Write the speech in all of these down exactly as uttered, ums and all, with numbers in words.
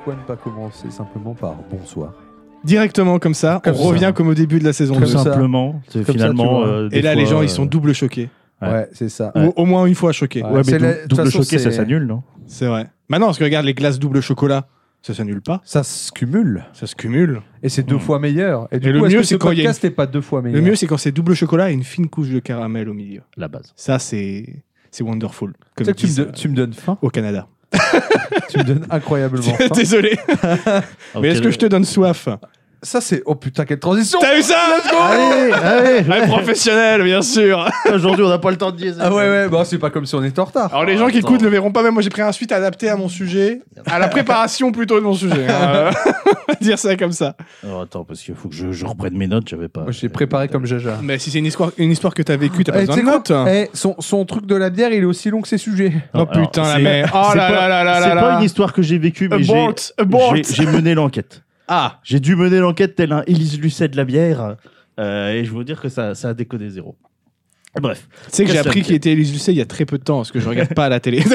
pourquoi ne pas commencer simplement par bonsoir? Directement comme ça, Comme on ça. revient comme au début de la saison Tout deux. ça. simplement. C'est Comme finalement. ça, tu vois. euh, des Et là, fois, les gens, euh, ils sont double choqués. Ouais, Ouais. c'est ça. Ou au moins une fois choqués. Ouais. Ouais, mais C'est dou- la- de toute double façon, choqué, ça c'est- s'annule, non? C'est vrai. Bah non, parce que regarde, les glaces double chocolat, ça s'annule pas. Ça se cumule. Ça se cumule. Et c'est deux Mm. fois meilleur. Et du Et coup, le est-ce mieux, que c'est ce quand il y a podcast n'est pas deux fois meilleur. Le mieux, c'est quand c'est double chocolat et une fine couche de caramel au milieu. La base. Ça, c'est c'est wonderful. Tu Comme sais que tu me, disent, don- tu me donnes faim. euh, au Canada. Tu me donnes incroyablement faim. Désolé. Mais est-ce que je te donne soif? Ça, c'est... Oh putain, quelle transition. T'as eu ça? Allez, allez. Ouais, professionnel, bien sûr. Aujourd'hui, on n'a pas le temps de dire. Ah ouais, ouais. Bon, c'est pas comme si on était en retard. Alors les gens qui Attends. écoutent ne verront pas, même moi j'ai pris un suite adapté à mon sujet, à la préparation plutôt de mon sujet. hein. On va dire ça comme ça. Alors, attends, parce qu'il faut que je, je reprenne mes notes. J'avais pas. Moi, j'ai préparé comme Jaja. Mais si c'est une histoire, une histoire que t'as vécue, t'as pas Eh, besoin tu de sais notes. quoi Eh, son, son truc de la bière, il est aussi long que ses sujets. Oh Alors, putain la c'est- merde. Oh c'est là pas- là là là C'est là pas là. une histoire que j'ai vécue, mais j'ai Abort, abort. j'ai- j'ai mené l'enquête. Ah, J'ai dû mener l'enquête tel un Élise Lucet de la bière. euh, et je veux vous dire que ça, ça a décodé zéro. Bref. tu sais que j'ai Casse la appris tête. qu'il était Élise Lucet il y a très peu de temps, parce que je regarde pas à la télé.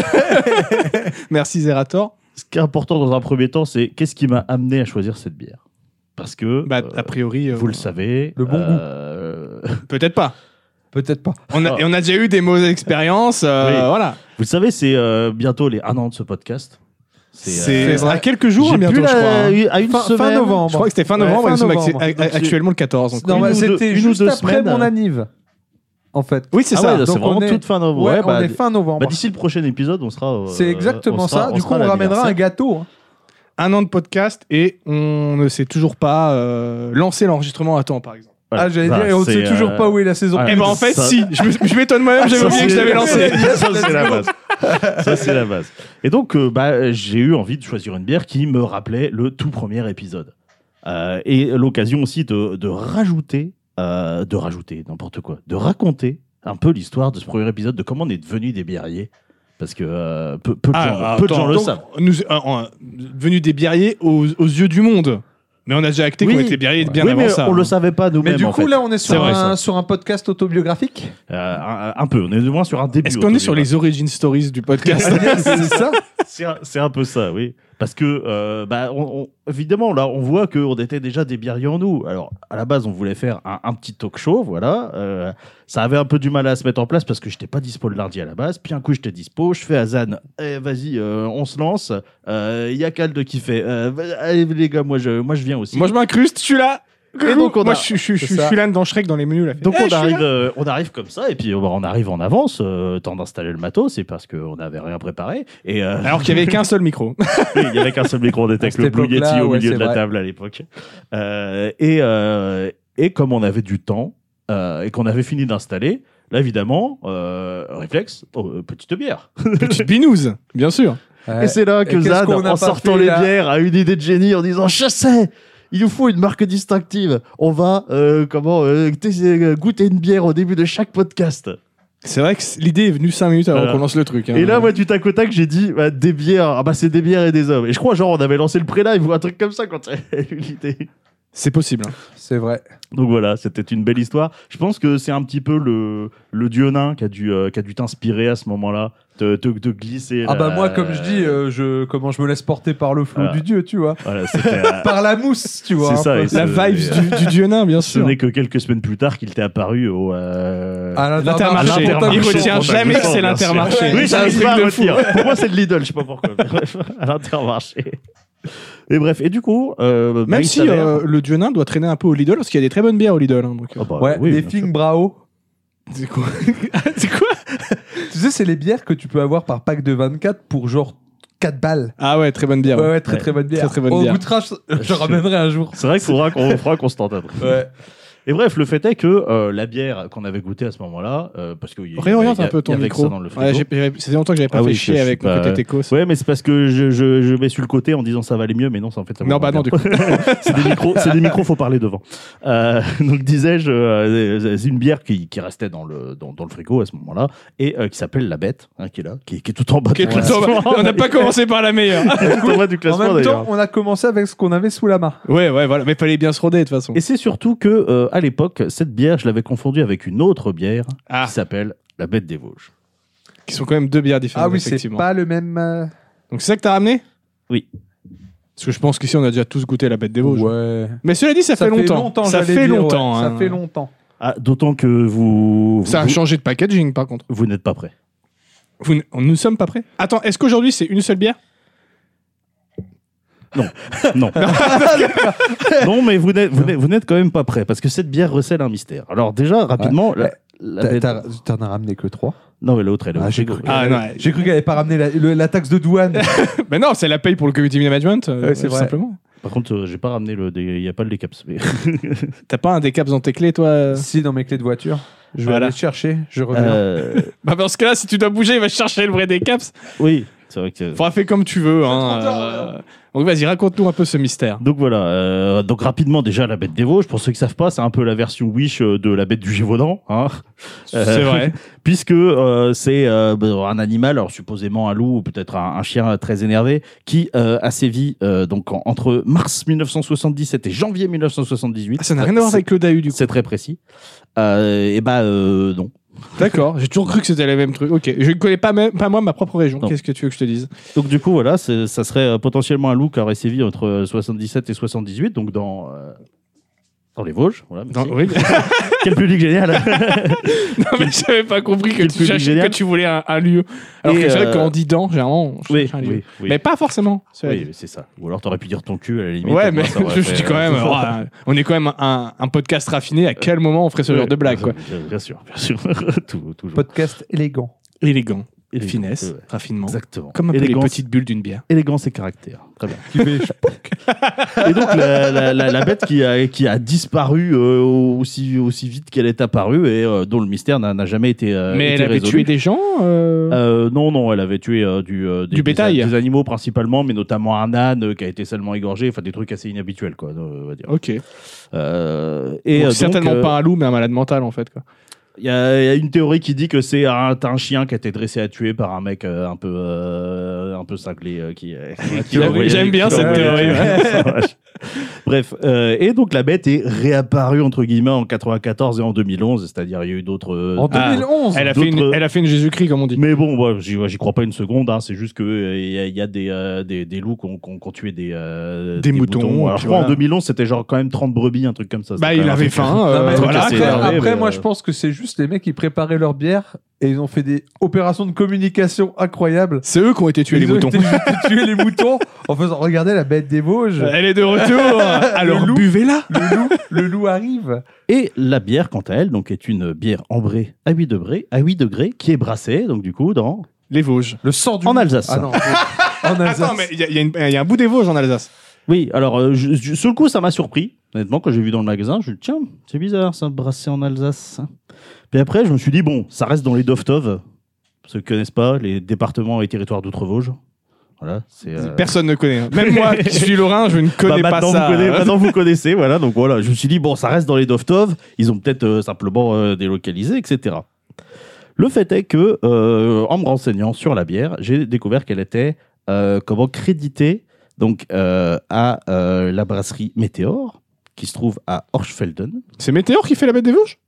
Merci Zerator. Ce qui est important dans un premier temps, c'est qu'est-ce qui m'a amené à choisir cette bière. Parce que, Bah, euh, a priori, euh, vous le savez, Le bon euh, peut-être pas. Peut-être pas. On a, Ah. et on a déjà eu des mauvaises expériences. euh, Oui. Voilà. vous le savez, c'est euh, bientôt les un an de ce podcast. C'est euh, à quelques jours j'ai hein, bientôt, plus je crois. la- hein. à une Fin- fin semaine. novembre. Je crois que c'était fin Ouais, novembre, fin et nous sommes actu- novembre. a- Donc, c'est- actuellement le quatorze. Donc, Non, une bah, ou deux- c'était une ou juste deux après semaines. mon anniv. En fait. oui, c'est Ah ça. ouais, c'est Donc, vraiment on est- toute fin novembre. Ouais, Ouais, bah, on est fin novembre. bah, d'ici le prochain épisode, on sera. euh, C'est exactement on sera- ça. Du coup, sera on à ramènera un l'anniversaire. gâteau. hein. Un an de podcast et on ne sait toujours pas euh, lancer l'enregistrement à temps, par exemple. Voilà. Ah, j'allais Voilà, dire, et on ne c'est, sait toujours euh, pas où est la saison. voilà. Eh ben en fait, ça- si. Je me- je m'étonne moi-même, j'avais Ça, oublié que je c'est- l'avais lancé. Ça, c'est la base. Ça, c'est la base. Et donc, euh, bah, j'ai eu envie de choisir une bière qui me rappelait le tout premier épisode. Euh, et l'occasion aussi de, de rajouter, euh, de rajouter n'importe quoi, de raconter un peu l'histoire de ce premier épisode, de comment on est devenu des biériers. Parce que euh, peu, peu de gens, Ah, peu de attends, gens le donc, savent. Nous, euh, on- devenus des biériers aux, aux yeux du monde. Mais on a déjà acté Oui. qu'on était biériers bien oui, avant mais ça. on hein. le savait pas nous-mêmes. Mais du en coup, fait. là, on est C'est sur, vrai, un, ça. sur un podcast autobiographique. Euh, un, un peu, on est du moins sur un début. Est-ce qu'on est sur les autobiographique. origin stories du podcast? C'est ça. C'est un, c'est un peu ça, oui. Parce que, euh, bah, on- on- évidemment, là, on voit qu'on était déjà des biériers en nous. Alors, à la base, on voulait faire un, un petit talk show, voilà. Euh, ça avait un peu du mal à se mettre en place parce que j'étais pas dispo le lundi à la base. Puis un coup, j'étais dispo. Je fais à Zan, eh, vas-y, euh, on se lance. Il euh, y a Calde qui fait, euh, allez les gars, moi je, moi je viens aussi. Moi, je m'incruste, je suis là. Et donc, on Moi, a- je, je, je, je c'est ça. suis là dans Shrek, dans les menus. Là. Donc Eh, on je suis arrive, là. euh, on arrive comme ça et puis euh, on arrive en avance, euh, temps d'installer le matos, c'est parce qu'on n'avait rien préparé. Et euh, Alors qu'il n'y avait qu'un seul micro. Oui, il y avait qu'un seul micro, on était avec cette le Blue époque-là, Yeti au ouais, milieu c'est de la vrai. table à l'époque. Euh, et, euh, et comme on avait du temps euh, et qu'on avait fini d'installer, là évidemment, euh, réflexe, oh, euh, petite bière. Petite binouse, bien sûr. Ouais. Et c'est là que Et qu'est-ce Zad, qu'on n'a en pas sortant fait, les là bières, a une idée de génie en disant « Je sais, il nous faut une marque distinctive. On va euh, comment euh, t- goûter une bière au début de chaque podcast. » C'est vrai que c- l'idée est venue cinq minutes avant Voilà. qu'on lance le truc. hein. Et là, moi, du tac au tac, j'ai dit bah, des bières. Ah bah, c'est des bières et des hommes. Et je crois, genre, on avait lancé le pré-live ou un truc comme ça quand j'ai eu l'idée. C'est possible. hein. C'est vrai. Donc voilà, c'était une belle histoire. Je pense que c'est un petit peu le, le dieu nain qui a dû, euh, qui a dû t'inspirer à ce moment-là, te, te, te glisser. Ah bah la- moi, comme je dis, euh, je, comment je me laisse porter par le flot Voilà. du dieu, tu vois. Voilà, c'était, euh, Par la mousse, tu vois. C'est un ça, peu. et La c'est- vibes du, du dieu nain, bien ce sûr. n'est que quelques semaines plus tard qu'il t'est apparu au. euh, À L'intermarché. L'intermarché. Il retient L'intermarché, jamais que c'est bien sûr. l'intermarché. Oui, C'est un j'arrive truc pas à de fou. retenir. Pour moi, c'est le Lidl, je sais pas pourquoi. Bref, à l'intermarché. Et bref, et du coup. euh, bah, Même il si s'avère- euh, le dieu nain doit traîner un peu au Lidl, parce qu'il y a des très bonnes bières au Lidl. hein, donc, euh. Ah bah, Ouais, oui, des bien sûr. Fing Brao. C'est quoi C'est quoi Tu sais, c'est les bières que tu peux avoir par pack de vingt-quatre pour genre quatre balles. Ah ouais, très bonne bière. Ouais, ouais. ouais, très Ouais. très bonne bière. Très, très bonne On bière. goûtera, je, je ramènerai un jour. C'est vrai qu'il faudra qu'on faudra qu'on se tente un truc. Ouais. Et bref, le fait est que euh, la bière qu'on avait goûtée à ce moment-là, euh, parce qu'il y a- Réoriente il y a- un peu ton il y avait que micro. ça dans le frigo. Ouais, j'ai- j'ai- ça fait longtemps que j'avais pas Ah fait oui, je- chier je avec suis mon pas- côté Tecos. Ouais, mais c'est parce que je, je, je mets sur le côté en disant ça va aller mieux, mais non, ça, en fait ça va Non, moins bah non, bien. du coup. c'est des micros, c'est des micros, faut parler devant. Euh, donc disais-je, euh, c'est une bière qui, qui restait dans le dans, dans le frigo à ce moment-là et euh, qui s'appelle la Bête, hein, qui est là, qui, qui est tout en bas. Ok, du tout en classement. bas. On n'a pas commencé par la meilleure. Qui est tout en bas du En classement même d'ailleurs. temps, on a commencé avec ce qu'on avait sous la main. Ouais, ouais, voilà. Mais fallait bien se roder de toute façon. Et c'est surtout que euh, à l'époque, cette bière, je l'avais confondue avec une autre bière Ah, qui s'appelle la Bête des Vosges. qui sont quand même deux bières différentes. Ah oui, c'est effectivement. pas le même. euh, Donc c'est ça que t'as ramené Oui. Parce que je pense qu'ici, on a déjà tous goûté la bête des Vosges. Ouais. Mais cela dit, ça, Ça fait fait longtemps. longtemps, ça j'allais fait dire, longtemps. ouais, hein. Ça fait longtemps. Ah, d'autant que vous, Ça a vous, changé de packaging, par contre. vous n'êtes pas prêts. Vous, n- nous ne sommes pas prêts. Attends, est-ce qu'aujourd'hui, c'est une seule bière? Non. Non, mais vous n'êtes, vous, n'êtes, vous n'êtes quand même pas prêts parce que cette bière recèle un mystère. Alors, déjà, rapidement. Ouais. La, la T'as- bête- t'as- T'en as ramené que trois. Non, mais l'autre, elle est Ah, au j'ai frigo. cru, Ah, qu'elle- non, ouais. j'ai cru qu'elle avait pas ramené la, le- la taxe de douane. Mais non, c'est la paye pour le community management, euh, Ouais, c'est tout vrai. simplement. Par contre, euh, j'ai pas ramené le. Il n'y a pas le décaps. Mais... T'as pas un des caps dans tes clés, toi euh Si, dans mes clés de voiture. Je vais Voilà. aller chercher. Je reviens. Euh, Bah, dans ce cas-là, si tu dois bouger, il va chercher le vrai des caps. oui, c'est vrai que. Faudra faire comme tu veux. Hein, trop tard, euh, Donc, vas-y, raconte-nous un peu ce mystère. Donc voilà, euh, donc rapidement déjà la bête des Vosges, pour ceux qui savent pas, c'est un peu la version Wish euh, de la bête du Gévaudan, hein. C'est Euh, vrai. Puisque euh, c'est euh, bah, un animal, alors supposément un loup ou peut-être un, un chien très énervé, qui euh, a sévi euh, donc en- entre mars mille neuf cent soixante-dix-sept et janvier mille neuf cent soixante-dix-huit. Ah, ça n'a rien à voir C'est- avec le Dahu, du coup. C'est très précis. Euh, et bah euh, non. D'accord, j'ai toujours cru que c'était les mêmes trucs. Ok, je ne connais pas, même, pas moi ma propre région. Non. Qu'est-ce que tu veux que je te dise? Donc du coup voilà, c'est- ça serait euh, potentiellement un loup qui aurait sévi entre euh, soixante-dix-sept et soixante-dix-huit, donc dans euh, dans les Vosges. Voilà, merci. Dans- oui. Quel public génial. Non, mais j'avais pas compris que Quel tu, public cherchais- génial. que tu voulais un, un lieu. Alors Et, que c'est vrai euh, que quand on dit dans, généralement, on Oui, cherche un lieu. oui, oui. Mais pas forcément. cela Oui, dit. c'est ça. Ou alors t'aurais pu dire ton cul à la limite. Ouais, au mais moins, ça aurait je fait, dis quand euh, même, ouais, on est quand même un, un podcast raffiné. À quel moment on ferait ce Ouais, genre de blague, quoi? Bien, bien sûr, bien sûr. Tout- toujours. Podcast élégant. Élégant, Élégant, finesse, ouais. raffinement. Exactement. Comme un peu les Élégance, petites bulles d'une bière. élégance et caractère. Très bien. Qui fait Et donc la, la- la- la bête qui a, qui a disparu euh, aussi, aussi vite qu'elle est apparue et euh, dont le mystère n'a n'a jamais été euh, Mais été elle avait résolu. tué des gens euh, Euh, non, non, elle avait tué euh, du, euh, des, Du bétail. des, des animaux principalement, mais notamment un âne euh, qui a été seulement égorgé, enfin des trucs assez inhabituels, quoi, euh, on va dire. Ok. Euh, et Donc, euh, certainement donc, euh, pas un loup, mais un malade mental, en fait, quoi. Il y, a il y a une théorie qui dit que c'est un, un chien qui a été dressé à tuer par un mec euh, un peu euh, un peu cinglé euh, qui, euh, qui l'a J'aime- envoyé- j'aime bien qui l'a cette envoyé théorie, tuer. ouais. Bref, euh, et donc la bête est réapparue entre guillemets en quatre-vingt-quatorze et en deux mille onze, c'est-à-dire il y a eu d'autres. euh, En Ah, deux mille onze. Elle a, fait une, d'autres- elle a fait une Jésus-Christ, comme on dit. Mais bon, moi, j'y, ouais, j'y crois pas une seconde. Hein, c'est juste que euh, il y, a- il y a des, euh, des, des loups qui ont, qui ont- qui ont tué des, euh, Des moutons, Alors, puis je crois en voilà. deux mille onze, c'était genre quand même trente brebis, un truc comme ça. Bah, C'était il quand même avait un truc- faim. Non, euh, mais truc voilà. assez après, énervé, après, mais, moi, euh, je pense que c'est juste les mecs qui préparaient leur bière et ils ont fait des opérations de communication incroyables. C'est eux qui ont été tués, les Ils ont moutons. été juste tuer les moutons en faisant regarder la bête des Vosges. Elle est de retour. Alors, loup. buvez-la. Le loup, le loup arrive. Et la bière, quant à elle, donc, est une bière ambrée à huit degrés, à huit degrés, qui est brassée, donc du coup, dans... Les Vosges. Le sang du En loup. Alsace. Ah non. En Alsace. Attends, mais il y, a- il y a une- il y a un bout des Vosges en Alsace. Oui, alors, euh, je- je- sur le coup, ça m'a surpris. Honnêtement, quand j'ai vu dans le magasin, je me suis dit, tiens, c'est bizarre, ça, brassé en Alsace. Puis après, je me suis dit, bon, ça reste dans les Doftov. Pour ceux qui connaissent pas, les départements et territoires d'Outre-Vosges. Voilà, c'est... euh, Personne ne connaît. hein. Même moi, qui suis lorrain, je ne connais Bah, pas maintenant, ça. Vous connaissez, maintenant vous connaissez, voilà. Donc voilà, je me suis dit bon, ça reste dans les Doftov. Ils ont peut-être euh, simplement euh, délocalisé, et cetera. Le fait est que, euh, en me renseignant sur la bière, j'ai découvert qu'elle était euh, comment créditée donc euh, à euh, la brasserie Météor, qui se trouve à Orschfelden. C'est Météor qui fait la bête des Vosges?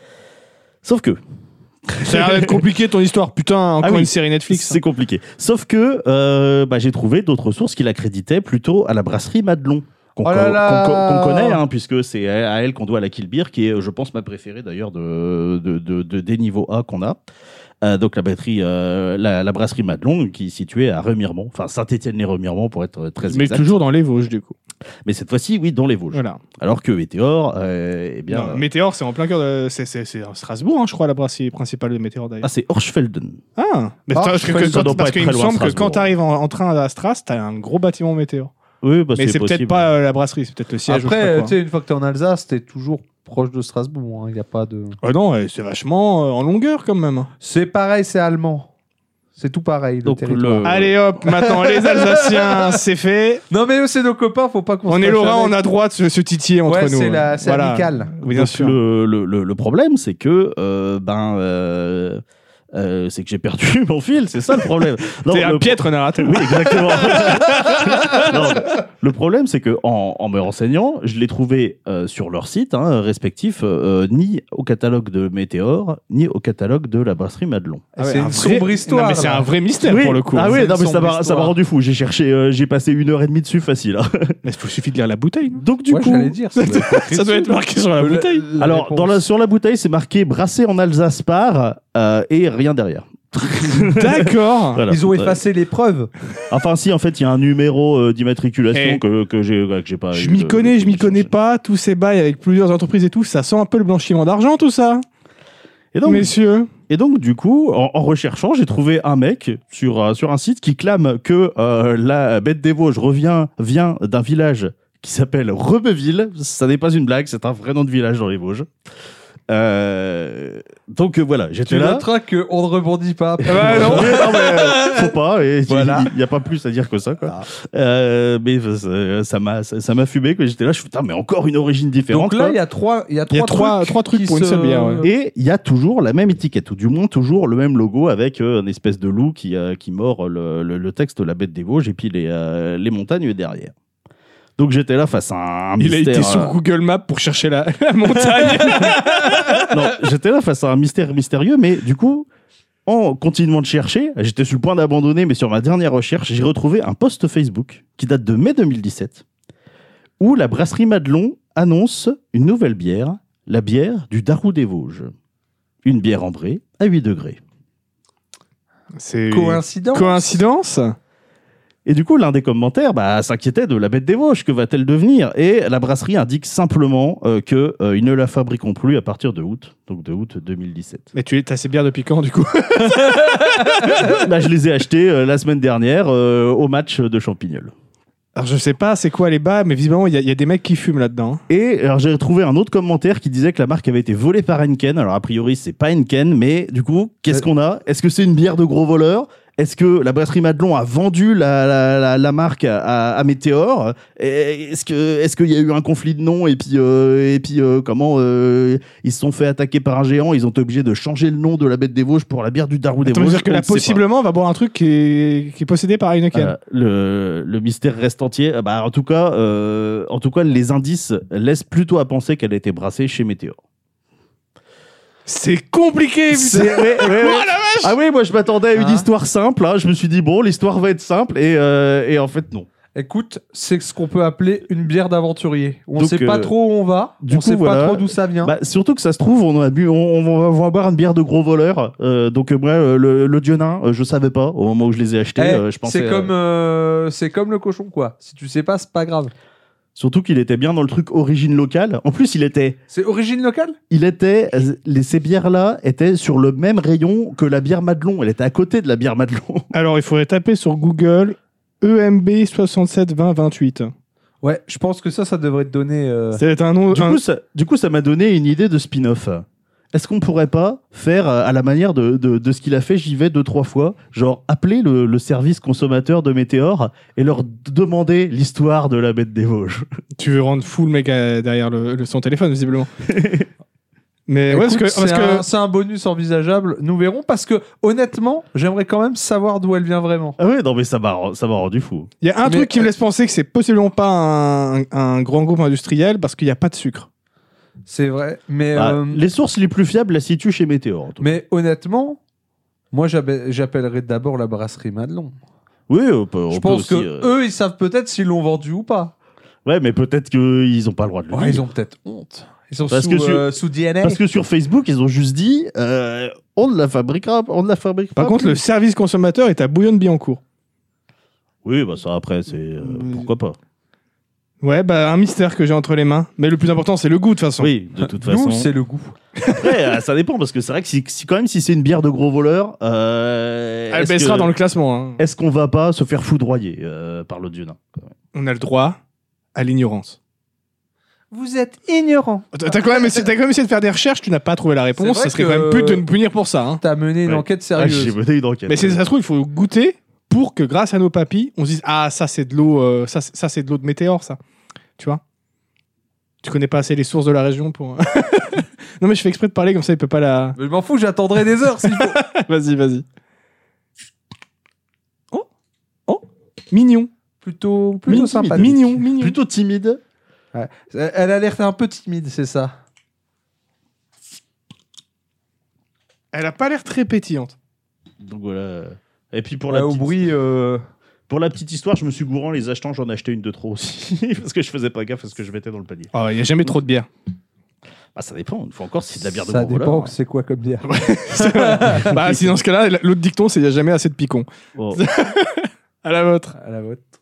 Sauf que Ça a l'air d'être compliqué ton histoire. Putain, encore Ah oui, une série Netflix. c'est compliqué. Sauf que euh, bah, j'ai trouvé d'autres sources qui la créditaient plutôt à la brasserie Madelon. Qu'on Oh là co- là qu'on co- qu'on connaît, hein, puisque c'est à elle qu'on doit la Kill Beer, qui est, je pense, ma préférée d'ailleurs de, de, de- de- des niveaux A qu'on a. Euh, donc la, batterie, euh, la, la brasserie Madelon, qui est située à Remiremont, enfin Saint-Étienne-les-Remiremont pour être très Mais exact. toujours dans les Vosges, du coup. Mais cette fois-ci, oui, dans les Vosges. Voilà. Alors que Météor, euh, eh bien, Non, Météor, c'est en plein cœur de. C'est, c'est, c'est à Strasbourg, hein, je crois, la brasserie principale de Météor d'ailleurs. ah, c'est Orschfelden. Ah, mais Ah, parce que, ça que- doit quand- pas parce être qu'il très me loin de semble que quand Strasbourg. tu arrives en, en train à Stras, t'as un gros bâtiment Météor. Oui, bah, Mais c'est, possible. peut-être pas euh, la brasserie, c'est peut-être le siège. ou je sais pas Après, quoi. tu sais, une fois que t'es en Alsace, t'es toujours proche de Strasbourg. Il n'y a pas de. Ah non, ouais, c'est vachement euh, en longueur quand même. C'est pareil, c'est allemand. C'est tout pareil. Le Donc, territoire. le- Allez hop, maintenant les Alsaciens, c'est fait. Non, mais eux, c'est nos copains, faut pas qu'on On se est fâche Lorrain, avec. on a droit de se, se titiller entre Ouais, nous. c'est la- c'est Voilà. amical. Oui, bien Donc, sûr. Le, le, le, le problème, c'est que euh, ben, euh, euh, c'est que j'ai perdu mon fil, c'est ça le problème. Non, T'es un le piètre narrateur. Oui, exactement. Non, le problème, c'est que en, en me renseignant, je l'ai trouvé euh, sur leur site hein, respectif, euh, ni au catalogue de Météor, ni au catalogue de la brasserie Madelon. Ah ouais, c'est un une vrai- sombre histoire. Non, mais c'est là. un vrai mystère Oui. pour le coup. Ah C'est oui, une non, mais ça sombre m'a, ça m'a histoire. rendu fou. J'ai cherché, euh, j'ai passé une heure et demie dessus facile. hein. Mais il suffit de lire la bouteille. non Donc du Ouais, coup, j'allais dire. Ça doit être écrit Ça doit être dessus. marqué sur la Le- bouteille. la alors réponse. dans la, sur la bouteille, c'est marqué brassé en Alsace par euh, et rien derrière. D'accord. Voilà. Ils ont Euh, effacé les preuves. Enfin, si, en fait, il y a un numéro euh, d'immatriculation Eh. que, que j'ai que j'ai pas. Je eu m'y de- connais, de- je m'y de- connais pas. Tous ces bails avec plusieurs entreprises et tout, ça sent un peu le blanchiment d'argent, tout ça. Et donc, Messieurs. Et donc, du coup, en, en recherchant, j'ai trouvé un mec sur, euh, sur un site qui clame que euh, la bête des Vosges revient, vient d'un village qui s'appelle Rebeville. Ça n'est pas une blague, c'est un vrai nom de village dans les Vosges. Euh, donc euh, voilà, j'étais Tu là. noteras qu'on ne rebondit pas. Ah bah, non. Oui, non, mais, euh, faut pas, et il Voilà. n'y a pas plus à dire que ça. Quoi. Ah. Euh, mais ça, ça m'a ça, ça m'a fumé, que j'étais là, je suis putain, mais encore une origine différente. Donc là, quoi. il y a trois, il y a Il y a trois, trois- trucs, trois trucs qui pour une se- seule bière, ouais. Et il y a toujours la même étiquette, ou du moins toujours le même logo avec euh, une espèce de loup qui, euh, qui mord le, le, le texte de la bête des Vosges et puis les, euh, les montagnes derrière. Donc j'étais là face à un Il a mystère. été sur euh, Google Maps pour chercher la, la montagne. non, j'étais là face à un mystère mystérieux, mais du coup, en continuant de chercher, j'étais sur le point d'abandonner, mais sur ma dernière recherche, j'ai retrouvé un post Facebook qui date de mai deux mille dix-sept, où la brasserie Madelon annonce une nouvelle bière, la bière du Darou des Vosges. Une bière ambrée à huit degrés. C'est Coïncidence. coïncidence. Et du coup, l'un des commentaires bah, s'inquiétait de la bête des Vosges, que va-t-elle devenir? Et la brasserie indique simplement euh, qu'ils euh, ne la fabriqueront plus à partir de août, donc de août deux mille dix-sept. Mais tu as ces bières depuis quand, du coup? Bah, je les ai achetées euh, la semaine dernière euh, au match de Champignol. Alors, je sais pas c'est quoi les bas, mais visiblement, il y, a- il y a des mecs qui fument là-dedans. hein. Et alors, j'ai trouvé un autre commentaire qui disait que la marque avait été volée par Henken. Alors a priori, c'est pas Henken, mais du coup, qu'est-ce Euh. qu'on a? Est-ce que c'est une bière de gros voleur? Est-ce que la brasserie Madelon a vendu la, la, la, la marque à, à Météor? Et Est-ce que est-ce qu'il y a eu un conflit de noms et puis euh, et puis euh, comment euh, ils se sont fait attaquer par un géant? Ils ont été obligés de changer le nom de la bête des Vosges pour la bière du Darou des Attends, Vosges. dire que On là, ne sait pas. possiblement, on va boire un truc qui est, qui est possédé par Heineken. Voilà, le, le mystère reste entier. Ah bah, en tout cas, euh, en tout cas, les indices laissent plutôt à penser qu'elle a été brassée chez Météor. C'est compliqué, C'est- putain. ouais, ouais, ouais. Oh la vache. Ah oui, moi je m'attendais à une Hein histoire simple. hein. Je me suis dit, bon, l'histoire va être simple. Et, euh, et en fait, non. Écoute, c'est ce qu'on peut appeler une bière d'aventurier. On ne Donc, sait pas euh, trop où on va, du on coup, sait voilà. pas trop d'où ça vient. Bah, surtout que ça se trouve, on, a bu, on, on va, on va boire une bière de gros voleur. Euh, donc, euh, moi, euh, le, le dieu nain, euh, je savais pas au moment où je les ai achetés. Eh, euh, je pensais, c'est euh, comme, euh, c'est comme le cochon, quoi. Si tu sais pas, c'est pas grave. Surtout qu'il était bien dans le truc origine locale. En plus, il était. C'est origine locale Il était, euh, les, ces bières-là étaient sur le même rayon que la bière Madelon. Elle était à côté de la bière Madelon. Alors, il faudrait taper sur Google E M B soixante-sept vingt vingt-huit. Ouais, je pense que ça, ça devrait te donner. euh, Ça va être un nom. Du un- coup, ça, du coup, ça m'a donné une idée de spin-off. Est-ce qu'on pourrait pas faire euh, à la manière de, de, de ce qu'il a fait, j'y vais deux, trois fois, genre appeler le, le service consommateur de Météor et leur d- demander l'histoire de la bête des Vosges. Tu veux rendre fou le mec euh, derrière le, le- son téléphone, visiblement. Mais ouais, parce écoute, que, parce c'est que un, c'est un bonus envisageable. Nous verrons parce que honnêtement, j'aimerais quand même savoir d'où elle vient vraiment. Ah ouais, non mais ça m'a ça m'a rendu fou. il y a un Mais- truc qui me laisse penser que c'est possiblement pas un, un grand groupe industriel parce qu'il n'y a pas de sucre. C'est vrai, mais Bah, euh, Les sources les plus fiables la situent chez Météor. en tout cas. mais honnêtement, moi j'appelle- j'appellerais d'abord la brasserie Madelon. Oui, on peut, on Je peut pense aussi, que euh, eux, ils savent peut-être s'ils l'ont vendu ou pas. Ouais, mais peut-être qu'ils ont pas le droit de le Ouais, dire. ils ont peut-être honte. Ils sont Parce sous, que sur- euh, sous D N A. Parce que sur Facebook, ils ont juste dit euh, on ne la fabriquera, on ne la fabrique Par pas. contre, plus. le service consommateur est à Bouillon-Billancourt. Oui, bah ça après, c'est euh, Oui. pourquoi pas. Ouais, bah un mystère que j'ai entre les mains. Mais le plus important, c'est le goût, de toute façon. Oui, de toute Nous, façon. c'est le goût. Après, euh, ça dépend parce que c'est vrai que si, si- quand même si c'est une bière de gros voleur, euh, Elle est-ce baissera que- dans le classement. hein. est-ce qu'on va pas se faire foudroyer euh, par le dieu nain? On a le droit à l'ignorance. Vous êtes ignorant. T'as t'as quand, même essayé- t'as quand même essayé de faire des recherches, tu n'as pas trouvé la réponse. C'est vrai Ça serait que- quand même pute de nous punir pour ça. hein. T'as mené une Ouais. enquête Ah, j'ai sérieuse. mené une enquête. Mais si ça se trouve, il faut goûter pour que grâce à nos papilles, on se dise ah ça c'est de l'eau, euh, ça, c'est- ça c'est de l'eau de Météor, ça. Tu vois. Tu connais pas assez les sources de la région pour. Non, mais je fais exprès de parler comme ça, il peut pas la. Mais je m'en fous, j'attendrai des heures s'il faut. Vas-y, vas-y. Oh, oh, mignon, Plutôt, plutôt Mignon, sympathique. mignon, mignon. Plutôt timide. Ouais. Elle a l'air un peu timide, c'est ça. Elle a pas l'air très pétillante. Donc voilà. Et puis pour Ouais, la, au petite... bruit. euh, pour la petite histoire, je me suis gourant en les achetant, j'en ai acheté une de trop aussi. Parce que je faisais pas gaffe à ce que je mettais dans le panier. Oh, il y a jamais trop de bière. Ah, ça dépend. Une fois encore, si c'est de la bière de Ça bon dépend voleur. que c'est quoi comme bière. Bah, si dans ce cas-là, l'autre dicton, c'est il y a jamais assez de picon. Bon. À la vôtre. À la vôtre.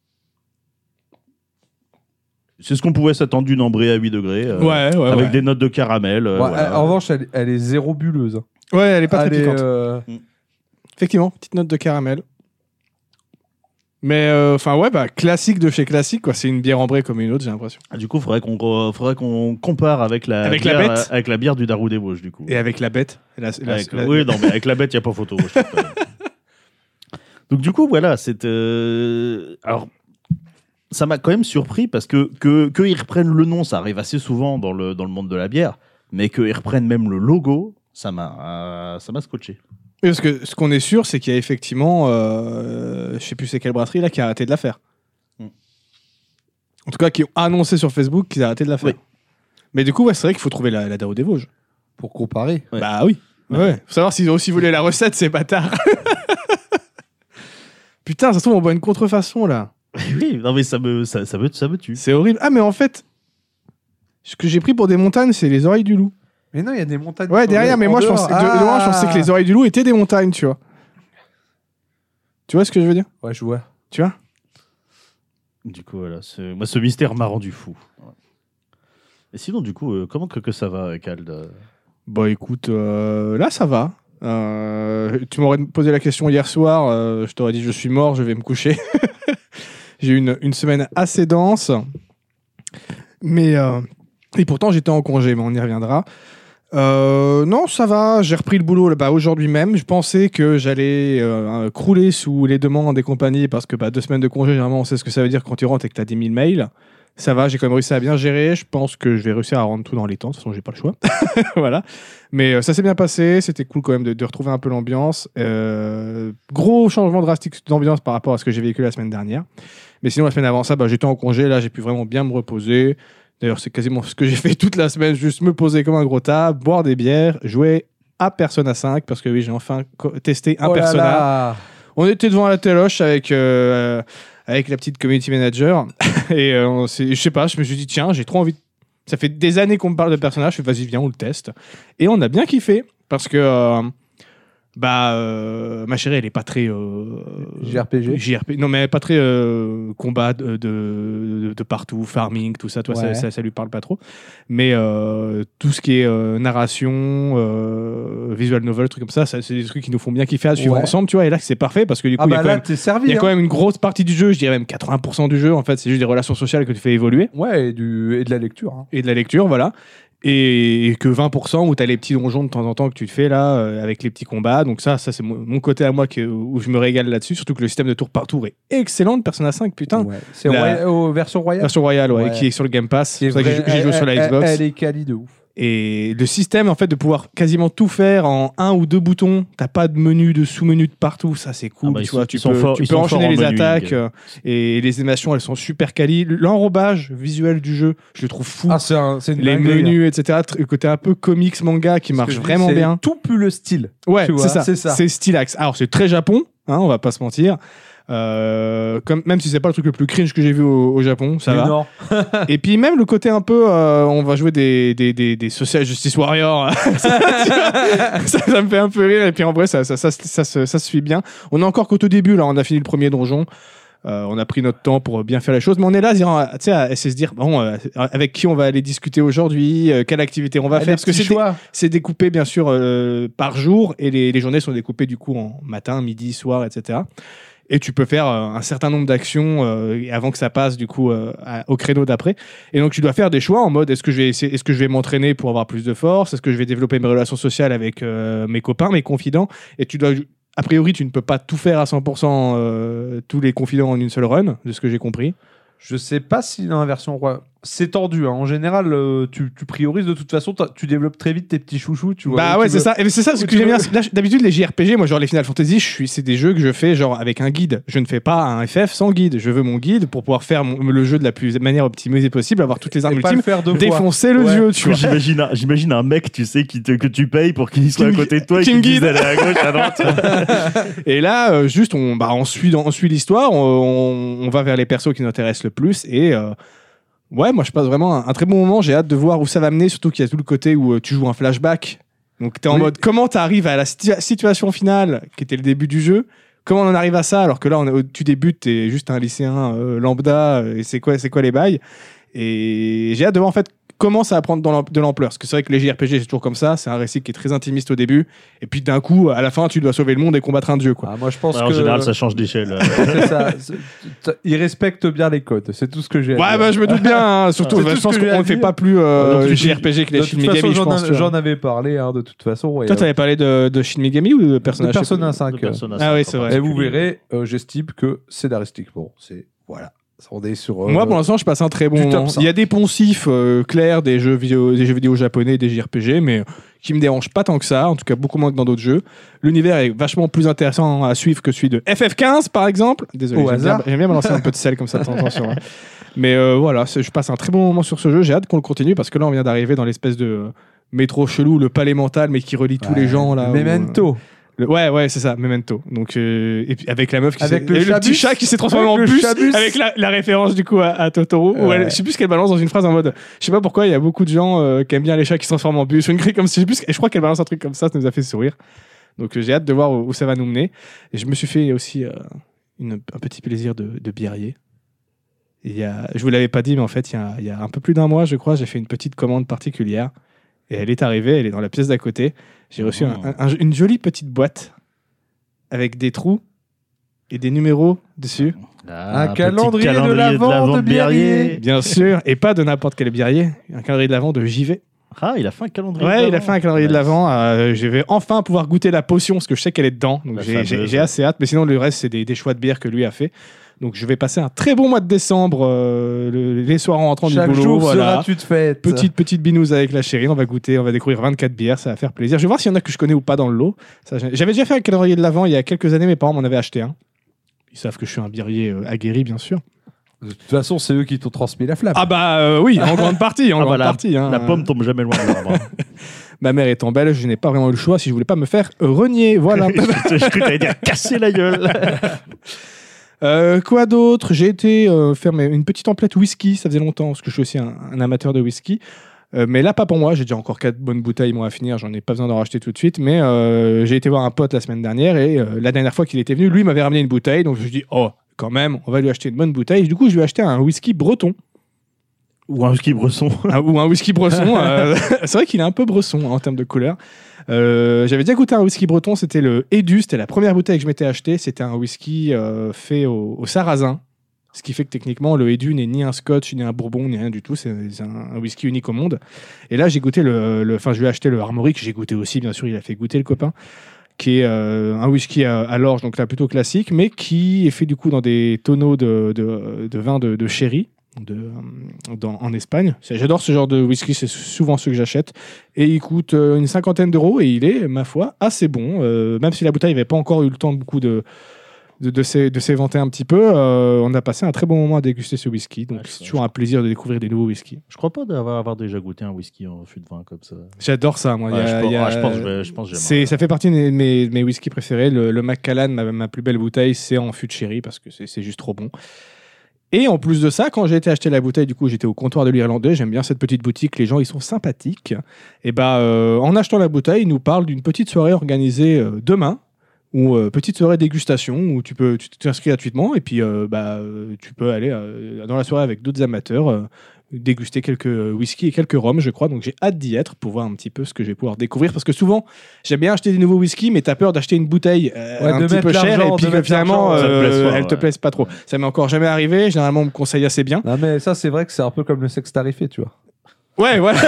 C'est ce qu'on pouvait s'attendre d'une ambrée à huit degrés. euh, Ouais, ouais, Avec ouais. des notes de caramel. euh, Ouais, voilà. En revanche, elle, elle est zéro bulleuse. hein. Ouais, elle est pas Elle très est, piquante. euh, Effectivement, petite note de caramel. Mais enfin ouais, bah classique de chez classique quoi. C'est une bière ambrée comme une autre, j'ai l'impression. Ah, du coup, il faudrait qu'on re- faudrait qu'on compare avec la, Avec la bière, bête. euh, avec la bière du Darou des Vosges, du coup. Et avec la bête. La- la- Avec- la- Oui, non, mais avec la bête, il n'y a pas photo. je trouve, quand même. Donc, du coup, voilà, c'est. euh, Alors, ça m'a quand même surpris parce que qu'ils que ils reprennent le nom, ça arrive assez souvent dans le, dans le monde de la bière, mais qu'ils reprennent même le logo, ça m'a euh, ça m'a scotché. Oui, parce que ce qu'on est sûr, c'est qu'il y a effectivement, euh, je sais plus c'est quelle brasserie là qui a arrêté de la faire. Mm. En tout cas, qui ont annoncé sur Facebook qu'ils ont arrêté de la faire. Oui. Mais du coup, ouais, c'est vrai qu'il faut trouver la, la Darou des Vosges. pour comparer. Ouais. Bah oui. Ouais. Ouais. Faut savoir s'ils ont aussi voulu la recette, ces bâtards. Putain, ça se trouve, on boit une contrefaçon là. Oui, non, mais ça me, ça, ça me, ça me tue. C'est horrible. Ah, mais en fait, ce que j'ai pris pour des montagnes, c'est les oreilles du loup. Mais non, il y a des montagnes. Ouais, sur derrière, le- mais en moi, je dehors. pensais, de, de loin, je pensais que les oreilles du loup étaient des montagnes, tu vois. Tu vois ce que je veux dire? Ouais, je vois. Tu vois? Du coup, voilà, c'est- moi, ce mystère m'a rendu fou. Ouais. Et sinon, du coup, euh, comment que, que ça va avec Ald euh Bah écoute, euh, là ça va. Euh, tu m'aurais posé la question hier soir, euh, je t'aurais dit je suis mort, je vais me coucher. J'ai eu une, une semaine assez dense. Mais euh, et pourtant j'étais en congé, mais on y reviendra. Euh, non, ça va, j'ai repris le boulot bah, aujourd'hui même. Je pensais que j'allais euh, crouler sous les demandes des compagnies parce que bah, deux semaines de congé, généralement on sait ce que ça veut dire quand tu rentres et que tu as dix mille mails. Ça va, j'ai quand même réussi à bien gérer. Je pense que je vais réussir à rendre tout dans les temps. De toute façon, j'ai pas le choix. Voilà. Mais euh, ça s'est bien passé. C'était cool quand même de, de retrouver un peu l'ambiance. Euh, gros changement drastique d'ambiance par rapport à ce que j'ai vécu la semaine dernière. Mais sinon, la semaine avant ça, bah, j'étais en congé. Là, j'ai pu vraiment bien me reposer. D'ailleurs, c'est quasiment ce que j'ai fait toute la semaine. Juste me poser comme un gros tas, boire des bières, jouer à Persona cinq. Parce que oui, j'ai enfin co- testé un Oh là Persona. là. On était devant la téloche avec, euh, avec la petite community manager. Et euh, on s'est- je sais pas, je me suis dit, tiens, j'ai trop envie. de- Ça fait des années qu'on me parle de Persona. Je fais, vas-y, viens, on le teste. Et on a bien kiffé. Parce que euh, bah, euh, ma chérie, elle est pas très. euh, J R P G. J R P G. Non, mais elle est pas très euh, combat de, de, de partout, farming, tout ça. Toi, Ouais. ça, ça, ça lui parle pas trop. Mais euh, tout ce qui est euh, narration, euh, visual novel, trucs comme ça, ça, c'est des trucs qui nous font bien kiffer à suivre Ouais. ensemble, tu vois. Et là, c'est parfait parce que du coup, Ah il y a bah quand là, même t'es servi. il y a hein. quand même une grosse partie du jeu, je dirais même quatre-vingts pour cent du jeu, en fait, c'est juste des relations sociales que tu fais évoluer Ouais, et, du... et de la lecture. hein. et de la lecture, voilà. Et que vingt pour cent où tu as les petits donjons de temps en temps que tu te fais là, euh, avec les petits combats. Donc, ça, ça c'est mon, mon côté à moi que, où je me régale là-dessus. Surtout que le système de tour par tour est excellent de Persona cinq, putain. Ouais. C'est La- roya- aux version royale. Version royale, ouais, Ouais. qui est sur le Game Pass. Qui est C'est pour ça que j'ai- vrai- j'ai joué sur la elle- Xbox. Elle, elle est quali de ouf. Et le système, en fait, de pouvoir quasiment tout faire en un ou deux boutons, t'as pas de menu, de sous-menu de partout, ça c'est cool. Ah bah, tu ils vois, sont- tu ils sont peux, forts- tu ils peux sont enchaîner forts en les menuing. attaques euh, et les animations, elles sont super quali. L'enrobage visuel du jeu, je le trouve fou. Ah, c'est un, c'est une les dinguerie, hein. menus, et cetera. tr- Le côté un peu comics manga qui Ce marche que je dis, vraiment c'est bien. Tout pue le style. Ouais, tu vois, c'est ça. c'est ça. C'est stylax. Alors c'est très Japon, hein, on va pas se mentir. Euh, comme, même si c'est pas le truc le plus cringe que j'ai vu au, au Japon, ça Mais va. non. Et puis même le côté un peu, euh, on va jouer des, des, des, des social justice warriors, ça, ça, ça me fait un peu rire. Et puis en vrai, ça, ça, ça, ça, ça, se- ça se suit bien. On est encore qu'au tout début, là, on a fini le premier donjon. Euh, on a pris notre temps pour bien faire les choses, mais on est là, disant, tu sais, à essayer de se dire, bon, euh, avec qui on va aller discuter aujourd'hui, euh, quelle activité on va Ah, faire, les parce que petits c'est choix. c'est découpé bien sûr euh, par jour et les, les journées sont découpées du coup en matin, midi, soir, et cetera. Et tu peux faire euh, un certain nombre d'actions euh, avant que ça passe du coup euh, à- au créneau d'après. Et donc tu dois faire des choix en mode est-ce que je vais essayer, est-ce que je vais m'entraîner pour avoir plus de force, est-ce que je vais développer mes relations sociales avec euh, mes copains, mes confidents. Et tu dois a priori tu ne peux pas tout faire à cent pour cent euh, tous les confidents en une seule run, de ce que j'ai compris. Je sais pas si dans la version roi. c'est tendu. Hein. En général, euh, tu, tu priorises de toute façon, tu développes très vite tes petits chouchous. Tu vois, bah ouais, tu c'est veux... ça. Et c'est ça ce que j'aime bien. Là, d'habitude, les J R P G, moi, genre les Final Fantasy, je suis, c'est des jeux que je fais genre avec un guide. Je ne fais pas un F F sans guide. Je veux mon guide pour pouvoir faire mon, le jeu de la plus manière optimisée possible, avoir toutes les armes ultimes, défoncer le ouais. jeu. Tu vois. J'imagine, un, j'imagine un mec, tu sais, qui te, que tu payes pour qu'il soit King, à côté de toi et King qui te dise guide. d'aller à gauche, à droite. Et là, euh, juste, on, bah, on suit, on suit l'histoire, on, on va vers les persos qui nous intéressent le plus et euh, ouais, moi je passe vraiment un, un très bon moment. J'ai hâte de voir où ça va mener, surtout qu'il y a tout le côté où euh, tu joues un flashback. Donc t'es en oui. mode comment t'arrives à la situa- situation finale qui était le début du jeu. Comment on en arrive à ça alors que là on est, tu débutes, t'es juste un lycéen euh, lambda et c'est quoi, c'est quoi les bails. Et j'ai hâte de voir en fait comment ça va prendre dans de l'ampleur. Parce que c'est vrai que les J R P G c'est toujours comme ça. C'est un récit qui est très intimiste au début et puis d'un coup à la fin tu dois sauver le monde et combattre un dieu quoi. Ah, moi je pense ouais, que en général ça change d'échelle. C'est ça. C'est... Ils respectent bien les codes. C'est tout ce que j'ai. À ouais dire. bah je me doute bien. Hein. Surtout bah, je pense qu'on ne fait pas plus euh, donc, J R P G que les Shin Megami. J'en, pense, j'en avais parlé hein, de toute façon. Ouais, toi t'avais parlé de, de Shin Megami ou de Persona, de Persona cinq. De Persona ah oui c'est vrai. Et vous verrez, euh, j'estime que scénaristiquement c'est voilà. On est sur, euh, moi pour l'instant je passe un très bon moment. Il y a des poncifs euh, clairs des jeux vidéo des jeux vidéo japonais, des J R P G mais euh, qui me dérangent pas tant que ça, en tout cas beaucoup moins que dans d'autres jeux. L'univers est vachement plus intéressant à suivre que celui de F F quinze par exemple. Désolé, j'aime bien, j'aime bien balancer un peu de sel comme ça de temps en temps sur. Mais euh, voilà, je passe un très bon moment sur ce jeu, j'ai hâte qu'on le continue parce que là on vient d'arriver dans l'espèce de euh, métro chelou, le palais mental mais qui relie ouais, tous les gens là. Memento. Où, euh, Le, ouais, ouais, c'est ça, Memento. Donc, euh, et puis avec la meuf qui avec s'est, le, et le petit chat qui s'est transformé avec en bus, chabus. Avec la, la référence du coup à, à Totoro. Ouais. Où elle, je sais plus ce qu'elle balance dans une phrase en mode, je sais pas pourquoi il y a beaucoup de gens euh, qui aiment bien les chats qui se transforment en bus. Une grille comme ça, je sais plus, et je crois qu'elle balance un truc comme ça, ça nous a fait sourire. Donc euh, j'ai hâte de voir où, où ça va nous mener. Et je me suis fait aussi euh, une, un petit plaisir de, de biérier. Il y a, je vous l'avais pas dit, mais en fait il y a, il y a un peu plus d'un mois, je crois, j'ai fait une petite commande particulière. Et elle est arrivée, elle est dans la pièce d'à côté. J'ai reçu oh. un, un, une jolie petite boîte avec des trous et des numéros dessus. Ah, un calendrier, calendrier de l'Avent de Biérier. Bien sûr, et pas de n'importe quel biérier. Un calendrier de l'Avent de J V. Ah, il a fait un calendrier ouais, de l'Avent. il a fait un calendrier nice. de l'Avent. Euh, je vais enfin pouvoir goûter la potion, parce que je sais qu'elle est dedans. Donc j'ai, j'ai, j'ai assez hâte. Mais sinon, le reste, c'est des, des choix de bière que lui a fait. Donc je vais passer un très bon mois de décembre, euh, le, les soirs en rentrant Chaque du boulot. jour voilà. sera de fête. Petite, petite binouse avec la chérie. On va goûter, on va découvrir vingt-quatre bières. Ça va faire plaisir. Je vais voir s'il y en a que je connais ou pas dans le lot. Ça, j'avais déjà fait un calendrier de l'Avent il y a quelques années. Mes parents m'en avaient acheté un. Ils savent que je suis un biérier euh, aguerri, bien sûr. De toute façon, c'est eux qui t'ont transmis la flamme. Ah bah euh, oui, en grande partie. En ah grande bah la, partie hein. La pomme tombe jamais loin de l'arbre. Ma mère étant belge, je n'ai pas vraiment eu le choix si je voulais pas me faire renier. Voilà. je croyais que t'allais dire casser la gueule. Euh, quoi d'autre ? J'ai été euh, faire mes, une petite template whisky, ça faisait longtemps, parce que je suis aussi un, un amateur de whisky. Euh, mais là, pas pour moi, j'ai déjà encore quatre bonnes bouteilles moi, à finir, j'en ai pas besoin d'en racheter tout de suite. Mais euh, j'ai été voir un pote la semaine dernière et euh, la dernière fois qu'il était venu, lui m'avait ramené une bouteille. Donc je me suis dit, oh, quand même, on va lui acheter une bonne bouteille. Du coup, je lui ai acheté un whisky breton. Ou un whisky bresson. un, ou un whisky bresson. euh, c'est vrai qu'il est un peu bresson hein, en termes de couleur. Euh, j'avais déjà goûté un whisky breton, c'était le Edu, c'était la première bouteille que je m'étais acheté. C'était un whisky euh, fait au, au sarrasin. Ce qui fait que techniquement, le Edu n'est ni un scotch, ni un bourbon, ni rien du tout. C'est un, un whisky unique au monde. Et là, j'ai goûté le. Enfin, je lui ai acheté le Armorique. J'ai goûté aussi, bien sûr, il a fait goûter le copain. Qui est euh, un whisky à, à l'orge, donc là plutôt classique, mais qui est fait du coup dans des tonneaux de, de, de vin de, de sherry. De, dans, en Espagne. J'adore ce genre de whisky, c'est souvent ceux que j'achète. Et il coûte euh, une cinquantaine d'euros et il est, ma foi, assez bon. Euh, même si la bouteille n'avait pas encore eu le temps de beaucoup de, de, de, s'é, de s'éventer un petit peu, euh, on a passé un très bon moment à déguster ce whisky. Donc ouais, c'est toujours un plaisir de découvrir des nouveaux whiskies. Je crois pas d'avoir avoir déjà goûté un whisky en fût de vin comme ça. J'adore ça, moi. Ouais, y a, je, pense, y a, ah, je pense que je vais, je pense que c'est, ça fait partie de mes, mes whiskies préférés. Le, le Macallan, ma, ma plus belle bouteille, c'est en fût de sherry parce que c'est, c'est juste trop bon. Et en plus de ça, quand j'ai été acheter la bouteille, du coup, j'étais au comptoir de l'Irlandais. J'aime bien cette petite boutique. Les gens, ils sont sympathiques. Et bah, euh, en achetant la bouteille, ils nous parlent d'une petite soirée organisée euh, demain, ou euh, petite soirée dégustation où tu peux, tu t'inscris gratuitement et puis euh, bah, euh, tu peux aller euh, dans la soirée avec d'autres amateurs. Euh, déguster quelques whisky et quelques rhums, je crois. Donc j'ai hâte d'y être pour voir un petit peu ce que je vais pouvoir découvrir. Parce que souvent, j'aime bien acheter des nouveaux whisky, mais t'as peur d'acheter une bouteille euh, ouais, un petit peu chère et puis que finalement, euh, elle te plaise pas trop. Ouais. Ça m'est encore jamais arrivé. Généralement, on me conseille assez bien. Non, mais ça, c'est vrai que c'est un peu comme le sexe tarifé, tu vois. Ouais, voilà.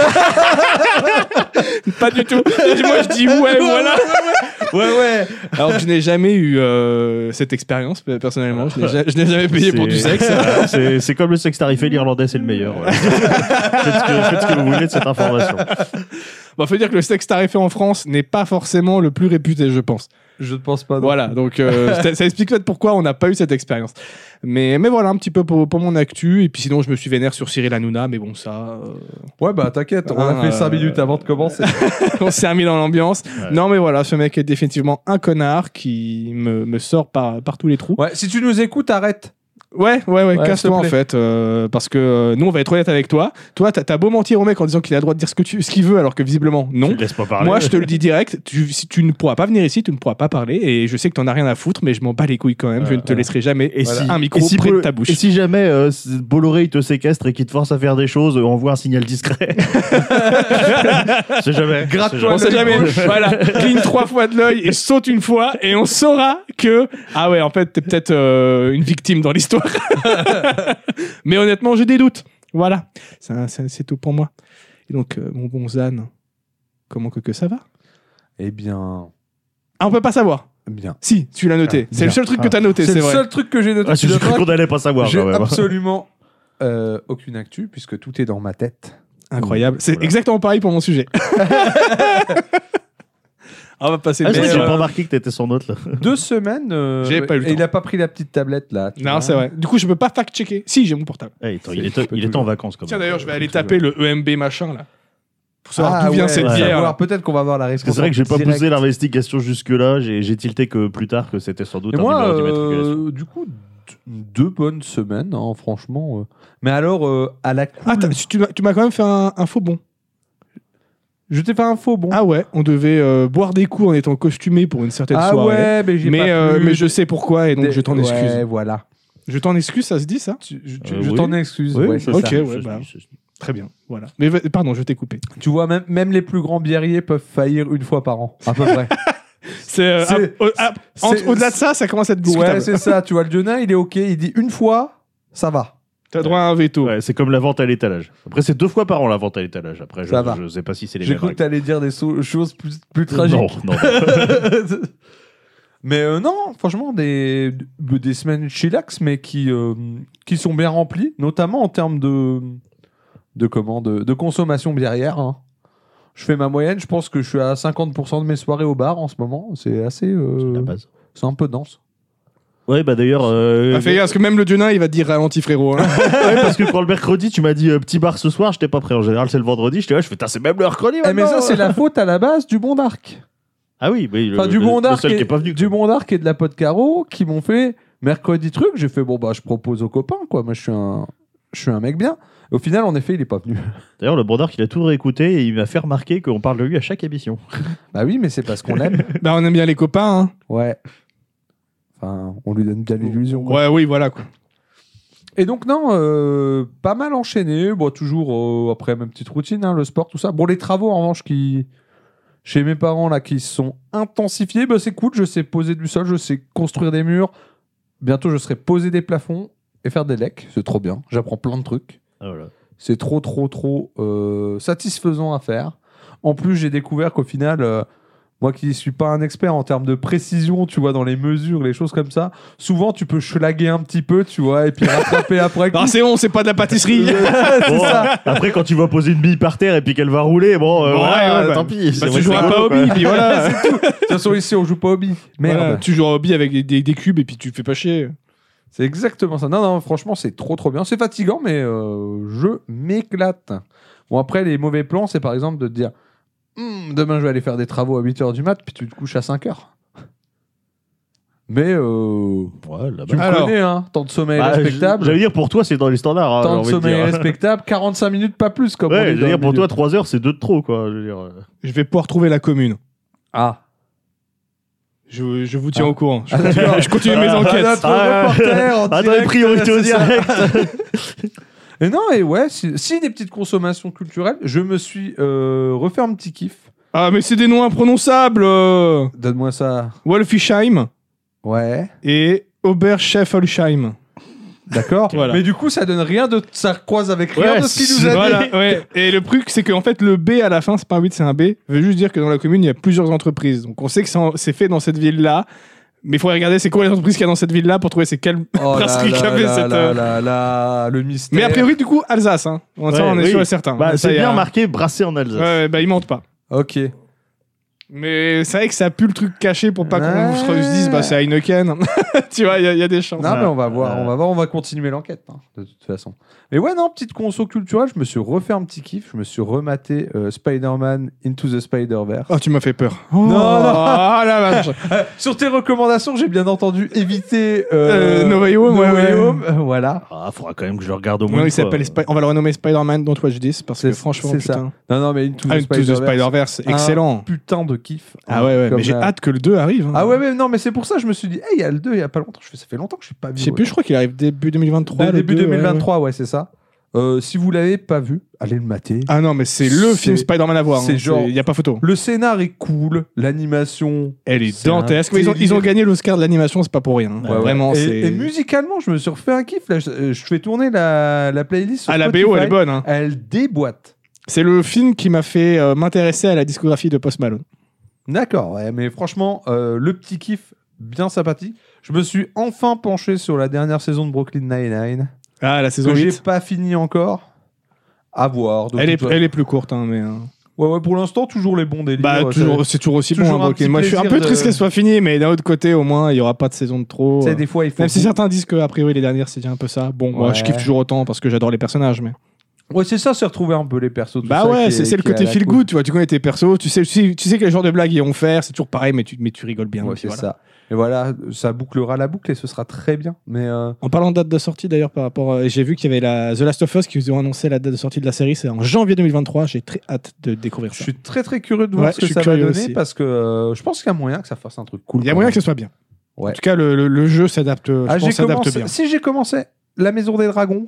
Pas du tout. Moi, je dis ouais, voilà. Ouais, ouais. Alors que je n'ai jamais eu euh, cette expérience, personnellement. Je n'ai, ja- je n'ai jamais payé pour du sexe. Voilà, c'est, c'est comme le sexe tarifé, l'irlandais, c'est le meilleur. Voilà. faites, ce que, faites ce que vous voulez de cette information. Bon, faut dire que le sexe tarifé en France n'est pas forcément le plus réputé, je pense. Je ne pense pas. non. Voilà, donc euh, ça, ça explique peut-être pourquoi on n'a pas eu cette expérience. Mais, mais voilà, un petit peu pour, pour mon actu. Et puis sinon, je me suis vénère sur Cyril Hanouna, mais bon, ça... euh, Ouais, bah t'inquiète, on Ah, a fait cinq euh, minutes avant de commencer. on s'est remis dans l'ambiance. Ouais. Non, mais voilà, ce mec est définitivement un connard qui me, me sort par, par tous les trous. Ouais, si tu nous écoutes, arrête. Ouais, ouais, ouais, Ouais, casse-toi s'il te en plaît. fait. euh, parce que euh, nous, on va être honnête avec toi. Toi, t'as, t'as beau mentir au mec en disant qu'il a le droit de dire ce, que tu, ce qu'il veut, alors que visiblement, non. Tu te laisses pas parler. Moi, je te le dis direct, tu, si tu ne pourras pas venir ici, tu ne pourras pas parler. Et je sais que t'en as rien à foutre, mais je m'en bats les couilles quand même. je ne te ouais. laisserai jamais Et si, un micro et si près de Bo- ta bouche. Et si jamais euh, c- Bolloré il te séquestre et qu'il te force à faire des choses, euh, envoie un signal discret. C'est jamais. Gratte-toi On sait jamais. Voilà, cligne trois fois de l'œil et saute une fois, et on saura que ah ouais, en fait, t'es peut-être euh, une victime dans l'histoire. Mais honnêtement, j'ai des doutes. Voilà, ça, ça, c'est tout pour moi. Et donc, euh, mon bon Zan, comment que, que ça va? Eh bien, Ah, on peut pas savoir. bien. Si, tu l'as noté. Ah, c'est le bien. seul truc Ah. que t'as noté, C'est c'est le vrai. seul truc que j'ai noté. Ah, Tu j'ai dois cru pas- qu'on allait pas savoir. J'ai quand même. absolument euh, aucune actu puisque tout est dans ma tête. Incroyable. C'est Voilà. exactement pareil pour mon sujet. On va passer Ah, le c'est vrai que Mais, j'ai euh, pas remarqué que t'étais son autre là. Deux semaines. euh, J'ai pas eu le et temps. il a pas pris la petite tablette là. tu Non, vois. c'est vrai. Du coup, je peux pas fact-checker. Si, j'ai mon portable. Hey, attends, C'est- il je était, peux il était toujours. en vacances quand Tiens, même. d'ailleurs, je vais aller faut taper le E M B machin là. Pour savoir Ah d'où vient ouais, cette ouais, bière. savoir, peut-être qu'on va voir la réponse. Parce que c'est vrai que j'ai pas direct. poussé l'investigation jusque-là. J'ai, j'ai tilté que plus tard que c'était sans doute Et un moi, numéro d'immatriculation. euh, du coup, d- deux bonnes semaines, hein, franchement. euh. Mais alors, euh, à la cool, Ah, t'as- tu m'as tu m'as quand même fait un, un faux bon. je t'ai fait un faux bon. Ah ouais, on devait euh, boire des coups en étant costumé pour une certaine Ah soirée. ouais, mais j'ai mais, pas euh, pu. mais je sais pourquoi et donc Des- je t'en Ouais, excuse. voilà. Je t'en excuse, ça se dit ça? Tu- je tu- Euh, je oui. t'en excuse. Oui, ouais, ça, c'est ok, ça. ouais, ça, bah. ça, ça. Très bien, voilà. Mais va- pardon, je t'ai coupé. Tu vois, même, même les plus grands biériers peuvent faillir une fois par an, à peu près. C'est, euh, C'est- ah, au- ah, c'est- entre- au-delà de ça, ça commence à être discutable. Ouais, c'est ça. Tu vois, le Dionin, il est OK. Il dit une fois, ça va. T'as droit à un veto. Ouais, c'est comme la vente à l'étalage. Après, c'est deux fois par an la vente à l'étalage. Après, je, Ça va. je sais pas si c'est les J'ai mêmes cru que règles. t'allais dire des so- choses plus, plus tragiques. Non, non. Mais euh, non, franchement, des, des semaines chillax, mais qui, euh, qui sont bien remplies, notamment en termes de, de, comment, de, de consommation biérière. hein. Je fais ma moyenne, je pense que je suis à cinquante pour cent de mes soirées au bar en ce moment. C'est assez. euh, C'est la base. c'est un peu dense. Ouais, bah d'ailleurs. euh, Ah, fais gaffe, parce que même le Dionin, il va te dire ralenti, frérot. hein. ouais, parce que quand le mercredi, tu m'as dit euh, petit bar ce soir, j'étais pas prêt. En général, c'est le vendredi. J'étais là, je fais, Tain, c'est même le mercredi. Eh, mais maintenant. ça, c'est la faute à la base du Bon d'Arc. Ah oui, oui. Enfin, le, du le- Bon le d'Arc seul et, qui est pas venu. du quoi. Bon d'Arc et de la Pote Caro qui m'ont fait mercredi truc. J'ai fait, bon, bah, je propose aux copains, quoi. Moi, je suis un, je suis un mec bien. Au final, en effet, il est pas venu. D'ailleurs, le Bondard, il a tout réécouté et il m'a fait remarquer qu'on parle de lui à chaque émission. Bah oui, mais c'est parce qu'on l'aime. Bah, on aime bien les copains. Hein. Ouais. Enfin, on lui donne bien l'illusion. quoi. Ouais, oui, voilà quoi. Et donc, non, euh, pas mal enchaîné. Bon, toujours euh, après ma petite routine, hein, le sport, tout ça. Bon, les travaux, en revanche, qui. Chez mes parents, là, qui se sont intensifiés, bah, c'est cool. Je sais poser du sol, je sais construire des murs. Bientôt, je serai poser des plafonds et faire des lecs. C'est trop bien. J'apprends plein de trucs. Ah, voilà. C'est trop, trop, trop euh, satisfaisant à faire. En plus, j'ai découvert qu'au final, euh, moi qui ne suis pas un expert en termes de précision, tu vois, dans les mesures, les choses comme ça, souvent tu peux schlaguer un petit peu, tu vois, et puis rattraper après. Non, c'est bon, c'est pas de la pâtisserie. c'est Bon, ça. Après, quand tu vas poser une bille par terre et puis qu'elle va rouler, bon, euh, Bon, voilà, ouais, ouais, tant bah, pis. c'est Bah, vrai tu que c'est joueras pas rigolo, au quoi. billes, puis voilà. De toute façon, ici, on joue pas au billes. Merde. Voilà, tu joues au billes avec des, des- des cubes et puis tu fais pas chier. C'est exactement ça. Non, non, franchement, c'est trop, trop bien. C'est fatigant, mais euh, je m'éclate. Bon, après, les mauvais plans, c'est par exemple de te dire Hum, demain, je vais aller faire des travaux à huit heures du mat, puis tu te couches à cinq heures. Mais euh, Ouais, là-bas. tu me Alors. connais, hein. Temps de sommeil Bah, respectable. J'allais dire, pour toi, c'est dans les standards. hein, Temps de j'ai envie de sommeil dire. respectable, quarante-cinq minutes, pas plus. Comme on Ouais, dit je dans veux dire, le pour milieu. toi, trois heures, c'est deux de trop, quoi. Je veux dire. euh. Je vais pouvoir trouver la commune. Ah. Je, je vous tiens Ah. au courant. Je Ah, continue, d'accord. je continue mes Ah, enquêtes. notre Ah, reporter en Attends, les direct, priorités au c'est ça. direct. Et non, et ouais, si, si des petites consommations culturelles, je me suis euh, refait un petit kiff. Ah, mais c'est des noms imprononçables. euh. Donne-moi ça. Wolfisheim Ouais. et Oberscheffelsheim. D'accord. Voilà. Mais du coup, ça donne rien de, ça croise avec rien Ouais, de ce qu'il c'est- nous a Voilà, dit. ouais. Et le truc, c'est qu'en fait, le B à la fin, c'est pas un huit, c'est un B. Veut juste dire que dans la commune, il y a plusieurs entreprises. Donc on sait que c'est en- c'est fait dans cette ville-là. Mais il faudrait regarder c'est quoi les entreprises qu'il y a dans cette ville-là pour trouver c'est quelle Oh là brasserie qui là avait là cette. là euh, là là, le mystère. Mais a priori, du coup, Alsace. Hein. On, ça, Ouais, on est oui. sûr et certain. Bah, Ça, c'est y a- bien marqué brassé en Alsace. Ouais, ouais, bah, ils mentent pas. Ok. Mais c'est vrai que ça pue le truc caché pour pas qu'on Ouais. se dise bah c'est Heineken. Tu vois, il y, a- il y a des chances. Non, Ouais. mais on va voir, Euh. on va voir, on va continuer l'enquête, hein, de toute façon. Mais ouais, non, petite conso culturelle, je me suis refait un petit kiff, je me suis rematé euh, Spider-Man Into the Spider-Verse. Oh, tu m'as fait peur. Oh, Non, non. Ah la vache. Sur tes recommandations, j'ai bien entendu éviter euh, Euh, No Way Home, No ouais, Way ouais. Home, euh, voilà. Ah, faudra quand même que je le regarde au moins. Non, une il fois. s'appelle Spi- on va le renommer Spider-Man Don't Watch This parce que C'est- franchement, c'est ça. putain. Non, non, mais Into Ah, the Into the Spider-Verse, Spider-Verse, un excellent. putain de kiff. Ah hein, ouais, ouais, comme mais j'ai la- hâte que le deux arrive. hein. Ah ouais, ouais, non, mais c'est pour ça que je me suis dit, hey, il y a le deux, il y a pas longtemps. Je fais, ça fait longtemps que je suis pas vu. Je sais plus, je crois qu'il arrive début deux mille vingt-trois. Dès le début deux, ouais, deux mille ouais. vingt-trois, ouais, c'est ça. Euh, si vous l'avez pas vu, allez le mater. Ah non, mais c'est le C'est- film Spider-Man à voir. c'est hein. genre- Il n'y a pas photo. Le scénar est cool, l'animation. Elle est c'est un dantesque. Mais ils, ont, ils ont délire. gagné l'Oscar de l'animation, c'est pas pour rien. hein. Ouais, ouais. Vraiment, et, c'est. et musicalement, je me suis refait un kiff. Là, je, je fais tourner la, la playlist. Sur Ah, la B Spotify. O, elle est bonne. hein. Elle déboîte. C'est le film qui m'a fait euh, m'intéresser à la discographie de Post Malone. D'accord, ouais, mais franchement, euh, le petit kiff bien sympathique. Je me suis enfin penché sur la dernière saison de Brooklyn Nine-Nine. Ah, la saison Que j'ai huit. pas fini encore. À voir. de Elle est, toute façon. elle est plus courte, hein, mais. euh, Ouais, ouais, pour l'instant, toujours les bons délires. Bah, euh, toujours, c'est toujours aussi toujours bon. hein, un Brooklyn. petit Moi, je suis un peu plaisir triste de- qu'elle soit finie, mais d'un autre côté, au moins, il y aura pas de saison de trop. Tu sais, euh. des fois, il faut. Même si certains disent que, a priori, les dernières, c'est déjà un peu ça. Bon, moi, je Ouais. kiffe toujours autant parce que j'adore les personnages, mais. Ouais, c'est ça, c'est retrouver un peu les persos. tout Bah ça, ouais, qui c'est est- c'est le qui est à côté la feel cool. good, tu vois. Tu connais tes persos, tu sais, tu sais, tu sais quel genre de blagues ils vont faire, c'est toujours pareil, mais tu, mais tu rigoles bien. Ouais, et puis c'est voilà. ça. Et voilà, ça bouclera la boucle et ce sera très bien. Mais euh, En parlant de date de sortie d'ailleurs, par rapport, euh, j'ai vu qu'il y avait la The Last of Us qui vous ont annoncé la date de sortie de la série, c'est en janvier deux mille vingt-trois. J'ai très hâte de découvrir je ça. suis très très curieux de voir Ouais, ce que je suis ça va curieux donner aussi. parce que euh, je pense qu'il y a moyen que ça fasse un truc cool. Il y a quand moyen même. que ce soit bien. Ouais. En tout cas, le, le- le jeu s'adapte. Je Ah, pense j'ai s'adapte commencé- bien. Si j'ai commencé La Maison des Dragons.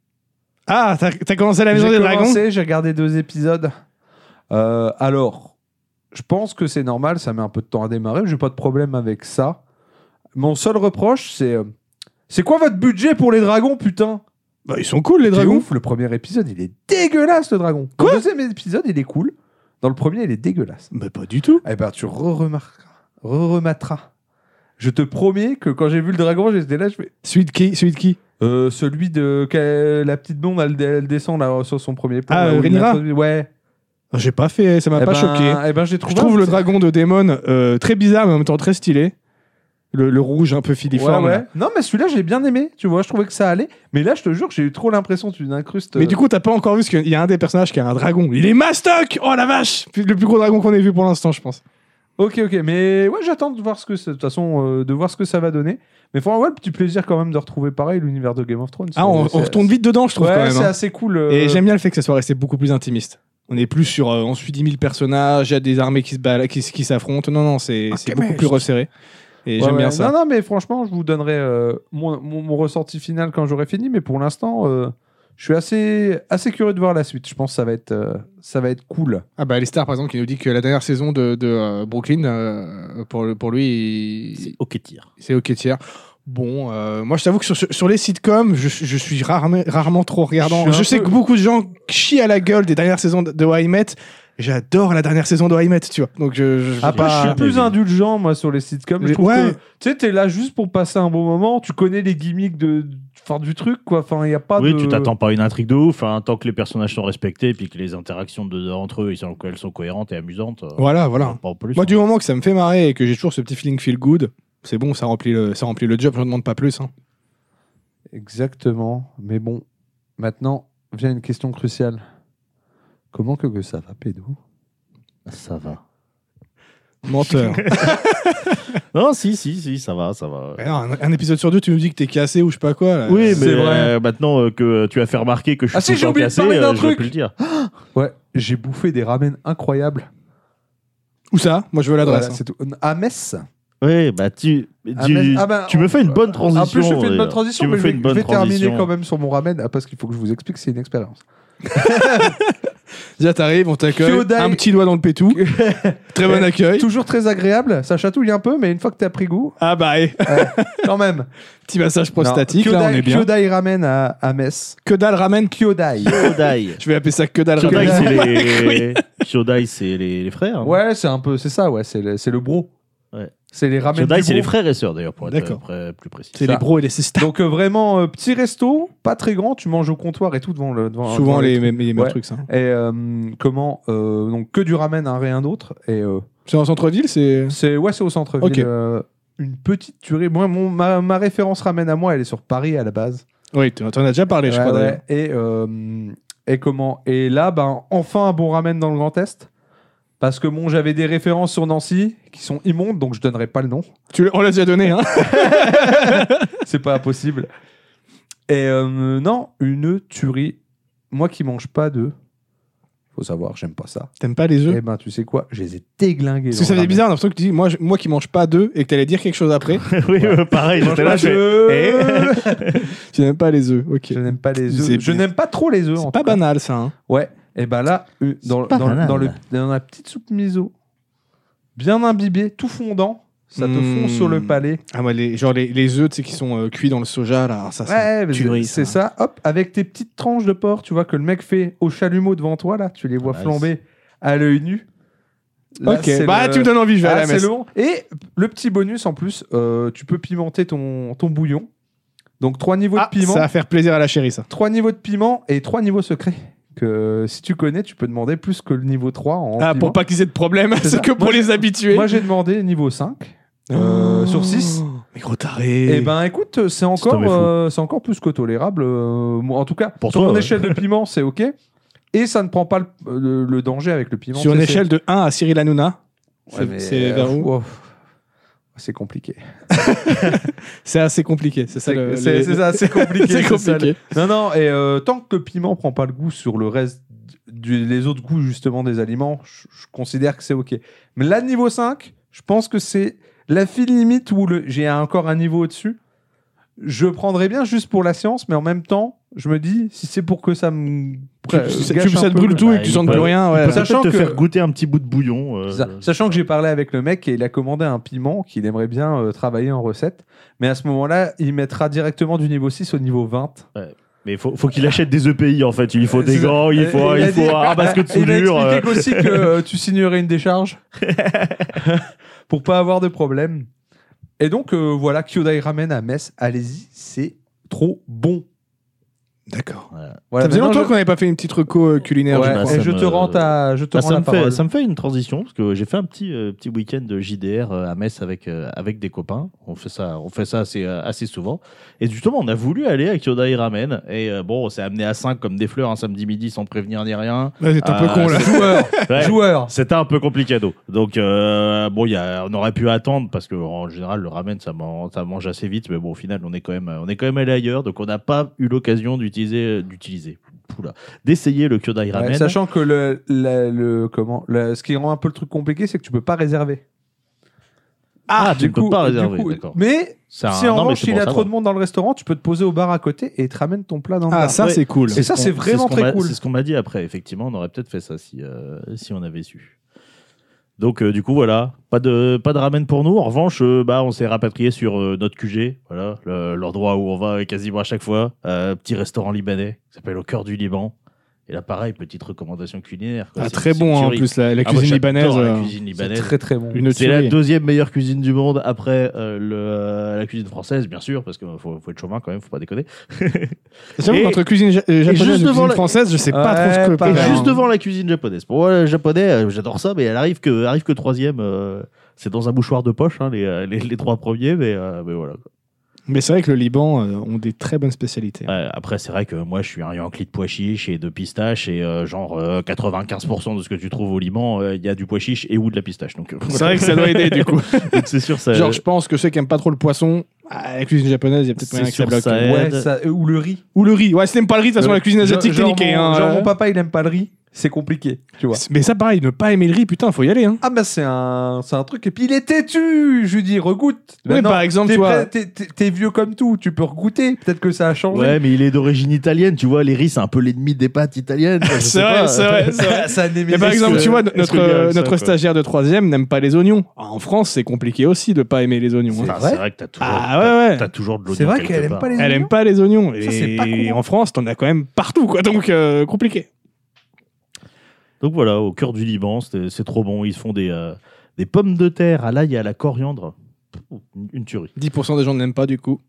Ah, t'as as commencé la Maison J'ai des Dragons. commencé, j'ai regardé deux épisodes. Euh, alors, je pense que c'est normal, ça met un peu de temps à démarrer. J'ai pas de problème avec ça. Mon seul reproche, c'est euh, c'est quoi votre budget pour les dragons, putain? Bah, ils sont cool les C'est dragons. ouf, le premier épisode, il est dégueulasse, le dragon. Dans le deuxième épisode, il est cool. Dans le premier, il est dégueulasse. Bah, pas du tout. Eh ben, tu re-remarqueras, re-remateras. Je te promets que quand j'ai vu le dragon, j'étais là, je fais... Celui de qui Celui de qui Euh, celui de que- la petite blonde, elle, elle descend là sur son premier plan. Ah, là, où il Rhaenyra introduit- Ouais. Ah, J'ai pas fait, ça m'a Eh pas ben, choqué. Eh ben, j'ai trouvé Je trouve un- le dragon de Daemon euh, très bizarre, mais en même temps très stylé. Le, le rouge un peu Ouais, filiforme. ouais. là. Non, mais celui-là, j'ai bien aimé. Tu vois, je trouvais que ça allait. Mais là, je te jure, j'ai eu trop l'impression que tu incrustes. Mais du coup, t'as pas encore vu, parce qu'il y a un des personnages qui a un dragon. Il est mastoc. Oh la vache. Le plus gros dragon qu'on ait vu pour l'instant, je pense. Ok, ok. Mais ouais, j'attends de voir ce que, c'est- de toute façon, euh, de voir ce que ça va donner. Mais faut ouais, le petit plaisir quand même de retrouver pareil l'univers de Game of Thrones. Ah, on, C'est- on c'est- retourne vite dedans, je trouve Ouais, quand même. c'est hein. assez cool. euh, Et j'aime bien le fait que ça soit resté beaucoup plus intimiste. On est plus sur, euh, on suit dix mille personnages, il y a des armées qui se bala- qui, s- qui s'affrontent. Non, non, c'est Ah, c'est mais beaucoup plus je- resserré. Et Ouais, j'aime bien ouais. ça. Non, non, mais franchement, je vous donnerai euh, mon, mon, mon ressenti final quand j'aurai fini. Mais pour l'instant, euh, je suis assez, assez curieux de voir la suite. Je pense que ça va être, euh, ça va être cool. Ah bah Alistair par exemple qui nous dit que la dernière saison de, de euh, Brooklyn euh, pour, pour lui il- C'est ok tir. c'est ok tiers. Bon, euh, moi je t'avoue que sur, sur les sitcoms, je, je suis rarement, rarement trop regardant. Je Je, suis un sais peu- que beaucoup de gens chient à la gueule des dernières saisons de, de How I Met. J'adore la dernière saison de How I Met, tu vois. Donc je, je- je- Après, je suis pas- plus mais- indulgent, moi, sur les sitcoms. Je Mais trouve ouais. que, tu sais, t'es là juste pour passer un bon moment. Tu connais les gimmicks de, enfin, du truc, quoi. Enfin, il n'y a pas Oui, de... tu t'attends pas à une intrigue de ouf, hein, tant que les personnages sont respectés et puis que les interactions de, entre eux ils sont, elles sont cohérentes et amusantes. euh, Voilà, voilà. Pas en plus. Moi hein. du moment que ça me fait marrer et que j'ai toujours ce petit feeling feel good, c'est bon, ça remplit le, ça remplit le job, je ne demande pas plus. hein. Exactement. Mais bon, maintenant, vient une question cruciale. Comment que, que ça va, Pédo? Ça va. Menteur. Non, si, si, si, ça va, ça va. Ouais, un, un épisode sur deux, tu nous dis que t'es cassé ou je sais pas quoi. Là. Oui, mais c'est vrai. euh, maintenant euh, que tu as fait remarquer que je suis Ah si, tout le j'ai temps oublié de cassé, parler d'un euh, je veux truc. plus le dire. Ouais, j'ai bouffé des ramen incroyables. Où ça? Moi je veux l'adresse. Voilà, c'est tout. À Metz. Oui, bah tu, À tu, Metz- ah ben, tu me fais une bonne transition. En plus, je fais une bonne d'ailleurs. transition, Tu me mais je fais vais, une bonne je vais terminer transition. quand même sur mon ramen, ah, parce qu'il faut que je vous explique que c'est une expérience. Déjà, t'arrives, on t'accueille, Kyodai. un petit doigt dans le pétou. Très bon accueil. Toujours très agréable. Ça chatouille un peu, mais une fois que t'as pris goût, Ah bah, et euh, quand même. petit massage prostatique, Non, là, on Kyodai- est bien. Kyodai ramen à, à Metz. Que dalle ramen. Kyodai. Kyodai. Je vais appeler ça que dalle Kyodai, ramen. c'est les... Kyodai, c'est les... les frères. hein. Ouais, c'est un peu, c'est ça, ouais, c'est le, c'est le bro. Ouais. C'est les ramen Kyodai, du c'est bro. les frères et sœurs, d'ailleurs, pour être D'accord. euh, près- plus précis. C'est ça. les bros et les sisters. Donc euh, vraiment euh, petit resto, pas très grand. Tu manges au comptoir et tout devant le. Devant, Souvent devant les, trucs. mêmes- les mêmes Ouais. trucs, ça. Et euh, comment euh, donc que du ramen, hein, rien d'autre. Et euh, C'est en centre-ville, c'est. c'est ouais, c'est au centre-ville. Ok. euh, une petite tuerie. Moi, mon, ma, ma référence ramen à moi, elle est sur Paris à la base. Oui, tu en as déjà parlé, je Ouais, crois. ouais. d'ailleurs. Et euh, et comment Et là, ben enfin un bon ramen dans le Grand Est. Parce que bon, j'avais des références sur Nancy qui sont immondes, donc je donnerai pas le nom. Tu l'as- on l'a déjà donné, hein. C'est pas possible. Et euh, non, une tuerie. Moi qui mange pas d'œufs, faut savoir, j'aime pas ça. T'aimes pas les œufs Eh ben, tu sais quoi, je les ai déglingués. Parce que ça faisait bizarre, l'impression que tu dis, moi, je- moi qui mange pas d'œufs et que t'allais dire quelque chose après. oui, euh, pareil, j'étais là, je fais- Tu n'aimes pas les œufs, ok. Je n'aime pas les C'est- œufs. Je n'aime pas trop les œufs. en C'est pas tout cas. banal, ça. Hein. Ouais. Et ben là, euh, dans, pas dans, banal. dans le, dans la petite soupe miso, bien imbibée, tout fondant, ça te Mmh. fond sur le palais. Ah, moi, les, genre les, les œufs, tu sais, qui sont euh, cuits dans le soja, là. Ça, c'est Ouais, une mais tuerie, c'est ça. Hop, avec tes petites tranches de porc, tu vois que le mec fait au chalumeau devant toi là, tu les vois Nice. flamber à l'œil nu. Là, Ok, c'est bah le- tu me donnes envie, je vais Ah, aller à la c'est messe. le bon. Et le petit bonus en plus, euh, tu peux pimenter ton, ton bouillon. Donc trois niveaux Ah, de piment, ça va faire plaisir à la chérie, ça. trois niveaux de piment et trois niveaux secrets. Que si tu connais, tu peux demander plus que le niveau trois en Ah, piment. pour pas qu'ils aient de problème, C'est c'est ça. que pour Moi, les habitués. Moi j'ai demandé niveau cinq euh, Oh, sur six. Mais gros taré. Et ben écoute, c'est encore, homme est fou. euh, c'est encore plus que tolérable. euh, moi, en tout cas, Pour sur toi, mon ouais. échelle de piment, c'est ok. Et ça ne prend pas le, le- le danger avec le piment. Sur une C'est- c'est- échelle de un à Cyril Hanouna, Ouais, c'est mais, c'est euh, vers où wow. C'est compliqué. C'est assez compliqué, c'est ça C'est le- c'est- les- c'est ça, c'est compliqué. C'est c'est ça, compliqué. le- Non, non, et euh, tant que le piment prend pas le goût sur le reste, du, les autres goûts justement des aliments, je, je considère que c'est ok. Mais là, niveau cinq, je pense que c'est la fine limite où le, j'ai encore un niveau au-dessus. Je prendrais bien juste pour la science, mais en même temps, je me dis, si c'est pour que ça me. Tu- euh, tu- gâche tu- un ça te peu, brûle quoi. tout et Bah, que tu il sens peut- plus rien. Il Ouais. peut Sachant peut-être te que- faire goûter un petit bout de bouillon. euh, C'est ça. Sachant que j'ai parlé avec le mec et il a commandé un piment qu'il aimerait bien euh, travailler en recette. Mais à ce moment-là, il mettra directement du niveau six au niveau vingt. Mais il faut, faut qu'il achète des E P I en fait. Il faut des C'est ça. gants, il faut, Et il a faut dit- un basque de Il a soudure. expliqué euh. qu'aussi que euh, tu signerais une décharge pour pas avoir de problème. Et donc euh, voilà, Kyodai Ramen à Metz, allez-y, c'est trop bon. D'accord. Voilà, Ça faisait maintenant, longtemps je- qu'on n'avait pas fait une petite reco euh, culinaire. Ouais, je bah, crois. et ça je me- te rends ta, je te Bah, rends ça, la me fait, parole. ça me fait une transition parce que j'ai fait un petit, euh, petit week-end de J D R euh, à Metz avec, euh, avec des copains. On fait ça, on fait ça assez, euh, assez souvent. Et justement, on a voulu aller à Kyodai Ramen. Et euh, bon, on s'est amené à cinq comme des fleurs un samedi midi sans prévenir ni rien. Ouais, c'est un peu Ah, con là. c'est- Joueur, Ouais. joueur. C'était un peu complicado. Donc, euh, bon, il y a, on aurait pu attendre parce que en général, le ramen, ça, man- ça mange assez vite. Mais bon, au final, on est quand même, on est quand même allé ailleurs. Donc, on n'a pas eu l'occasion d'utiliser, d'utiliser, oula, d'essayer le Kyodai Ramen. Ouais, sachant que le, la- le comment, le- ce qui rend un peu le truc compliqué, c'est que tu peux pas réserver. Ah, tu Du ne peux coup- pas du réserver, coup, d'accord. Mais C'est un- si en non, mais revanche c'est il pour y a trop savoir. de monde dans le restaurant, tu peux te poser au bar à côté et te ramènes ton plat dans le Ah, bar. ça, Ouais. c'est cool. Et ça, ce c'est qu'on- vraiment ce qu'on très m'a- cool. C'est ce qu'on m'a dit après. Effectivement, on aurait peut-être fait ça si, euh, si on avait su. Donc, euh, du coup, voilà. Pas de, pas de ramen pour nous. En revanche, euh, bah, on s'est rapatrié sur euh, notre Q G. Voilà, le- l'endroit où on va quasiment à chaque fois. Euh, petit restaurant libanais qui s'appelle Au cœur du Liban. Et là, pareil, petite recommandation culinaire. quoi. Ah, C'est- très c'est bon une hein, en tuerie. plus, la, la Ah, moi, cuisine j'adore libanaise. La euh, cuisine C'est libanaise. très très bon. Une C'est la tuerie. deuxième meilleure cuisine du monde après euh, le, euh, la cuisine française, bien sûr, parce qu'il faut, faut être chauvin quand même, faut pas déconner. J'avoue Et- qu'entre cuisine ja- euh, japonaise juste et devant cuisine la- française, je sais pas Ouais, trop ce que pareil. Et préfère, juste hein. devant la cuisine japonaise. Pour moi, le japonais, euh, j'adore ça, mais elle arrive que, arrive que troisième. euh, c'est dans un mouchoir de poche, hein, les, euh, les, les trois premiers, mais, euh, mais voilà. quoi. Mais c'est vrai que le Liban euh, ont des très bonnes spécialités. Ouais, après, c'est vrai que moi, je suis un Yankee de pois chiches et de pistache, et euh, genre euh, quatre-vingt-quinze pour cent de ce que tu trouves au Liban, euh, il y a du pois chiche et ou de la pistache. Donc, euh, C'est vrai que ça doit aider du coup. donc c'est sûr, ça. Genre, je pense que ceux qui aiment pas trop le poisson, ah, la cuisine japonaise, il y a peut-être C'est moyen que ça sûr, bloque. ça aide. Ouais, ça- euh, ou le riz. Ou le riz. Ouais, si t'aimes pas le riz, de toute façon, Le- la cuisine asiatique, genre, c'est niqué. mon, hein, genre euh. mon papa, il aime pas le riz. c'est compliqué, tu vois. Mais ça, pareil, ne pas aimer le riz, putain, faut y aller. Hein. Ah bah c'est un, c'est un truc. Et puis il est têtu, je lui dis, regoute. Oui, Maintenant, par exemple, t'es, tu vois- prêt- t'es, t'es- t'es vieux comme tout, tu peux regoûter. Peut-être que ça a changé. Ouais, mais il est d'origine italienne, tu vois. Les riz, c'est un peu l'ennemi des pâtes italiennes. je sais C'est pas. vrai, c'est vrai, c'est vrai. ça a Mais par némésis, exemple, euh, tu vois, est-ce notre, que le gars aime ça, notre quoi stagiaire de troisième n'aime pas les oignons. En France, c'est compliqué aussi de pas aimer les oignons. hein. Enfin, vrai c'est vrai que t'as toujours, Ah, t'as- ouais, ouais. t'as toujours de l'oignon. C'est vrai quelque qu'elle aime part. pas les Elle oignons. aime pas les oignons. Ça, c'est pas Et con. en France, t'en as quand même partout, quoi. Donc, euh, compliqué. Donc voilà, au cœur du Liban, c'est, c'est trop bon. Ils font des, euh, des pommes de terre à l'ail et à la coriandre. Pff, Une, une tuerie. dix pour cent des gens ne l'aiment pas, du coup.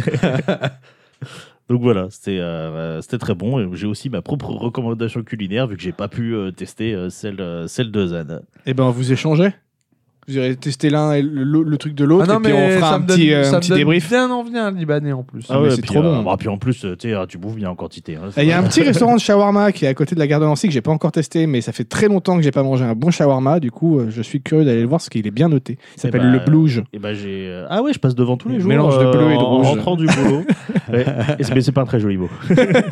Donc voilà, c'était, euh, c'était très bon. Et j'ai aussi ma propre recommandation culinaire, vu que j'ai pas pu euh, tester euh, celle, euh, celle de Zan. Eh ben, vous échangez. Vous irez tester l'un et le, le truc de l'autre, Ah non, et puis on mais fera ça un me petit, donne- euh, ça un me petit donne débrief. bien envie un Libanais en plus. Ah mais ouais, c'est puis, trop euh, bon. bah, puis en plus, euh, tu sais, tu bouffes bien en quantité. hein. Il y a un petit restaurant de shawarma qui est à côté de la gare de Nancy que j'ai pas encore testé, mais ça fait très longtemps que j'ai pas mangé un bon shawarma. Du coup, euh, je suis curieux d'aller le voir parce qu'il est bien noté. Il s'appelle bah, le Blouge. Et ben j'ai euh, ah ouais, je passe devant tous les Le jours mélange de bleu et de en, rouge. en rentrant du boulot. Ouais. Et c'est, mais c'est pas un très joli mot.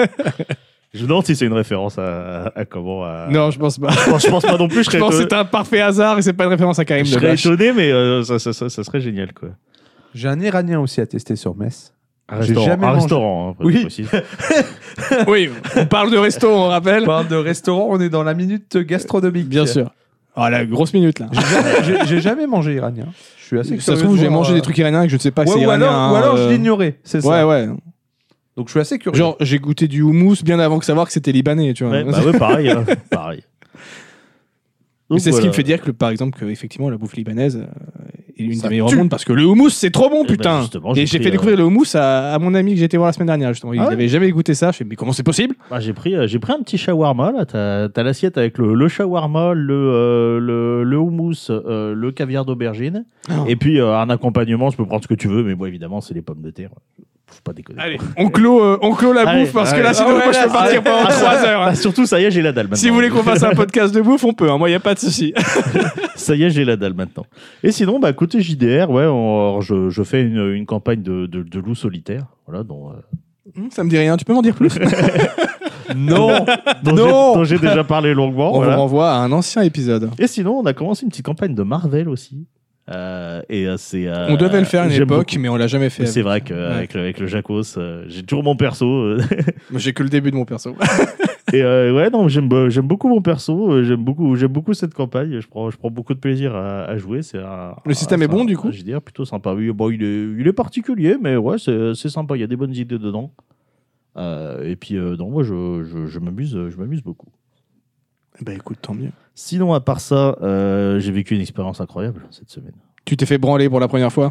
Je me demande si c'est une référence à, à comment à... Non, je pense pas. Non, je pense pas non plus. Je Je serais, pense que étonné, c'est un parfait hasard et c'est pas une référence à Karim je serais Debache. étonné, mais euh, ça, ça, ça, ça serait génial quoi. J'ai un Iranien aussi à tester sur Metz. Un J'ai restaurant, jamais un mangé. restaurant. Hein, Oui. je précise. Oui, on parle de resto, on On rappelle. parle de restaurant, on est dans la minute gastronomique. Bien sûr. Ah, la grosse minute là. J'ai jamais, j'ai- j'ai jamais mangé iranien. Je suis assez Ça se curieux trouve, de j'ai voir, mangé euh, des trucs iraniens que je ne sais pas Ouais, si c'est ou, iranien. alors, ou hein, alors euh, je l'ignorais, c'est ça. Ouais, ouais. Donc je suis assez curieux. Genre, j'ai goûté du houmous bien avant que savoir que c'était libanais, tu vois. Ouais, bah ouais, pareil, hein, pareil. Mais Donc c'est ce qui voilà. me fait dire que, par exemple, que effectivement la bouffe libanaise euh, est l'une Ça des meilleures tue. au monde parce que le houmous c'est trop bon, Eh ben, putain. justement, Et j'ai j'ai pris, fait euh, découvrir le houmous à, à mon ami que j'ai été voir la semaine dernière justement. Il Ah ouais n'avait jamais goûté ça. Je fais mais comment c'est possible? Ah, j'ai pris, euh, j'ai pris un petit shawarma là. T'as, t'as l'assiette avec le, le shawarma, le, euh, le, le houmous, euh, le caviar d'aubergine, Oh. et puis euh, un accompagnement. Tu peux prendre ce que tu veux, mais bon, évidemment, c'est les pommes de terre. Faut pas déconner. Allez, on clôt, euh, on clôt la Allez, bouffe parce que allez. là sinon Ah ouais, moi je là, peux partir pendant Ah, trois heures. hein. ah, surtout, ça y est, j'ai la dalle maintenant. Si vous voulez qu'on fasse un podcast de bouffe, on peut. hein. Moi, il y a pas de souci. Ça y est, j'ai la dalle maintenant. Et sinon, bah, côté J D R, ouais, on- je, je fais une, une campagne de, de, de loup solitaire. Voilà, dont, euh, Hum, Ça me dit rien. Tu peux m'en dire plus? Non dont, Non. j'ai, dont j'ai déjà parlé longuement. On voilà. vous renvoie à un ancien épisode. Et sinon, on a commencé une petite campagne de Marvel aussi. Euh, et euh, c'est. euh, On devait le faire à une j'aime époque, beaucoup. mais on l'a jamais fait. Mais c'est avec- vrai Ouais. qu'avec le, avec le Jacos, euh, j'ai toujours mon perso. euh, Moi, j'ai que le début de mon perso. et euh, ouais, non, j'aime, euh, j'aime beaucoup mon perso. euh, J'aime beaucoup, j'aime beaucoup cette campagne. Je prends, je prends beaucoup de plaisir à, à jouer. C'est un, Le système est c'est bon, un- du coup un J D R plutôt sympa. Oui, bon, il est, il est particulier, mais ouais, c'est, c'est sympa. Il y a des bonnes idées dedans. Euh, et puis, euh, non, moi, je, je, je m'amuse, je m'amuse beaucoup. Bah écoute, tant mieux. Sinon, à part ça, euh, j'ai vécu une expérience incroyable cette semaine. Tu t'es fait branler pour la première fois?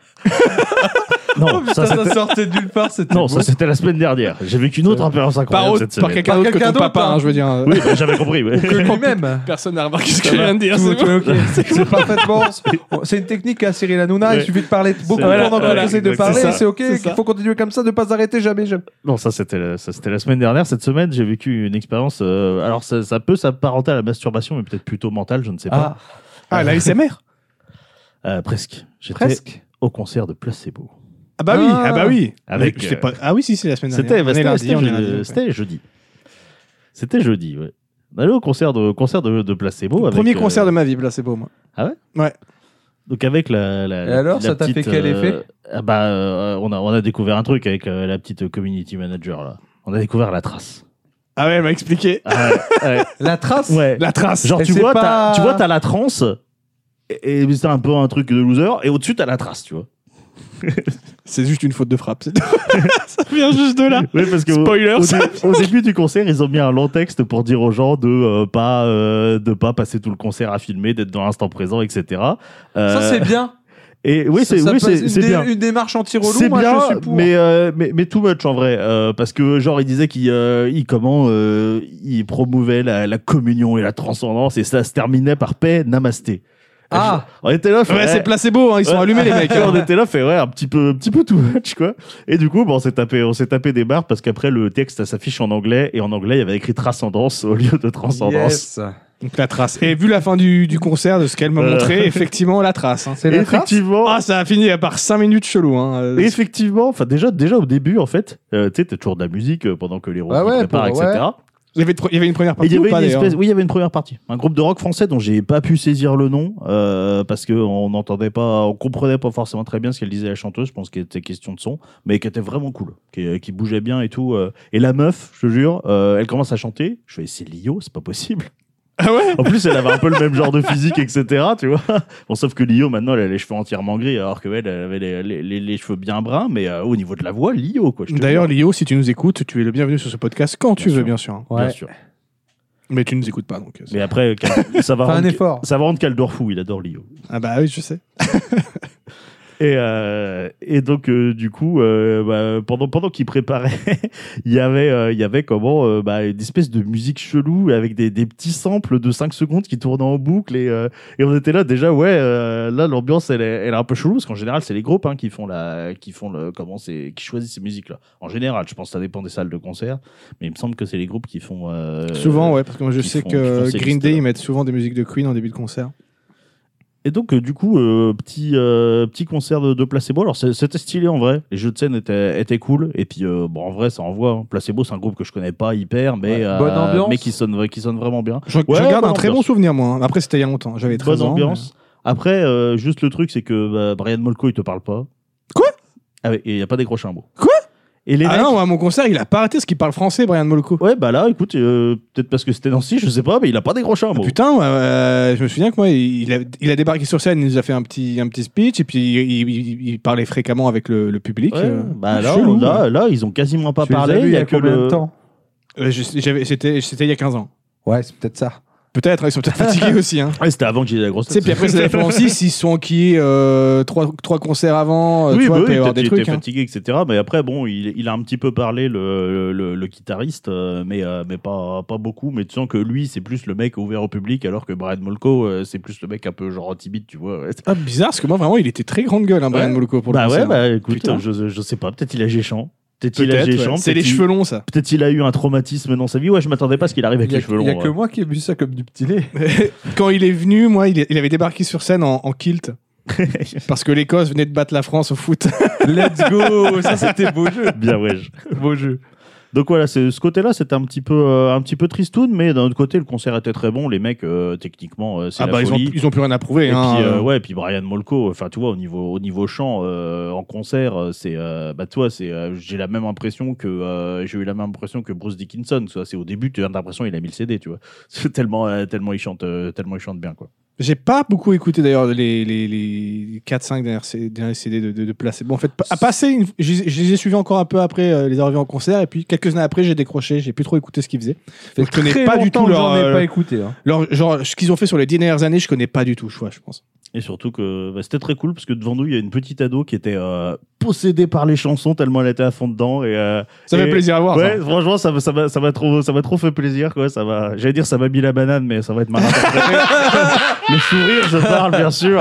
Non, Oh, putain, ça, ça, c'était... sortait de nulle part, c'était Non, beau. ça c'était la semaine dernière. J'ai vécu une autre expérience Par, incroyable autre- cette par semaine. quelqu'un Par d'autre que quelqu'un ton d'autre, papa, hein. hein, je veux dire. Oui, bah, j'avais compris. ouais. Que lui-même. Personne n'a remarqué ce que Ça je va. viens de dire. Tout- c'est tout bon. est ok. C'est parfaitement. C'est une technique à Cyril Hanouna. Ouais. Il suffit de parler beaucoup Voilà, pendant voilà, qu'on essaie de exact, parler. c'est et ça, C'est ok. c'est Il ça. faut continuer comme ça, de pas s'arrêter jamais. jamais. Non, ça c'était, la- ça c'était la semaine dernière. Cette semaine, j'ai vécu une expérience. euh, alors, ça, ça peut s'apparenter à la masturbation, mais peut-être plutôt mentale, je ne sais pas. Ah, la S M R? Euh, presque. J'étais Presque. au concert de Placebo. Ah bah oui, Ah. ah bah oui. Avec, Mais je sais euh, pas- Ah oui, si, c'est la semaine C'était, dernière. bah, On est c'était, lundi, c'était on est je- lundi, ouais. c'était jeudi. C'était jeudi, ouais. On allait au concert de, concert de, de Placebo. avec, Premier euh, concert de ma vie, là, c'est beau, moi. Donc avec la, la, Et la- alors, la ça t'a petite, fait quel euh, effet ah bah, euh, on, a, on a découvert un truc avec euh, la petite community manager là. On a découvert la trace. Ah ouais, elle m'a expliqué. Ah, ouais, La trace. ouais. La trace. Genre Et tu c'est vois, pas- t'as, tu vois, t'as la transe et, et c'est un peu un truc de loser et au-dessus t'as la trace, tu vois. C'est juste une faute de frappe. c'est tout. Ça vient juste de là. Oui, parce que au- Spoiler, au, ça. dé- au début du concert, ils ont mis un long texte pour dire aux gens de euh, pas euh, de pas passer tout le concert à filmer, d'être dans l'instant présent, et cetera. Euh, Ça c'est bien. Et oui, Ça- c'est ça oui, peut- c'est une c'est dé- bien. Une démarche anti-relou. C'est moi, bien, je suis pour. mais, euh, mais, mais too much en vrai. euh, parce que, genre, il disait qu'il euh, il, comment, euh, il promouvait la, la communion et la transcendance et ça se terminait par paix, namasté. Ah. On était là, fait, Ouais, c'est placebo, hein, ils sont Ouais. allumés, les mecs. hein. on était là, fait ouais, un petit peu, un petit peu too much, quoi. Et du coup, bon, on s'est tapé, on s'est tapé des barres parce qu'après, le texte, ça s'affiche en anglais et en anglais, il y avait écrit transcendance au lieu de transcendance. Yes. Donc la trace. Et vu la fin du, du concert, de ce qu'elle m'a Euh. montré, effectivement, la trace. hein. C'est la trace. Effectivement. Ah, ça a fini par cinq minutes chelou. Hein. Euh, Et effectivement, enfin déjà, déjà au début, en fait, euh, tu sais, t'as toujours de la musique euh, pendant que les héros Ah se ouais, préparent, pour- et cetera. Il y avait, il y avait une première Et partie il y avait ou pas, une d'ailleurs espèce, oui, il y avait une première partie. Un groupe de rock français dont j'ai pas pu saisir le nom euh, parce que on n'entendait pas, on comprenait pas forcément très bien ce qu'elle disait la chanteuse. Je pense qu'il était question de son, mais qui était vraiment cool, qui, qui bougeait bien et tout. Euh. Et la meuf, je te jure, euh, elle commence à chanter. Je fais, c'est Lio, c'est pas possible. Ah ouais. En plus, elle avait un peu le même genre de physique, et cetera. Tu vois. Bon, sauf que Lio, maintenant, elle a les cheveux entièrement gris, alors qu'elle elle avait les, les, les, les cheveux bien bruns, mais euh, au niveau de la voix, Lio, quoi. je te D'ailleurs, jure. Lio, si tu nous écoutes, tu es le bienvenu sur ce podcast quand tu Bien veux, sûr. bien sûr. Ouais. Bien sûr. Mais tu nous écoutes pas, donc. c'est- Mais après, Cal- ça va Fais un rendre, effort. ça va rendre Caldor fou. Il adore Lio. Ah bah oui, je sais. Et, euh, et donc, euh, du coup, euh, bah, pendant, pendant qu'il préparait, il y avait, euh, il y avait comment, euh, bah, une espèce de musique chelou avec des, des petits samples de cinq secondes qui tournaient en boucle. Et, euh, et on était là, déjà, ouais, euh, là, l'ambiance, elle est, elle est un peu chelou, parce qu'en général, c'est les groupes hein, qui font la, qui font le, comment c'est, qui choisissent ces musiques-là. En général, je pense que ça dépend des salles de concert, mais il me semble que c'est les groupes qui font. Euh, Souvent, ouais, parce que moi je qui sais font- qui font que ces Green Day, listes-là. ils mettent souvent des musiques de Queen en début de concert. Et donc, euh, du coup, euh, petit, euh, petit concert de, de Placebo. Alors, c'est- c'était stylé en vrai. Les jeux de scène étaient, étaient cool. Et puis, euh, bon, en vrai, ça envoie. hein. Placebo, c'est un groupe que je connais pas hyper, mais, Ouais. euh, Bonne ambiance. mais qui, sonne, qui sonne vraiment bien. Je, je Ouais, garde bonne un très bon ambiance. souvenir, moi. hein. Après, c'était il y a longtemps. J'avais treize Bonne ans. ambiance. Après, euh, juste le truc, c'est que bah, Brian Molko, il te parle pas. Quoi Ah ouais, et il a pas décroché un mot. Quoi Et les mais- Ah mecs- non, moi, à mon concert, il a pas arrêté parce qu'il parle français, Brian Molko. Ouais, bah là, écoute, euh, peut-être parce que c'était Nancy, je sais pas, mais il a pas décroché un mot. Putain, ouais, euh, je me souviens que moi, il a, il a débarqué sur scène, il nous a fait un petit, un petit speech, et puis il, il- il parlait fréquemment avec le, le public. Ouais, euh, bah là, chelou, là, ouais. là, ils ont quasiment pas Tu les as parlé. vus Il y a il y a que combien le. de temps Euh, je- j'avais- C'était c'était il y a quinze ans. Ouais, c'est peut-être ça. Peut-être, ils sont peut-être fatigués aussi. Hein. Ouais, c'était avant que j'ai la grosse Tu sais, tête. puis après, ça dépend aussi s'ils sont enquillés euh, trois, trois concerts avant. euh, Oui, tu vois, bah il peut y oui, avoir peut-être des qu'il était trucs. hein. fatigué, et cetera. Mais après, bon, il, il a un petit peu parlé, le, le, le guitariste, euh, mais, euh, mais pas, pas beaucoup. Mais tu sens que lui, c'est plus le mec ouvert au public, alors que Brian Molko, euh, c'est plus le mec un peu genre timide, tu vois. Ouais. Ah, bizarre, parce que moi, vraiment, il était très grande gueule, hein, Brian Ouais. Molko, pour le Bah ouais, concert. bah écoute, Putain. je, je sais pas, peut-être il a géchant. Peut-être il a Peut-être, géchant. ouais. C'est peut-être les il- cheveux longs, ça. Peut-être il a eu un traumatisme dans sa vie. Ouais, je m'attendais pas à ce qu'il arrive avec Il y a, les cheveux il y a longs. que ouais. moi qui ai vu ça comme du petit lait. Quand il est venu, moi, il, est- il avait débarqué sur scène en, en kilt. Parce que l'Écosse venait de battre la France au foot. Let's go. Ça, c'était beau jeu. Bien, ouais. Beau jeu. Donc voilà, c'est, ce côté-là, c'était un petit peu, euh, un petit peu tristoun, mais d'un autre côté, le concert était très bon. Les mecs, euh, techniquement, euh, c'est Ah la bah, ils ont, folie. ils ont plus rien à prouver. Et hein. puis, euh, ouais, puis Brian Molko, enfin, tu vois, au niveau, au niveau chant, euh, en concert, euh, c'est, euh, bah, toi, c'est, euh, j'ai la même impression que, euh, j'ai eu la même impression que Bruce Dickinson. Tu vois, c'est au début, tu as l'impression qu'il a mis le C D, tu vois. C'est tellement, euh, tellement il chante, euh, tellement il chante bien, quoi. J'ai pas beaucoup écouté d'ailleurs les, les, les quatre cinq dernières, C- derniers C D de, de, de Placebo. En fait, à passer, une- je, je les ai suivis encore un peu après euh, les avoir vus en concert, et puis quelques années après, j'ai décroché, j'ai plus trop écouté ce qu'ils faisaient. Donc, je connais Très pas du longtemps tout que leur, J'en ai euh, pas écouté. hein. leur- genre ce qu'ils ont fait sur les dix dernières années, je connais pas du tout, je vois, je pense. Et surtout que bah, c'était très cool parce que devant nous, il y a une petite ado qui était euh, possédée par les chansons tellement elle était à fond dedans. Et, euh, Ça et- fait plaisir à voir. Ouais, ça. franchement, ça m'a ça m'a- ça m'a trop, ça m'a trop fait plaisir. Quoi. Ça m'a- J'allais dire ça m'a mis la banane, mais ça va être mal interprété. Le sourire, je parle bien sûr.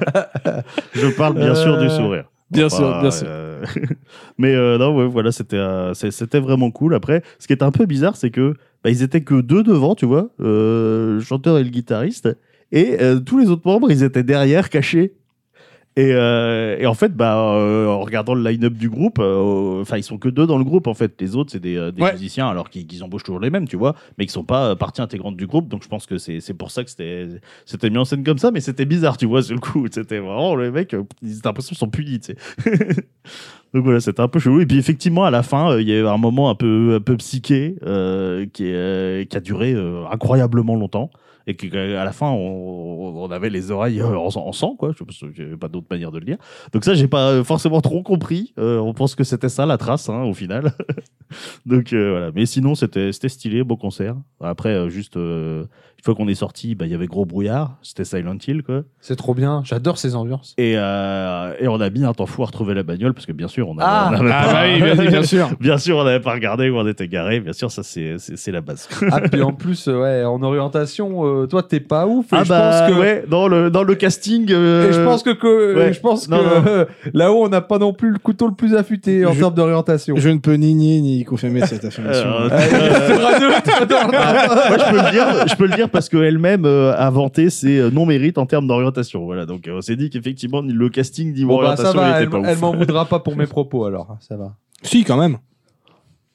Je parle bien sûr du sourire. Bien Enfin, sûr, bien sûr. euh, mais euh, non, ouais, voilà, c'était, euh, c'est- c'était vraiment cool. Après, ce qui était un peu bizarre, c'est que bah, ils étaient que deux devant, tu vois, euh, le chanteur et le guitariste, et euh, tous les autres membres, ils étaient derrière, cachés. Et, euh, et en fait, bah, euh, en regardant le line-up du groupe, euh, enfin, ils sont que deux dans le groupe. En fait, les autres, c'est des, euh, des Ouais. musiciens, alors qu'ils qu'ils embauchent toujours les mêmes, tu vois, mais qui sont pas euh, partie intégrante du groupe. Donc, je pense que c'est c'est pour ça que c'était c'était mis en scène comme ça, mais c'était bizarre, tu vois, sur le coup. C'était vraiment les mecs, euh, ils étaient l'impression qu'ils sont punis, tu sais. Donc voilà, c'était un peu chelou. Et puis effectivement, à la fin, euh, il y a eu un moment un peu, un peu psyché euh, qui, est, euh, qui a duré euh, incroyablement longtemps. Et qu'à la fin, on, on avait les oreilles euh, en, en sang, quoi. Je pense que j'ai pas d'autre manière de le dire. Donc ça, j'ai pas forcément trop compris. Euh, on pense que c'était ça la trace, hein, au final. Donc euh, voilà. Mais sinon, c'était c'était stylé, beau concert. Après, euh, juste euh, une fois qu'on est sorti, bah, il y avait gros brouillard. C'était Silent Hill, quoi. C'est trop bien. J'adore ces ambiances. Et, euh, et on a mis un temps fou à retrouver la bagnole parce que bien sûr, on avait, Ah. on avait Ah pas- bah oui, bien, bien sûr. bien sûr, on n'avait pas regardé où on était garé. Bien sûr, ça c'est c'est c'est la base. Ah, puis en plus, euh, ouais, en orientation, euh, toi, t'es pas ouf. Et Ah je bah pense que... ouais, dans le dans le casting. euh, Et je pense que, que- ouais. je pense Non, que non. euh, là-haut, on n'a pas non plus le couteau le plus affûté en Je- termes d'orientation. Je ne peux ni nier ni confirmer cette affirmation. Euh, Euh, il y aura deux, toi, dans le- Ah, moi, je peux le dire, je peux le dire parce qu'elle-même euh, a vanté ses euh, non-mérites en termes d'orientation. Voilà, donc euh, on s'est dit qu'effectivement ni le casting niveau Bon, bah, ça orientation, il va, était elle, pas elle ouf. m'en voudra pas pour mes propos alors, ça va. Si, quand même.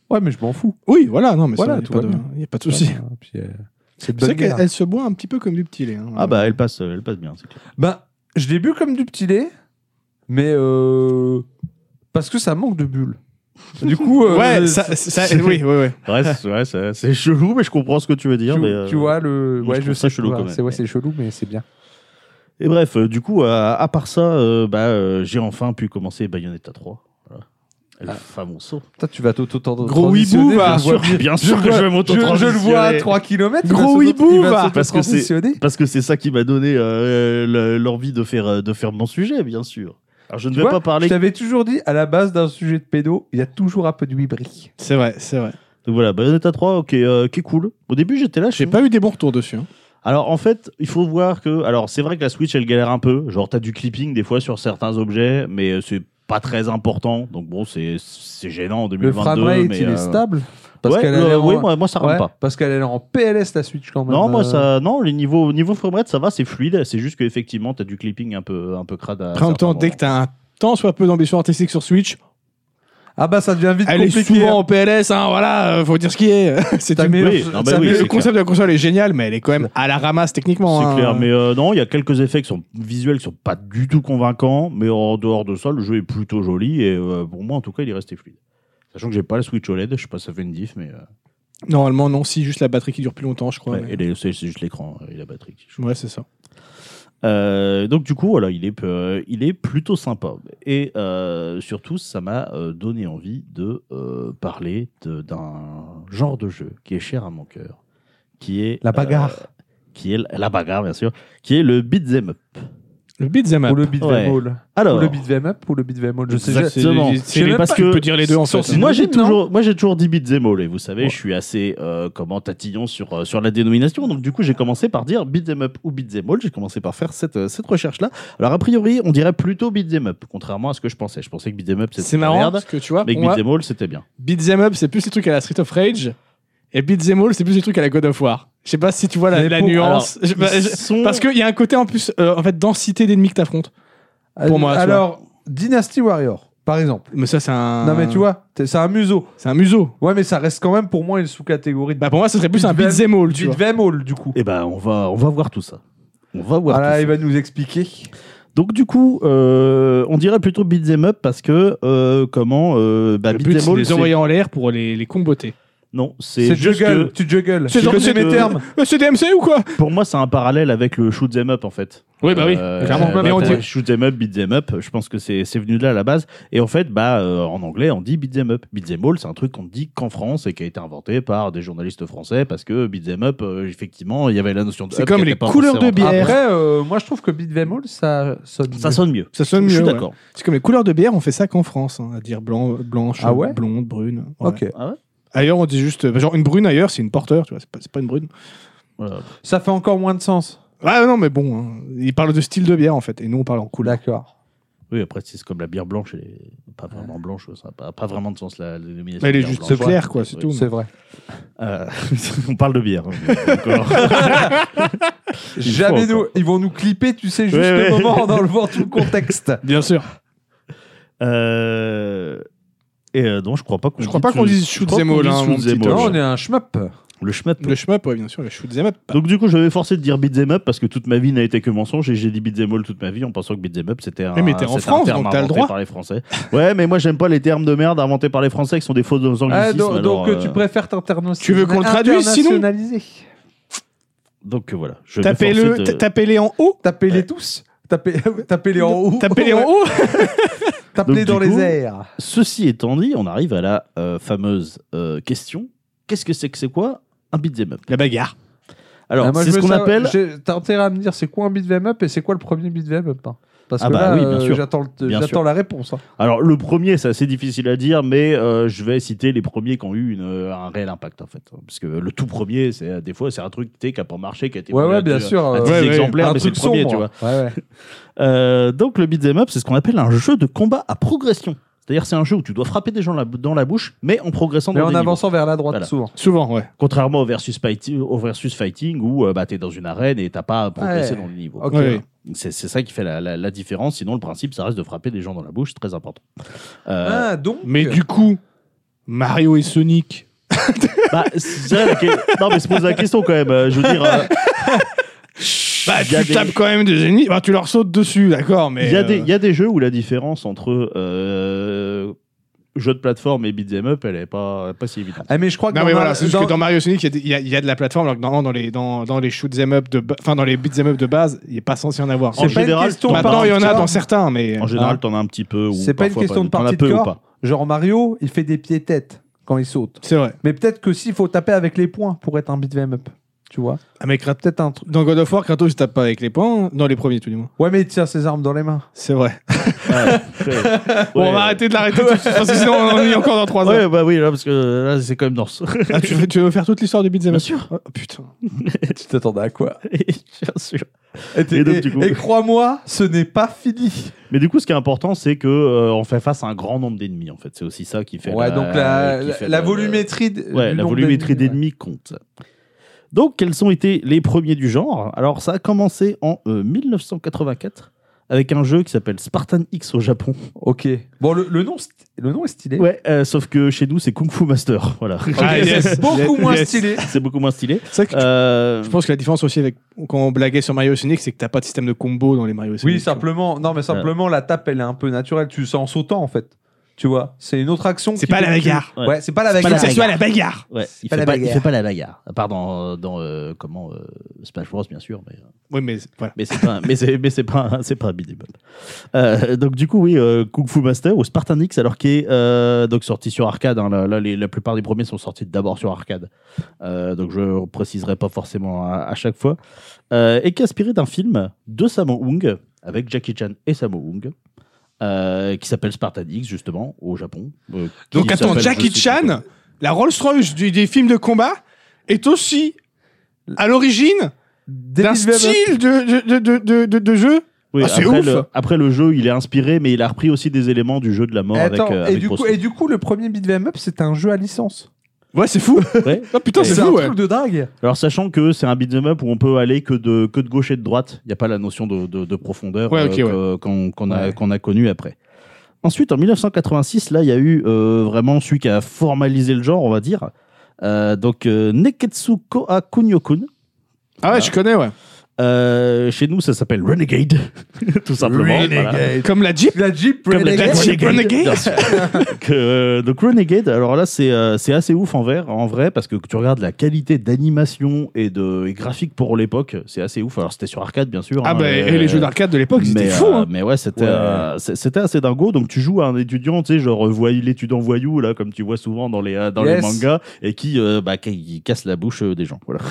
Ouais, mais je m'en fous. Oui, voilà, non, mais Voilà, ça, tout il va bien. n'y a pas de souci. Voilà, puis, euh, c'est de C'est bonne vrai guerre. qu'elle elle se boit un petit peu comme du petit lait. hein. Ah bah elle passe, elle passe bien, c'est clair. Ben, je l'ai bu comme du petit lait, mais euh, parce que ça manque de bulles. Du coup, euh, Ouais, c'est- ça, ça, c'est- oui, oui, oui. Ouais, c'est, ouais, c'est, c'est chelou, mais je comprends ce que tu veux dire. tu, mais, euh, tu vois le, moi, ouais, je je trouve ça sais chelou ouais, quand même. C'est ouais, c'est chelou, mais c'est bien. Et bref, euh, du coup, à, à part ça, euh, bah, euh, j'ai enfin pu commencer Bayonetta trois. Voilà. El Ah. famoso. Toi, tu vas t'auto Gros hibou, va. Bien sûr, bien sûr que vois- je vais m'auto-transitionner. Je, je le vois à trois kilomètres. Gros hibou, va. Parce que c'est- Parce que c'est ça qui m'a donné euh, le- l'envie de faire, de faire mon sujet, bien sûr. Alors, je ne Tu vais vois, pas parler. je t'avais toujours dit, à la base d'un sujet de pédo, il y a toujours un peu de wibri. C'est vrai, c'est vrai. Donc voilà, Bayonetta trois, ok, euh, qui est cool. Au début, j'étais là, je J'ai pas eu des bons retours dessus. hein. Alors en fait, il faut voir que, alors c'est vrai que la Switch elle galère un peu, genre t'as du clipping des fois sur certains objets, mais euh, c'est pas très important, donc bon c'est c'est gênant en deux mille Le vingt-deux. framerate, mais, il euh, est stable. Parce ouais, qu'elle euh, a l'air oui, en- moi, moi ça rame ouais, pas. parce qu'elle est en P L S la Switch quand même. Non, moi euh. ça, non, les niveaux niveau framerate ça va, c'est fluide, c'est juste qu'effectivement t'as du clipping un peu un peu crade. À Après, en même temps, certains dès que t'as un tant soit peu d'ambition artistique sur Switch, Ah bah ça devient vite elle est compliqué. souvent hein. en P L S, hein, voilà, euh, faut dire ce qui est. c'est T'as une- mis- oui, non, bah ça oui, met- c'est le concept de la console est génial, mais elle est quand même à la ramasse techniquement. C'est hein. clair, mais euh, non, il y a quelques effets qui sont visuels qui sont pas du tout convaincants, mais en dehors de ça, le jeu est plutôt joli et euh, pour moi, en tout cas, il est resté fluide. Sachant que j'ai pas la Switch O L E D, je sais pas si ça fait une diff, mais euh, Normalement, non, si, juste la batterie qui dure plus longtemps, je crois. ouais, mais- et les- c'est c'est juste l'écran et la batterie qui joue. Ouais, c'est ça. Euh, donc du coup, voilà, il est, euh, il est plutôt sympa et euh, surtout, ça m'a euh, donné envie de euh, parler de- d'un genre de jeu qui est cher à mon cœur, qui est La bagarre. euh, qui est la bagarre, bien sûr, qui est le beat'em up. Le beat'em up. Ou le beat'em Ouais. all. Alors, Ou le beat'em up ou le beat'em all. Je sais Exact. Exactement. C'est- Je c'est sais les- parce tu que- peux dire les deux en Sur- fait. sur- Moi j'ai synonyme, non toujours, moi j'ai toujours dit beat'em all et vous savez, Ouais. je suis assez euh, comment tatillon sur euh, sur la dénomination. Donc du coup j'ai commencé par dire beat'em up ou beat'em all. J'ai commencé par faire cette euh, cette recherche là. Alors a priori on dirait plutôt beat'em up, contrairement à ce que je pensais. Je pensais que beat'em up c'était C'est de la marrant merde, parce que tu vois, mais que pour moi, beat'em all c'était bien. beat'em up, c'est plus les trucs à la Street of Rage, et beat'em all, c'est plus les trucs à la God of War. Je sais pas si tu vois la, Mais la pour- nuance. Alors, Je- bah, ils je- sont- Parce qu'il y a un côté en plus, euh, en fait, densité d'ennemis que t'affrontes. Pour moi, tu vois. Alors, Dynasty Warrior, par exemple. Mais ça, c'est un. Non mais tu vois, t'es- c'est un museau. C'est un museau. Ouais, mais ça reste quand même pour moi une sous-catégorie de Bah, pour moi, ce serait plus un Beat'em- beat'em all, tu vois. beat'em all du coup. Et ben on va on va voir tout ça. On va voir. Voilà, tout il ça. va nous expliquer. Donc du coup euh, on dirait plutôt beat'em up parce que euh, comment euh, bah, Le but, beat'em c'est de all les c'est- envoyer en l'air pour les, les comboter. non C'est c'est juste juggle, que tu juggles. C'est Tu genre- connais c'est mes que- termes. Euh, c'est D M C ou quoi? pour moi c'est un parallèle avec le shoot 'em up en fait. Oui, bah oui, Euh, clairement. bah, Mais on pour dit- moi, shoot 'em up, beat 'em up, je pense que c'est c'est venu de là à la base. Et en fait, bah, euh, en anglais, on dit beat 'em up. Beat 'em all, c'est un truc qu'on ne dit qu'en France et qui a été inventé par des journalistes français parce que beat 'em up, euh, effectivement, il y avait la notion de C'est up comme qui les était pas couleurs de forcément- bière. Après, euh, moi je trouve que beat'em all, ça sonne. Ça mieux. sonne mieux. Ça sonne Je mieux. suis ouais. d'accord. C'est comme les couleurs de bière, on fait ça qu'en France, hein, à dire blanc, blanche, Ah ouais blonde, brune. Ouais. Ok. Ah ouais Ailleurs, on dit juste. bah, genre, une brune ailleurs, c'est une porteur, tu vois, c'est pas, c'est pas une brune. Voilà. Ça fait encore moins de sens. Ah non, mais bon, hein, ils parlent de style de bière en fait, et nous on parle en couleur. D'accord. Oui, après, c'est comme la bière blanche, elle est pas vraiment blanche, ça n'a pas, pas vraiment de sens la, la dénomination. Elle est de bière juste blanche. claire, quoi, c'est Oui. tout. C'est vrai. Euh, on parle de bière. hein, d'accord. Jamais faut nous, encore. ils vont nous clipper, tu sais, juste Ouais, le ouais. moment en enlevant tout le contexte. Bien sûr. Euh, Et euh, non, je crois pas qu'on Je crois dit pas qu'on tout- dise je shoot crois them qu'on all, dit hein, shoot mon them petit all. Non, George. on est un shmup. Le shmup. Le shmup, ouais, bien sûr, le shoot them up. Donc du coup, je vais m'efforcer de dire beat'em up parce que toute ma vie n'a été que mensonge et j'ai dit beat'em all toute ma vie en pensant que beat'em up c'était un, Oui, mais t'es en c'était France, un terme donc t'as le inventé droit. par les Français. Ouais, mais moi j'aime pas les termes de merde inventés par les Français qui sont des faux anglicismes. Ah, donc alors, donc, euh, tu préfères t'internationaliser. Tu veux qu'on le traduise, sinon Internationaliser. Donc euh, voilà. Je vais Tapez-le, m'efforcer de- t- tapez-les en haut. Tapez-les tous. Tapez- Tapez-les en haut. Tapez-les en Ouais. haut. Tapez-les Donc, dans du coup, les airs. Ceci étant dit, on arrive à la euh, fameuse euh, question. Qu'est-ce que c'est que c'est quoi un beat'em up? La bagarre. Alors, Ah, moi, c'est je ce veux qu'on savoir- appelle. j'ai- T'as intérêt à me dire c'est quoi un beat'em up et c'est quoi le premier beat'em up hein. Parce Ah que bah là, oui, bien euh, sûr. j'attends le- Bien j'attends sûr. la réponse. hein. Alors, le premier, c'est assez difficile à dire, mais euh, je vais citer les premiers qui ont eu une, euh, un réel impact, en fait. Parce que le tout premier, c'est euh, des fois, c'est un truc tu sais, qui n'a pas marché, qui a été Ouais, vendu ouais, à bien deux- sûr. à euh, dix ouais, ouais. exemplaires, un mais c'est le truc premier, sombre. tu vois. Ouais, ouais. Euh, donc, le beat'em up, c'est ce qu'on appelle un jeu de combat à progression. C'est-à-dire, c'est un jeu où tu dois frapper des gens la- dans la bouche, mais en progressant Mais dans en des niveaux. avançant vers la droite, Voilà. souvent. Souvent, ouais. Contrairement au versus, fighting, au versus fighting où euh, bah, tu es dans une arène et t'as pas à progresser Ouais. dans le niveau. Ok. Ouais. C'est c'est ça qui fait la, la- la différence. Sinon, le principe, ça reste de frapper des gens dans la bouche, très important. Euh, Ah, donc. Mais du coup, Mario et Sonic. Bah, c'est vrai, la que- non, mais se pose la question quand même. euh, Je veux dire, euh, Bah, Il y a tu des- tapes quand même des ennemis. Bah, tu leur sautes dessus, d'accord, mais. il y, a euh, des- il y a des jeux où la différence entre euh, jeu de plateforme et beat'em up, elle est pas, pas si évidente. Ah, mais je crois que Non dans mais Mar- voilà, c'est juste dans- que dans Mario et Sonic, il y a des- il y, a- il y a de la plateforme, alors que dans, dans les dans, dans les shoot'em up de, ba- enfin dans les beat'em up de base, il n'est pas censé y en avoir. En c'est pas général, une question t'en de as Maintenant, il y en a partie de dans corps. certains, mais. En général, Hein t'en as un petit peu. ou C'est pas une parfois question de T'en as partie de peu ou corps. pas. Genre Mario, il fait des pieds-têtes quand il saute. C'est vrai. Mais peut-être que s'il faut taper avec les poings pour être un beat'em up, tu vois. Ah, mais Krat- Peut-être un truc. dans God of War, Kratos, il tape pas avec les poings, hein. Dans les premiers, tout du moins. Ouais, mais il tient ses armes dans les mains. C'est vrai. Ouais, ouais. Bon, on Ouais. va arrêter de l'arrêter tout de suite, parce que sinon, on en est encore dans trois ans. Ouais, bah oui, là, parce que là, c'est quand même dense. Ah, tu, veux, tu veux faire toute l'histoire du beat'em Bien up sûr. Oh, putain. Tu t'attendais à quoi? Bien sûr. Et, t'es- Et donc, et- du coup- et crois-moi, ce n'est pas fini. Mais du coup, ce qui est important, c'est que euh, on fait face à un grand nombre d'ennemis. En fait, c'est aussi ça qui fait. Ouais, la, donc la, qui la, fait la le- volumétrie. d- Ouais, du la nombre volumétrie d'ennemis, d'ennemis compte. Donc, quels ont été les premiers du genre? Alors, ça a commencé en euh, mille neuf cent quatre-vingt-quatre avec un jeu qui s'appelle Spartan X au Japon. ouais. Ok. Bon, le, le nom, st- le nom est stylé. Ouais, euh, sauf que chez nous, c'est Kung Fu Master. Voilà. Ah, yes. Beaucoup moins Yes. stylé. C'est beaucoup moins stylé. C'est vrai que tu- Euh, je pense que la différence aussi avec quand on blaguait sur Mario et Sonic, c'est que t'as pas de système de combo dans les Mario et Sonic. Oui, simplement. Non, mais simplement, la tape, elle est un peu naturelle. Tu sens en sautant, en fait. Tu vois, c'est une autre action. C'est qui pas fait la que tu- bagarre. Ouais, c'est pas la C'est pas Faut bagarre. que ça soit la bagarre. ouais, il pas fait la pas, il bagarre. fait pas la bagarre. À part dans, dans euh, comment euh, Smash Bros, bien sûr. Mais, euh, Oui, mais voilà. mais c'est pas, un- mais c'est, mais c'est pas, un- c'est pas un beat'em up. Euh, donc du coup, oui, euh, Kung Fu Master ou Spartan X, alors qui est euh, donc sorti sur arcade. Hein, là, là, les- la plupart des premiers sont sortis d'abord sur arcade. Euh, donc je préciserai pas forcément à, à chaque fois. Euh, et qui est inspiré d'un film de Sammo Hung avec Jackie Chan et Sammo Hung. Euh, qui s'appelle Spartan X justement au Japon. euh, qui Donc attends, s'appelle- Jackie je sais plus Chan, la Rolls-Royce du- des films de combat, est aussi à l'origine Des d'un beat'em up. style de, de, de, de, de, de jeu. Oui, Ah, c'est après, ouf. le, après le jeu, il est inspiré, mais il a repris aussi des éléments du jeu de la mort Et avec, attends, euh, et, avec du coup, Bruce et Lee. du coup, le premier beat'em up, c'était un jeu à licence. Ouais, c'est fou. Ouais. Oh putain, c'est C'est un fou, ouais. truc de dingue. Alors sachant que c'est un beat'em up où on peut aller que de, que de gauche et de droite, il n'y a pas la notion de, de, de profondeur Ouais, euh, ok, que- qu'on qu'on a, Ouais. qu'on a connu après. Ensuite, en mille neuf cent quatre-vingt-six, là, il y a eu euh, vraiment celui qui a formalisé le genre, on va dire. Euh, donc, euh, Neketsu Koha Kunio-kun. Ah ouais, je connais, ouais. Euh, chez nous, ça s'appelle Renegade, tout simplement. Renegade. Voilà. Comme la Jeep. La Jeep Comme la Renegade. Jeep Renegade. bien sûr. donc, euh, donc Renegade, alors là c'est euh, c'est assez ouf en vrai, en vrai parce que tu regardes la qualité d'animation et de et graphique pour l'époque, c'est assez ouf. Alors c'était sur arcade bien sûr. Ah hein, bah, euh, et les jeux d'arcade de l'époque, c'était mais, fou. euh, Hein. mais ouais, c'était Ouais. euh, c'est- c'était assez dingo. Donc tu joues à un étudiant, tu sais, genre voy- l'étudiant voyou là, comme tu vois souvent dans les euh, dans Yes. les mangas, et qui euh, bah qui, qui casse la bouche euh, des gens. Voilà.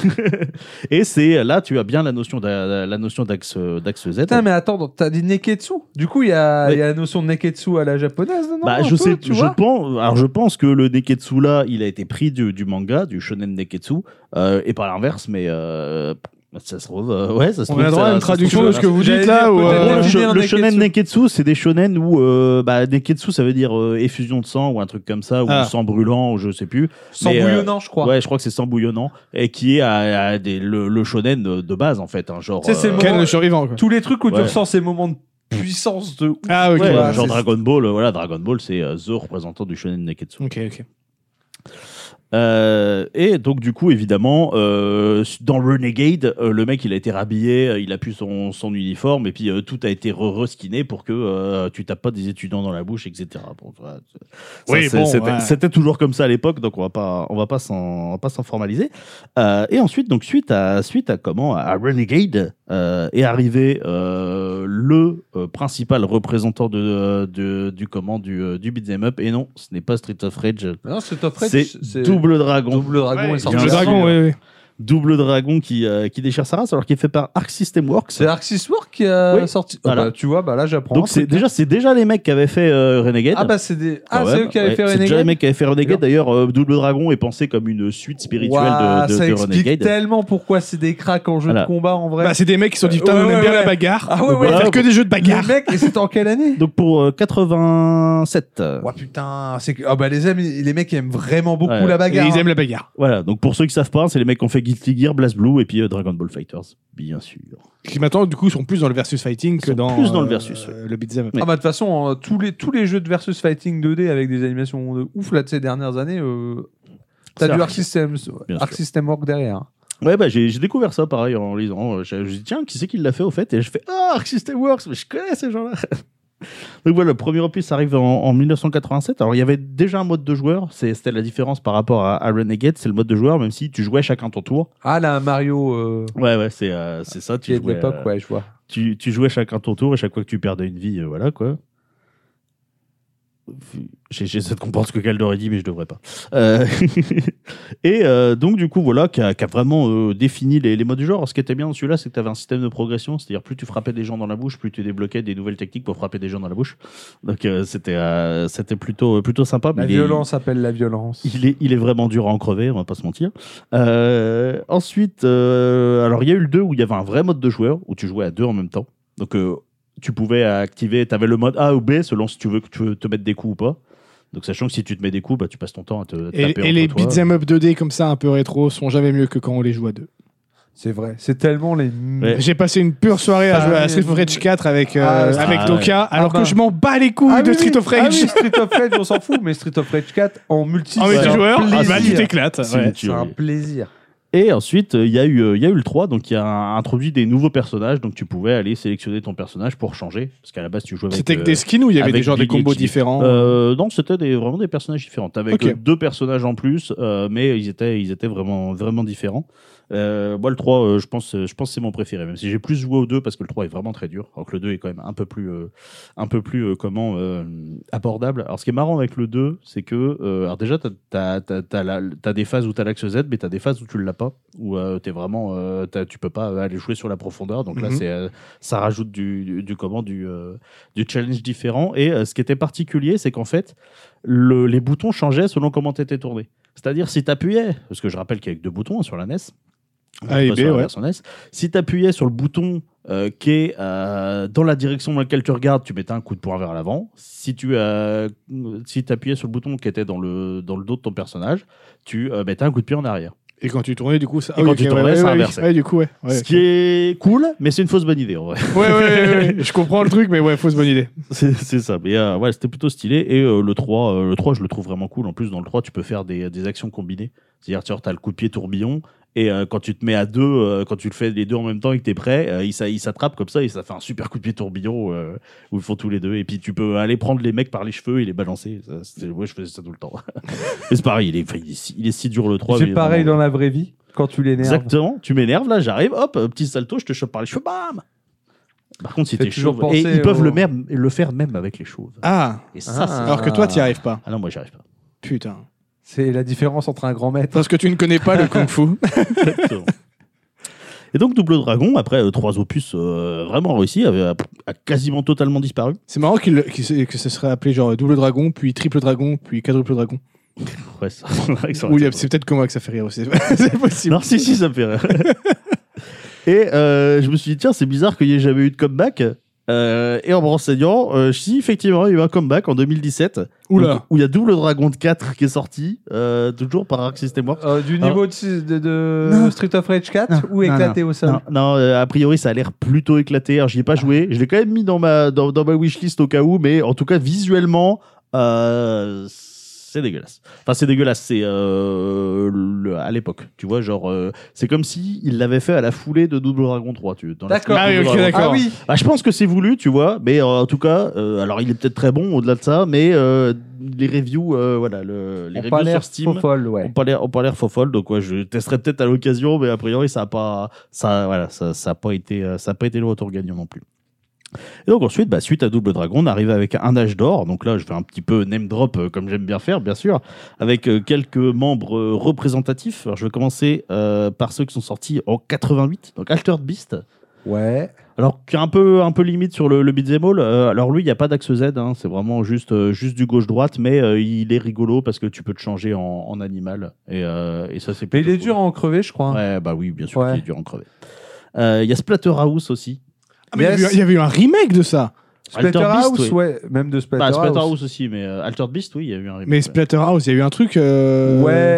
et c'est là tu as bien la notion d'a- la notion d'axe d'axe Z. Putain, mais attends, donc t'as dit Neketsu. Du coup, il y, a Oui. il y a la notion de Neketsu à la japonaise, non Bah, un je peu, sais, tu je vois pense. Alors, je pense que le Neketsu là, il a été pris du, du manga, du shonen Neketsu, euh, et pas l'inverse, mais euh, ça se trouve, euh, ouais, ça se On trouve. a droit à ça- une ça se traduction trouve, de ce que vous J'allais dites dire là ou peut-être En euh, gros, le, Neketsu. sho- le shonen Neketsu. Neketsu, c'est des shonen où euh, bah, Neketsu, ça veut dire euh, effusion de sang ou un truc comme ça, ou Ah. sang brûlant, ou je sais plus. Sans Mais, euh, bouillonnant, je crois. Ouais, je crois que c'est sang bouillonnant, et qui est à, à des, le, le shonen de, de base en fait, hein, genre. Tu sais, c'est euh, le Ken moment- le survivant, quoi. Tous les trucs où tu Ouais. ressens ces moments de puissance de ouf. Ah, ok. ouais, voilà, genre c'est- Dragon Ball, euh, voilà, Dragon Ball, c'est euh, the représentant du shonen Neketsu. Ok, ok. Euh, et donc du coup évidemment euh, dans Renegade euh, le mec il a été rhabillé, euh, il a pu son, son uniforme et puis euh, tout a été re-reskiné pour que euh, tu tapes pas des étudiants dans la bouche, etc. Bon, voilà, ça, Oui, c'est- bon, c'était, ouais. c'était toujours comme ça à l'époque, donc on va pas on va pas s'en, on va pas s'en formaliser. Euh, et ensuite donc suite à suite à comment à Renegade euh, est arrivé euh, le euh, principal représentant de, de du comment du euh, du beat'em up, et non ce n'est pas Street of Rage, Non, c'est Top Rage, c'est Double Dragon. Double Dragon Ouais, est sorti. bien le sûr. dragon, oui, oui. Double Dragon qui, euh, qui déchire sa race, alors qu'il est fait par Arc System Works. C'est Arc Sys Works qui a Oui. sorti. Ah Voilà. bah, tu vois, bah là j'apprends. Donc un c'est truc. déjà, c'est déjà les mecs qui avaient fait euh, Renegade. Ah bah c'est des. Ah, Quand c'est même. eux qui avaient Ouais, fait c'est déjà les Renegade. mecs qui avaient fait Renegade. D'accord. D'ailleurs, euh, Double Dragon est pensé comme une suite spirituelle Ouah, de, de, ça de explique Renegade. tellement pourquoi c'est des cracks en jeu Voilà. de combat en vrai. Bah, c'est des mecs qui se sont dit, putain, Ouais, on aime ouais, bien ouais. la bagarre. Ah ouais, Donc, on ouais. va faire que des jeux de bagarre. Les mecs, et c'était en quelle année? Donc pour euh, quatre-vingt-sept. Oh putain, c'est que. Ah bah les, amis, les mecs aiment vraiment beaucoup Ouais. la Et bagarre. ils hein. aiment la bagarre. Voilà, donc pour ceux qui savent pas, c'est les mecs qui ont fait Guilty Gear, BlazBlue et puis euh, Dragon Ball Fighters, bien sûr. Qui maintenant, du coup, sont plus dans le versus fighting que Sont dans, plus dans le euh, versus, ouais. le beat'em up. Ouais. Ah bah de toute façon, euh, tous, les, tous les jeux de versus fighting deux D avec des animations de ouf là de ces dernières années, euh, t'as C'est du Arc- Arc System, Bien Arc sûr. System Work derrière. Ouais, bah j'ai j'ai découvert ça pareil en lisant. Je, je dis tiens, qui c'est qui l'a fait au fait? Et je fais ah, Arc System Works, mais je connais ces gens-là. Donc voilà, le premier opus arrive en, en mille neuf cent quatre-vingt-sept. Alors il y avait déjà un mode de joueur, c'est- c'était la différence par rapport à, à Renegade, c'est le mode de joueur, même si tu jouais chacun ton tour. Ah là, Mario euh, Ouais, ouais, c'est euh, c'est ça. qui Tu est de jouais, l'époque, euh, ouais, je vois. tu, tu jouais chacun ton tour et chaque fois que tu perdais une vie, euh, voilà quoi. J'ai- J'essaie de comprendre ce que Kaldor a dit, mais je devrais pas. Euh, et euh, donc, du coup, voilà, qui a, qui a vraiment euh, défini les, les modes du genre. Alors, ce qui était bien dans celui-là, c'est que tu avais un système de progression, c'est-à-dire plus tu frappais des gens dans la bouche, plus tu débloquais des nouvelles techniques pour frapper des gens dans la bouche. Donc, euh, c'était euh, c'était plutôt, plutôt sympa. La mais il est- violence appelle la violence. il est, il est vraiment dur à en crever, on va pas se mentir. Euh, ensuite, euh, alors il y a eu le deux où il y avait un vrai mode de joueur, où tu jouais à deux en même temps. Donc euh, tu pouvais activer, tu avais le mode A ou B selon si tu veux que tu veux te mettre des coups ou pas. Donc sachant que si tu te mets des coups, bah, tu passes ton temps à te Et, taper et les entre toi. beat'em up deux D comme ça, un peu rétro, sont jamais mieux que quand on les joue à deux. C'est vrai, c'est tellement les... Ouais. J'ai passé une pure soirée à Ah, jouer à mais- Street of Rage quatre avec, euh, Ah, ça- avec ah, Doka, alors bah. que je m'en bats les couilles Ah de oui, Street oui. of Rage. Ah oui, Street of Rage, on s'en fout, mais Street of Rage quatre en multi, En c'est un multijoueur, ah, plaisir. bah, tu t'éclates. C'est ouais. une C'est un tuerie. plaisir. Et ensuite, euh, il y, a eu, euh, il y a eu le trois, donc il a introduit des nouveaux personnages, donc tu pouvais aller sélectionner ton personnage pour changer, parce qu'à la base tu jouais avec... C'était que euh, des skins ou il y avait avec des genres des Billy et combos Chili. différents Euh, non, c'était des, vraiment des personnages différents. Avec Ok. deux personnages en plus, euh, mais ils étaient, ils étaient vraiment, vraiment différents. Euh, moi, le trois, euh, je pense, je pense que c'est mon préféré, même si j'ai plus joué au deux parce que le trois est vraiment très dur. Alors que le deux est quand même un peu plus, euh, un peu plus euh, comment, euh, abordable. Alors, ce qui est marrant avec le deux, c'est que, euh, alors déjà, t'as, t'as, t'as, t'as, la- t'as des phases où t'as l'axe Z, mais t'as des phases où tu l'as pas, où euh, t'es vraiment, euh, t'as- tu peux pas aller jouer sur la profondeur. Donc là, Mhm. c'est, euh, ça rajoute du, du, du comment, du, euh, du challenge différent. Et euh, ce qui était particulier, c'est qu'en fait, le, les boutons changeaient selon comment tu étais tourné. C'est-à-dire, si tu appuyais, parce que je rappelle qu'il y a que deux boutons hein, sur la N E S, A et pas B, sur la ouais. version N E S, si tu appuyais sur le bouton euh, qui est euh, dans la direction dans laquelle tu regardes, tu mettais un coup de poing vers l'avant. Si tu euh, si appuyais sur le bouton qui était dans le, dans le dos de ton personnage, tu euh, mettais un coup de pied en arrière. Et quand tu tournais, du coup, ça. Et quand tu tournais, ça inversait. Ouais, du coup, ouais. Ouais, Ce qui est cool, mais c'est une fausse bonne idée en vrai. ouais, ouais, ouais, ouais. Je comprends le truc, mais ouais, fausse bonne idée. C'est c'est ça, mais euh, ouais, c'était plutôt stylé. Et euh, le trois, euh, le trois, je le trouve vraiment cool. En plus, dans le trois, tu peux faire des, des actions combinées. C'est-à-dire, tu as le coup de pied tourbillon, et euh, quand tu te mets à deux, euh, quand tu le fais les deux en même temps et que tu es prêt, euh, ils s'a- ils s'attrapent comme ça, et ça fait un super coup de pied tourbillon euh, où ils font tous les deux. Et puis, tu peux aller prendre les mecs par les cheveux et les balancer. Ça, c'était- ouais, je faisais ça tout le temps. Mais c'est pareil, il est, enfin, il est, si, il est si dur le trois. C'est mais pareil vraiment- dans la vraie vie, quand tu l'énerves. Exactement, tu m'énerves, là, j'arrive, hop, un petit salto, je te chope par les cheveux, bam. Par contre, si Fait t'es toujours chauve, et penser ils peuvent au- le, même, le faire même avec les chauves. Ah, Et ça, Ah. c'est... alors que toi, t'y arrives pas. Ah non, moi, j'y arrive pas. Putain. C'est la différence entre un grand maître. Parce que tu ne connais pas le Kung Fu. Exactement. Et donc, Double Dragon, après euh, trois opus euh, vraiment réussis, avait, a, a quasiment totalement disparu. C'est marrant qu'il, qu'il se- que ce serait appelé genre double dragon, puis triple dragon, puis quadruple dragon. Ouais, ça- c'est vrai que ça aurait Ou il y été a- drôle. c'est peut-être que moi que ça fait rire aussi. C'est possible. Non, si, si, ça me fait rire. Et euh, je me suis dit, tiens, c'est bizarre qu'il n'y ait jamais eu de comeback. Euh, et en me renseignant, euh, si, effectivement, il y a eu un comeback en deux mille dix-sept. Oula. Donc, où il y a Double Dragon quatre qui est sorti, euh, toujours par Arc System Works. Euh, du niveau de, de- de Non. Street of Rage quatre Non, ou non, éclaté au sol? Non, non, euh, a priori, ça a l'air plutôt éclaté. Alors, j'y ai pas joué. Je l'ai quand même mis dans ma, dans, dans ma wishlist au cas où, mais en tout cas, visuellement, euh, c'est dégueulasse. Enfin, c'est dégueulasse. C'est euh, le- à l'époque, tu vois, genre, euh, c'est comme si il l'avait fait à la foulée de Double Dragon trois. Tu, dans la D'accord. foulée de Ah oui, Double ok, Dragon d'accord. Ah oui. bah, je pense que c'est voulu, tu vois, mais euh, en tout cas, euh, alors il est peut-être très bon au-delà de ça, mais euh, les reviews, euh, voilà, le, les On pas reviews l'air sur Steam, faux folle, on ouais. pas l'air, on pas l'air faux folle, donc ouais, je testerai peut-être à l'occasion, mais a priori ça a pas, ça, voilà, ça, ça a pas été, euh, ça a pas été le retour gagnant non plus. Et donc ensuite, bah, suite à Double Dragon, on arrive avec un âge d'or. Donc là, je fais un petit peu name drop euh, comme j'aime bien faire, bien sûr, avec euh, quelques membres euh, représentatifs. Alors je vais commencer euh, par ceux qui sont sortis en quatre-vingt-huit, donc Altered Beast. Ouais. Alors, qui est un peu, un peu limite sur le, le beat'em all. Euh, alors, lui, il n'y a pas d'axe Z, hein, c'est vraiment juste, euh, juste du gauche-droite, mais euh, il est rigolo parce que tu peux te changer en, en animal. Et, euh, et ça, c'est Mais il plutôt est dur à en crever, je crois. cool. Ouais, bah oui, bien sûr Ouais. qu'il est dur à en crever. Euh, Il y a Splatterhouse aussi. Ah, mais il y avait eu- Yes. il y avait eu un remake de ça. Splatterhouse, Altered Beast, oui. ouais. Même de Bah, Splatterhouse. Splatterhouse aussi, mais euh, Altered Beast, oui, il y a eu un remake. Mais ouais. Splatterhouse, il y a eu un truc. euh, Ouais.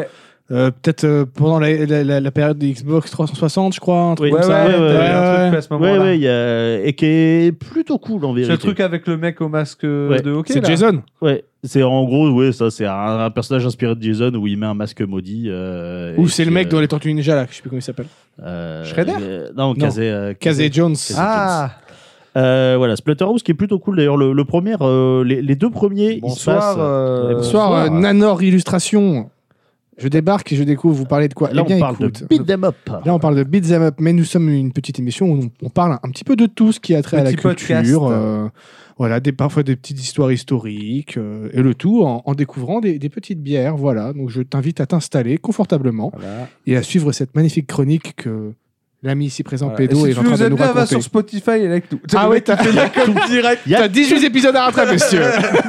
Euh, peut-être euh, pendant la, la, la, la période de Xbox trois cent soixante, je crois. Un truc Oui, comme Ouais, ça. ouais, ouais, t'avais ouais, un truc ouais. à ce Ouais, moment-là. ouais, il y a... et qui est plutôt cool en C'est vérité. le truc avec le mec au masque Ouais. de hockey. C'est là. Jason. Ouais, c'est en gros, ouais, ça, c'est un, un personnage inspiré de Jason où il met un masque maudit. Euh, Ou et c'est le qui, mec euh, dans les Tortues Ninja, là, je sais plus comment il s'appelle. euh, Shredder euh, Non, Kazé. euh, Casey Jones. Casey Ah, Euh, voilà, Splatterhouse qui est plutôt cool d'ailleurs. Le, le premier, euh, les, les deux premiers, ils se bonsoir. passent. euh, Ouais, Bonsoir, euh, Nanor Illustration. Je débarque et je découvre, vous parlez de quoi? Là, Eh bien, on parle écoute, de Beat Them Up. Là, on parle de Beat 'em Up, mais nous sommes une petite émission où on, on parle un petit peu de tout ce qui a trait à la Petit podcast. culture. euh, voilà, des, parfois des petites histoires historiques, euh, et le tout en, en découvrant des, des petites bières. Voilà, donc je t'invite à t'installer confortablement Voilà. et à suivre cette magnifique chronique que l'ami ici présent, Voilà. Et Pédo, si est tu en train nous de aimes nous bien, va raconter. sur Spotify et like nous. Ah ouais, t'as comme direct. Y a- t'as dix-huit épisodes à rattraper, monsieur.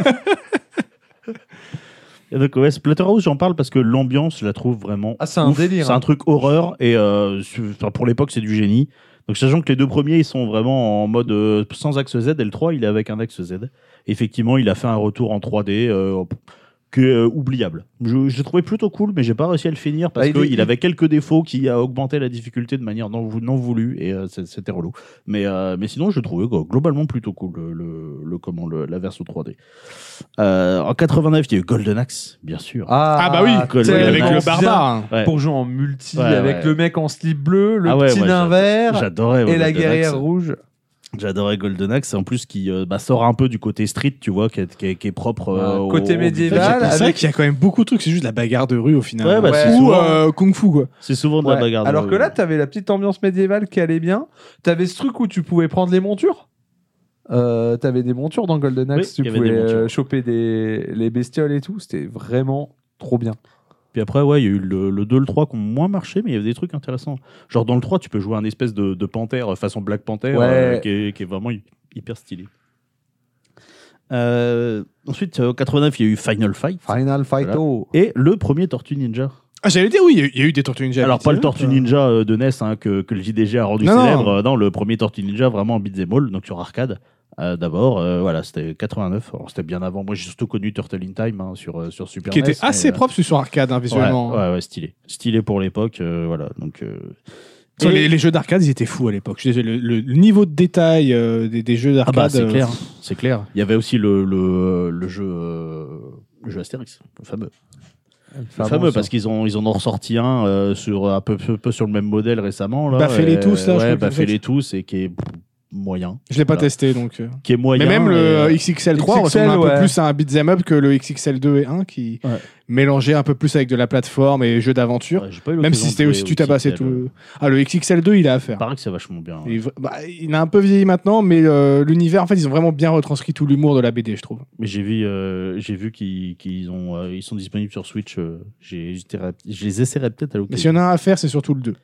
Et donc, ouais, Splatterhouse, j'en parle parce que l'ambiance, je la trouve vraiment. Ah, c'est un ouf. délire, C'est hein. un truc horreur et euh, su- enfin, pour l'époque, c'est du génie. Donc, sachant que les deux premiers, ils sont vraiment en mode euh, sans axe Z, et le trois, il est avec un axe Z. Effectivement, il a fait un retour en trois D euh, qui est euh, oubliable. Je, je l'ai trouvé plutôt cool, mais j'ai pas réussi à le finir parce Bah, il qu'il est- il avait quelques défauts qui a augmenté la difficulté de manière non, vou- non voulue et euh, c'est- c'était relou. Mais, euh, mais sinon, je le trouvais quoi, globalement plutôt cool, le, le, le- comment, le- la version trois D. Euh, en quatre-vingt-neuf, il y a eu Golden Axe, bien sûr. Ah bah oui, Golden avec Axe. le barbare. hein. Ouais. Pour jouer en multi Ouais, avec ouais. le mec en slip bleu, le Ah ouais, petit moi, nain j'ado- vert J'adorais ouais, et la Golden guerrière Axe. rouge. J'adorais Golden Axe, en plus qui euh, bah, sort un peu du côté street, tu vois, qui est, qui est- qui est propre euh, Ouais, au- côté au- médiéval. C'est vrai avec- qu'il y a quand même beaucoup de trucs, c'est juste la bagarre de rue au final. Ouais, bah, Ouais. c'est Ou souvent, euh, Kung Fu, quoi. c'est souvent de Ouais. la bagarre. de Alors rue. que là, t'avais la petite ambiance médiévale qui allait bien. T'avais ce truc où tu pouvais prendre les montures. Euh, t'avais des montures dans Golden Axe, Oui, il y tu avait pouvais des montures. euh, choper des... les bestioles et tout. C'était vraiment trop bien. Puis après, ouais, il y a eu le, le deux, le trois qui ont moins marché, mais il y avait des trucs intéressants. Genre dans le trois, tu peux jouer un espèce de, de panthère façon Black Panther Ouais. euh, qui, est, qui est vraiment hy- hyper stylé. Euh, ensuite, en quatre-vingt-neuf, il y a eu Final Fight Final Fight Voilà. oh. et le premier Tortue Ninja. Ah, j'allais dire, oui, il y a eu- il y, a eu des Tortues Ninja. Alors, pas le Tortue effectivement. Ninja euh, de N E S hein, que, que le J D G a rendu Non, non. célèbre. Euh, Non, le premier Tortue Ninja vraiment en beat'em all, donc sur arcade. Euh, D'abord, euh, voilà, c'était quatre-vingt-neuf. Alors, c'était bien avant. Moi, j'ai surtout connu Turtle in Time hein, sur, euh, sur Super Qui N E S. était assez mais, euh, propre sur arcade, hein, visuellement. Ouais, ouais, ouais, stylé. Stylé pour l'époque, euh, voilà. Donc, euh, Sur et- les, les jeux d'arcade, ils étaient fous à l'époque. Je suis désolé, Le, le niveau de détail euh, des, des jeux Ah d'arcade. bah c'est euh, clair, c'est clair. Il y avait aussi le, le, le jeu euh, le jeu Astérix, le fameux. Le Enfin, fameux bon, parce qu'ils ont ils en ont ressorti un euh, sur un peu, peu, peu sur le même modèle récemment là. Baffez-les Et- tous, là, je crois Ouais, que baffez c'est- les tous et qui est pff, moyen. Je l'ai pas Voilà. testé, donc. euh. Qui est moyen. Mais même le et, euh, euh, X X L trois X X L, ressemble un ouais. peu plus à un beat'em up que le X X L deux et un qui Ouais. mélangeait un peu plus avec de la plateforme et jeux d'aventure. ouais, j'ai pas eu Même l'occasion si c'était de aussi jouer tu au tabassais X X L. tout. Ah, le X X L deux, il a à faire. Il paraît que c'est vachement bien. ouais. Il, v- bah, il a un peu vieilli maintenant, mais euh, l'univers, en fait, ils ont vraiment bien retranscrit tout l'humour de la B D, je trouve. Mais j'ai vu, euh, j'ai vu qu'ils qu'ils ont, euh, ils sont disponibles sur Switch. euh, j'ai- j'étais- je les essaierai peut-être à Mais s'il y l'occasion. en a un à faire, c'est surtout le deux.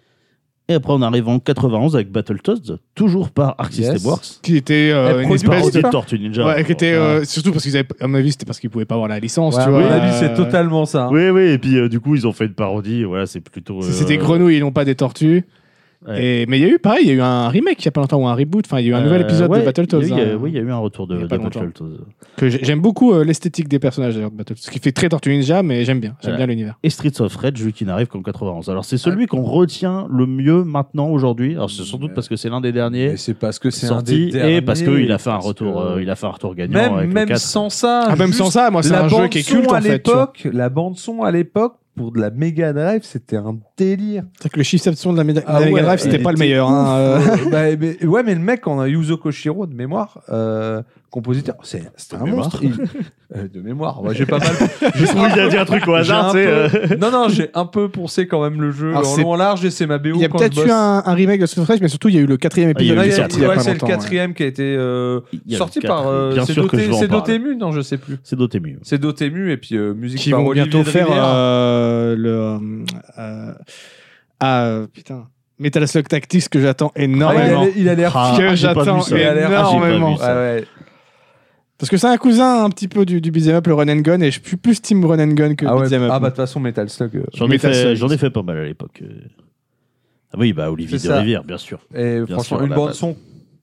Et après, on arrive en quatre-vingt-onze avec Battletoads, toujours par Arc Yes. System Works. Qui était euh, Eh, une produit espèce par de. Parodie de Tortue Ninja. Ouais, qui était, Voilà. euh, surtout parce qu'ils avaient, à mon avis, c'était parce qu'ils pouvaient pas avoir la licence, Ouais, tu à vois. mon avis, euh, c'est totalement ça. hein. Oui, oui, et puis euh, du coup, ils ont fait une parodie. Voilà, c'est plutôt. C'est des euh, grenouilles, ils n'ont pas des tortues. Ouais. Et, mais il y a eu, pareil, il y a eu un remake il y a pas longtemps, ou un reboot. Enfin, il y a eu un nouvel euh, épisode ouais, de Battletoads. il y a eu- il y a- hein. Oui, il y a eu un retour de, Il y a de pas longtemps. Battletoads. Que j'ai- j'aime beaucoup euh, l'esthétique des personnages d'ailleurs de Battletoads. Ce qui fait très Tortue Ninja, mais j'aime bien. J'aime Voilà. bien l'univers. Et Streets of Rage, vu qu'il n'arrive qu'en quatre-vingt-onze. Alors, c'est celui qu'on retient le mieux maintenant, aujourd'hui. Alors, c'est sans doute parce que c'est l'un des derniers Mais c'est parce que c'est un sortis des derniers. et parce qu'il a fait un parce retour, que- euh, il a fait un retour gagnant. Même, avec le même quatre. sans ça. Ah, même juste sans ça, moi, c'est la un jeu qui est bande-son culte à en fait. tu vois. l'époque, la bande son à l'époque pour de la Mega Drive, c'était un délire. C'est que le shift son de la, Mega- Ah la Mega ouais, Drive, c'était il pas le était meilleur. ouf. hein, euh. Euh, bah, mais- ouais, mais le mec, on a Yuzo Koshiro de mémoire, euh, compositeur, c'est c'était un mémoire. monstre. Il- euh, de mémoire, ouais, j'ai pas mal. Je trouve qu'il a dit un truc au j'ai hasard, un tu sais. euh. peu- Non, non, j'ai un peu poncé quand même le jeu Alors, en c'est- long en large et c'est ma B O Il y a quand peut-être je eu bosse. un, un remake de Street of Rage, mais surtout il y a eu le quatrième Ah, il y a épisode eu qui le est Ouais, sorti il y a ouais, pas c'est le longtemps. ouais. quatrième qui a été euh, Il y a le sorti quatre, par euh, bien c'est sûr que je Doté- vais en c'est parler. Dotemu, non, je sais plus. C'est Dotemu. C'est Dotemu et puis euh, musique Qui par vont Olivier bientôt de faire Rivière. euh, le. euh, euh, ah, euh, putain. Metal Slug Tactics que j'attends Ah, il, a, énormément. l'air- il a l'air Ah, que j'ai pas j'attends vu ça. Il a l'air- Ah, j'ai pas vu énormément. ça. Ouais, ouais. Parce que c'est un cousin un petit peu du, du beat'em up, le run and gun, et je suis plus team run and gun que Ah, ouais. beat'em up. Ah, bah de toute façon, Metal Slug. euh, J'en ai, Metal fait, Slug. j'en ai fait pas mal à l'époque. euh. Ah oui, bah Olivier C'est de ça. Rivière, bien sûr. Et Bien franchement, sûr, une la bande base. son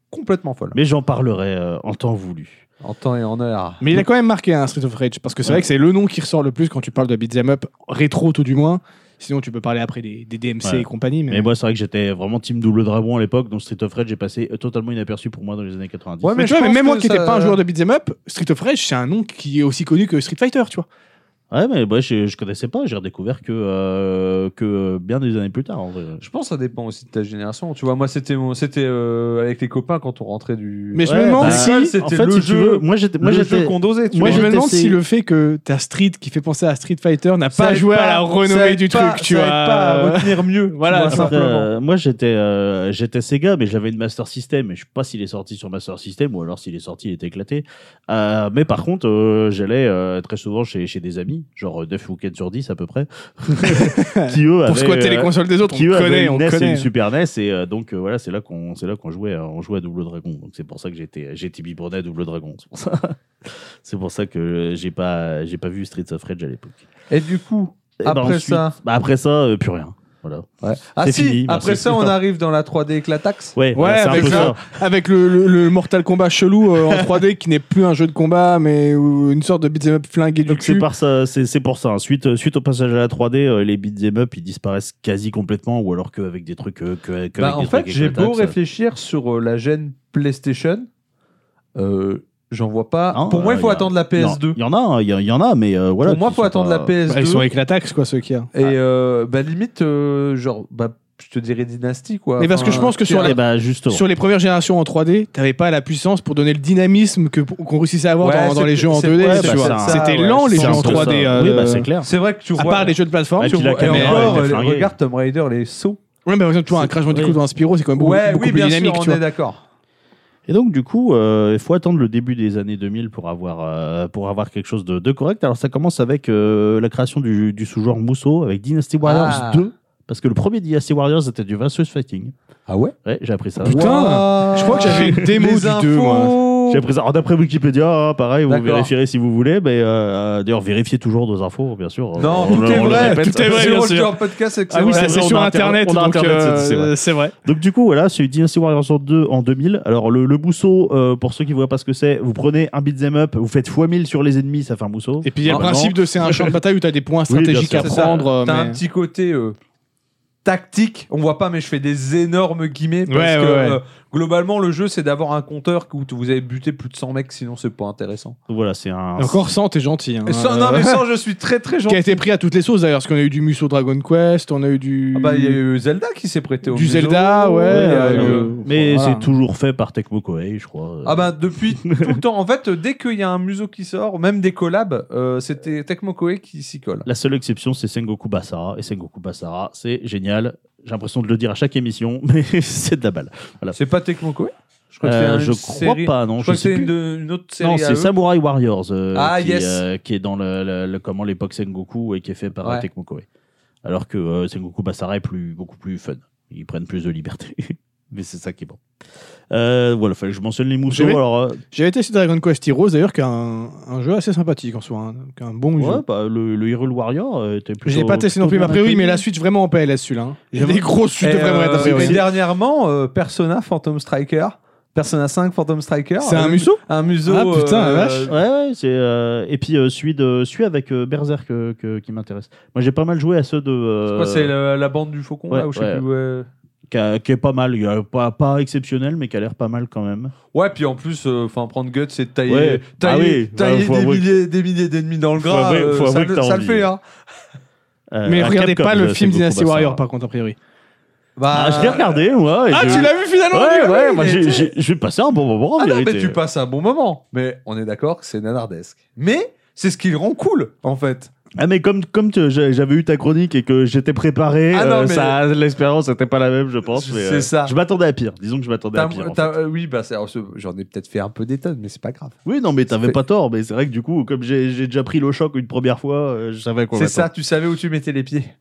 complètement folle. Mais j'en parlerai euh, en temps voulu. En temps et en heure. Mais il a quand même marqué un Street of Rage, parce que c'est Ouais. vrai que c'est le nom qui ressort le plus quand tu parles de beat'em up, rétro tout du moins. Sinon, tu peux parler après des, des D M C Ouais. et compagnie. Mais, Mais moi, c'est vrai que j'étais vraiment team Double Dragon à l'époque, donc Street of Rage, j'ai passé euh, totalement inaperçu pour moi dans les années quatre-vingt-dix. Ouais, Mais mais tu je vois, mais pense même moi que qui n'étais ça- pas un joueur de beat'em up, Street of Rage, c'est un nom qui est aussi connu que Street Fighter, tu vois. Ouais, mais ouais, je, je connaissais pas, j'ai redécouvert que, euh, que bien des années plus tard, en vrai. Je pense que ça dépend aussi de ta génération. Tu vois, moi, c'était mon... c'était euh, avec les copains quand on rentrait du. Mais je Ouais, me demande bah, si. c'était en fait, le si tu jeu- veux, moi j'étais, moi le j'étais, jeu qu'on dosait. Tu Moi, vois. je me j'étais demande c'est- si le fait que t'as Street qui fait penser à Street Fighter n'a Ça pas aide joué à la ça renommée aide du pas- truc, tu ça vois. aide pas à retenir mieux. Voilà, tu vois, Après, Après, simplement. euh, moi j'étais, euh, j'étais Sega, mais j'avais une Master System, et je sais pas s'il est sorti sur Master System, ou alors s'il est sorti, il était éclaté. Euh, mais par contre, euh, j'allais euh, très souvent chez, chez des amis, genre neuf week-ends sur dix à peu près, qui eux Pour avaient, squatter les euh, consoles des autres, qui on eux avaient connaît, une on N E S et connaît. une Super N E S, et euh, donc euh, voilà, c'est là qu'on, c'est là qu'on jouait, euh, on jouait à Double Dragon. Donc c'est pour ça que j'ai été, j'ai été biberonné à Double Dragon. C'est pour ça, c'est pour ça que j'ai pas, j'ai pas vu Streets of Rage à l'époque. Et du coup, Et ben après ensuite- ça. bah après ça, euh, plus rien. Voilà. Ouais. Ah C'est si, fini, après merci. ça, on arrive dans la trois D avec la taxe. Ouais, Ouais, voilà, c'est un avec, peu le, ça. avec le, le- le Mortal Kombat chelou euh, en trois D qui n'est plus un jeu de combat, mais euh, une sorte de beat'em up flingué du Donc c'est cul. par ça, c'est c'est pour ça. Suite, suite au passage à la trois D, euh, les beat'em up ils disparaissent quasi complètement, ou alors qu'avec des trucs euh, que, que Bah, avec en des fait, trucs avec j'ai la beau taxe. réfléchir sur euh, la gêne PlayStation, euh, j'en vois pas. Non, Pour moi, euh, il faut y a- attendre la P S deux. Il y en a, hein, il y, a- il y en a, mais euh, voilà. Pour moi, qui il faut sont attendre pas- la P S deux. Bah, ils sont avec la taxe, quoi, ceux qui a. Et euh, bah, limite, euh, genre, bah, je te dirais dynastie, quoi. Mais parce que je pense que sur Eh les- bah, justement. Sur les premières générations en trois D, t'avais pas la puissance pour donner le dynamisme que qu'on réussissait à avoir Ouais, dans, dans les c'est- jeux en c'est- deux D. ouais, tu bah, vois. c'est un- C'était ouais, lent les c'est jeux un en peu trois D. ça. euh, Oui, bah, c'est clair. C'est vrai que tu À vois. part les jeux de plateforme, Et tu puis la vois- caméra, mais, elle euh, encore, était euh, flinguée. regarde Tomb Raider, les sauts. Ouais, mais par exemple, tu vois, un C'est- Crash Bandicoot oui. ou un Spyro, c'est quand même beaucoup, Ouais, beaucoup oui, plus bien dynamique, sûr, tu on vois. est d'accord. Et donc, du coup, euh, il faut attendre le début des années deux mille pour avoir, euh, pour avoir quelque chose de, de correct. Alors, ça commence avec euh, la création du, du sous-genre Musou avec Dynasty Warriors Ah. deux. Parce que le premier Dynasty Warriors c'était du versus fighting. Ah ouais. Ouais, j'ai appris ça. Putain, Ouah. je crois que j'avais une démo Les du infos. deux, moi. J'ai appris ça. Alors, d'après Wikipédia, hein, pareil, vous D'accord. vérifierez si vous voulez. Mais euh, d'ailleurs, vérifiez toujours nos infos, bien sûr. Non, On tout le- est on le vrai. répète. tout est vrai, Si bien on le sûr. dit en podcast, c'est que Ah oui, vrai. Ouais, c'est c'est vrai, sur on a Internet, Internet, on a donc Internet, euh, c'est- c'est vrai. c'est vrai. Donc du coup voilà, c'est Dynasty Warriors deux en deux mille. Alors le, le mousseau, euh, pour ceux qui voient pas ce que c'est, vous prenez un beat'em up, vous faites fois mille sur les ennemis, ça fait un mousseau. Et puis il y a le Normalement. principe de c'est un champ de bataille où tu as des points Oui, bien stratégiques sûr. à C'est ça. prendre. euh, T'as un mais- petit côté euh, tactique. On voit pas, mais je fais des énormes guillemets parce Ouais, que ouais, ouais. euh, globalement, le jeu, c'est d'avoir un compteur où vous avez buté plus de cent mecs, sinon c'est pas intéressant. Voilà, c'est un. Et encore cent, t'es gentil. Hein. Et sans- non, mais sans, je suis très très Qui a gentil. été pris à toutes les sauces d'ailleurs, parce qu'on a eu du Musou Dragon Quest, on a eu du. Ah bah, il y a eu Zelda qui s'est prêté au Du museau. Zelda, ouais, il y a euh, eu- le- Mais Voilà. c'est toujours fait par Tecmo Koei, je crois. Ah bah depuis tout le temps. En fait, dès qu'il y a un museau qui sort, même des collabs, euh, c'était Tecmo Koei qui s'y colle. La seule exception, c'est Sengoku Basara. Et Sengoku Basara, c'est génial. J'ai l'impression de le dire à chaque émission, mais c'est de la balle. Voilà. C'est pas Tecmo Koei. Je crois que Euh, c'est je une crois série- pas, non. Je crois je que sais c'est une, plus. de- une autre série. Non, à c'est eux. Samurai Warriors euh, Ah, qui, yes. euh, qui est dans le, le- le- comment l'époque Sengoku et qui est fait par Ouais. euh, Tecmo Koei. Alors que euh, Sengoku Basara est plus, beaucoup plus fun. Ils prennent plus de liberté. Mais c'est ça qui est bon. Euh, voilà, fallait que je mentionne les mousseaux. J'avais- Alors, euh, J'avais testé Dragon Quest Heroes d'ailleurs, qui est un, un jeu assez sympathique en soi, hein, qui est un bon ouais, jeu. bah, le, le Hyrule Warrior euh, était plutôt. Je l'ai pas testé non plutôt plus, mais a bien priori, mais accueilli. la suite vraiment en P L S celui-là. hein. Il y a des grosses suites Et, vraiment être a euh, priori. et dernièrement, euh, Persona Phantom Striker. Persona cinq Phantom Striker. C'est un Euh, museau Un museau. Ah, putain, la euh, vache. Ouais, ouais, c'est. euh, et puis euh, celui, de, celui avec euh, Berserk euh, que- qui m'intéresse. Moi, j'ai pas mal joué à ceux de. euh, C'est quoi, c'est la, la bande du faucon ouais, là, ou je sais ouais. plus, ouais. qui, a- qui est pas mal. Il y a pas, pas exceptionnel, mais qui a l'air pas mal quand même. Ouais, puis en plus, enfin prendre Guts, c'est de tailler, Ouais. tailler, Ah oui, tailler ouais, faut des, avouer que- milliers, des milliers d'ennemis dans le Faut gras. avouer- euh, faut ça, avouer que le- t'as ça le envie. fait, hein. Euh, Mais à regardez Capcom, pas le de film Sengoku Dynasty Basara. Warrior par contre, a priori. Bah, Ah, je l'ai regardé, moi. et Ah, je- tu l'as vu finalement Ouais, lui ouais, moi, il j'ai- était- j'ai- je vais passer un bon moment en Ah non, vérité. mais tu passes un bon moment. Mais on est d'accord que c'est nanardesque. Mais c'est ce qui le rend cool, en fait. Ah, mais comme, comme tu- j'ai- j'avais eu ta chronique et que j'étais préparé, Ah non, euh, mais- ça, l'expérience n'était pas la même, je pense. C'est mais, euh, ça. Je m'attendais à pire. Disons que je m'attendais à T'as- pire. en t'as- fait. euh, oui, bah, c'est- j'en ai peut-être fait un peu des tonnes, mais c'est pas grave. Oui, non, mais t'avais fait- pas tort. Mais c'est vrai que du coup, comme j'ai j'ai déjà pris le choc une première fois, euh, je savais à quoi C'est m'attendre. ça, tu savais où tu mettais les pieds.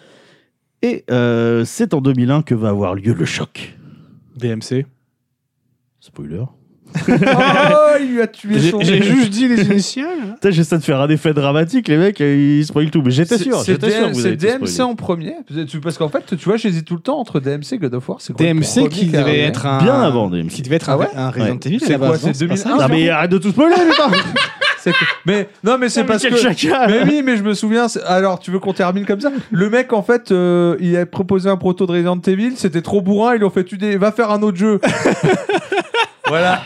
Et euh, c'est en deux mille un que va avoir lieu le choc. D M C. Spoiler. Oh, il lui a tué J'ai son. j'ai juste dit les initiales. Putain, j'essaie de faire un effet dramatique, les mecs, ils spoilent tout. Mais j'étais C'est- sûr, C'est j'étais sûr D- que vous c'est avez été D M C spoilés. en premier. Parce qu'en fait, tu vois, j'hésite tout le temps entre D M C et God of War. C'est quoi D le M C premier qui est devait arrivé être un. Bien avant D M C. Qui devait être Ah un, ouais un Resident Ouais. Evil. à C'est la quoi, base, c'est non C'est pas ça deux mille un, Non, mais arrête de tout spoiler, putain. C'est- Mais non, mais c'est Non, mais parce quel que. chacal. Mais oui, mais je me souviens. c'est- Alors, tu veux qu'on termine comme ça? Le mec, en fait, euh, il a proposé un proto de Resident Evil. C'était trop bourrin. Ils lui ont fait tu dé- va faire un autre jeu. Voilà.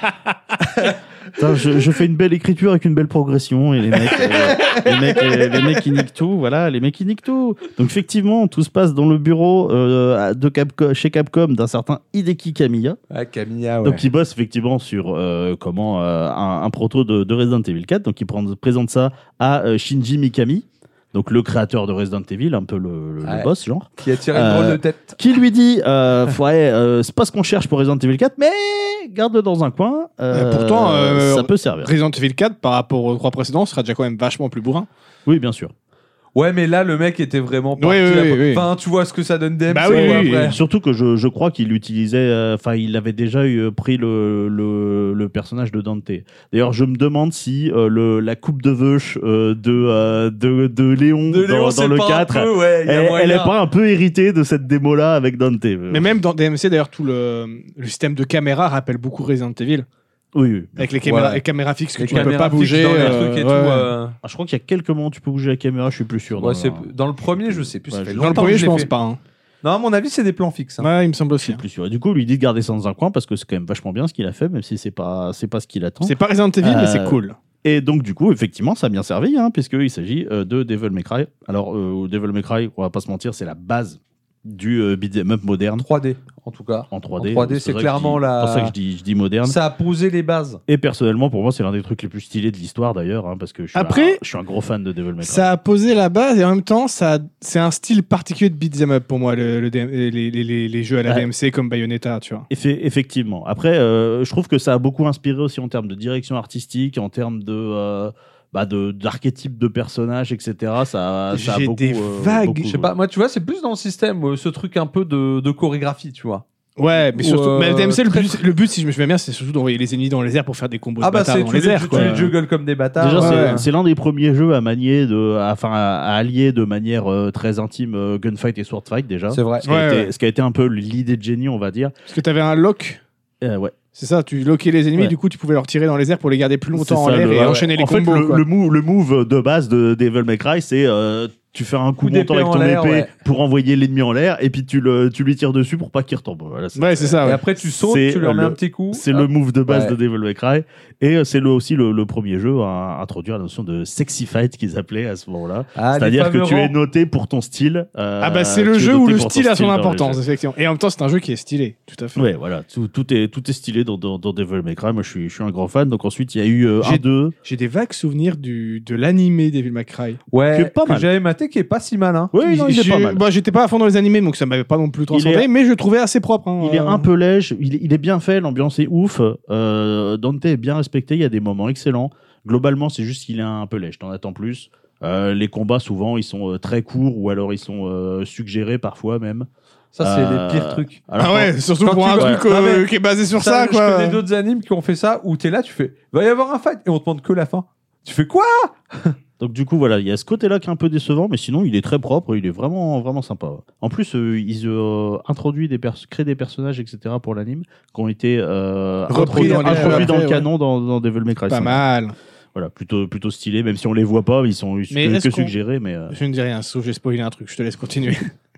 Putain, je, je fais une belle écriture avec une belle progression et les mecs, euh, les mecs, les, les mecs ils niquent tout, voilà, les mecs ils niquent tout. Donc effectivement, tout se passe dans le bureau euh, de Capcom, chez Capcom d'un certain Hideki Kamiya. Ah, Camilla, ouais. Donc il bosse effectivement sur euh, comment euh, un, un proto de, de Resident Evil quatre. Donc il prend- présente ça à euh, Shinji Mikami, donc le créateur de Resident Evil, un peu le, le- le Ouais. boss genre, Qui a tiré une Euh, drôle de tête. qui lui dit euh, ouais, euh, c'est pas ce qu'on cherche pour Resident Evil quatre, mais garde-le dans un coin. euh, Euh, pourtant, euh, ça peut servir. Resident Evil quatre, par rapport aux trois précédents, sera déjà quand même vachement plus bourrin. Oui, bien sûr. Ouais, mais là, le mec était vraiment parti. Oui, oui, à- oui, oui. Enfin, tu vois ce que ça donne D M C Bah oui, quoi, oui, après. oui. Surtout que je, je crois qu'il utilisait, enfin, il avait déjà eu, pris le, le, le personnage de Dante. D'ailleurs, je me demande si euh, le, la coupe de veuche euh, de, euh, de, de Léon, De dans, Léon, dans c'est le pas un quatre, peu, ouais, il y a elle, moyen. elle est pas un peu héritée de cette démo-là avec Dante. Mais même dans D M C, d'ailleurs, tout le, le système de caméra rappelle beaucoup Resident Evil. Oui, oui. Avec les caméras, Ouais. les caméras fixes que Les tu ne peux caméras pas fixes bouger. dans les euh, trucs et ouais. tout. euh, Ah, je crois qu'il y a quelques moments où tu peux bouger la caméra, je suis plus sûr. Ouais, dans le- c'est dans le premier, je sais plus. ça Ouais, fait je- Dans le longtemps premier, que je l'ai pense fait. pas. hein. Non, à mon avis, c'est des plans fixes. hein. Ouais, il me semble aussi. Je suis plus sûr. Et du coup, lui dit de garder ça dans un coin parce que c'est quand même vachement bien ce qu'il a fait, même si c'est pas, c'est pas ce qu'il attend. C'est pas Resident Evil, mais c'est Euh, cool. Et donc, du coup, effectivement, ça a bien servi, hein, puisqu'il s'agit euh, de Devil May Cry. Alors, euh, Devil May Cry, on va pas se mentir, c'est la base du euh, beat'em up moderne trois D, en tout cas. en trois D. En trois D, c'est vrai que clairement je dis- la- C'est pour ça que je dis, je dis moderne. Ça a posé les bases. Et personnellement, pour moi, c'est l'un des trucs les plus stylés de l'histoire, d'ailleurs, hein, parce que je suis, Après, un, je suis un gros fan de Devil May Cry. Ça a posé la base et en même temps, ça, c'est un style particulier de beat'em up pour moi, le, le D M les, les, les, les jeux à la Ouais. D M C comme Bayonetta, tu vois. Effe- effectivement. Après, euh, je trouve que ça a beaucoup inspiré aussi en termes de direction artistique, en termes de, euh, bah de d'archétypes de personnages, et cetera. Ça, ça a J'ai beaucoup. des euh, vagues, beaucoup Je sais joué. pas, moi, tu vois, c'est plus dans le système, euh, ce truc un peu de, de chorégraphie, tu vois. Ouais, mais Ou, surtout, euh, mais le D M C, le très- but, le but, si je me souviens bien, c'est surtout d'envoyer les ennemis dans les airs pour faire des combos Ah de bah, bâtards c'est dans tous les les, airs, tu quoi. les juggles comme des bâtards. Déjà, ouais. c'est ouais. c'est l'un des premiers jeux à manier, de, à, enfin, à, à allier de manière euh, très intime euh, gunfight et swordfight déjà. C'est vrai. Ce qui, a Ouais, été, ouais. ce qui a été un peu l'idée de génie, on va dire. Parce que t'avais un lock. Euh, ouais. C'est ça, tu lockais les ennemis, Ouais. du coup tu pouvais leur tirer dans les airs pour les garder plus C'est longtemps en ça, l'air le- et ouais. enchaîner les en combos. fait, le, quoi. le move, le move de base de Devil May Cry, c'est euh, tu fais un coup, Coup montant d'épée avec en ton l'air, épée ouais. pour envoyer l'ennemi en l'air, et puis tu, le, tu lui tires dessus pour pas qu'il retombe. Voilà, c'est Ouais, c'est ça. Et Ouais. après, tu sautes, C'est, tu leur euh, mets le- un petit coup. c'est Ah. le move de base Ouais. de Devil May Cry, et euh, c'est le, aussi le, le premier jeu à introduire la notion de sexy fight qu'ils appelaient à ce moment-là. Ah, les C'est-à-dire que fameux tu es rangs. noté pour ton style. euh, Ah bah c'est tu le es jeu noté où le pour ton style a son dans les importance, jeux. effectivement. Et en même temps, c'est un jeu qui est stylé, tout à fait. Ouais, voilà, tout, tout, est, tout est stylé dans, dans, dans Devil May Cry. Moi, je suis, je suis un grand fan. Donc ensuite, il y a eu euh, J'ai- un deux. J'ai des vagues souvenirs du, de l'animé Devil May Cry. Ouais, qui est pas que mal. j'avais maté, qui est pas si mal. Hein. Oui, non, il est J'ai- pas mal. Bah, j'étais pas à fond dans les animés, donc ça m'avait pas non plus transcendé, est- mais je le trouvais assez propre. hein. Il est Euh, un peu léger, il est, il est bien fait, l'ambiance est ouf. Euh, Dante est bien respecté, il y a des moments excellents. Globalement, c'est juste qu'il est un peu léger, t'en attends plus. Euh, les combats, souvent, ils sont euh, très courts ou alors ils sont euh, suggérés parfois même. Ça, c'est Euh, les pires trucs. Alors, Ah ouais, surtout quand pour tu un vas- truc Ouais. euh, Non, mais qui est basé sur Ça, ça, je quoi. connais d'autres animes qui ont fait ça où t'es là, tu fais va y avoir un fight et on te demande que la fin. Tu fais quoi? Donc du coup voilà, il y a ce côté-là qui est un peu décevant, mais sinon il est très propre, il est vraiment vraiment sympa. En plus, euh, ils euh, introduisent des pers- créent des personnages, et cetera pour l'anime, qui ont été euh, Repris introduits, dans les jeux introduits dans après, le ouais. canon dans, dans Devil May Cry. Pas cinq. mal. Voilà, plutôt plutôt stylé, même si on les voit pas, ils sont ils sont Mais que, est-ce que qu'on- suggérés, mais. euh. Je ne dis rien, sauf j'ai spoilé un truc, je te laisse continuer.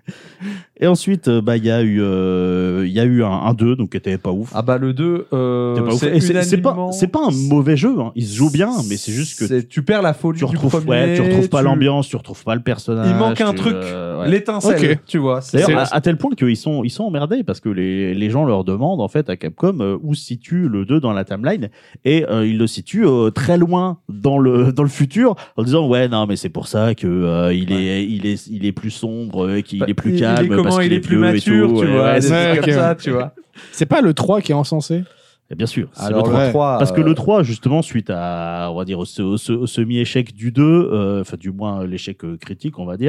Et ensuite, euh, bah il y a eu euh, il y a eu un, un deux, donc qui était pas ouf. Ah bah le deux, euh, C'était pas ouf. c'est Et c'est c'est pas unanimement- c'est pas un mauvais jeu, hein. Il se joue bien, mais c'est juste que C'est- tu perds la folie tu du retrouves premier. ouais, tu retrouves pas tu- l'ambiance, tu retrouves pas le personnage. Il manque un tu, truc, euh, ouais. l'étincelle, Ok. tu vois. c'est- D'ailleurs, c'est- à, à tel point qu'ils sont, ils sont emmerdés parce que les, les gens leur demandent en fait à Capcom euh, où se situe le deux dans la timeline et euh, ils le situent euh, très loin dans le dans le futur en disant ouais non mais c'est pour ça que euh, il est il est il est plus sombre et qu'il Bah, est plus il- calme il est comment, parce qu'il il est est plus vieux et mature, tout, tu ouais, vois, ouais, des c'est- Ouais, trucs ok. comme ça, tu vois. C'est pas le trois qui est encensé. et bien sûr. c'est Alors le le trois. trois, Parce que euh, le trois, justement, suite à, on va dire, au, au- au semi-échec du deux, euh, enfin, du moins, l'échec euh, critique, on va dire,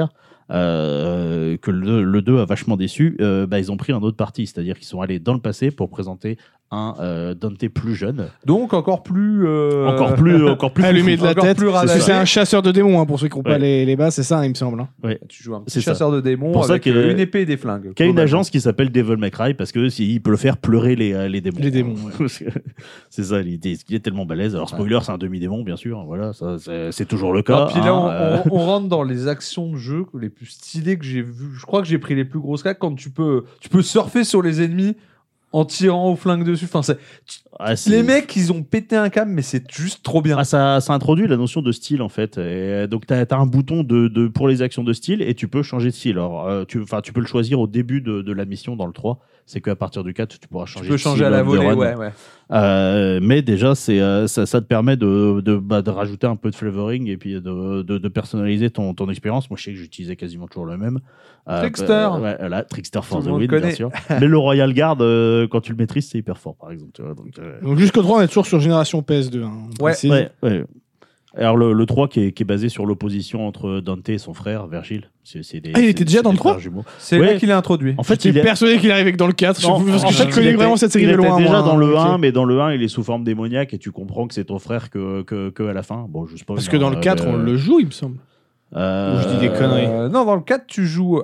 euh, que le, le deux a vachement déçu, euh, bah, ils ont pris un autre parti, c'est-à-dire qu'ils sont allés dans le passé pour présenter un euh, Dante plus jeune, Donc encore plus. euh, encore plus, encore plus Allumé de la encore tête. plus Parce que radagé. c'est un chasseur de démons, hein, pour ceux qui n'ont pas Ouais. les, les bases, c'est ça, il me semble. hein. Ouais. Tu joues un petit C'est ça. chasseur de démons Pour ça avec qu'il y a- euh, une épée et des flingues. Qui a une Globalement. agence qui s'appelle Devil May Cry parce que si, il peut le faire pleurer les, euh, les démons. Les démons, ouais. Parce que c'est ça l'idée. Il est tellement balèze. Alors spoiler, c'est un demi-démon bien sûr. Voilà, ça c'est, c'est toujours le cas. Alors, puis là, hein, on, euh, on- on rentre dans les actions de jeu les plus stylées que j'ai vues. Je crois que j'ai pris les plus grosses claques quand tu peux, tu peux surfer sur les ennemis en tirant au flingue dessus. Enfin, c'est... ah, c'est- Les mecs, ils ont pété un câble, mais c'est juste trop bien. Ah, ça, ça introduit la notion de style en fait. Et donc tu as un bouton de, de, pour les actions de style et tu peux changer de style. Alors euh, tu, tu peux le choisir au début de, de la mission dans le trois. C'est qu'à partir du quatre, tu pourras changer tu peux de changer style à la de volée, run. ouais, ouais. Euh, mais déjà, c'est, euh, ça, ça te permet de, de, bah, de rajouter un peu de flavoring et puis de, de, de personnaliser ton, ton expérience. Moi, je sais que j'utilisais quasiment toujours le même. Euh, Trickster. bah, ouais, voilà, Trickster for Tout the le monde win, bien connaît. sûr. Mais le Royal Guard, euh, quand tu le maîtrises, c'est hyper fort, par exemple. Tu vois, donc, euh, Donc jusqu'au trois, on est toujours sur génération P S deux. Hein, on Ouais, précise. ouais, ouais. Alors, le, le trois qui est, qui est basé sur l'opposition entre Dante et son frère, Virgile. C'est, c'est des, Ah, il c'est- était déjà c'est dans des le trois frères jumeaux. C'est Ouais. là qu'il est introduit. En fait, J'étais il est. persuadé qu'il arrivait que dans le quatre. Non, je, parce en que fait, je il connais était- vraiment cette série il de était loin. déjà moi, dans hein, le ok. un, mais dans le un, il est sous forme démoniaque et tu comprends que c'est ton frère que, que, que à la fin. Bon, je spoil, Parce que dans le hein, quatre, mais, on euh, le joue, il me semble. euh, Ou je dis des conneries. Euh, non, dans le quatre, tu joues.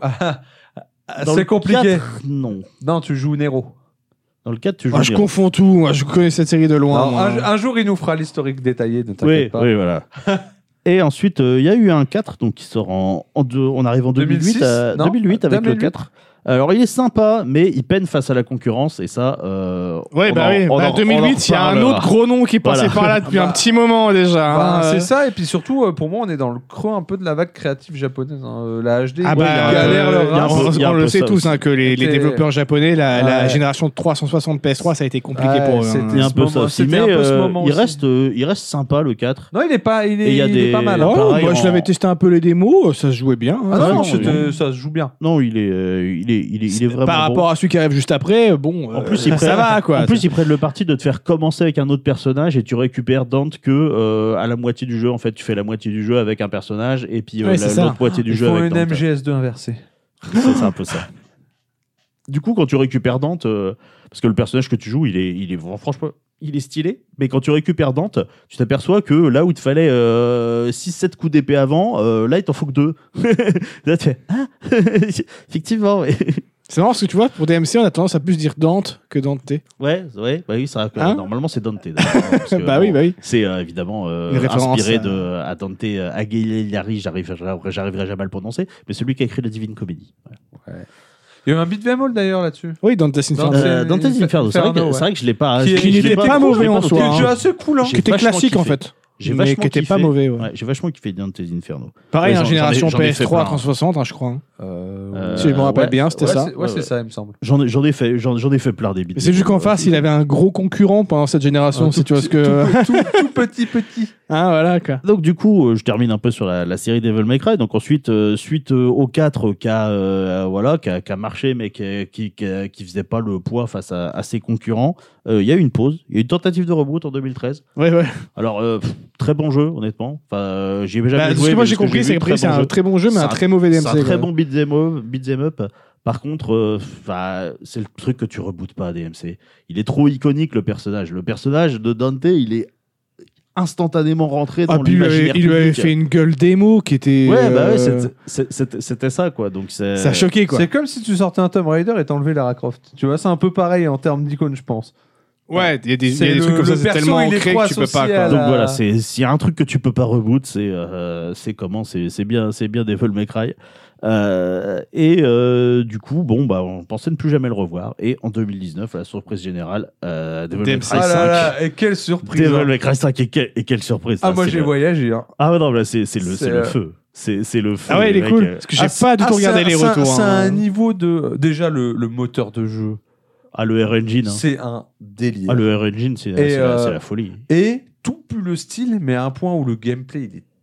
dans c'est le compliqué. quatre, non. Non, tu joues Nero. Dans le quatre, tu joues. Ah, je Nero. confonds tout. Moi, je connais cette série de loin. Non, moi. un, un jour, il nous fera l'historique détaillé, ne t'inquiète Oui, pas. oui, voilà. Et ensuite, euh, il y a eu un quatre donc, qui sort en, en deux, on arrive en deux mille huit, deux mille six, à- non, deux mille huit avec deux mille huit. le quatre. Alors, il est sympa, mais il peine face à la concurrence, et ça. Euh, Ouais, on bah en- oui. on Bah, en- deux mille on en huit, il y a un reparlera. autre gros nom qui est passé Voilà. par là depuis Bah, un petit moment déjà. Bah, hein, c'est euh. ça, et puis surtout, euh, pour moi, on est dans le creux un peu de la vague créative japonaise. hein. Euh, La H D, Ah ils bah, galèrent euh, leur il y a un race. peu- on, il y a un on peu le sait ça tous aussi. hein, que les, les C'était- développeurs japonais, la, la Ouais. génération de trois cent soixante P S trois, ça a été compliqué Ouais, pour eux. c'était- hein. Il y a un ce peu moment- ça aussi. c'était Mais un peu ce euh, moment il, aussi. reste, euh, il reste sympa, le quatre. Non, il est pas, il Et est, il y a il est des- pas mal. Oh, hein. Ouais, pareil, moi, je en- l'avais testé un peu les démos, ça se jouait bien. hein. Ah non, Ouais, non, non, c'était- oui. ça se joue bien. Non, il est, euh, il est, il est, il est vraiment Par bon. rapport à celui qui arrive juste après, bon, En euh, plus, ils ça prennent- va quoi. En plus, ils prennent le parti de te faire commencer avec un autre personnage et tu récupères Dante que euh, à la moitié du jeu. En fait, tu fais la moitié du jeu avec un personnage et puis euh, Ouais, la- c'est ça. l'autre moitié du Ils jeu font avec une Dante. M G S deux inversée. C'est c'est un peu ça. Du coup, quand tu récupères Dante, euh, parce que le personnage que tu joues, il est, il est franchement, il est stylé. Mais quand tu récupères Dante, tu t'aperçois que là où il te fallait euh, six sept coups d'épée avant, euh, là il t'en faut que deux. Là tu fais, ah effectivement. Ouais. C'est marrant parce que tu vois, pour D M C, on a tendance à plus dire Dante que Dante. Ouais, ouais, bah oui, ça, Hein normalement c'est Dante. d'ailleurs, parce que, Bah oui, bon, bah oui. C'est euh, évidemment euh, Une référence inspiré à- de, à Dante euh, Alighieri, j'arrive- j'arriverai jamais à le prononcer, mais celui qui a écrit la Divine Comédie. Il y a eu un beat'em all d'ailleurs là-dessus. Oui, Dante's Inferno. Dante's Euh, Dante's Inferno, c'est vrai, que, Inferno, ouais. c'est vrai que je l'ai pas. Qui je- est- je qui l'ai n'était pas je l'ai mauvais en noté. soi, Qui est hein. déjà assez cool. Hein. J'ai Qui était vachement classique en kiffé. fait. J'ai Mais vachement qui était pas kiffé. mauvais. Ouais. Ouais, j'ai vachement kiffé Dante's Inferno. Pareil, Ouais, en j'en- génération j'en ai- j'en ai P S fait trois plein. trente soixante, hein, je crois. hein. Euh, Si je me rappelle ouais. bien, c'était ouais, ça. c'est- Ouais, c'est ça, il me semble. J'en ai, j'en ai fait, j'en, j'en ai fait plein des bits. Mais c'est juste qu'en face, il avait un gros concurrent pendant cette génération, Un si tout tu vois petit- ce que. Tout, tout- tout petit, petit. Hein, voilà quoi. Donc du coup, euh, je termine un peu sur la, la série Devil May Cry. Donc ensuite, euh, suite euh, au quatre qui a, euh, voilà, qui a, qui a marché, mais qui, qui, qui, qui faisait pas le poids face à, à ses concurrents, euh, il y a eu une pause. Il y a eu une tentative de reboot en deux mille treize. Ouais, ouais. Alors euh, pff, très bon jeu, honnêtement. Enfin, euh, j'y ai jamais Bah, joué. ce que mais moi ce j'ai que compris, vu, c'est que c'est bon un jeu. très bon jeu, mais C'est un un- très mauvais D M C. C'est un très quoi. bon beat'em up, beat'em up. Par contre, euh, 'fin, c'est le truc que tu rebootes pas à D M C. Il est trop iconique, le personnage. Le personnage de Dante, il est instantanément rentré dans Ah, puis il lui avait- l'imaginaire il lui avait public. fait une gueule démo qui était. Ouais, bah ouais, euh, c'était- c'est- c'était c'était ça, quoi. Donc c'est... Ça a choqué quoi. C'est comme si tu sortais un Tomb Raider et t'enlevais Lara Croft. Tu vois, c'est un peu pareil en termes d'icône, je pense. Ouais, il y a des, il y a C'est des le- trucs comme le ça, c'est perso, tellement il est ancré trop que tu peux pas. associé Quoi. à Donc la- voilà, c'est- s'il y a un truc que tu peux pas reboot, c'est euh, c'est comment c'est c'est bien, c'est bien Devil May Cry. Euh, et euh, du coup, bon, bah, on pensait ne plus jamais le revoir. Et en deux mille dix-neuf, à la surprise générale, euh, Devil May Cry Ah là cinq. là, et quelle surprise. Devil hein. May Cry cinq, et, quelle- et quelle surprise. Ah, ça, moi c'est j'ai le- voyagé. Hein. Ah ouais, non, là, c'est c'est le, C'est, c'est le euh, feu. C'est c'est le feu. Ah ouais, il les est mecs, cool. euh, Parce que j'ai Ah, pas du ah, tout regardé c'est un- les c'est un- retours. C'est hein. un niveau de. Déjà, le, le moteur de jeu, Ah, le R Engine. Hein. c'est un délire. Ah, le R Engine, c'est Et, c'est la, euh, c'est la folie. Et tout pue le style, mais à un point où le gameplay il est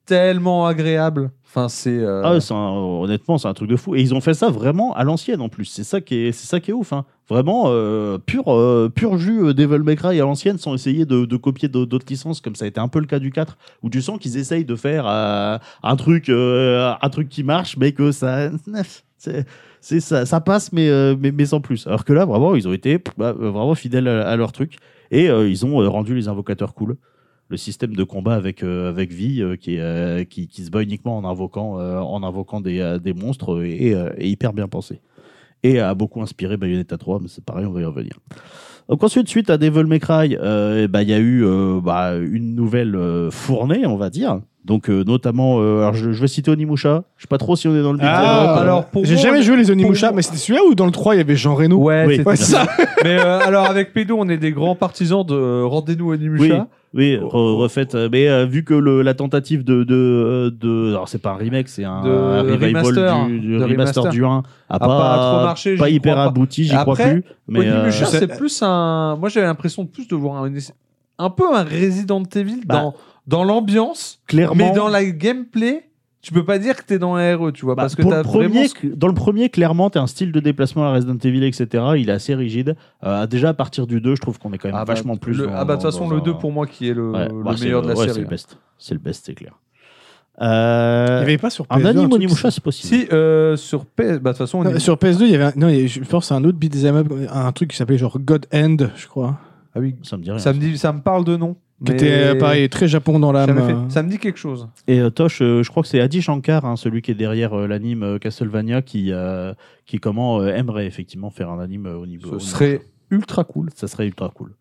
tellement agréable. Enfin, c'est. euh, Ah ouais, c'est un- honnêtement, c'est un truc de fou. Et ils ont fait ça vraiment à l'ancienne en plus. C'est ça qui est, c'est ça qui est ouf. Hein. Vraiment euh, pur, euh, pur jus euh, Devil May Cry à l'ancienne, sans essayer de, de copier d'au- d'autres licences, comme ça a été un peu le cas du quatre, où tu sens qu'ils essayent de faire euh, un truc, euh, un truc qui marche, mais que ça, c'est, c'est ça, ça passe, mais, euh, mais, mais sans plus. Alors que là, vraiment, ils ont été pff, bah, vraiment fidèles à, à leur truc et euh, ils ont euh, rendu les invocateurs cool. Le système de combat avec euh, avec vie euh, qui, est, euh, qui qui se bat uniquement en invoquant euh, en invoquant des, euh, des monstres et, euh, et hyper bien pensé et a beaucoup inspiré Bayonetta trois, mais c'est pareil, on va y revenir. Donc ensuite, suite à Devil May Cry, euh, bah, il y a eu euh, bah, une nouvelle euh, fournée, on va dire. Donc euh, notamment, euh, alors je, je vais citer Onimusha. Je sais pas trop si on est dans le beat'em Ah, up. alors, pour j'ai moi, jamais on- joué les Onimusha, pour- mais c'était celui-là ou dans le trois il y avait Jean Reno. Ouais, Oui. c'était Ouais, c'est ça. Mais euh, alors, avec Pédo, on est des grands partisans de euh, Rendez-nous Oui, Onimusha. oui, re- refaites. euh, Mais euh, vu que le, la tentative de, de, de, alors c'est pas un remake, c'est un, De un revival remaster. du, du De remaster remaster. du un, a, A pas, pas trop marché, pas j'y hyper crois pas. abouti, j'y Et crois après, plus. Mais euh, Onimusha, je sais- c'est plus un. Moi, j'avais l'impression de plus de voir un, un peu un Resident Evil Bah, dans, dans l'ambiance, clairement. mais dans la gameplay. Tu peux pas dire que t'es dans la R E, tu vois, Bah, parce que pour t'as le premier, vraiment. ce- dans le premier, clairement, tu as un style de déplacement à Resident Evil, et cetera. Il est assez rigide. Euh, déjà, à partir du deux, je trouve qu'on est quand même Ah bah, vachement plus. le- dans- ah bah de toute dans- façon, dans le un- deux pour moi qui est le, Ouais, le bah, c'est meilleur de la ouais, série. C'est le hein. best. C'est le best, c'est clair. Euh, Il n'y avait pas sur P S un deux. anime truc, Onimusha, c'est possible. Si, euh, sur P S, bah de toute façon, on Non, est- sur P S deux, il y avait un... non, il y avait- je pense que c'est un autre beat'em up, un truc qui s'appelait genre God End, je crois. ah oui, Ça me dit rien. ça me dit, ça me parle de nom. Qui mais- était euh, pareil, très Japon dans l'âme. Jamais fait. euh. Ça me dit quelque chose. Et euh, Tosh, euh, je crois que c'est Adi Shankar, hein, celui qui est derrière euh, l'anime euh, Castlevania, qui, euh, qui comment, euh, aimerait effectivement faire un anime euh, au niveau. Ce serait ultra cool. Ça serait ultra cool.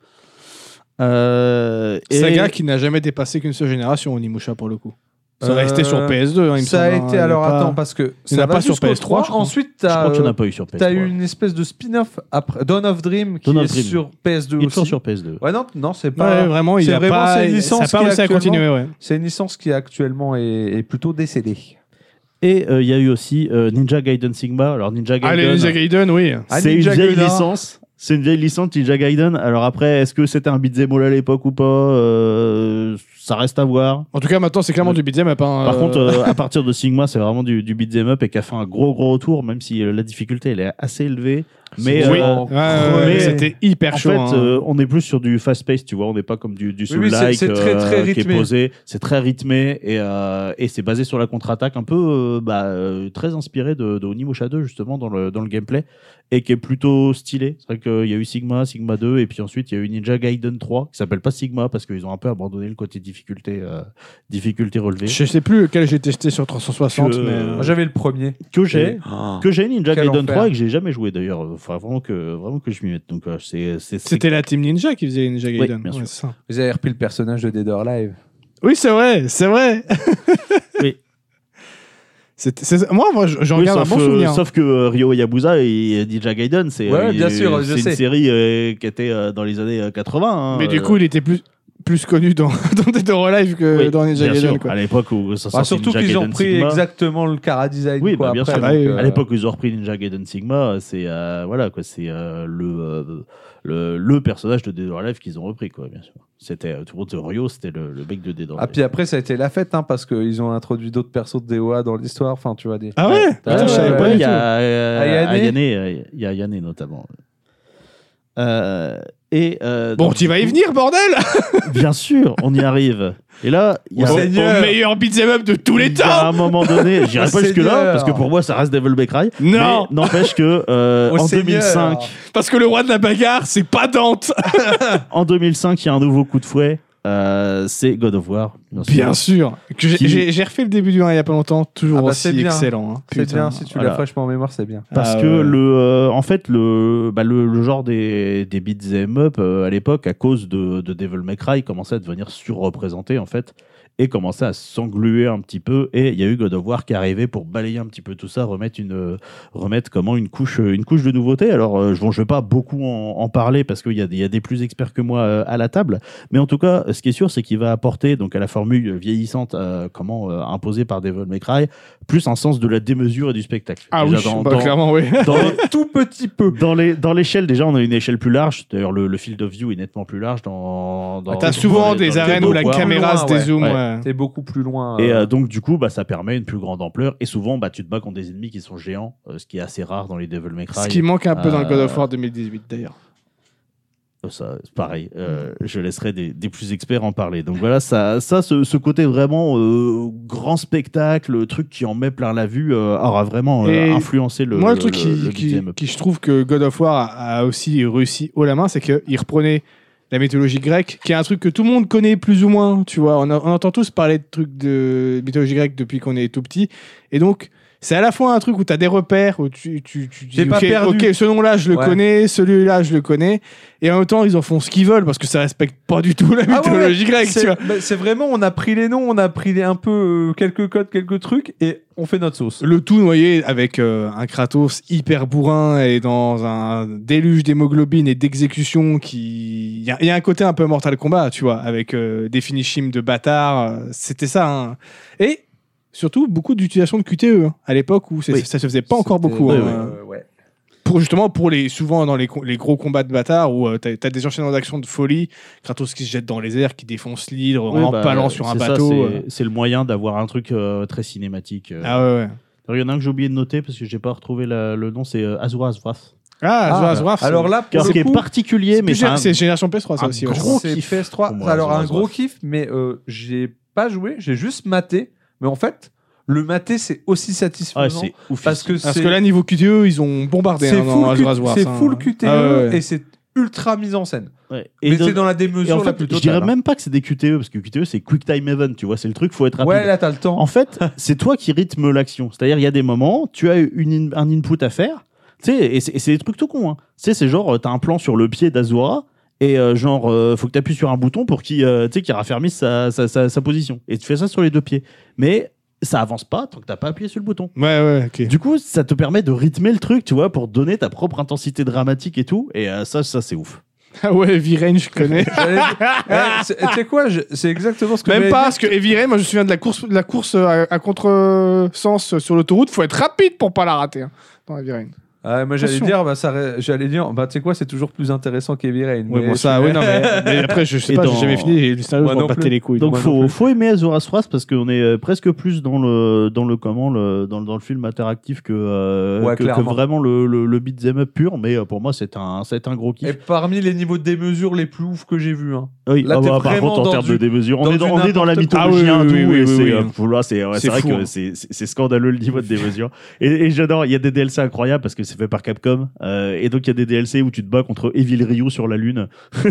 Euh, et- Saga qui n'a jamais dépassé qu'une seule génération, Onimusha pour le coup. Ça Euh, restait sur P S deux, hein, il me Ça a semble, hein, été il y alors pas- attends parce que Il y en ça a va pas sur jusqu'au P S trois, trois. je crois. Ensuite Je t'as crois qu'il n'y en euh, a pas eu sur P S t'as trois. eu une espèce de spin-off après Dawn of Dream qui Dawn of est Dream. sur P S deux Il est aussi. toujours sur P S deux. Ouais non non c'est Ouais, pas. vraiment, il c'est a vraiment, pas, c'est une licence ça a pas qui réussi à actuellement- continuer, ouais. C'est une licence qui actuellement est, est plutôt décédée. Et euh, il y a eu aussi euh, Ninja Gaiden Sigma. Alors Ninja Ah, les Gaiden, Ninja Gaiden, oui. Ah, c'est une Ninja vieille Gaiden. licence. C'est une vieille licence Ninja Gaiden. Alors après, est-ce que c'était un beat'em all à l'époque ou pas Euh, Ça reste à voir. En tout cas, maintenant, c'est clairement Ouais. du beat'em up. hein, Par euh, contre, euh, à partir de Sigma, c'est vraiment du, du beat'em up et qui a fait un gros gros retour, même si euh, la difficulté elle est assez élevée. Mais C'est oui. euh, vraiment ouais, ouais, ouais, mais- c'était hyper en chaud. fait, hein. euh, on est plus sur du fast pace, tu vois. On n'est pas comme du, du Oui, oui, Soul-like c'est- c'est très, très euh, qui est rythmé. posé. C'est très rythmé et, euh, et c'est basé sur la contre-attaque, un peu euh, bah, euh, très inspiré de, de Onimusha deux justement dans le, dans le gameplay et qui est plutôt stylé. C'est vrai qu'il y a eu Sigma, Sigma deux et puis ensuite il y a eu Ninja Gaiden trois qui s'appelle pas Sigma parce qu'ils ont un peu abandonné le côté difficulté, euh, difficulté relevée. Je sais plus lequel j'ai testé sur trois cent soixante, Que- mais. Euh, Moi, j'avais le premier. Que j'ai. Oh. Que j'ai Ninja Quel Gaiden enfer. trois et que j'ai jamais joué d'ailleurs. Il faudra vraiment que, vraiment que je m'y mette. Donc, euh, c'est, c'est, c'est- C'était la Team Ninja qui faisait les Ninja Gaiden. bien sûr. Ouais, c'est ça. Vous avez repris le personnage de Dead or Alive. Oui, c'est vrai, c'est vrai. Oui. C'était- c'est- Moi, moi, j'en Oui, garde un sauf, bon euh, souvenir. sauf que euh, Ryo Yabusa et Ninja Gaiden, c'est, Ouais, euh, bien sûr, je c'est sais. une série euh, qui était euh, dans les années euh, quatre-vingts. hein, Mais du euh, coup, il était plus, plus connu dans, dans Dead or Alive que oui, dans Ninja bien Gaiden. sûr, Quoi. à l'époque où ça Ah, sortait surtout Ninja qu'ils ont Gaiden pris Sigma. exactement le cara design. Oui, quoi, bah, bien après, sûr. Ah, donc, oui, euh, À l'époque où ils ont repris Ninja Gaiden Sigma, c'est euh, voilà quoi, c'est euh, le, euh, le le personnage de Dead or Alive qu'ils ont repris quoi, bien sûr. C'était euh, tout le monde de Ryo, c'était le, le mec de Dead or Ah, Alive. puis après, ça a été la fête, hein, parce qu'ils ont introduit d'autres persos de D O A dans l'histoire. Enfin, tu vois, des. Ah ouais, Ouais, Putain, je savais ouais, pas ouais, du il y tout. a euh, Ayane. Ayane, euh, il y a Ayane notamment. Euh, et euh, Bon, donc, tu du vas y coup, venir, bordel. Bien sûr, on y arrive. Et là, il y a Au Au, Seigneur. au meilleur beat'em up de tous les il y a temps. un moment donné, j'irai Au pas jusque là Seigneur. parce que pour moi ça reste Devil May Cry. Non. Mais n'empêche que euh, Au en Seigneur. deux mille cinq, Parce que le roi de la bagarre, c'est pas Dante. en deux mille cinq, il y a un nouveau coup de fouet. euh, c'est God of War. Bien sûr. Bien sûr. Que j'ai- Qui- J'ai j'ai refait le début du un il y a pas longtemps, toujours Ah bah, aussi c'est bien. excellent. hein. C'est Putain. bien, si tu voilà. l'as fraîchement en mémoire, c'est bien. Parce Ah, que ouais. le, euh, en fait, le, bah, le, le genre des, des beat'em up euh, à l'époque, à cause de, de Devil May Cry, commençait à devenir surreprésenté en fait, et commençait à s'engluer un petit peu. Et il y a eu God of War qui est arrivé pour balayer un petit peu tout ça, remettre une, euh, remettre comment une couche, une couche de nouveauté. Alors, euh, je, bon, je vais pas beaucoup en, en parler parce qu'il y a, des- il y a des plus experts que moi euh, à la table, mais en tout cas, ce qui est sûr, c'est qu'il va apporter donc à la formule vieillissante, euh, comment euh, imposée par Devil May Cry, plus un sens de la démesure et du spectacle. Ah Déjà, oui, dans, bah, dans- clairement, oui. dans les- Tout petit peu. Dans les dans l'échelle déjà on a une échelle plus large. D'ailleurs le, le field of view est nettement plus large dans. dans T'as dans souvent les- des dans les arènes où la Dead of War. caméra se loin, ouais. dézoome. Ouais. ouais. C'est beaucoup plus loin. Et euh, euh, donc du coup bah ça permet une plus grande ampleur et souvent bah tu te bats contre des ennemis qui sont géants, euh, ce qui est assez rare dans les Devil May Cry. Ce qui manque un peu dans le God of Euh, War deux mille dix-huit d'ailleurs. Ça, c'est pareil, euh, je laisserai des, des plus experts en parler. Donc voilà, ça, ça ce, ce côté vraiment euh, grand spectacle, le truc qui en met plein la vue, euh, aura vraiment euh, Et influencé le. Moi, le, le truc le- qui, le qui, beat'em up. qui je trouve que God of War a, a aussi réussi haut la main, c'est qu'il reprenait la mythologie grecque, qui est un truc que tout le monde connaît plus ou moins. Tu vois, on, a- on entend tous parler de trucs de mythologie grecque depuis qu'on est tout petit, et donc. C'est à la fois un truc où tu as des repères, où tu, tu, tu T'es dis, pas ok, perdu. ok, ce nom-là, je le Ouais. connais, celui-là, je le connais. Et en même temps, ils en font ce qu'ils veulent parce que ça respecte pas du tout la Ah ouais, mythologie ouais, grecque, c'est- tu vois. bah, c'est vraiment, on a pris les noms, on a pris les, un peu euh, quelques codes, quelques trucs, et on fait notre sauce. Le tout noyé avec euh, un Kratos hyper bourrin et dans un déluge d'hémoglobine et d'exécution qui... Il y, a- il y a un côté un peu Mortal Kombat, tu vois, avec euh, des finishims de bâtards. euh, C'était ça. Hein. Et surtout, beaucoup d'utilisation de Q T E hein, à l'époque où c'est- Oui. ça se faisait pas encore C'était- beaucoup. ouais, hein. ouais, ouais. Pour justement, pour les, souvent dans les, co- les gros combats de bâtards où tu as, des enchaînements d'actions de folie, Kratos qui se jette dans les airs, qui défonce l'hydre Oui, en bah, empalant sur un c'est ça, bateau. c'est- euh. c'est le moyen d'avoir un truc euh, très cinématique. euh. Ah ouais, ouais. Alors, il y en a un que j'ai oublié de noter parce que j'ai pas retrouvé la- le nom, c'est euh, Azura's Wrath. Ah, Ah, Azura's Wrath, alors c'est- là, pour Alors, le qui est coup, particulier, c'est mais plus c'est gé- un- c'est génération P S trois, ça un aussi. ouais. gros c'est kiff P S trois. pour moi, Alors, un Azura's gros Wrath. kiff, mais euh, j'ai pas joué, j'ai juste maté. Mais en fait, le maté, c'est aussi Ah, satisfaisant. c'est ouf. parce que Parce c'est que là, niveau Q T E, ils ont bombardé c'est hein, dans full, Q- Azura's Wrath. c'est hein. full Q T E Ah ouais, ouais. et c'est ultra mise en scène. Ouais. mais de- c'est dans la et démesure en la fait, plus je totale. dirais hein. même pas que c'est des Q T E parce que Q T E c'est Quick Time Event, tu vois, c'est le truc, faut être rapide. Ouais, là, t'as le temps. En fait, c'est toi qui rythme l'action. C'est-à-dire, il y a des moments, tu as une, in- un input à faire, tu sais, et c'est et c'est des trucs tout cons. Hein. Tu sais, c'est genre, euh, t'as un plan sur le pied d'Azura, et euh, genre, euh, faut que t'appuies sur un bouton pour qu'il euh, tu sais, qu'il raffermisse sa, sa, sa, sa position. Et tu fais ça sur les deux pieds. Mais ça avance pas tant que t'as pas appuyé sur le bouton. Ouais, ouais, ok. Du coup, ça te permet de rythmer le truc, tu vois, pour donner ta propre intensité dramatique et tout. Et euh, ça, ça c'est ouf. Ah ouais, Heavy Rain, je connais. J'allais dire- Eh, c'est- Tu sais quoi, je- c'est exactement ce que Même j'allais pas, dire. parce que Heavy Rain, moi je me souviens de la course, de la course à, à contre-sens sur l'autoroute, faut être rapide pour pas la rater. Hein, dans Heavy Rain. Ah, moi, j'allais Attention. dire, bah, ça, ré- j'allais dire, bah, tu sais quoi, c'est toujours plus intéressant qu'Heavy Rain. Ouais, mais bon, ça, je- oui, non, mais, mais après, je sais Et pas, dans- j'ai jamais fini, et le scénario, Moi je m'en non battais plus. les couilles. Donc Moi non faut, plus. faut aimer Azura's Wrath parce qu'on est euh, presque plus dans le dans le comment le dans, le- dans le film interactif que euh, Ouais, que, que clairement. vraiment le le, le beat'em up pur. Mais euh, pour moi c'est un c'est un gros kiff. Et parmi les niveaux de démesure les plus ouf que j'ai vus. Hein. Oui, là, ah t'es bah, par vraiment contre en dans termes du- de démesure, on dans est dans, du on est dans la n'importe quoi. mythologie Ah oui, hindoue oui, oui, et oui, c'est oui. euh, faut- là, c'est ouais, C'est c'est vrai fou, que hein. c'est c'est c'est scandaleux le niveau de démesure. Et, et j'adore, il y a des D L C incroyables parce que c'est fait par Capcom euh, et donc il y a des D L C où tu te bats contre Evil Ryu sur la lune.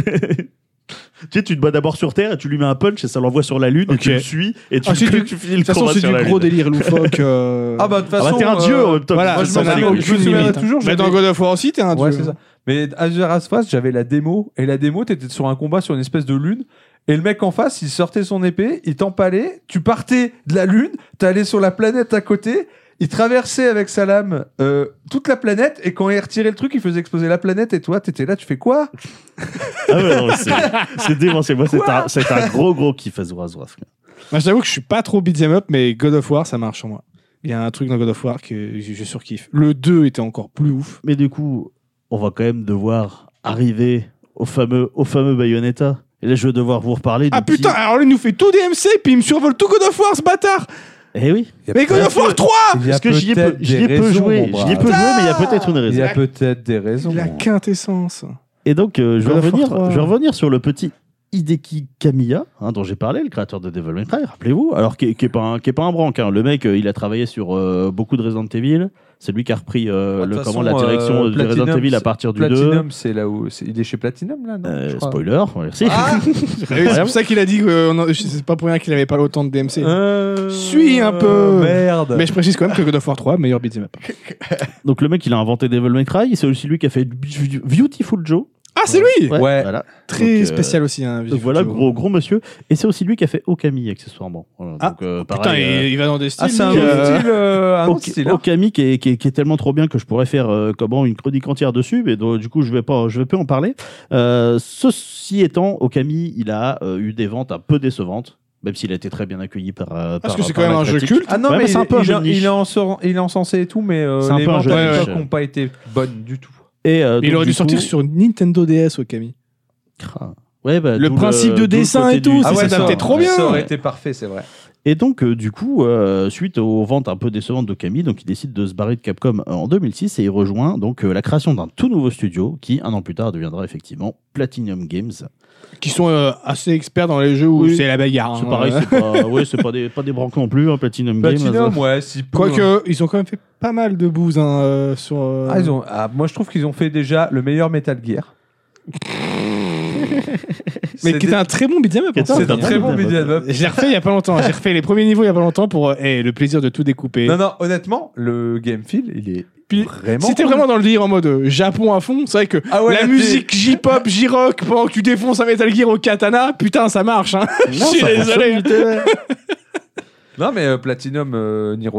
Tu sais, tu te bats d'abord sur Terre et tu lui mets un punch et ça l'envoie sur la Lune et Ok. tu le suis et tu, Ah, c'est du- tu finis le De toute façon, combat c'est sur du la gros Lune. délire loufoque. euh. Ah bah de toute Ah bah, façon. t'es un euh, dieu en même temps. Voilà, moi, je ça m'en n'a souviens- aucune je me souviendrai limite. toujours. Mais j'avais- dans God of War aussi, t'es un Ouais, dieu. c'est ça. Mais Azura's Wrath, j'avais la démo, et la démo, t'étais sur un combat sur une espèce de lune, et le mec en face, il sortait son épée, il t'empalait, tu partais de la lune, t'allais sur la planète à côté, il traversait avec sa lame euh, toute la planète, et quand il retirait le truc, il faisait exploser la planète, et toi, t'étais là, tu fais quoi? Ah ouais, non, c'est c'est démentiel. Moi, c'est un, c'est un gros, gros kiff Azura's Wrath. Moi, j'avoue que je suis pas trop beat'em up, mais God of War, ça marche sur moi. Il y a un truc dans God of War que je, je surkiffe. Le deux était encore plus ouf. Mais du coup, on va quand même devoir arriver au fameux, au fameux Bayonetta. Et là, je vais devoir vous reparler. Ah du petit- putain, alors là, il nous fait tout D M C, puis il me survole tout God of War, ce bâtard. Eh oui. Mais God of War trois. Il y a Parce que j'y ai peu, peut-être j'y ai des peu raisons, joué. mon J'y brave. ai peu joué, mais il y a peut-être une Il y raison. a peut-être des raisons. La quintessence. Et donc, euh, je, vais God of War revenir, trois. je vais revenir sur le petit Hideki Kamiya, hein, dont j'ai parlé, le créateur de Devil May Cry, rappelez-vous. Alors, qui n'est pas, un- qui est pas un branque. Hein. Le mec, euh, il a travaillé sur euh, beaucoup de Resident Evil. C'est lui qui a repris euh, Ah, de le, toute comment, façon, la direction euh, de Resident Platinum, Evil à c'est- partir du deux. Platinum, c'est là où. c'est- Il est chez Platinum, là, non Euh, je crois. spoiler, merci. Ah Oui, c'est pour ça qu'il a dit que on a- c'est pas pour rien qu'il avait pas autant de D M C. Euh, Suis un peu. Merde. Mais je précise quand même que God of War trois, meilleur beat'em up. Donc le mec, il a inventé Devil May Cry. C'est aussi lui qui a fait Beautiful Joe. Ah, c'est lui Ouais. Ouais. Voilà. Très Donc, euh, spécial aussi. Hein, Donc voilà, gros, gros monsieur. Et c'est aussi lui qui a fait Okami, accessoirement. Voilà, Ah, donc, euh, Putain, pareil, il, euh, il va dans des styles. Ah, c'est un lui, autre euh, style. euh, un autre Ok- style. hein. Okami qui est, qui, est, qui est tellement trop bien que je pourrais faire euh, comment une chronique entière dessus, mais donc, du coup je vais pas, je vais pas en parler. Euh, ceci étant, Okami, il a euh, eu des ventes un peu décevantes, même s'il a été très bien accueilli par. euh, Parce par- que c'est par quand même la un jeu critique. culte. Ah non, Ouais, mais, mais c'est il, un peu un il, jeu est- de niche. il est en sor- il est encensé et tout, mais euh, C'est un les peu un ventes jeu de à niche. l'époque n'ont pas été bonnes du tout. Et, euh, Mais il donc, aurait du dû sortir coup- sur Nintendo D S, Okami. Ah. Ouais, bah, Le d'où principe de d'où le dessin côté et tout, du- Ah c'est ouais, ça. s'adaptait trop bien. Ça aurait été parfait, c'est vrai. Et donc, euh, du coup, euh, suite aux ventes un peu décevantes d'Okami, donc il décide de se barrer de Capcom euh, en deux mille six et il rejoint donc euh, la création d'un tout nouveau studio qui, un an plus tard, deviendra effectivement Platinum Games. Qui sont euh, assez experts dans les jeux où Oui. c'est la bagarre. C'est hein. pareil, c'est pas, ouais, c'est pas des, pas des branques non plus, hein, Platinum, Platinum, Games. ouais, si peu. Quoique, ils ont quand même fait pas mal de bouses hein, euh, sur. euh, Ah, ils ont... ah, moi, je trouve qu'ils ont fait déjà le meilleur Metal Gear. Mais C'est qui était un très bon beat'em up. Qui était pourtant. C'est un Putain, très bon putain, beat'em up. Je l'ai refait il y a pas longtemps. J'ai refait les premiers niveaux il y a pas longtemps pour euh, eh, le plaisir de tout découper. Non, non, honnêtement, le game feel, il est Puis, vraiment. si t'es cool. vraiment dans le délire en mode euh, Japon à fond, c'est vrai que Ah ouais, la là, t'es- musique J-pop, J-rock pendant que tu défonces un Metal Gear au katana, putain, ça marche. Hein. Je suis désolé. hein. Non, mais euh, Platinum, euh, Nier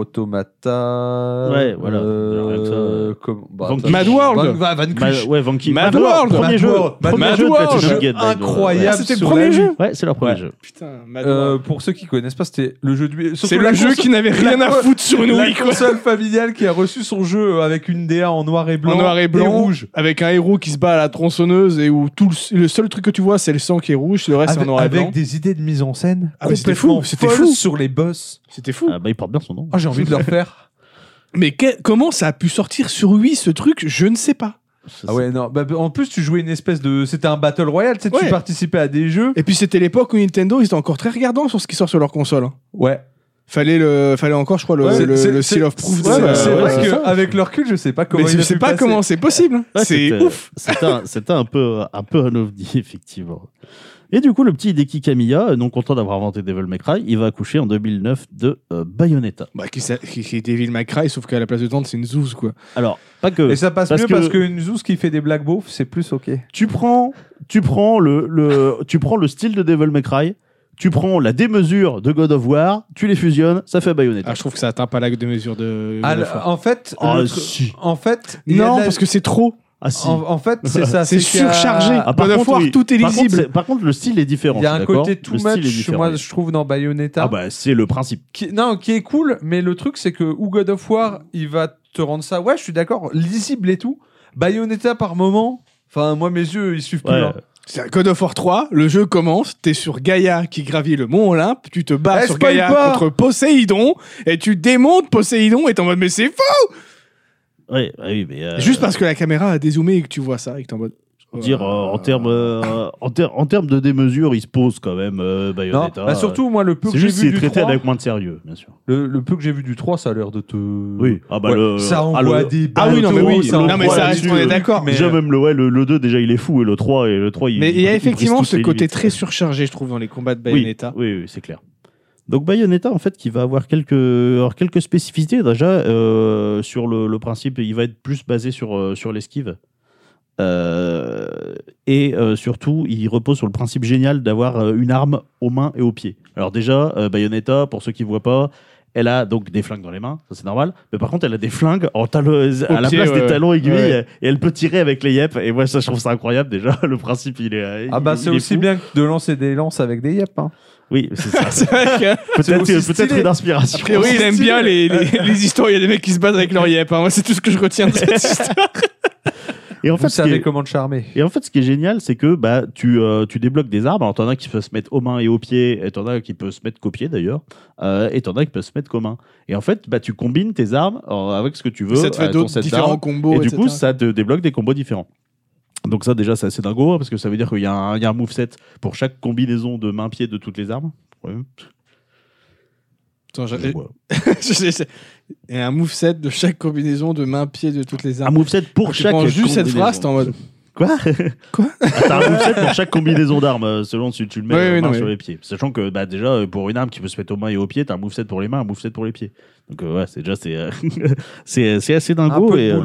Automata. Ouais, voilà. euh, Rien que ça, euh, comme- bah, Vanquish. attends, Mad World. Van- Va- Vanquish. Bah, ouais, Vanquish. Mad Mad World. Premier Mad jeu. World. Premier Mad jeu de World. Platinum Jeu Games, by the way. incroyable. Ah, c'était le sur premier la jeu. Wii. Ouais, c'est leur premier Ouais. jeu. Putain, Mad Euh, World. pour ceux qui connaissent pas, c'était le jeu du. surtout C'est la le jeu console- qui n'avait rien la à co- foutre sur une La Wii, quoi. console familiale qui a reçu son jeu avec une D A en noir et blanc. En noir et blanc, rouge. avec un héros qui se bat à la tronçonneuse et où tout le, le seul truc que tu vois c'est le sang qui est rouge, le reste c'est en Avec, noir et avec blanc. des idées de mise en scène Ah, mais c'était complètement fou, c'était folles fou. sur les boss. C'était fou. Ah, bah, il porte bien son nom. Ah, j'ai envie de le refaire. Mais que- comment ça a pu sortir sur Wii ce truc, je ne sais pas. Ah ouais, non. Bah, en plus, tu jouais une espèce de. C'était un Battle Royale, tu sais, tu Ouais. participais à des jeux. Et puis c'était l'époque où Nintendo ils étaient encore très regardants sur ce qui sort sur leur console. hein. Ouais. Fallait le, fallait encore je crois le, Ouais, le, c'est- le c'est- seal of proof. C'est de- vrai, c'est ouais, vrai ouais. qu'avec le recul, je sais pas comment Mais il je a sais pu pas passer. comment c'est possible. hein. Ouais, c'est c'était- ouf. C'était un, c'était un peu, un peu un ovni, effectivement. Et du coup, le petit Hideki Kamiya, non content d'avoir inventé Devil May Cry, il va accoucher en deux mille neuf de euh, Bayonetta. Bah, qui, ça- qui, qui est Devil May Cry, sauf qu'à la place de Dante, c'est une zouze, quoi. Alors, pas que. Et ça passe Parce mieux que- parce qu'une Zouz qui fait des black beaufs, c'est plus ok. Tu prends, tu prends le, le, tu prends le style de Devil May Cry, tu prends la démesure de God of War, tu les fusionnes, ça fait Bayonetta. Ah, je trouve que ça atteint pas la de mesure de. Ah, de le- la en fait, Ah, le tr- si. en fait, il y a Non, de la- parce que c'est trop. Ah si. en, en fait, c'est ça. C'est qu'il y a- surchargé. Ah, par God of contre, War, oui. tout est Par contre, lisible. c'est- par contre, le style est différent. Il y a je un suis d'accord. côté too Le style est much, différent. moi, je trouve, dans Bayonetta. Ah bah, c'est le principe. Qui, non, qui est cool, mais le truc, c'est que ou God of War, il va te rendre ça, ouais, je suis d'accord, lisible et tout. Bayonetta, par moment, enfin, moi, mes yeux, ils suivent plus. Ouais. hein. C'est un God of War trois, le jeu commence, t'es sur Gaïa qui gravit le mont Olympe, tu te bats Eh, sur spoil Gaïa pas. contre Poséidon, et tu démontes Poséidon et t'es en mode mais c'est fou. Ouais, ouais, oui, mais. euh, Juste parce que la caméra a dézoomé et que tu vois ça et que t'es en mode. Dire euh, en termes euh, en, ter- en termes de démesure, il se pose quand même euh, Non, Bayonetta. bah, surtout, moi, le peu c'est que j'ai juste vu c'est du traité trois, avec moins de sérieux, bien sûr. le, le peu que j'ai vu du trois, ça a l'air de te... Oui, ah bah Ouais, le ça ah, envoie le- des Ah oui, non, mais bateaux, oui, ça non, mais envoie ça là-dessus, reste, on est euh, d'accord. mais, Déjà euh, même le ouais le, le deux déjà il est fou et le trois et le trois il Mais il y a brise effectivement toutes ce les côté limites. très surchargé, je trouve, dans les combats de oui, Bayonetta. oui oui c'est clair. Donc Bayonetta en fait qui va avoir quelques alors, quelques spécificités déjà euh, sur le, le principe il va être plus basé sur euh, sur l'esquive. Euh, et euh, surtout, il repose sur le principe génial d'avoir euh, une arme aux mains et aux pieds. Alors déjà, euh, Bayonetta, pour ceux qui ne voient pas, elle a donc des flingues dans les mains, ça c'est normal. Mais par contre, elle a des flingues en talons, à la pied, place ouais, des talons aiguilles, ouais. et elle peut tirer avec les yep. Et moi, ça, je trouve ça incroyable déjà. Le principe, il est. Ah bah, il- c'est il est aussi fou. bien que de lancer des lances avec des yep. Hein. Oui, c'est ça. C'est vrai que. C'est peut-être aussi peut-être stylé. une inspiration. A priori, il aime stylé. bien les, les, les histoires où il y a des mecs qui se battent avec leur yep. hein. Moi, c'est tout ce que je retiens de cette histoire. Et en Vous fait, ce qui savez est- comment te charmer. Et en fait, ce qui est génial, c'est que bah, tu, euh, tu débloques des armes. Alors, t'en as qui peuvent se mettre aux mains et aux pieds, et t'en as qui peuvent se mettre qu'aux pieds d'ailleurs, euh, et t'en as qui peuvent se mettre qu'aux mains. Et en fait, bah, tu combines tes armes euh, avec ce que tu veux. Ça te fait à ton d'autres set différents d'armes, combos. Et du et cetera. coup, ça te débloque des combos différents. Donc ça, déjà, c'est assez dingo, hein, parce que ça veut dire qu'il y a un, il y a un moveset pour chaque combinaison de main-pied de toutes les armes. Ouais. Attends, j'ai- Ouais. je sais- c'est- Il y a un moveset de chaque combinaison de main-pied de toutes les Un armes. moveset pour Quand tu chaque prends juste cette combinaison. phrase, t'es en mode. Quoi Quoi Ah, T'as un moveset pour chaque combinaison d'armes, euh, selon si tu le mets Oui, euh, oui, main non, sur mais- les pieds. Sachant que bah, déjà, euh, pour une arme qui peut se mettre aux mains et aux pieds, t'as un moveset pour les mains, un moveset pour les pieds. Donc euh, ouais, c'est déjà c'est euh, c'est c'est assez Un dingo. peu de et, euh, boulot.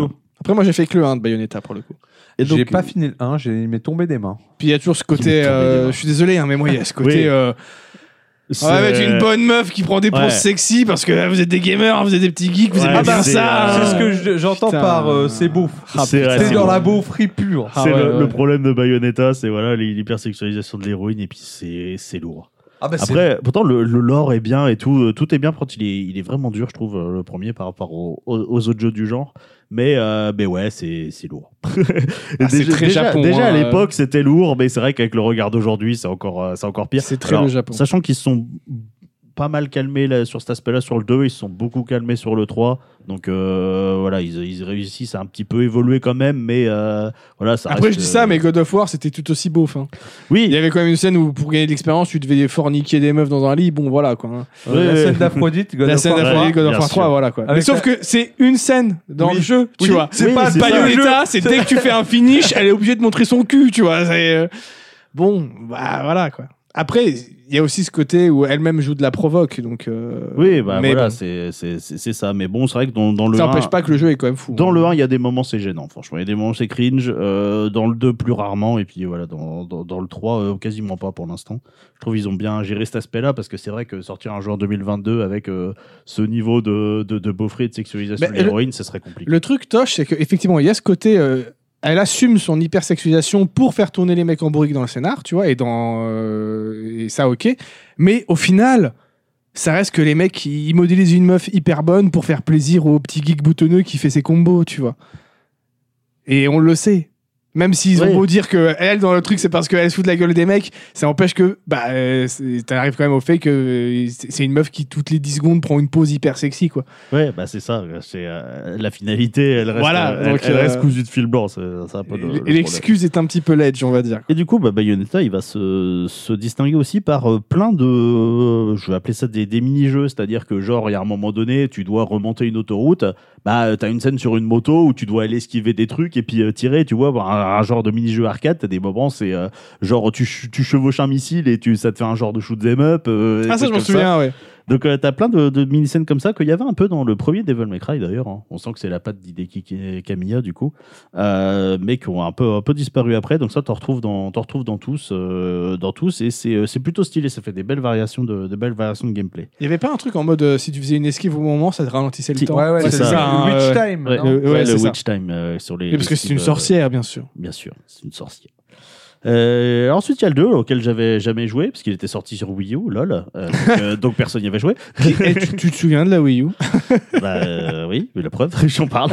Après, moi, j'ai fait que le un de Bayonetta pour le coup. Et donc, J'ai pas fini le un, j'ai il m'est tombé des mains. Puis il y a toujours ce Il m'est côté. tombé des euh, mains. je suis désolé, hein, mais moi, il y a ce côté. Oui. euh, c'est- on va mettre une bonne meuf qui prend des poses Ouais. sexy parce que euh, vous êtes des gamers, vous êtes des petits geeks, vous Ouais, aimez bien c'est- ça. euh, C'est ce que je- j'entends Putain. par euh, c'est beau. Ah, C'est- putain. ouais, C'est dans beau. la beaufrie pure. Ah c'est ouais, le, ouais. le problème de Bayonetta, c'est voilà les- l'hypersexualisation de l'héroïne et puis c'est c'est lourd. Ah bah, c'est- Après, pourtant le, le lore est bien et tout, euh, tout est bien. Quand il est, il est vraiment dur, je trouve euh, le premier par rapport aux, aux- aux autres jeux du genre. Mais, euh, mais ouais, c'est c'est lourd. Ah, c'est déjà, très déjà, Japon, déjà, à hein. l'époque, c'était lourd, mais c'est vrai qu'avec le regard d'aujourd'hui, c'est encore, euh, c'est encore pire. C'est très le Japon. Sachant qu'ils se sont pas mal calmés là, sur cet aspect-là sur le deux, ils se sont beaucoup calmés sur le trois. Donc euh, voilà, ils, ils réussissent à un petit peu évoluer quand même, mais euh, voilà, ça Après, reste, je dis ça, euh, mais God of War, c'était tout aussi beauf. Hein. oui, Il y avait quand même une scène où, pour gagner de l'expérience, tu devais forniquer des meufs dans un lit. Bon, voilà quoi. hein. Euh, la Ouais. scène d'Aphrodite, God La of scène War. d'Aphrodite, God of bien War sûr. trois, voilà quoi. Avec Mais sauf la- que c'est une scène dans Oui. le jeu, tu Oui, vois. c'est Oui, pas c'est ça. Bayonetta, c'est dès que tu fais un finish, elle est obligée de montrer son cul, tu vois. c'est, euh, Bon, bah voilà quoi. Après, il y a aussi ce côté où elle-même joue de la provoque, donc. euh, oui, bah mais voilà, bon, c'est c'est- c'est- c'est ça. Mais bon, c'est vrai que dans, dans le ça un, n'empêche pas que le jeu est quand même fou. dans hein. le un, il y a des moments c'est gênant, franchement. Il y a des moments c'est cringe. euh, dans le deux, plus rarement. Et puis voilà, dans, dans, dans le trois, euh, quasiment pas pour l'instant. Je trouve qu'ils ont bien géré cet aspect-là parce que c'est vrai que sortir un jeu en deux mille vingt-deux avec euh, ce niveau de, de, de beaufrie et de sexualisation Mais de l'héroïne, ce serait compliqué. Le truc, Tosh, c'est qu'effectivement, il y a ce côté. euh, elle assume son hypersexualisation pour faire tourner les mecs en bourrique dans le scénar, tu vois, et, dans, euh, et ça, ok. Mais au final, ça reste que les mecs, ils modélisent une meuf hyper bonne pour faire plaisir au petit geek boutonneux qui fait ses combos, tu vois. Et on le sait. Même s'ils ont Oui. beau dire que elle, dans le truc, c'est parce qu'elle se fout de la gueule des mecs, ça empêche que bah, euh, c'est- t'arrives quand même au fait que euh, c'est c'est une meuf qui, toutes les dix secondes, prend une pose hyper sexy, quoi. Ouais, bah c'est ça. C'est euh, la finalité, elle reste, Voilà, elle, donc, elle euh, reste cousue de fil blanc. C'est c'est un peu le, le Et problème. l'excuse est un petit peu ledge, on va dire. Et du coup, bah, Bayonetta, il va se, se distinguer aussi par euh, plein de, euh, je vais appeler ça des, des mini-jeux, c'est-à-dire que genre, il y a un moment donné, tu dois remonter une autoroute, bah, t'as une scène sur une moto où tu dois aller esquiver des trucs et puis euh, tirer, tu vois, bah, un, un genre de mini-jeu arcade, t'as des moments, c'est euh, genre, tu, ch- tu chevauches un missile et tu, ça te fait un genre de shoot 'em up. euh, des Ah, ça, trucs je m'en comme souviens, ouais. Donc, euh, t'as plein de, de mini-scènes comme ça qu'il y avait un peu dans le premier Devil May Cry d'ailleurs. hein. On sent que c'est la patte d'Hideki Kamiya du coup, euh, mais qui ont un peu, un peu disparu après. Donc, ça, t'en retrouves dans, t'en retrouves dans tous, euh, dans tous, et c'est, euh, c'est plutôt stylé. Ça fait des belles variations de, de belles variations de gameplay. Il y avait pas un truc en mode euh, si tu faisais une esquive au moment, ça te ralentissait le Si. temps. Ouais, ouais, C'est c'est ça, ça. hein, Witch ouais. Time. Ouais, non Le- ouais, le c'est ça. Witch Time euh, sur les. Oui, parce que les c'est une esquives, euh, sorcière, bien sûr. Bien sûr, c'est une sorcière. Euh, ensuite, il y a le deux auquel j'avais jamais joué, parce qu'il était sorti sur Wii U, lol. Euh, donc, euh, donc personne n'y avait joué. Et tu, tu te souviens de la Wii U? Bah euh, oui, mais la preuve, j'en parle.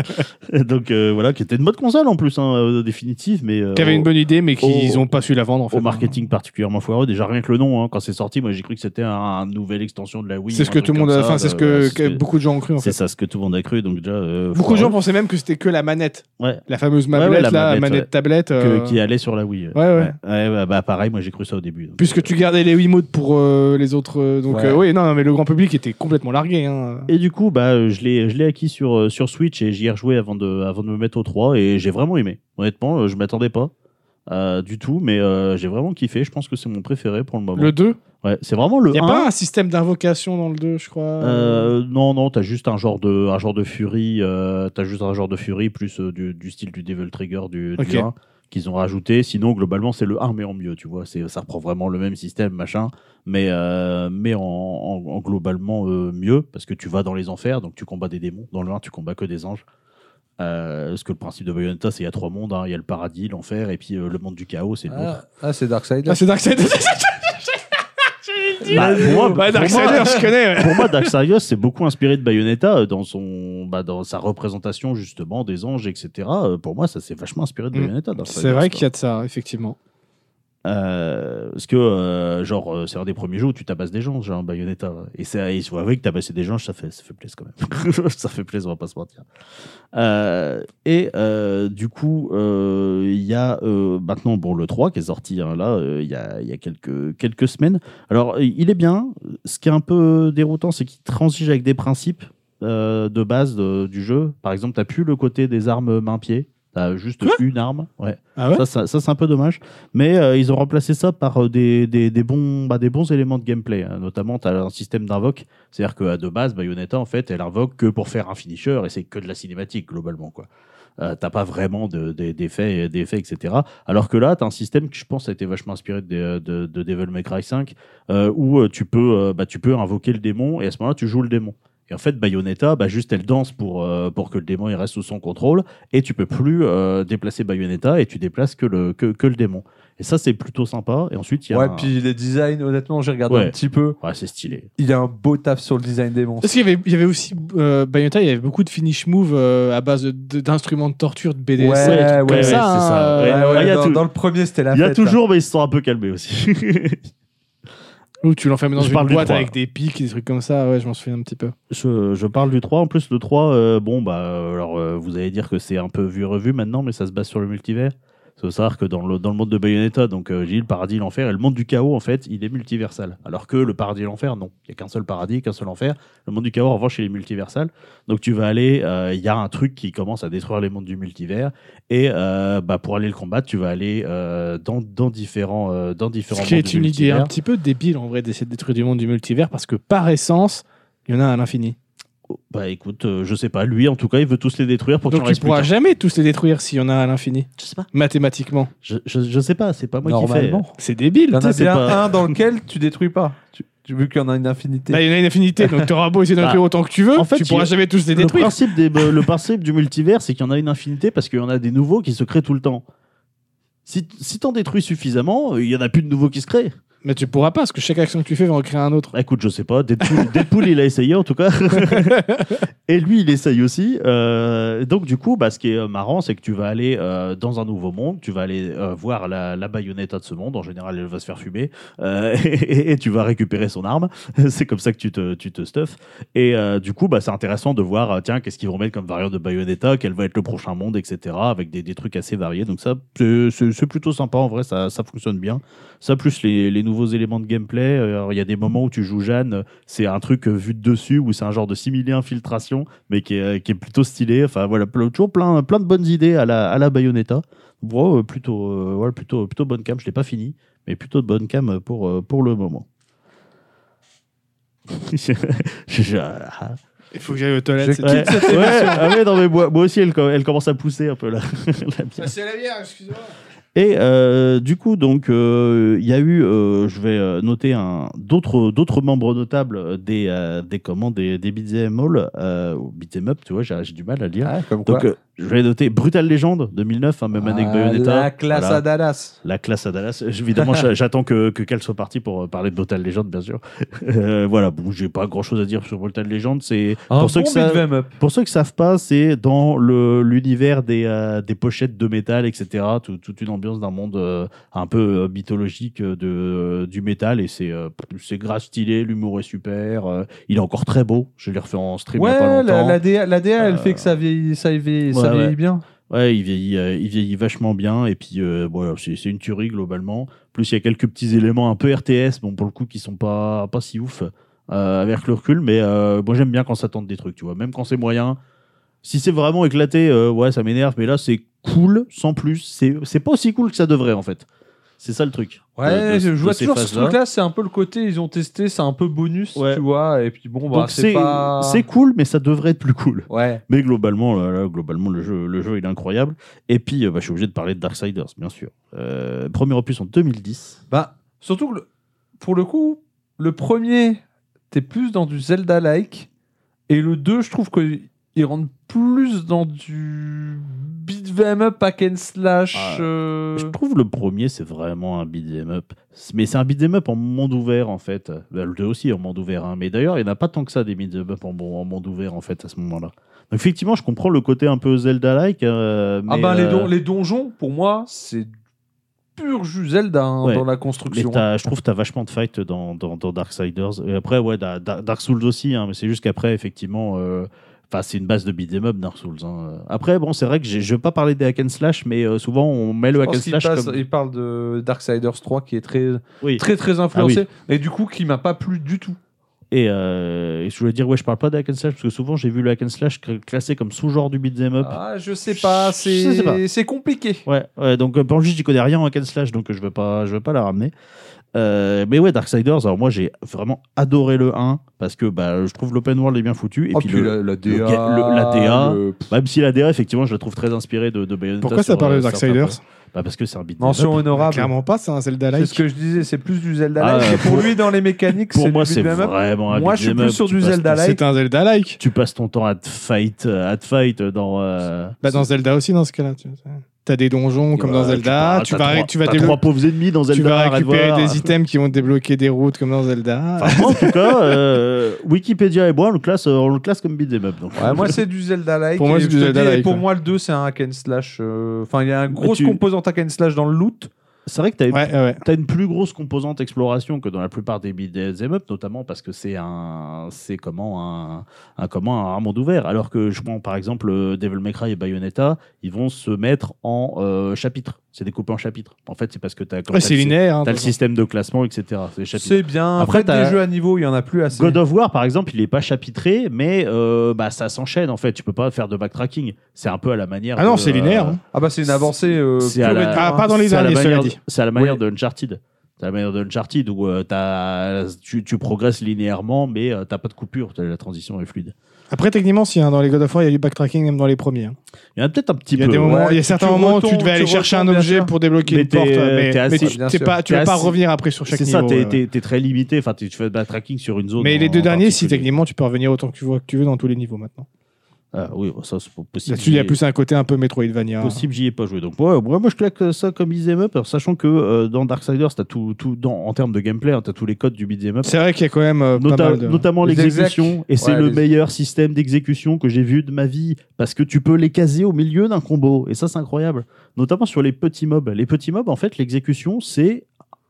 Donc euh, voilà, qui était une bonne console en plus, hein, euh, définitive, mais euh, Qui avait une bonne idée, mais qu'ils au- n'ont pas su la vendre en fait. au marketing particulièrement foireux. Déjà rien que le nom, hein, quand c'est sorti, moi j'ai cru que c'était un, un nouvelle extension de la Wii. C'est ce un que truc tout le monde, comme a- ça, enfin c'est ce de- que, voilà, que c'est- beaucoup de gens ont cru en C'est fait. ça, ce que tout le monde a cru. Donc déjà, euh, Beaucoup de gens foireux. pensaient même que c'était que la manette, Ouais, la fameuse ouais, mablette, la là, mablette, manette ouais. tablette. que- euh, qui allait sur la Wii. Ouais, ouais. ouais bah, bah, pareil, moi j'ai cru ça au début. donc, Puisque euh, tu gardais les Wiimotes pour euh, les autres. euh, donc Ouais. euh, oui, non, non, mais le grand public était complètement largué. Hein. Et du coup, bah, euh, je l'ai, je l'ai acquis sur, euh, sur Switch et j'y ai rejoué avant de, avant de me mettre au trois et j'ai vraiment aimé. Honnêtement, euh, je m'attendais pas euh, du tout, mais euh, j'ai vraiment kiffé. Je pense que c'est mon préféré pour le moment. Le deux, Ouais, c'est vraiment le il n'y a un. pas un système d'invocation dans le deux, je crois. Euh, non, non, t'as juste un genre de, un genre de furie, euh, t'as juste un genre de furie plus euh, du, du style du Devil Trigger du, du Ok. un qu'ils ont rajouté. Sinon, globalement, c'est le un mais en mieux, tu vois. C'est, ça reprend vraiment le même système, machin, mais, euh, mais en, en- en globalement euh, mieux parce que tu vas dans les enfers, donc tu combats des démons. Dans le un, tu combats que des anges. Euh, parce que le principe de Bayonetta, c'est qu'il y a trois mondes. hein. Il y a le paradis, l'enfer, et puis euh, le monde du chaos, c'est l'autre. Ah, ah, c'est Darkseid. Ah, c'est Darkseid. Bah, pour moi, Ouais, pour Darkseid, moi- je connais. ouais. Pour moi, Darksiders s'est beaucoup inspiré de Bayonetta euh, dans, son, bah, dans sa représentation justement des anges, et cetera. Euh, Pour moi, ça s'est vachement inspiré de Mm. Bayonetta. Darksiders, C'est vrai quoi. qu'il y a de ça, effectivement. Euh, parce que, euh, genre, euh, c'est un des premiers jeux où tu tabasses des gens, genre Bayonetta. Et c'est- il faut avouer que tabasser des gens, ça fait, ça fait plaisir quand même. Ça fait plaisir, on va pas se mentir. Euh, et euh, du coup, euh, il y a euh, maintenant bon, le trois qui est sorti hein, là, euh, il y a, il y a quelques, quelques semaines. Alors, il est bien. Ce qui est un peu déroutant, c'est qu'il transige avec des principes euh, de base de- du jeu. Par exemple, tu n'as plus le côté des armes main-pied. Tu as juste Quoi une arme. Ouais. Ah ouais Ça, ça, ça, c'est un peu dommage. Mais euh, ils ont remplacé ça par euh, des, des, des, bons, bah, des bons éléments de gameplay. hein. Notamment, tu as un système d'invoque. C'est-à-dire qu'à de base, Bayonetta, en fait, elle invoque que pour faire un finisher et c'est que de la cinématique, globalement. Quoi. Euh, t'as pas vraiment de, de, d'effets, d'effets, et cetera. Alors que là, t'as un système qui, je pense, a été vachement inspiré de, de, de Devil May Cry cinq, euh, où tu peux, euh, bah, tu peux invoquer le démon et à ce moment-là, tu joues le démon. Et en fait, Bayonetta, bah, juste elle danse pour, euh, pour que le démon il reste sous son contrôle, et tu peux plus euh, déplacer Bayonetta et tu déplaces que le, que, que le démon. Et ça, c'est plutôt sympa. Et ensuite, il y a. Ouais, un... puis les designs, honnêtement, j'ai regardé Ouais. un petit peu. Ouais, c'est stylé. Il y a un beau taf sur le design des monstres. Parce qu'il y avait, il y avait aussi euh, Bayonetta, il y avait beaucoup de finish moves euh, à base de- de- d'instruments de torture, de B D S, Ouais, des trucs ouais, comme ouais, ça. c'est hein, ça. euh, Ouais, Ouais, ouais, ouais, il y a dans, tout. dans le premier, c'était la Il y a fête. hein. toujours, mais ils se sont un peu calmés aussi. Où tu l'enfermes dans Je une parle du boîte trois. avec des pics, des trucs comme ça. Ouais, je m'en souviens un petit peu. je, je parle du trois. En plus, le trois, euh, bon, bah, euh, alors, euh, vous allez dire que c'est un peu vu et revu maintenant, mais ça se base sur le multivers. Il faut savoir que dans le, dans le monde de Bayonetta, donc euh, j'ai dit le paradis et l'enfer, et le monde du chaos, en fait, il est multiversal. Alors que le paradis et l'enfer, non. Il n'y a qu'un seul paradis, qu'un seul enfer. Le monde du chaos, en revanche, il est multiversal. Donc tu vas aller, il euh, y a un truc qui commence à détruire les mondes du multivers, et euh, bah, pour aller le combattre, tu vas aller euh, dans, dans différents, euh, dans différents Ce qui mondes est du une idée multivers. un petit peu débile en vrai d'essayer de détruire du monde du multivers parce que par essence, il y en a à l'infini. Bah écoute, euh, je sais pas. Lui, en tout cas, il veut tous les détruire pour qu'il Donc en tu reste plus pourras qu'un. jamais tous les détruire s'il y en a à l'infini, Je sais pas. mathématiquement. Je, je, je sais pas, c'est pas moi qui fais. Normalement. C'est débile. Il y en tu a sais, c'est bien pas- un dans lequel tu détruis pas. Tu, tu- vu qu'il y en a une infinité. Là, il y en a une infinité, donc tu auras beau essayer d'en Bah, détruire autant que tu veux, en fait, tu pourras il- jamais tous les Le détruire. principe, des, euh, le principe du multivers, c'est qu'il y en a une infinité parce qu'il y en a des nouveaux qui se créent tout le temps. Si, si t'en détruis suffisamment, il y en a plus de nouveaux qui se créent. Mais tu pourras pas, parce que chaque action que tu fais va en créer un autre. Bah, écoute, je sais pas. Deadpool, Deadpool, il a essayé en tout cas. Et lui, il essaye aussi. Euh, donc, du coup, bah, ce qui est marrant, c'est que tu vas aller euh, dans un nouveau monde. Tu vas aller euh, voir la, la Bayonetta de ce monde. En général, elle va se faire fumer. Euh, et, et tu vas récupérer son arme. C'est comme ça que tu te, tu te stuffes. Et euh, du coup, bah, c'est intéressant de voir, euh, tiens, qu'est-ce qu'ils vont mettre comme variante de Bayonetta, quel va être le prochain monde, et cetera. Avec des, des trucs assez variés. Donc, ça, c'est, c'est, c'est plutôt sympa. En vrai, ça, ça fonctionne bien. Ça, plus les, les nouveaux éléments de gameplay. Alors, il y a des moments où tu joues Jeanne, c'est un truc euh, vu de dessus, où c'est un genre de simili-infiltration, mais qui est, qui est plutôt stylé. Enfin, voilà, ple- toujours plein, plein de bonnes idées à la, à la Bayonetta. Bon, euh, plutôt, euh, ouais, plutôt, plutôt bonne cam. Je l'ai pas fini, mais plutôt de bonne cam pour, euh, pour le moment. Je- je- ah. Il faut que j'aille aux toilettes. Je c'est Ouais, tout. ouais, ah ouais, non, mais moi, moi aussi, elle, elle commence à pousser un peu là. La bière. C'est la bière, excuse-moi. Et euh, du coup, donc, il euh, y a eu, euh, je vais euh, noter un, d'autres, d'autres membres notables des, euh, des, comment, des, des beat'em all, euh, ou beat'em up, tu vois, j'ai, j'ai du mal à le dire. Ah, comme quoi. Donc, euh, je vais noter Brutal Legend deux mille neuf, hein, même année que Ah, Bayonetta. La classe Voilà. à Dallas. La classe à Dallas. Évidemment, j'a- j'attends que, que qu'elle soit partie pour euh, parler de Brutal Legend, bien sûr. Euh, voilà, bon, j'ai pas grand chose à dire sur Brutal Legend. C'est, Un pour ceux bon que ça- beat'em up. pour ceux qui savent pas, c'est dans le, l'univers des, euh, des pochettes de métal, et cetera. Tout- toute une ambiance d'un monde euh, un peu euh, mythologique de, euh, du métal. Et c'est, euh, c'est grave stylé, l'humour est super. euh, il est encore très beau. Je l'ai refait en stream il y a pas Ouais, longtemps. la, la D A, la D A, elle Euh, fait que ça vieillit, ça vieillit, ça ouais, vieillit ouais. bien. Ouais, il vieillit, euh, il vieillit vachement bien. Et puis, euh, voilà, c'est, c'est une tuerie globalement. Plus, il y a quelques petits éléments un peu R T S, bon, pour le coup, qui sont pas, pas si ouf euh, avec le recul. Mais euh, moi, j'aime bien quand ça tente des trucs, tu vois. Même quand c'est moyen. Si c'est vraiment éclaté, euh, ouais, ça m'énerve. Mais là, c'est cool, sans plus. C'est, c'est pas aussi cool que ça devrait, en fait. C'est ça le truc. Ouais, de- de- je de vois ces toujours ce phases-là. truc-là, c'est un peu le côté, ils ont testé, c'est un peu bonus, Ouais. tu vois, et puis bon, bah, Donc, c'est, c'est, pas... c'est cool, mais ça devrait être plus cool. Ouais. Mais globalement, là, là, globalement le, jeu, le jeu, il est incroyable. Et puis, euh, bah, je suis obligé de parler de Darksiders, bien sûr. Euh, premier opus en deux mille dix. Bah, surtout que, le- pour le coup, le premier, t'es plus dans du Zelda-like, et le deux, je trouve qu'il rentre plus dans du beat'em up, hack and slash. Ah, euh, Je trouve le premier, c'est vraiment un beat'em up. Mais c'est un beat'em up en monde ouvert, en fait. Bah, le deux aussi en monde ouvert. Hein. Mais d'ailleurs, il n'y en a pas tant que ça, des beat'em up en, en monde ouvert, en fait, à ce moment-là. Donc, effectivement, je comprends le côté un peu Zelda-like. euh, Ah mais, bah, les, euh, don- les donjons, pour moi, c'est pur jus Zelda hein, Ouais. dans la mais construction. t'as- je trouve que tu as vachement de fight dans, dans, dans Darksiders. Et après, ouais, da- da- Dark Souls aussi, hein, mais c'est juste qu'après, effectivement, euh, enfin, c'est une base de beat'em up, Dark Souls. Hein. Après, bon, c'est vrai que j'ai- je ne veux pas parler des hack and slash, mais euh, souvent, on met le Je hack and pense qu'il slash passe- comme... il parle de Darksiders trois qui est très, Oui. très, très influencé, et du coup, qui m'a pas plu du tout. Et, euh, et je voulais dire, ouais, je parle pas de hack and slash, parce que souvent, j'ai vu le hack and slash cl- classé comme sous-genre du beat'em up. Ah, je sais pas, Je sais pas. c'est c'est compliqué. Ouais, ouais, donc euh, pour le juge, j'y connais rien en hack and slash, donc euh, je veux pas, je veux pas la ramener. Euh, mais ouais, Darksiders, alors moi j'ai vraiment adoré le un parce que bah, je trouve l'open world est bien foutu. Et Oh, puis, puis le, la, la D A. le ga- le- la D A, le- même si la D A, effectivement, je la trouve très inspirée de, de Bayonetta. Pourquoi ça sur, parle euh, de certains Darksiders points. Bah parce que c'est un beat'em Mention up. honorable. Clairement pas, c'est un C'est Zelda-like. ce que je disais, c'est plus du Zelda Ah, like. Et pour pour- lui, dans les mécaniques, Pour c'est moi, du c'est beat'em up. vraiment un Moi, je suis beat'em plus up. sur Tu du passes Zelda ton- like. C'est un Zelda-like. Tu passes ton temps à te fight, à te fight dans. euh, Bah, dans Zelda aussi, dans ce cas-là. Tu as des donjons comme dans Ouais, Zelda. Tu, Tu vas- vas, t'as tu vas, trois, délo- t'as trois pauvres ennemis dans Zelda. tu vas arrête de récupérer voir. des items qui vont te débloquer des routes comme dans Zelda. Enfin, moi, en tout cas, euh, Wikipédia et moi, on le classe, on le classe comme beat'em up. Donc. Ouais, moi, c'est du Zelda like. Pour moi, et c'est je du te Zelda dis, like, Pour ouais. moi, le deux, c'est un hack and slash. euh, Enfin, il y a une grosse tu- composante hack and slash dans le loot. C'est vrai que tu as une, Ouais, ouais. t'as une plus grosse composante exploration que dans la plupart des beat'em up, notamment parce que c'est un, c'est comment un, un comment un monde ouvert. Alors que je prends par exemple euh, Devil May Cry et Bayonetta, ils vont se mettre en euh, chapitres. C'est découpé en chapitres. En fait, c'est parce que tu as Ouais, c'est linéaire. hein, T'as de le toute système de classement, et cetera. C'est des chapitres. C'est bien. Après, Après, t'as- des jeux à niveau, il y en a plus assez. God of War, par exemple, il est pas chapitré, mais euh, bah, ça s'enchaîne en fait. Tu peux pas faire de backtracking. C'est un peu à la manière. Ah non, de, c'est linéaire, hein. Ah bah, c'est une avancée. euh, C'est pure à et la- dure, Ah, hein. pas dans les c'est à la derniers, cela manière, dit. c'est à la manière Oui. de Uncharted. C'est à la manière de Uncharted où euh, t'as- tu, tu progresses linéairement, mais euh, t'as pas de coupure. T'as- La transition est fluide. Après, techniquement, si hein, dans les God of War, il y a du backtracking même dans les premiers. hein. Il y en a peut-être un petit Il y a peu. des ouais. moments, il y a tu- certains tu moments où tu retombes, devais aller tu chercher un retombes, bien objet sûr. pour débloquer Mais une porte, t'es, euh, mais, t'es mais assis- tu bien t'es sûr. pas, tu T'es vas pas assis- revenir après sur chaque C'est niveau. ça, t'es, ouais, ouais. t'es- t'es très limité. Enfin, tu tu fais de backtracking sur une zone. Mais en- les deux en derniers, si particulier. techniquement, tu peux revenir autant que tu veux, que tu veux dans tous les niveaux maintenant. Ah, oui, ça c'est possible. Là-dessus, il y a J'y ai- plus un côté un peu Metroidvania. Possible, j'y ai pas joué. Donc, ouais, moi, moi, je claque ça comme beat'em up, alors, sachant que euh, dans Darksiders, t'as tout, tout dans, en termes de gameplay, hein, t'as tous les codes du beat'em up. C'est vrai qu'il y a quand même euh, Nota- pas mal de... Notamment Les l'exécution, execs. et c'est Ouais, le les- meilleur système d'exécution que j'ai vu de ma vie, parce que tu peux les caser au milieu d'un combo, et ça c'est incroyable. Notamment sur les petits mobs. Les petits mobs, en fait, l'exécution, c'est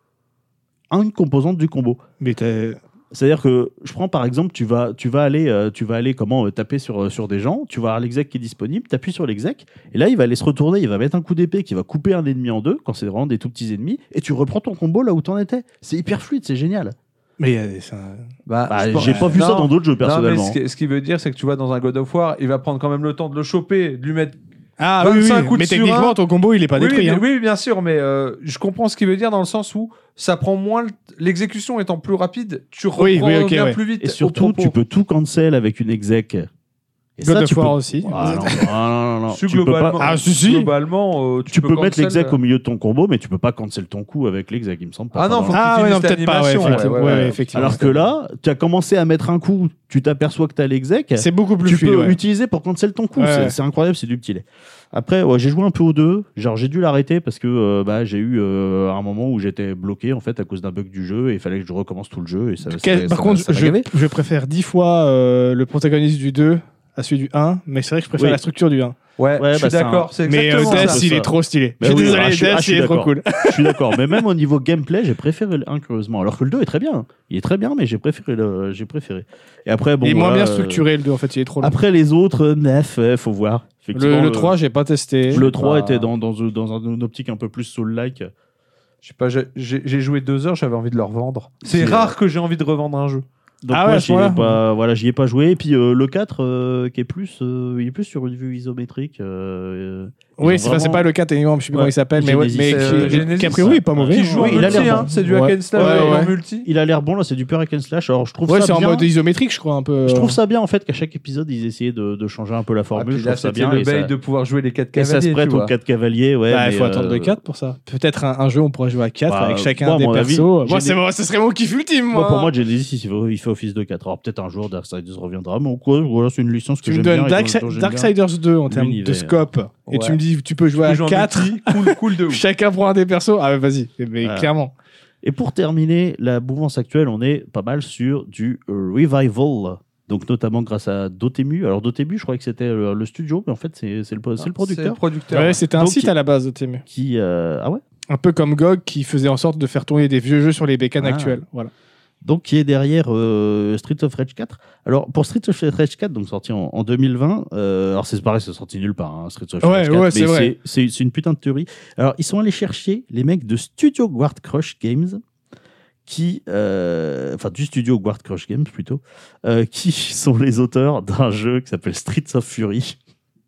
une composante du combo. Mais t'as- C'est-à-dire que je prends par exemple, tu vas, tu vas aller, euh, tu vas aller comment euh, taper sur, euh, sur des gens, tu vas avoir l'exec qui est disponible, tu appuies sur l'exec, et là il va aller se retourner, il va mettre un coup d'épée qui va couper un ennemi en deux, quand c'est vraiment des tout petits ennemis, et tu reprends ton combo là où t'en étais. C'est hyper fluide, c'est génial. Mais il y a des- ça- Bah, Bah, je pense- j'ai pas vu ça Non. dans d'autres jeux Non, mais personnellement. ce qui, ce qui veut dire, c'est que tu vois, dans un God of War, il va prendre quand même le temps de le choper, de lui mettre. Ah oui, oui, vingt-cinq oui. coups de mais sur techniquement, un. ton combo, il est pas oui, détruit. mais- hein. oui, bien sûr, mais euh, je comprends ce qu'il veut dire dans le sens où ça prend moins. le- L'exécution étant plus rapide, tu reprends Oui, oui, ok, bien ouais. plus vite. Et au surtout, propos. tu peux tout cancel avec une exec. Et God ça, of tu peux... War aussi. Ah, non, non, non, non, non. Si, Tu peux globalement, pas... Ah, si, si. globalement, euh, tu, Tu peux, mettre cancel, l'exec euh, au milieu de ton combo, mais tu peux pas cancel ton coup avec l'exec, il me semble. Pas Ah non, Pas faut dans- que Ah tu ouais, non, finisses peut-être pas. Ouais, l'animation, effectivement. ouais, ouais, Ouais, ouais. effectivement. Alors que là, tu as commencé à mettre un coup, tu t'aperçois que tu as l'exec, C'est beaucoup plus tu fluide. peux ouais. l'utiliser pour cancel ton coup. Ouais, c'est ouais. c'est incroyable, c'est du petit lait. Après, ouais, j'ai joué un peu aux deux. Genre, j'ai dû l'arrêter parce que euh, bah, j'ai eu euh, un moment où j'étais bloqué en fait à cause d'un bug du jeu et il fallait que je recommence tout le jeu. Et ça, ça- Quel- ça- Par ça- contre, ça m'a je, gavé. je préfère dix fois euh, le protagoniste du deux à celui du un, mais c'est vrai que je préfère Oui. la structure du un. Ouais, Ouais, je suis bah, c'est un- d'accord, c'est Mais euh, exactement Death, ça. Death, il ça. est trop stylé. Bah Je suis oui, désolé, ah, je suis- Death, ah, je suis il est trop d'accord. cool. Je suis d'accord, mais même au niveau gameplay, j'ai préféré le un curieusement. Alors que le deux est très bien. Il est très bien, mais j'ai préféré le, j'ai préféré. Et après, bon, il est moins voilà, bien euh, structuré le deux, en fait, il est trop long. Après les autres, euh, neuf, euh, faut voir. Effectivement, Le, le trois, j'ai pas testé. le trois Bah, était dans, dans, dans un- une optique un peu plus soul-like. Je sais pas, j'ai- j'ai j'ai joué deux heures, j'avais envie de le revendre. C'est C'est, rare que j'ai envie de revendre un jeu. Donc Ah ouais, moi, à ce j'y ai point-là. pas, voilà, j'y ai pas joué. Et puis euh, le quatre, euh, qui est plus, euh, il est plus sur une vue isométrique. euh, ils ont Oui, c'est enfin, c'est vraiment- pas le quatre, évidemment, je sais plus Ouais. comment il s'appelle, mais, ouais, Genesis, mais euh, qui, Genesis, qui a priori est pas mauvais. Qui hein. joue Oui, en il a multi, l'air hein, bon. c'est du Ouais. hack and slash Ouais, et ouais. en multi. Il a l'air bon là, c'est du pur hack and slash. Alors je trouve Ouais, ça c'est en bien. mode isométrique, je crois, un peu. Je trouve ça bien en fait qu'à chaque épisode ils essayaient de, de changer un peu la Ah, formule. puis je là, trouve ça c'était bien. le et ça- bail de pouvoir jouer les quatre Et ça se cavaliers. prête tu aux vois. quatre cavaliers, ouais. Bah, il mais, faut euh, attendre le quatre pour ça. Peut-être un, un jeu, on pourrait jouer à quatre Bah, avec chacun moi, à des mon avis, persos. Moi, j'ai c'est des- moi, ce serait mon kiff ultime, moi. Moi, pour moi, Genesis, il fait, il fait office de quatre. Alors peut-être un jour Darksiders reviendra, mais quoi, voilà, c'est une licence que tu me j'aime donnes bien. et Dark- dont- dont j'aime bien. Darksiders deux en termes de L'univers. scope, et Ouais. tu me dis tu peux jouer Tu à joues en quatre, multi, cool, cool de ouf. chacun prend un des persos. Ah, ouais, vas-y, mais Voilà. clairement. Et pour terminer, la mouvance actuelle, on est pas mal sur du revival. Donc notamment grâce à Dotemu. Alors Dotemu, je croyais que c'était le, le studio, mais en fait c'est c'est le, c'est le C'est le producteur producteur. Ouais, c'était un Donc, site à la base de T M U. qui... euh, Ah ouais. Un peu comme G O G qui faisait en sorte de faire tourner des vieux jeux sur les bécanes Ah. actuelles. Voilà. Donc qui est derrière euh, Streets of Rage quatre. Alors pour Streets of Rage quatre, donc sorti en, en deux mille vingt, euh, alors c'est pareil, c'est sorti nulle part, hein, Streets of Ouais, Rage quatre, ouais, c'est mais vrai. c'est c'est une putain de théorie. Alors ils sont allés chercher les mecs de Studio Guard Crush Games, qui, euh, enfin du studio Guard Crush Games plutôt, euh, qui sont les auteurs d'un jeu qui s'appelle Streets of Fury.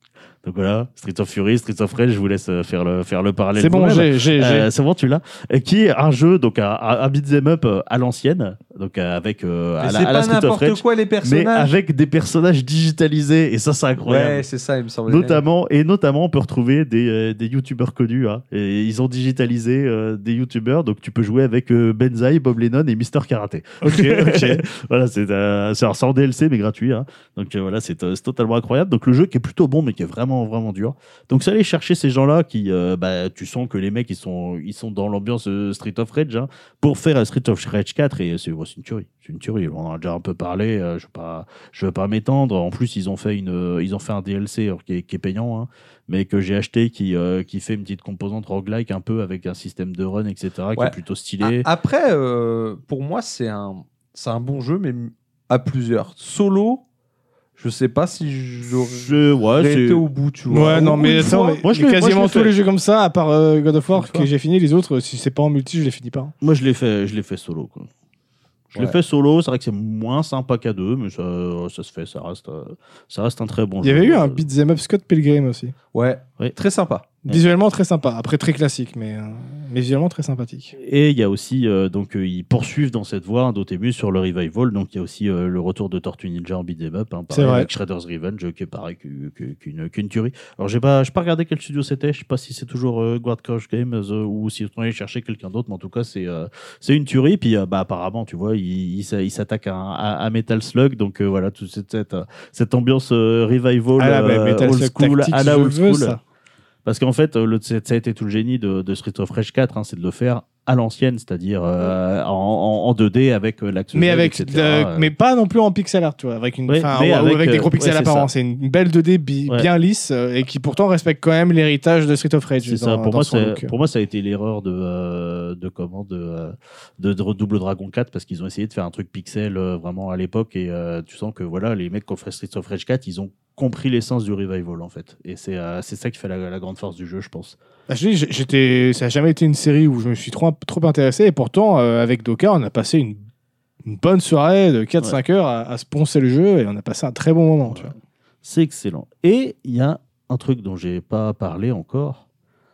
Donc voilà, Streets of Fury, Streets of Rage, je vous laisse euh, faire le, faire le parallèle. C'est bon, vous-même. j'ai, j'ai, Euh, j'ai. c'est bon, tu l'as. Et qui est un jeu, donc un, un beat'em up euh, à l'ancienne, donc euh, avec euh, Mais à la, c'est à la pas Street of n'importe Rage, quoi les mais personnages. avec des personnages digitalisés, et ça c'est incroyable. Ouais, c'est ça, il me semble. Notamment, et notamment, on peut retrouver des, euh, des youtubeurs connus. Hein, et ils ont digitalisé euh, des youtubeurs, donc tu peux jouer avec euh, Benzaï, Bob Lennon et Mister Karaté. Ok, ok. Voilà, c'est euh, c'est un sans D L C mais gratuit. Hein. Donc euh, voilà, c'est euh, c'est totalement incroyable. Donc le jeu qui est plutôt bon, mais qui est vraiment vraiment dur. Donc c'est aller chercher ces gens-là qui, euh, bah, tu sens que les mecs ils sont ils sont dans l'ambiance euh, Street of Rage hein, pour faire un Street of Rage quatre et c'est ouais, c'est une tuerie. C'est une tuerie. On en a déjà un peu parlé. Euh, je veux pas je veux pas m'étendre. En plus ils ont fait une euh, ils ont fait un D L C alors, qui, est, qui est payant. Hein, mais que j'ai acheté qui, euh, qui fait une petite composante roguelike un peu avec un système de run, et cetera, qui Ouais. est plutôt stylé. A- Après, euh, pour moi, c'est un, c'est un bon jeu, mais à plusieurs. Solo, je sais pas si j'aurais Je- ouais, c'est- été au bout, tu vois. Ouais, non, Ou mais une attends, fois- mais Moi, je l'ai- moi, je quasiment l'ai tous fait. les jeux comme ça, à part euh, God of War, Une fois. que j'ai fini, les autres, si c'est pas en multi, je les finis pas. Moi, je l'ai fait, je l'ai fait solo. Quoi. Je l'ai Ouais. fait solo, c'est vrai que c'est moins sympa qu'à deux, mais ça, ça se fait, ça reste, euh, ça reste un très bon Il y jeu. avait eu un Euh, beat'em up Scott Pilgrim aussi. Ouais, Oui. très sympa. Ouais. Visuellement très sympa, après très classique, mais, euh, mais visuellement très sympathique. Et il y a aussi, euh, donc, euh, ils poursuivent dans cette voie hein, Dotemu sur le revival. Donc, il y a aussi euh, le retour de Tortue Ninja en beat'em up, hein, C'est pareil, vrai. avec Shredder's Revenge, euh, qui est pareil que- que- qu'une qu'une tuerie. Alors, j'ai pas, j'ai pas regardé quel studio c'était. Je sais pas si c'est toujours euh, Guard Crush Games euh, ou si on allait chercher quelqu'un d'autre, mais en tout cas, c'est euh, c'est une tuerie. Puis, euh, bah, apparemment, tu vois, il, il, s'a- il s'attaque à, un- à- à Metal Slug. Donc, euh, voilà, toute cette, cette, euh, cette ambiance euh, revival, Ah là, bah, euh, Metal old Slug school, Tactics, à la je old veux school. ça. Parce qu'en fait, euh, le, c'est- ça a été tout le génie de, de Street of Rage quatre, hein, c'est de le faire à l'ancienne, c'est-à-dire euh, en, en- en deux D avec euh, l'axe Mais, Z, avec et de- cetera, euh. mais pas non plus en pixel art, tu vois, avec, une, Oui, enfin, mais ou- ou avec, avec des euh, gros pixels ouais, c'est apparents. ça. C'est une belle deux D bi- Ouais. bien lisse euh, et qui pourtant respecte quand même l'héritage de Street of Rage. C'est dans- ça. Pour dans moi, son c'est- look. pour moi, ça a été l'erreur de, euh, de comment de, euh, de, de Double Dragon quatre parce qu'ils ont essayé de faire un truc pixel euh, vraiment à l'époque et euh, tu sens que voilà, les mecs qui ont fait Street of Rage quatre, ils ont compris l'essence du revival en fait. Et c'est euh, c'est ça qui fait la, la grande force du jeu, je pense. Bah, je dis, j'ai- j'étais, ça n'a jamais été une série où je me suis trop, trop intéressé et pourtant, euh, avec Doka, on a passé une, une bonne soirée de quatre cinq heures à, à se poncer le jeu et on a passé un très bon moment. Tu vois. C'est excellent. Et il y a un truc dont j'ai pas parlé encore,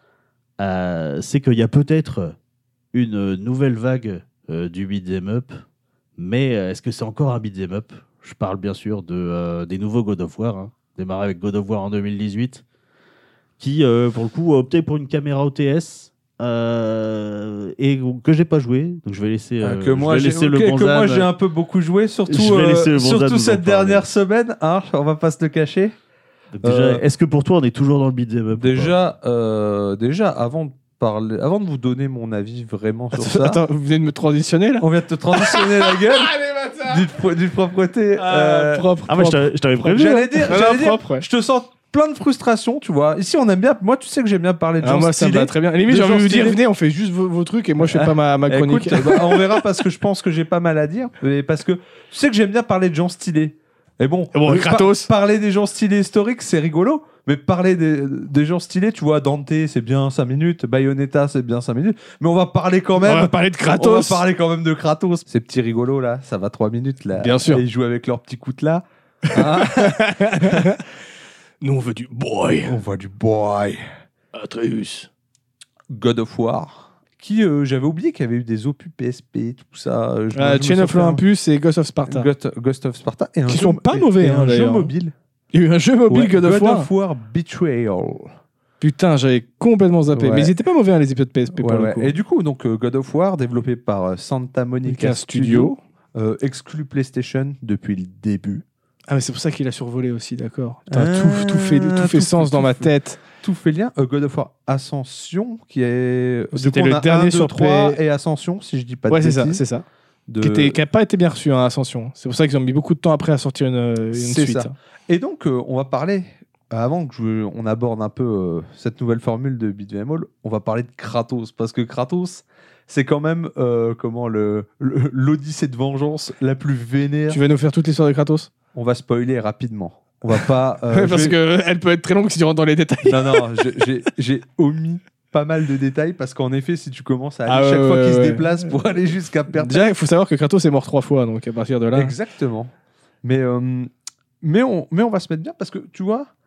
euh, c'est qu'il y a peut-être une nouvelle vague euh, du beat'em up, mais euh, est-ce que c'est encore un beat'em up? Je parle bien sûr de, euh, des nouveaux God of War, hein, démarré avec God of War en deux mille dix-huit, qui euh, pour le coup a opté pour une caméra O T S. Euh, et que j'ai pas joué, donc je vais laisser, euh, Euh, que moi, je vais j'ai, laisser ok, le que Bonzan, moi j'ai un peu beaucoup joué, surtout, Je vais euh, laisser le Bonzan surtout nous en cette parler. dernière semaine. Hein, on va pas se le cacher. Donc déjà, Euh, est-ce que pour toi on est toujours dans le beat'em up ou pas? Déjà, euh, déjà avant de parler, avant de vous donner mon avis vraiment sur ça, Attends, vous venez de me transitionner là on vient de te transitionner la gueule Allez, bâtard d'une, pro- d'une propreté. Ah, euh, propre, Ah, moi je propre. t'avais je t'avais prévenu. J'allais hein. dire, Non, non, j'allais dire, propre, ouais. je te sens plein de frustration, tu vois. Ici, on aime bien. Moi, tu sais que j'aime bien parler de Ah, gens moi, ça me stylés. va très bien. Limite, de j'ai envie gens de vous dire, stylés. venez, on fait juste vos, vos trucs et moi, je fais pas ma, ma chronique. Écoute, bah, on verra parce que je pense que j'ai pas mal à dire. Mais parce que tu sais que j'aime bien parler de gens stylés. Et bon, Bon, euh, Kratos. par- parler des gens stylés historiques, c'est rigolo. Mais parler des, des gens stylés, tu vois, Dante, c'est bien cinq minutes. Bayonetta, c'est bien cinq minutes. Mais on va parler quand On même. va parler de On Kratos. va parler quand même de Kratos. Ces petits rigolos là, ça va trois minutes là. Bien sûr. Et ils jouent avec leurs petits coutelas. Hein. Nous, on veut du boy. On voit du boy. Atreus. God of War. Qui, euh, j'avais oublié qu'il y avait eu des opus P S P, tout ça. euh, je- je Euh, me Chain suis of fait un- Olympus et Ghost of Sparta. Ghost, Ghost of Sparta. Et un Qui jeu- sont pas et- mauvais, et hein, un jeu d'ailleurs. mobile. Il y a eu un jeu mobile Ouais, God of War. War Betrayal. Putain, j'avais complètement zappé. Ouais. Mais ils étaient pas mauvais, hein, les épisodes P S P, Ouais, pour ouais. le coup. Et du coup, donc, euh, God of War, développé par euh, Santa Monica Monica Studio, euh, exclu PlayStation depuis le début. Ah, mais c'est pour ça qu'il a survolé aussi, d'accord. Putain, Ah, tout, tout fait, tout fait tout sens fait- dans tout ma fait. tête. Tout fait lien. Euh, God of War Ascension, qui est. du C'était coup, on le a dernier un, deux, sur trois P- et Ascension, si je dis pas de Ouais, c'est ça, bêtises. c'est ça. De- Qui, était, qui a pas été bien reçu, hein, Ascension. C'est pour ça qu'ils ont mis beaucoup de temps après à sortir une, une C'est suite. ça. Et donc, euh, on va parler, avant que je- on aborde un peu euh, cette nouvelle formule de Beat'em All, on va parler de Kratos. Parce que Kratos, c'est quand même euh, comment le, le- l'odyssée de vengeance la plus vénère. Tu vas nous faire toute l'histoire de Kratos On va spoiler rapidement. On va pas. euh, Ouais, je parce vais- qu'elle peut être très longue si tu rentres dans les détails. Non, non, je- j'ai, j'ai omis pas mal de détails parce qu'en effet, si tu commences à aller Ah ouais, chaque fois ouais, qu'il se ouais. déplace pour aller jusqu'à perdre. Déjà, il faut savoir que Kratos est mort trois fois, donc à partir de là. Exactement. Mais, euh, mais, on, mais on va se mettre bien parce que tu vois,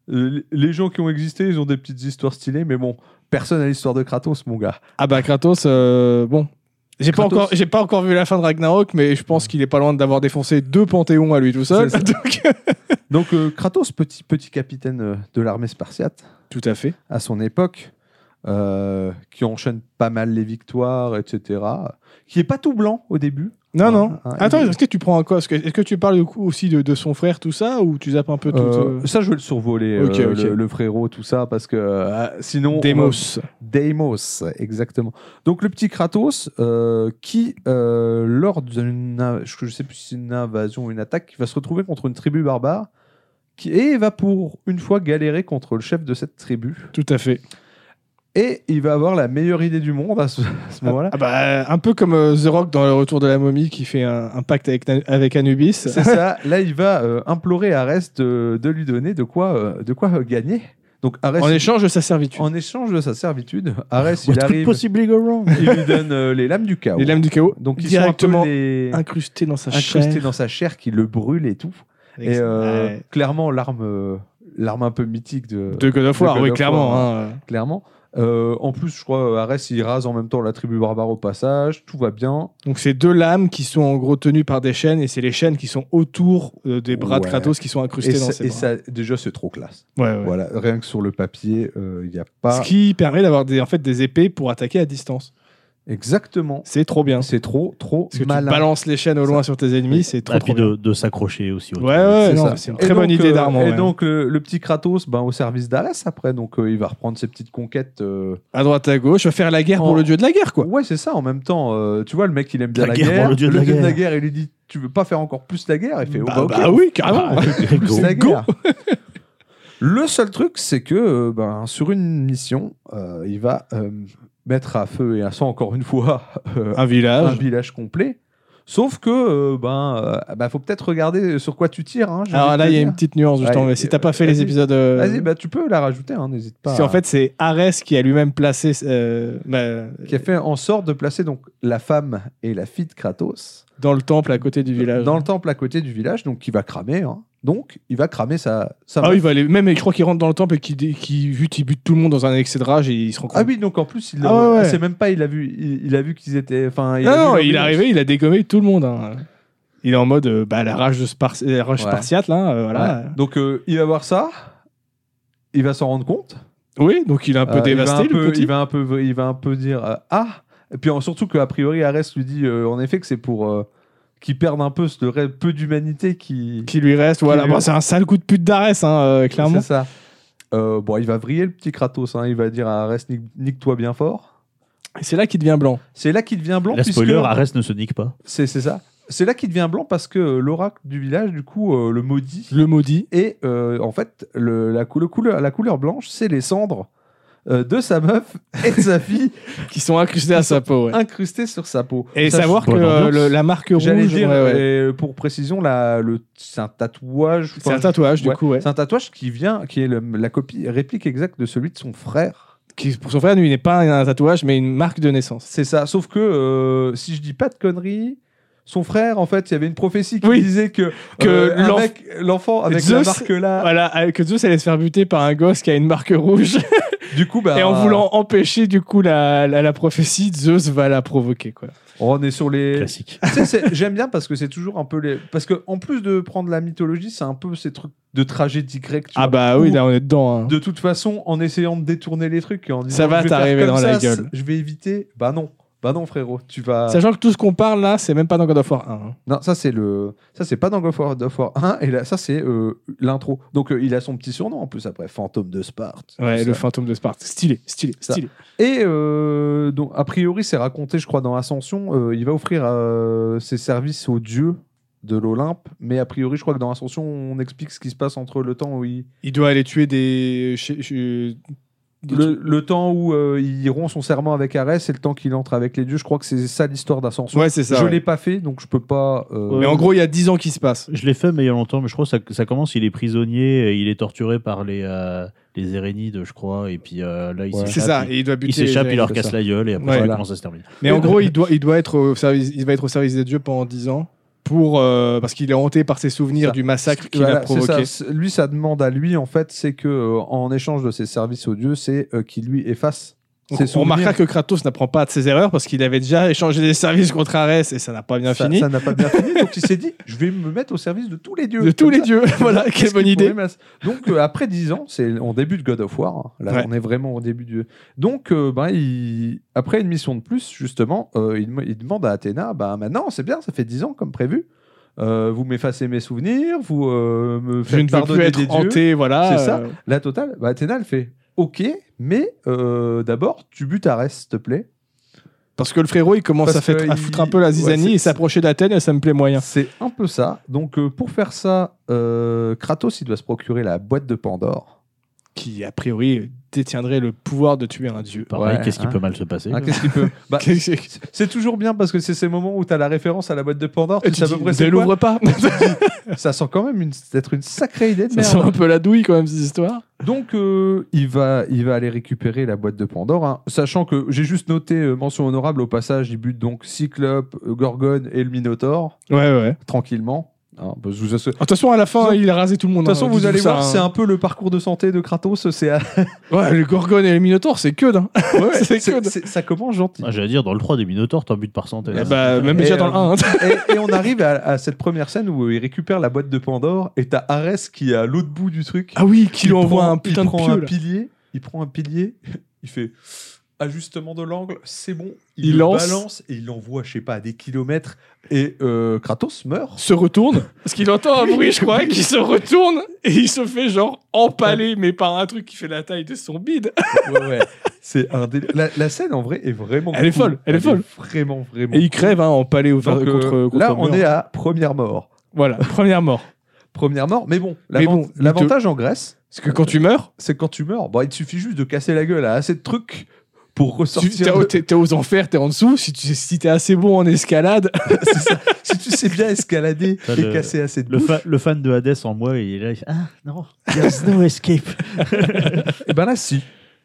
Euh, les gens qui ont existé, ils ont des petites histoires stylées, mais bon, personne n'a l'histoire de Kratos, mon gars. Ah bah Kratos, euh, bon. J'ai pas, Kratos. encore, j'ai pas encore vu la fin de Ragnarok, mais je pense qu'il est pas loin d'avoir défoncé deux panthéons à lui tout seul. C'est ça. Donc... Donc euh, Kratos, petit, petit capitaine euh, de l'armée spartiate, Tout à fait. à son époque, euh, qui enchaîne pas mal les victoires, et cetera. Qui est pas tout blanc au début. Non, Ouais, non. ouais, Attends, il- est-ce que tu prends quoi? Est-ce que, est-ce que tu parles du coup aussi de, de son frère, tout ça, ou tu zappes un peu tout Euh, euh, ça, je vais le survoler, Ok, euh, ok. Le, le frérot, tout ça, parce que euh, sinon... on va- Deimos. Deimos, exactement. Donc le petit Kratos, euh, qui, euh, lors d'une... in- Je ne sais plus si c'est une invasion ou une attaque, qui va se retrouver contre une tribu barbare, qui, et va pour une fois galérer contre le chef de cette tribu. Tout à fait. Et il va avoir la meilleure idée du monde à ce, à ce moment-là. Ah bah, un peu comme euh, The Rock dans Le Retour de la momie qui fait un, un pacte avec, Na- avec Anubis. C'est ça. Là, il va euh, implorer Arès de, de lui donner de quoi, euh, de quoi euh, gagner. Donc Arès, En il- échange de sa servitude. en échange de sa servitude, Arès, What il could arrive, possibly go wrong? il lui donne euh, les lames du chaos. Les lames du chaos, Donc ils directement sont un peu les... incrustées dans sa incrustés chair. dans sa chair, qui le brûle et tout. Avec Et sa- euh, Ouais. clairement, l'arme, euh, l'arme un peu mythique de, De God of War, de God oui, of clairement. War, hein. clairement. Euh, en plus, je crois, Arès, il rase en même temps la tribu barbare au passage. Tout va bien. Donc c'est deux lames qui sont en gros tenues par des chaînes et c'est les chaînes qui sont autour euh, des bras de Ouais. Kratos qui sont Et, incrustées dans ça, ses et bras. ça, déjà, c'est trop classe. Ouais, ouais. Voilà, rien que sur le papier, il n'y a pas. Ce qui permet d'avoir des, en fait, des épées pour attaquer à distance. Exactement. C'est trop bien. C'est trop, trop Parce que tu malin. balances les chaînes au loin sur tes ennemis, c'est trop, Et trop puis bien. de, de s'accrocher aussi. autour. Ouais, ouais, C'est non, ça. c'est une Et très bonne donc, idée euh, d'arme. Et ouais. donc, le, le petit Kratos, ben, au service d'Arès après. Donc, euh, il va reprendre ses petites conquêtes. euh, À droite, à gauche, faire la guerre En- pour le dieu de la guerre, quoi. Ouais, c'est ça. En même temps, euh, tu vois, le mec, il aime bien La la, guerre guerre. pour le dieu de la guerre. il lui dit, tu veux pas faire encore plus la guerre? Il fait, oh, Bah, bah, ok, bah oui, carrément. Ah, plus go. la Go. guerre. Le seul truc, c'est que euh, ben, sur une mission, euh, il va euh, mettre à feu et à sang, encore une fois, euh, Un un village. village complet. Sauf que, euh, ben, euh, ben, faut peut-être regarder sur quoi tu tires. Hein, j'ai Alors envie de là, te il y a dire. une petite nuance, justement. Ouais, mais si t'as pas fait vas-y. les épisodes. euh, Vas-y, bah, tu peux la rajouter, hein, n'hésite pas. parce qu'en fait, c'est Arès qui a lui-même placé. euh, bah, Qui a fait en sorte de placer donc la femme et la fille de Kratos dans le temple à côté du village. dans le temple à côté du village, donc qui va cramer. hein. Donc, il va cramer sa, sa Ah meuf. oui, il va aller. Même, je crois qu'il rentre dans le temple et qu'il dé- qu'il vu qu'il bute tout le monde dans un excès de rage et il se rend compte. Ah oui, donc en plus, il Ah ouais, ouais. c'est même pas, il a vu, il, il a vu qu'ils étaient. Enfin, il non, a vu non, leur il est village. arrivé, il a dégommé tout le monde. hein. Il est en mode euh, bah, la rage, de Spar la rage Ouais. spartiate, là. euh, voilà. Ouais. Donc, euh, il va voir ça, il va s'en rendre compte. Oui, donc il est un peu Euh, il va dévasté, un peu- le petit. Il va un peu, il va un peu dire euh, ah. Et puis euh, surtout qu'a priori, Arès lui dit euh, en effet que c'est pour euh, qu'il perde un peu ce le peu d'humanité qui. Qui lui reste. Voilà, lui- bon, c'est un sale coup de pute d'Arès, hein, euh, clairement. C'est ça. Euh, bon, il va vriller le petit Kratos. hein. Il va dire à Arès nique- nique-toi bien fort. Et c'est là qu'il devient blanc. C'est là qu'il devient blanc. La puisque- spoiler, Arès ne se nique pas. C'est c'est ça. C'est là qu'il devient blanc parce que euh, l'oracle du village, du coup, euh, le maudit. Le maudit. Et euh, en fait, le, la, cou- le couleur, la couleur blanche, c'est les cendres euh, de sa meuf et de sa fille Qui sont incrustés à sa peau, ouais. incrustées sur sa peau. Et Ça, savoir que bonne euh, ambiance. le- la marque rouge. J'allais dire, ouais, ouais. euh, pour précision, la, le, c'est un tatouage. C'est un enfin, tatouage, du ouais, coup, ouais. C'est un tatouage qui vient, qui est le- la copie, réplique exacte de celui de son frère. Qui, pour son frère, lui, n'est pas un tatouage, mais une marque de naissance. C'est ça. Sauf que, euh, si je dis pas de conneries, son frère, en fait, il y avait une prophétie qui Oui. disait que, Que euh, un l'enf- mec- l'enfant avec Zeus- la marque là, Voilà, euh, que Zeus allait se faire buter par un gosse qui a une marque rouge. du coup, bah, Et en voulant empêcher, du coup, la, la, la prophétie, Zeus va la provoquer, quoi. on est sur les. Classique. Tu sais, c'est- j'aime bien parce que c'est toujours un peu les. Parce que en plus de prendre la mythologie, c'est un peu ces trucs de tragédie grecque. tu Ah vois, bah où, oui, là, on est dedans. hein. de toute façon, en essayant de détourner les trucs et en disant Ça va je vais faire t'arriver comme dans la ça, gueule. Je vais éviter. Bah non, bah non frérot, tu vas. Sachant que tout ce qu'on parle là, c'est même pas dans God of War un. hein. Non, ça c'est le, ça c'est pas dans God of War, God of War un et là ça c'est euh, l'intro. Donc euh, il a son petit surnom en plus après, fantôme de Sparte. Ouais, tout le ça. fantôme de Sparte. Stylé, stylé, Ça. stylé. Et euh, donc a priori c'est raconté, je crois dans Ascension, euh, il va offrir euh, ses services aux dieux de l'Olympe, mais a priori je crois que dans Ascension on explique ce qui se passe entre le temps où il Il doit aller tuer des. chez- chez- des Le, le temps où euh, il rompt son serment avec Arès et le temps qu'il entre avec les dieux, je crois que c'est ça l'histoire d'Ascension. Ouais, c'est ça. je ouais. l'ai pas fait, donc je peux pas. euh, Mais en gros, il y a dix ans qui se passe. Je l'ai fait, mais il y a longtemps. Mais je crois que ça, ça commence. Il est prisonnier, et il est torturé par les, euh, les Érénides, je crois. Et puis euh, là, il Ouais. C'est s'échappe. ça, il- et il doit buter. Il s'échappe, les- il leur c'est casse ça. la gueule, et après, Ouais, ça voilà. comment ça se termine. Mais en gros, il doit, il doit être au service, il va être au service des dieux pendant dix ans pour, euh, parce qu'il est hanté par ses souvenirs Ça. du massacre qu'il Voilà, a c'est provoqué. ça. C'est- Lui, sa demande à lui, en fait, c'est que euh, en échange de ses services aux dieux, c'est euh, qu'il lui efface Donc, ses on souvenirs. remarquera que Kratos n'apprend pas de ses erreurs parce qu'il avait déjà échangé des services contre Arès et ça n'a pas bien ça, fini. ça n'a pas bien fini, donc il s'est dit, je vais me mettre au service de tous les dieux. De tous Comme les ça, dieux. Voilà, Qu'est-ce quelle bonne qu'il idée. pourrait mettre Donc euh, après dix ans, c'est on début de God of War. hein. Là, Ouais. on est vraiment au début du. Donc euh, ben, il... après une mission de plus, justement, euh, il, me- il demande à Athéna, bah maintenant c'est bien, ça fait dix ans comme prévu. Euh, vous m'effacez mes souvenirs, vous euh, me Je faites ne veux plus pardonner être des dieux. hanté, voilà. C'est ça. euh, La totale. Bah, Athéna, elle fait OK, mais euh, d'abord tu butes Arès, s'il te plaît. Parce que le frérot, il commence Parce à, faire- que à il- foutre un peu la zizanie ouais, c'est- et s'approcher d'Athènes et ça me plaît moyen. C'est un peu ça. Donc euh, pour faire ça, euh, Kratos, il doit se procurer la boîte de Pandore. Qui, a priori, détiendrait le pouvoir de tuer un dieu. Pareil, Ouais, qu'est-ce qui hein. peut mal se passer Hein, Qu'est-ce qu'il peut bah, Qu'est-ce que- C'est toujours bien parce que c'est ces moments où tu as la référence à la boîte de Pandore. Et Tu tu sais à dis, peu près ne c'est quoi. l'ouvre pas. Ça sent quand même une, être une sacrée idée de Ça sent un merde. peu la douille quand même, cette histoire. Donc euh, il, va, il va aller récupérer la boîte de Pandore. hein, sachant que j'ai juste noté euh, mention honorable au passage, il bute donc Cyclope, euh, Gorgone et le Minotaure Ouais, ouais. tranquillement. hein, parce que vous- De toute façon, à la fin, De toute il a rasé tout le monde. De toute façon, hein. vous Dites-vous allez ça, voir, hein. c'est un peu le parcours de santé de Kratos. C'est à- Ouais, le Gorgone et le Minotaure, c'est que d'un. Ouais, C'est c'est- que- c'est- ça commence gentil. Ah, j'allais dire, dans le trois des Minotaures, t'en butes par centaines. Eh bah, même Et, déjà dans euh, le un. hein. et, et on arrive à, à cette première scène où il récupère la boîte de Pandore et t'as Arès qui est à l'autre bout du truc. Ah oui, qui Il lui envoie prend- un putain il de prend pieu. un là. pilier, il prend un pilier, il fait ajustement de l'angle, c'est bon. Il, Il le lance. balance et il l'envoie, je sais pas, à des kilomètres. Et euh, Kratos meurt. Se retourne parce qu'il entend un bruit, je crois, qui se retourne et il se fait genre empaler, mais par un truc qui fait la taille de son bide. Ouais, ouais. C'est un délire. La, la scène en vrai est vraiment. Elle est cool. folle, elle est folle. Vraiment, vraiment. Et il crève, hein, empalé au- Donc, contre, euh, contre là, le on mur. est à première mort. Voilà, première mort. Première mort, mais bon, Mais l'avant- bon, il te- l'avantage en Grèce, Parce que quand tu meurs, c'est que quand tu meurs, bon, il te suffit juste de casser la gueule à assez de trucs pour tu- ressortir. t'es, de- t'es- t'es aux enfers, t'es en dessous. Si tu si t'es assez bon en escalade, C'est ça. Si tu sais bien escalader Ça, et le- casser assez de Le, bouche, fa- le fan de Hades en moi, il est là. il fait, ah non, there's no escape. et ben là, si.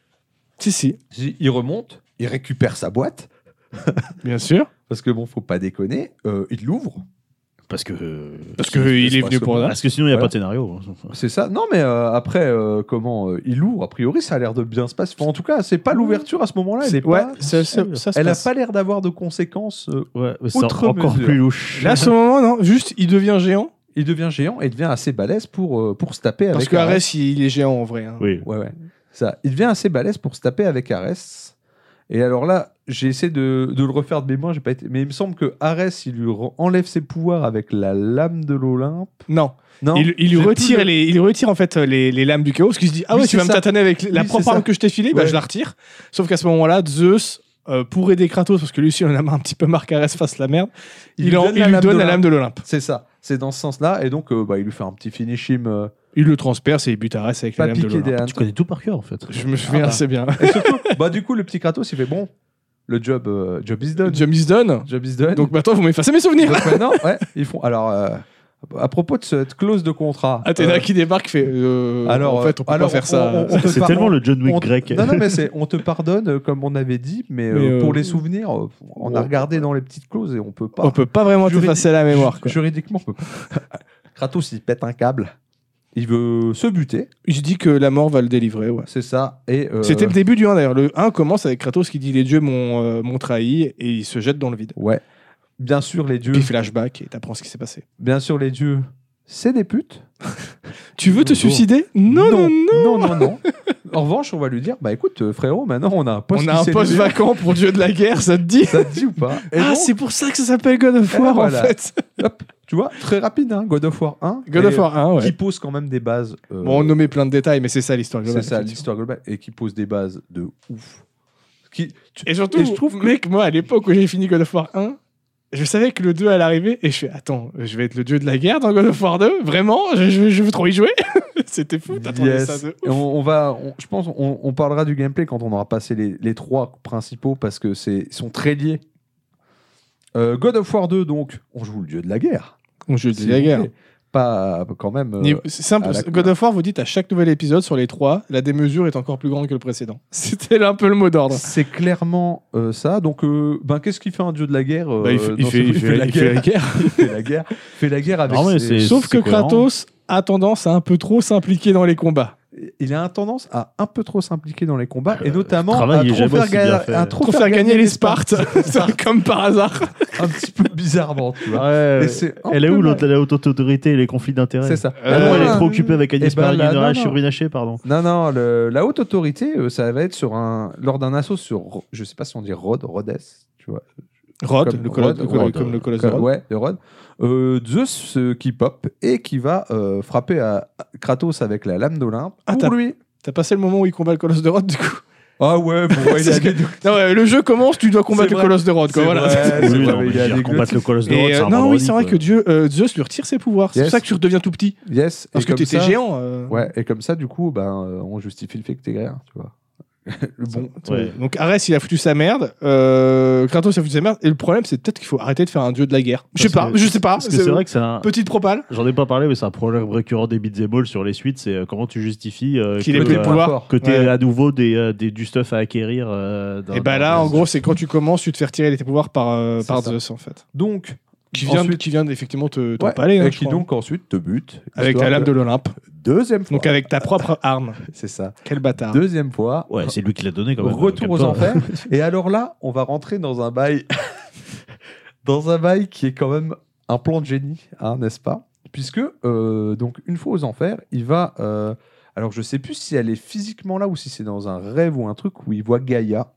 si, si, Si, il remonte, il récupère sa boîte, bien sûr. parce que bon, faut pas déconner, euh, il l'ouvre. Parce que. euh, Parce Parce qu'il que est c'est venu pas pour ce là. Parce que sinon, il n'y a Voilà. pas de scénario. C'est ça. Non, mais euh, après, euh, comment euh, il l'ouvre, a priori, ça a l'air de bien se passer. Enfin, en tout cas, c'est pas l'ouverture à ce moment-là. Elle est Ouais, pas. ça, ça, ça se Elle a passe. pas l'air d'avoir de conséquences. euh, Ouais, mais c'est Outre encore mesure. plus louche. Là, à ce moment, non, juste, il devient géant. il devient géant et il devient assez balèze pour, euh, pour se taper Parce avec que Arès. Arès, il est géant en vrai. hein. Oui. Ouais, ouais. Ça, il devient assez balèze pour se taper avec Arès. Et alors là, j'ai essayé de, de le refaire de mémoire, j'ai pas été... mais il me semble que Arès, il lui re- enlève ses pouvoirs avec la lame de l'Olympe. Non, Non, il, il lui j'ai plus retire le- les, il lui retire en fait les, les lames du chaos parce qu'il se dit ah Oui, ouais tu c'est vas me ça. tataner avec la Oui, propre c'est arme ça. que je t'ai filée, bah, Ouais. je la retire. Sauf qu'à ce moment-là, Zeus euh, pour aider Kratos parce que lui aussi on en a un petit peu marre qu'Arès fasse la merde. Il, lui en- donne il la lui lame donne de la l'Olympe. lame de l'Olympe. C'est ça, c'est dans ce sens-là. Et donc, euh, bah, il lui fait un petit finish him, euh, Il le transperce et il bute Arès avec pas la lame de piqué des l'Olympe. hannetons. Tu connais tout par cœur, en fait. Je me souviens Ah bah. assez bien. Et surtout, bah, du coup, le petit Kratos, il fait bon, le job, euh, job is done. Job is done. Job is done. Donc maintenant vous m'effacez mes souvenirs. Donc maintenant, ouais, ils font. Alors, euh, à propos de cette clause de contrat. Athéna euh, qui débarque fait euh, alors, en fait on peut alors, pas faire on- ça. on- on te C'est par- tellement on- le John Wick on- grec. Non, non, mais c'est, on te pardonne, euh, comme on avait dit, mais, Mais, euh, euh, pour les souvenirs, euh, on a on- regardé dans les petites clauses et on peut pas. On peut pas vraiment Juridique- t'effacer la mémoire. Quoi. Juridiquement, on peut pas. Kratos, il pète un câble. Il veut se buter, Je dis que la mort va le délivrer. Ouais. c'est ça. Et euh, C'était le début du un d'ailleurs. Le un commence avec Kratos qui dit les dieux m'ont euh, m'ont trahi et il se jette dans le vide. ouais. Bien sûr, les dieux. Puis flashback et t'apprends ce qui s'est passé. Bien sûr, les dieux. C'est des putes. Tu veux te Non. suicider non, non, non. non, non, non. En revanche, on va lui dire, bah écoute, euh, frérot, maintenant on a un poste. On a qui un s'est poste libéré. vacant pour dieu de la guerre, ça te dit Ça te dit ou pas Et Ah, donc, c'est pour ça que ça s'appelle God of Eh, War voilà. en fait. hop, tu vois, très rapide, hein, God of War un. God et, of War un, euh, ouais. Qui pose quand même des bases. euh, Bon, on nommait plein de détails, mais c'est ça l'histoire globale. c'est ça, effectivement. l'histoire globale. Et qui pose des bases de ouf. Qui, tu- Et surtout, Et je trouve que- mec, moi à l'époque où j'ai fini God of War un, je savais que le deux allait arriver et je fais attends, je vais être le dieu de la guerre dans God of War deux Vraiment je, je, je veux trop y jouer. C'était fou, t'attendais Yes. ça de Et ouf. on, on va, on- je pense, on, on parlera du gameplay quand on aura passé les, les trois principaux parce que c'est, ils sont très liés. Euh, God of War deux, donc, on joue le dieu de la guerre. Mon jeu de s'il la vous guerre. plaît. pas quand même. euh, Niveau- C'est simple, à la God of War, vous dites à chaque nouvel épisode sur les trois, la démesure est encore plus grande que le précédent. C'était là un peu le mot d'ordre. C'est clairement euh, ça. Donc, euh, ben, qu'est-ce qu'il fait un dieu de la guerre euh, Bah, il fait, il dans fait- ce- il fait- il fait la guerre. Il fait la guerre. Il fait la guerre avec. Non, mais ses- c'est- Sauf que cohérent. Kratos a tendance à un peu trop s'impliquer dans les combats. Il a un tendance à un peu trop s'impliquer dans les combats et notamment travail à est trop, jamais faire, aussi bien ga- fait. à trop Trop faire gagner les Spartes, Spartes. comme par hasard. Un petit peu bizarrement, tu vois. Ouais, Et c'est un elle est peu où mal. l'autre- la haute autorité et les conflits d'intérêts? C'est ça. Ah non, elle est Euh, trop occupée avec Agnès eh ben, là, non, non. Pannier-Runacher, pardon. Non, non, le- la haute autorité, euh, ça va être sur un, lors d'un assaut sur, Ro- je sais pas si on dit Rhodes, Rhodes, tu vois. Rod, Comme le colo- Rhodes, le colo- Rhodes, comme le colosse de Comme- Rhodes. Ouais, de Rhodes. Euh, Zeus euh, qui pop et qui va euh, frapper à Kratos avec la lame d'Olympe Ah, pour t'as- lui. T'as passé le moment où il combat le colosse de Rhodes, du coup. Ah ouais, bon, ouais, il a Parce que- des- Non, ouais, le jeu commence, tu dois combattre C'est le vrai. colosse de Rhodes, quoi. C'est Voilà. vrai. Oui, c'est oui, vrai, non, mais mais il y a je veux des dire, combattre le colosse de Rhodes, Et, c'est euh, un non, oui, vendredi, c'est vrai quoi. que Dieu, euh, Zeus lui retire ses pouvoirs. C'est Yes. pour ça que tu redeviens tout petit. Yes. Parce et que comme t'étais ça- géant. euh. Ouais, et comme ça, du coup, ben, euh, on justifie le fait que t'es grien, tu vois. Le bon. Ouais. Donc Arès, il a foutu sa merde. Euh, Kratos a foutu sa merde. Et le problème, c'est peut-être qu'il faut arrêter de faire un dieu de la guerre. Je sais Parce pas, que- je sais pas. Parce que c'est vrai que c'est un. Petite propale. J'en ai pas parlé, mais c'est un problème récurrent des beats and all sur les suites. C'est euh, comment tu justifies euh, Qu'il que, ait plus euh, le pouvoir. que t'aies Ouais. à nouveau des, euh, des, du stuff à acquérir. euh, dans- Et bah dans- là, dans- en gros, c'est quand tu commences, tu te fais retirer tes pouvoirs par, euh, C'est par ça. Zeus, en fait. Donc, Qui vient, ensuite- qui vient effectivement te ouais, t'empaler. hein, et je qui crois. donc ensuite te bute. Avec histoire la lame de l'Olympe. Deuxième fois. Donc avec ta propre arme. C'est ça. Quel bâtard. Deuxième fois. Ouais, c'est lui qui l'a donné quand même. Retour aux Calme-toi. enfers. Et alors là, on va rentrer dans un bail, dans un bail qui est quand même un plan de génie, hein, n'est-ce pas? Puisque euh, donc une fois aux enfers, il va. euh, alors je sais plus si elle est physiquement là ou si c'est dans un rêve ou un truc où il voit Gaïa.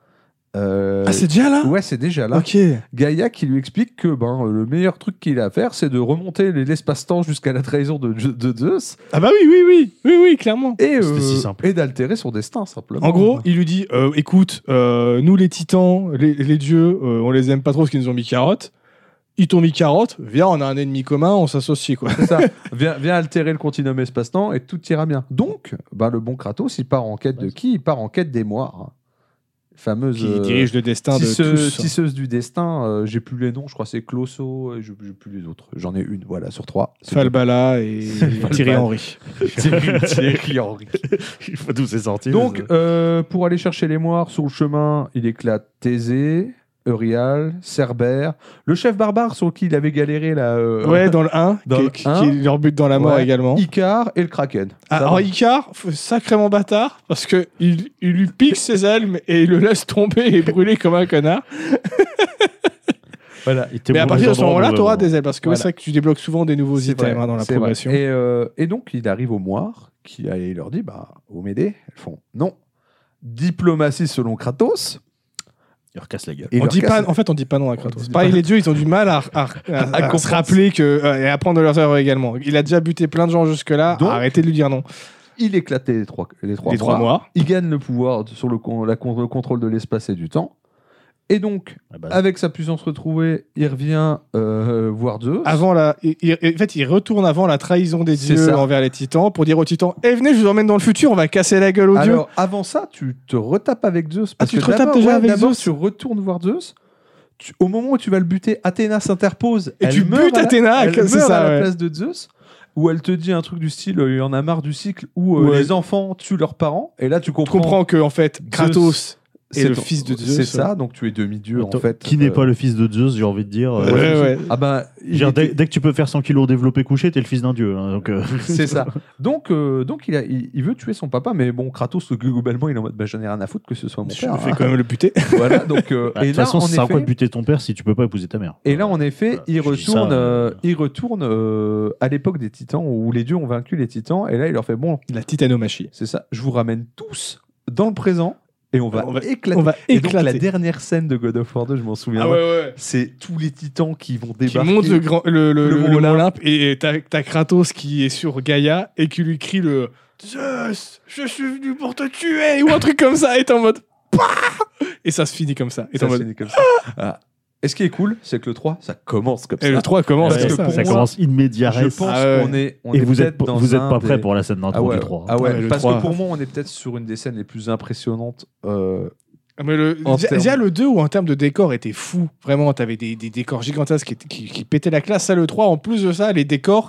Euh, Ah, c'est déjà là ouais, c'est déjà là. Ok. Gaïa qui lui explique que ben, le meilleur truc qu'il a à faire, c'est de remonter les- l'espace-temps jusqu'à la trahison de, de Zeus Ah bah oui, oui, oui. Oui, oui, clairement. et, euh, C'était si simple. et d'altérer son destin, simplement. En gros, il lui dit euh, écoute, euh, nous les titans, les, les dieux, euh, on les aime pas trop parce qu'ils nous ont mis carotte. Ils t'ont mis carotte, viens, on a un ennemi commun, on s'associe quoi. C'est ça. Viens, viens altérer le continuum espace-temps et tout ira bien. Donc, ben, le bon Kratos, il part en quête de qui? Il part en quête des moires. Fameuse. Qui euh, dirige le destin de tisseuse, tous. tisseuse du destin. euh, j'ai plus les noms, je crois que c'est Closso, et je j'ai plus les autres. J'en ai une, voilà, sur trois. C'est Falbala et Thierry Henry. Thierry, Thierry Henry. Il faut tous ces sorties. Donc, euh, pour aller chercher les moires, sur le chemin, il éclate Thésée, Euryale, Cerbère, le chef barbare sur qui il avait galéré là. euh, Ouais, dans le un, Dans qui, le qui- un. qui leur bute dans la mort Ouais. également. Icare et le Kraken. Ah, Ça alors va. Icar, f- sacrément bâtard, parce que il, il lui pique ses ailes et il le laisse tomber et brûler comme un connard. Voilà. Mais à partir de ce moment-là, tu auras des ailes, parce que Voilà. c'est vrai que tu débloques souvent des nouveaux C'est items vrai, hein, dans la c'est progression. vrai. Et, euh, et donc, il arrive aux moires, qui et il leur dit bah, vous m'aidez? Elles font non. Diplomatie selon Kratos. Il recasse la gueule. Et il On leur dit casse- pas, en fait, on dit pas non à Kratos. dit Pareil, pas- les dieux, ils ont du mal à, à- à- à se comprendre. rappeler que, euh, et à prendre de leurs erreurs également. Il a déjà buté plein de gens jusque-là. Donc, Arrêtez de lui dire non. Il éclate les trois, les trois Les trois mois. Il gagne le pouvoir sur le, con- la, con- le contrôle de l'espace et du temps. Et donc, Ah bah, avec sa puissance retrouvée, il revient euh, voir Zeus. Avant la, il- il- en fait, il retourne avant la trahison des C'est dieux ça. envers les titans pour dire aux titans Eh, venez, je vous emmène dans le futur, on va casser la gueule aux dieux. Alors, avant ça, tu te retapes avec Zeus. Parce tu que te retapes d'abord- déjà ouais, avec d'abord, Zeus tu retournes voir Zeus. Tu- au moment où tu vas le buter, Athéna s'interpose. Et Elle tu meurt butes à la- Athéna, elle c'est meurt ça, à la ouais. place de Zeus. Où elle te dit un truc du style euh, il y en a marre du cycle où euh, Ouais. les enfants tuent leurs parents. Et là, tu Tu comprends. comprends que, en fait, Kratos est le ton- fils de Zeus. C'est ça, donc tu es demi-dieu Attends, en fait. Qui n'est Euh, pas le fils de Zeus, j'ai envie de dire. Ouais, euh, ouais. Ah bah, je veux il dire, dès, était- dès que tu peux faire cent kilos développé couché, t'es le fils d'un dieu. hein, donc, euh, c'est ça. Donc, euh, donc il, a, il, il veut tuer son papa, mais bon, Kratos, globalement, il est en mode bah, j'en ai rien à foutre que ce soit mon Je père. me fais hein. quand même le buter. Voilà, donc. euh, bah, De et toute là, façon, en ça sert à quoi de effet, buter ton père si tu peux pas épouser ta mère? et là, en effet, Voilà, il je dis retourne, ça, euh, euh, il retourne euh, à l'époque des Titans où les dieux ont vaincu les Titans, et là, il leur fait bon, La titanomachie. c'est ça, je vous ramène tous dans le présent et on va, On va- éclater. On va Et donc, la éclater. dernière scène de God of War deux, je m'en souviens. Ah ouais, ouais. C'est tous les Titans qui vont Qui débarquer. monte le, grand, le, le, Le le- mont le mont Olympe. Olympe et et t'as t'as Kratos qui est sur Gaïa et qui lui crie le Zeus, je suis venu pour te tuer ou un truc comme ça et t'es en mode Pah et ça se finit comme ça. Et t'es Ça en se mode finit comme ça. Ah. Et ce qui est cool, c'est que le trois, ça commence comme ça. et le trois commence Parce comme que ça. pour ça moi, commence immédiat. Je pense Ah ouais. qu'on est, on Et est vous peut-être êtes, dans vous êtes un pas prêt des- pour la scène d'intro Ah ouais, du trois. ah ouais, Ouais, le parce trois. que pour moi, on est peut-être sur une des scènes les plus impressionnantes. euh, Mais le, En déjà, termes- déjà, le deux, où en termes de décor, était fou. Vraiment, t'avais des, des décors gigantesques qui, qui, qui pétaient la classe. Ça, le trois, en plus de ça, les décors,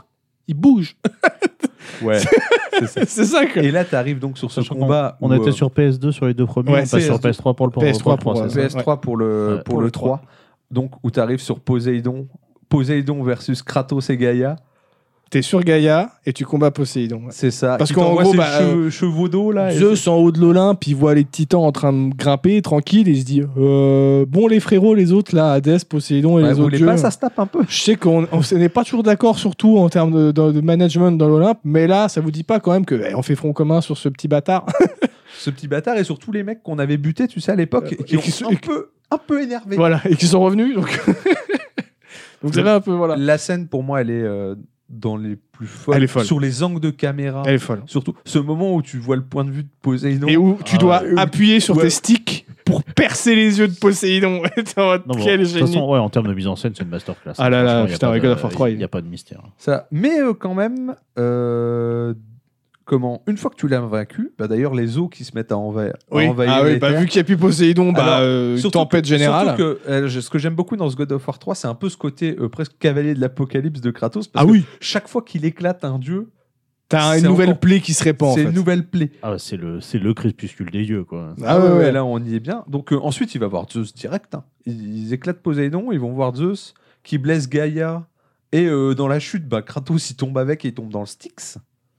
il bouge. Ouais. c'est ça. C'est ça que. Et là, tu arrives donc sur ce Sachant combat. On où, était euh, sur P S deux sur les deux premiers, Ouais, on passe sur P S deux. P S trois pour le pour, P S trois pour le pour, trois, c'est P ça. S trois pour le, Ouais, pour pour le le trois. Donc, où tu arrives sur Poséidon. Poséidon versus Kratos et Gaïa. T'es sur Gaïa et tu combats Poséidon. Ouais. C'est ça. Parce Il qu'en t'envoie gros, ses bah, cheveux, chevaux d'eau, là. et Zeus en haut de l'Olympe, il voit les titans en train de grimper tranquille et il se dit euh, bon les frérots, les autres là, Hadès, Poséidon et Ouais, les vous autres voulez dieux. pas, ça se tape un peu. Je sais qu'on on n'est pas toujours d'accord surtout en termes de, de- de management dans l'Olympe, mais là ça vous dit pas quand même que eh, on fait front commun sur ce petit bâtard. Ce petit bâtard et surtout les mecs qu'on avait butés, tu sais, à l'époque, Euh, qui et ont qui sont- un peu, un peu énervé. Voilà, et qui sont revenus donc. Donc c'est là un peu voilà. La scène, pour moi, elle est euh, dans les plus folles. Elle est folle. Sur les angles de caméra. Elle est folle. Surtout ce moment où tu vois le point de vue de Poséidon. Et où tu Ah, dois ouais. appuyer sur Ouais. tes sticks pour percer les yeux de Poséidon. T'es en mode, Non, bon, quel de toute génie. façon, ouais, en termes de mise en scène, c'est une masterclass. Ah là là, Franchement, y a putain, pas avec de- God of War trois, Il n'y a pas de mystère. Ça. Mais euh, quand même, euh, comment une fois que tu l'as vaincu, bah d'ailleurs les eaux qui se mettent à, envahir, à Oui. envahir Ah oui, les bah, terres. vu qu'il n'y a plus Poséidon, bah, Alors, euh, Surtout tempête que- générale. Surtout que euh, je- ce que j'aime beaucoup dans ce God of War trois, c'est un peu ce côté euh, presque cavalier de l'apocalypse de Kratos. Parce Ah que oui, chaque fois qu'il éclate un dieu, t'as une c'est nouvelle encore- plaie qui se répand en c'est fait. une nouvelle plaie. Ah, c'est le, c'est le crépuscule des dieux, quoi. Ah ouais, ouais. Là, on y est bien. Donc euh, ensuite, il va voir Zeus direct. hein. Ils, ils éclatent Poséidon, ils vont voir Zeus qui blesse Gaïa. Et euh, dans la chute, bah, Kratos il tombe avec et il tombe dans le Styx.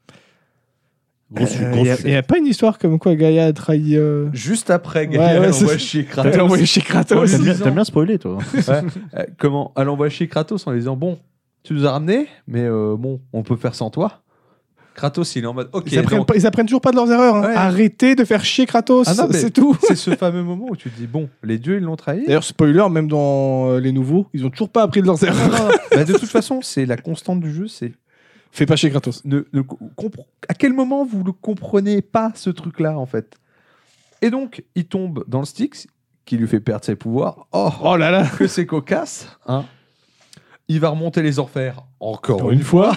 Grosse, Il grosse- n'y a, pas une histoire comme quoi Gaïa a trahi. euh, Juste après, Ouais, Gaïa ouais, elle c'est- envoie chier Elle Kratos. a envoyé chez Kratos. T'aimes bien, disant- t'aimes bien spoiler, toi. Ouais. Euh, comment Elle envoie chier Kratos en lui disant bon, tu nous as ramenés, mais euh, bon, on peut faire sans toi. Kratos, il est en mode ok. Ils, apprennent donc, pas- ils apprennent toujours pas de leurs erreurs. hein. Ouais. Arrêtez de faire chier Kratos, Ah non, mais- c'est tout. c'est ce fameux moment où tu te dis bon, les dieux ils l'ont trahi. D'ailleurs, spoiler, même dans euh, les nouveaux, ils ont toujours pas appris de leurs Non, erreurs. non, non. Bah, de toute façon, c'est la constante du jeu, c'est Fais pas chier Kratos. ne, ne co- compre- à quel moment vous ne comprenez pas ce truc-là, en fait. Et donc, il tombe dans le Styx, qui lui fait perdre ses pouvoirs. Oh, Oh là là. que c'est cocasse, hein. Il va remonter les enfers encore Encore une une fois.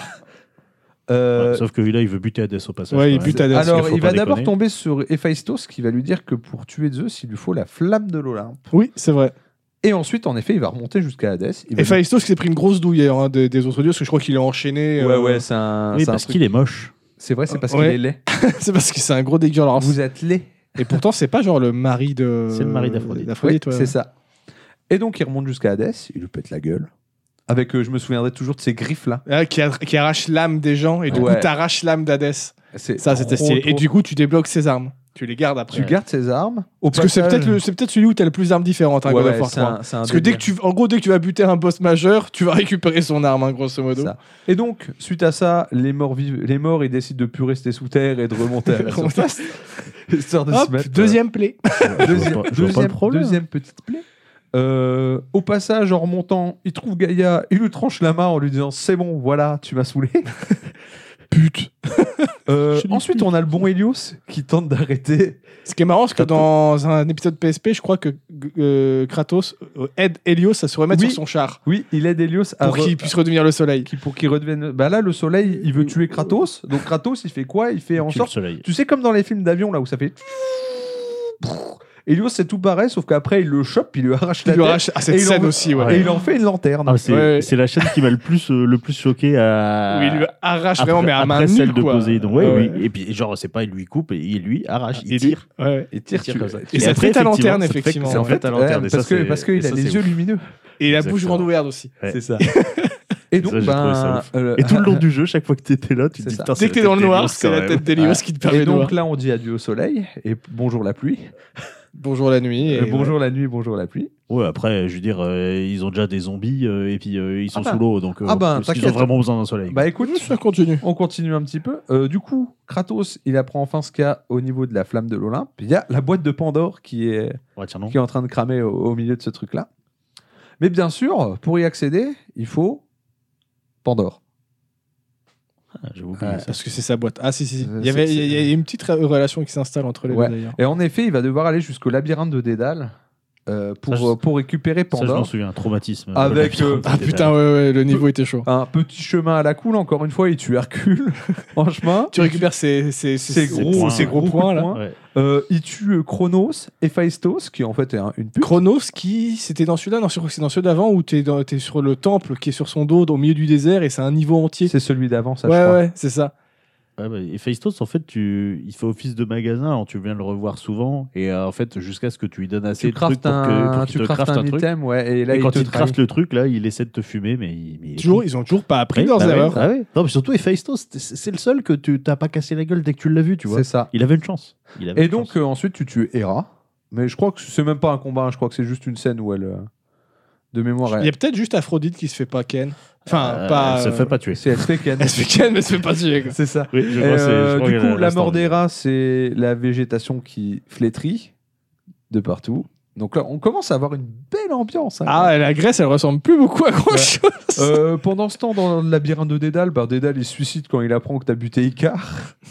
Euh, Ouais, sauf que là, il veut buter Hadès au passage. Ouais, il quand bute même. Hadès. alors, Faut il pas va d'abord déconner. tomber sur Héphaïstos, qui va lui dire que pour tuer Zeus, il lui faut la flamme de l'Olympe. Oui, c'est vrai. Et ensuite, en effet, il va remonter jusqu'à Hadès. Il va Et Héphaïstos qui s'est pris une grosse douille hein, des, des autres dieux, parce que je crois qu'il est enchaîné. lui- Ouais, euh, ouais, c'est un. Oui, c'est un parce truc- qu'il est moche. C'est vrai, c'est parce Ouais. qu'il est laid. c'est parce que c'est un gros dégueulasse. Vous êtes laid. Et pourtant, c'est pas genre le mari de. C'est le mari d'Aphrodite. Oui, ouais. c'est ça. Et donc, il remonte jusqu'à Hadès, il lui pète la gueule. Avec, euh, je me souviendrai toujours de ces griffes-là. Ah, qui, a- qui arrache l'âme des gens et du Ouais. coup t'arraches l'âme d'Hadès. C'est Ça c'était trop, stylé. Et trop- du coup tu débloques ses armes. Tu les gardes après. tu gardes ses armes. Au Parce que c'est passage- peut-être le- c'est peut-être celui où t'as le plus d'armes différentes. Hein, Ouais, God of ouais, War c'est trois. un- c'est un Parce que dès délire. que tu, en gros dès que tu vas buter un boss majeur, tu vas récupérer son arme, hein, grosso modo. Ça. Et donc, suite à ça, les morts, viv- les morts ils décident de plus rester sous terre et de remonter à la surface. Histoire de Hop, se mettre. deuxième plaie. euh, deuxième, Je vois pas- je vois pas le deuxième, problème. deuxième petite plaie. Euh, au passage, en remontant, il trouve Gaïa, il lui tranche la main en lui disant c'est bon, voilà, tu m'as saoulé. Pute. Euh, Je dis ensuite, pute. on a le bon Hélios qui tente d'arrêter. Ce qui est marrant, c'est que Kratos. dans un épisode P S P, je crois que euh, Kratos euh, aide Hélios à se remettre Oui. sur son char Oui, il aide Hélios à pour re- qu'il puisse redevenir le soleil. qui- pour qu'il redevienne. Bah là, le soleil, il veut tuer Kratos. Donc Kratos, il fait quoi Il fait en Tue le sorte. soleil. Tu sais, comme dans les films d'avion, là où ça fait. Hélios, c'est tout pareil, sauf qu'après, il le chope, il lui arrache Il la lui tête. arrache à cette et il scène en- aussi, ouais. Et il en fait une lanterne. Ah, c'est Ouais. c'est la chaîne qui m'a le plus, euh, le plus choqué à. Où il lui arrache après, vraiment, mais à main après nue, celle de quoi. Poséidon. Ouais, Ouais. oui. Et puis, genre, c'est pas, il lui coupe et il lui arrache, il Et tire. Ouais. Et tire, Il tire tu- comme ça. Et ça après, fait ta lanterne, effectivement, ça te fait- effectivement. ça En fait fait, ta lanterne. ouais, et ça, parce que c'est- parce qu'il et a ça, les c'est yeux ouf. lumineux. Et la bouche Exactement. grande ouverte aussi. Ouais. C'est ça. Et donc, Ça, j'ai trouvé ça ben, ouf. euh, Et tout le long du jeu, chaque fois que tu étais là, tu te C'est dis ça. putain, Dès que t'es dans le noir, c'est la tête d'Hélios Ouais. qui te permet et de donc voir. là, on dit adieu au soleil et bonjour la pluie. Bonjour la nuit. Et Euh, bonjour la nuit, bonjour la pluie. Ouais, après, je veux dire, euh, ils ont déjà des zombies euh, et puis euh, ils sont Ah bah. sous l'eau, donc euh, Ah bah, parce qu'ils ont t'inquiète. vraiment besoin d'un soleil. Bah écoute, Ouais, ça continue. on continue un petit peu. Euh, du coup, Kratos, il apprend enfin ce qu'il y a au niveau de la flamme de l'Olympe. Il y a la boîte de Pandore qui est, Ouais, tiens, non. qui est en train de cramer au, au milieu de ce truc-là. Mais bien sûr, pour y accéder, il faut Pandore. Ah, j'ai oublié Ouais. ça. Parce que c'est sa boîte. Ah si, si. si. Euh, Il y avait c'est- il y a une petite re- relation qui s'installe entre les Ouais. deux d'ailleurs. Et en effet, il va devoir aller jusqu'au labyrinthe de Dédale. euh, pour, Ça, je- euh, pour récupérer Ça, je m'en Pandore. souviens, un traumatisme. Avec, Le euh, labyrinthe Ah des putain, ouais, ouais, le niveau était chaud. Un petit chemin à la cool, encore une fois, il tue Hercule en chemin. Tu récupères ces, ces, ces ces- gros, points, ces gros coups de points là. Dédale. Ouais. Euh, il tue euh, Chronos, Héphaïstos, qui en fait est un- une pute. Chronos, qui c'était dans celui-là, non, je crois que c'est dans celui d'avant où t'es, dans, t'es sur le temple qui est sur son dos au milieu du désert et c'est un niveau entier. C'est celui d'avant, ça, je Ouais, crois. ouais, c'est ça. Ouais, bah, et Phaistos, en fait, tu... il fait office de magasin, alors tu viens le revoir souvent, et euh, en fait, jusqu'à ce que tu lui donnes assez Tu de trucs craftes pour, que, un, pour qu'il tu te craftes crafte un, un truc. item, ouais, et là Et il quand te il te trahit. crafte le truc, là, il essaie de te fumer, mais il, mais il est Toujours, con. ils ont toujours pas appris Oui, leurs bah ouais, erreurs. bah ouais. Non, mais surtout, Héphaïstos, c'est c'est le seul que tu t'as pas cassé la gueule dès que tu l'as vu, tu vois. C'est ça. Il avait une chance. Il avait Et une donc chance. euh, ensuite tu tues Hera, mais je crois que c'est même pas un combat, hein, je crois que c'est juste une scène où elle, euh, de mémoire, Il elle, y a peut-être juste Aphrodite qui se fait pas ken. Enfin, Euh, pas. Elle se euh, fait pas tuer. c'est elle se fait ken. Elle se fait ken, mais elle se fait pas tuer. Quoi. C'est ça. Oui, je Et, crois que c'est- euh, je crois du que coup, la l'instant- mort d'Hera, c'est la végétation qui flétrit de partout. Donc là, on commence à avoir une belle ambiance. hein. Ah, la Grèce, elle ressemble plus beaucoup à grand Ouais. chose. Euh, pendant ce temps, dans le labyrinthe de Dédale, bah, Dédale il se suicide quand il apprend que t'as buté Icare.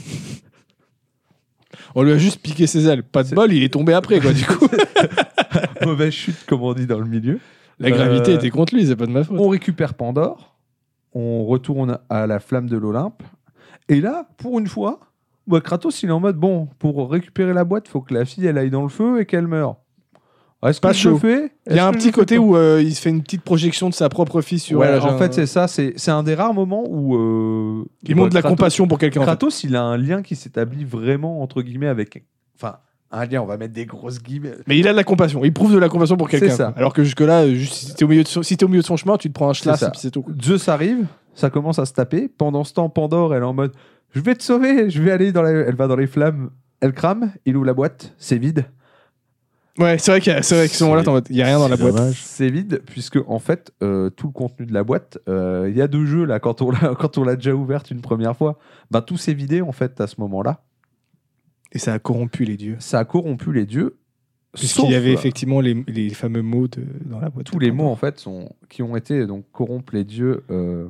On lui a juste piqué ses ailes. Pas de C'est- bol, il est tombé après, quoi, du coup. Mauvaise chute, comme on dit dans le milieu. La gravité Euh, était contre lui, c'est pas de ma faute. On récupère Pandore, on retourne à la flamme de l'Olympe, et là, pour une fois, bah, Kratos il est en mode bon, pour récupérer la boîte, faut que la fille elle aille dans le feu et qu'elle meure. Est-ce Pas que je le chaud. fais Il y a Est-ce un que petit je le fais côté pas où euh, il se fait une petite projection de sa propre fille sur Ouais, elle. en genre, fait, c'est ça, c'est c'est un des rares moments où. euh, Il montre de la Kratos- compassion pour quelqu'un. en fait. Kratos, il a un lien qui s'établit vraiment, entre guillemets, avec. Enfin, un lien, on va mettre des grosses guillemets. Mais il a de la compassion. Il prouve de la compassion pour quelqu'un. C'est ça. quoi. Alors que jusque-là, euh, juste, si t'es au, milieu de son- si t'es au milieu de son chemin, tu te prends un schlass ça. et puis c'est tout. quoi. Zeus arrive, ça commence à se taper. Pendant ce temps, Pandore, elle est en mode je vais te sauver, je vais aller dans la. Elle va dans les flammes, elle crame, il ouvre la boîte, c'est vide. Ouais, c'est vrai qu'à c'est vrai qu'à ce moment-là, t'es en mode, il y a rien dans la C'est boîte. dommage. C'est vide, puisque en fait, euh, tout le contenu de la boîte, euh, il y a deux jeux là, quand on l'a quand on l'a déjà ouverte une première fois, bah, tout s'est vidé en fait à ce moment-là. Et ça a corrompu les dieux. Ça a corrompu les dieux. Puisqu'il sauf y avait effectivement les, les fameux mots de- dans la boîte. tous les mots en fait sont, qui ont été donc corrompre les dieux euh,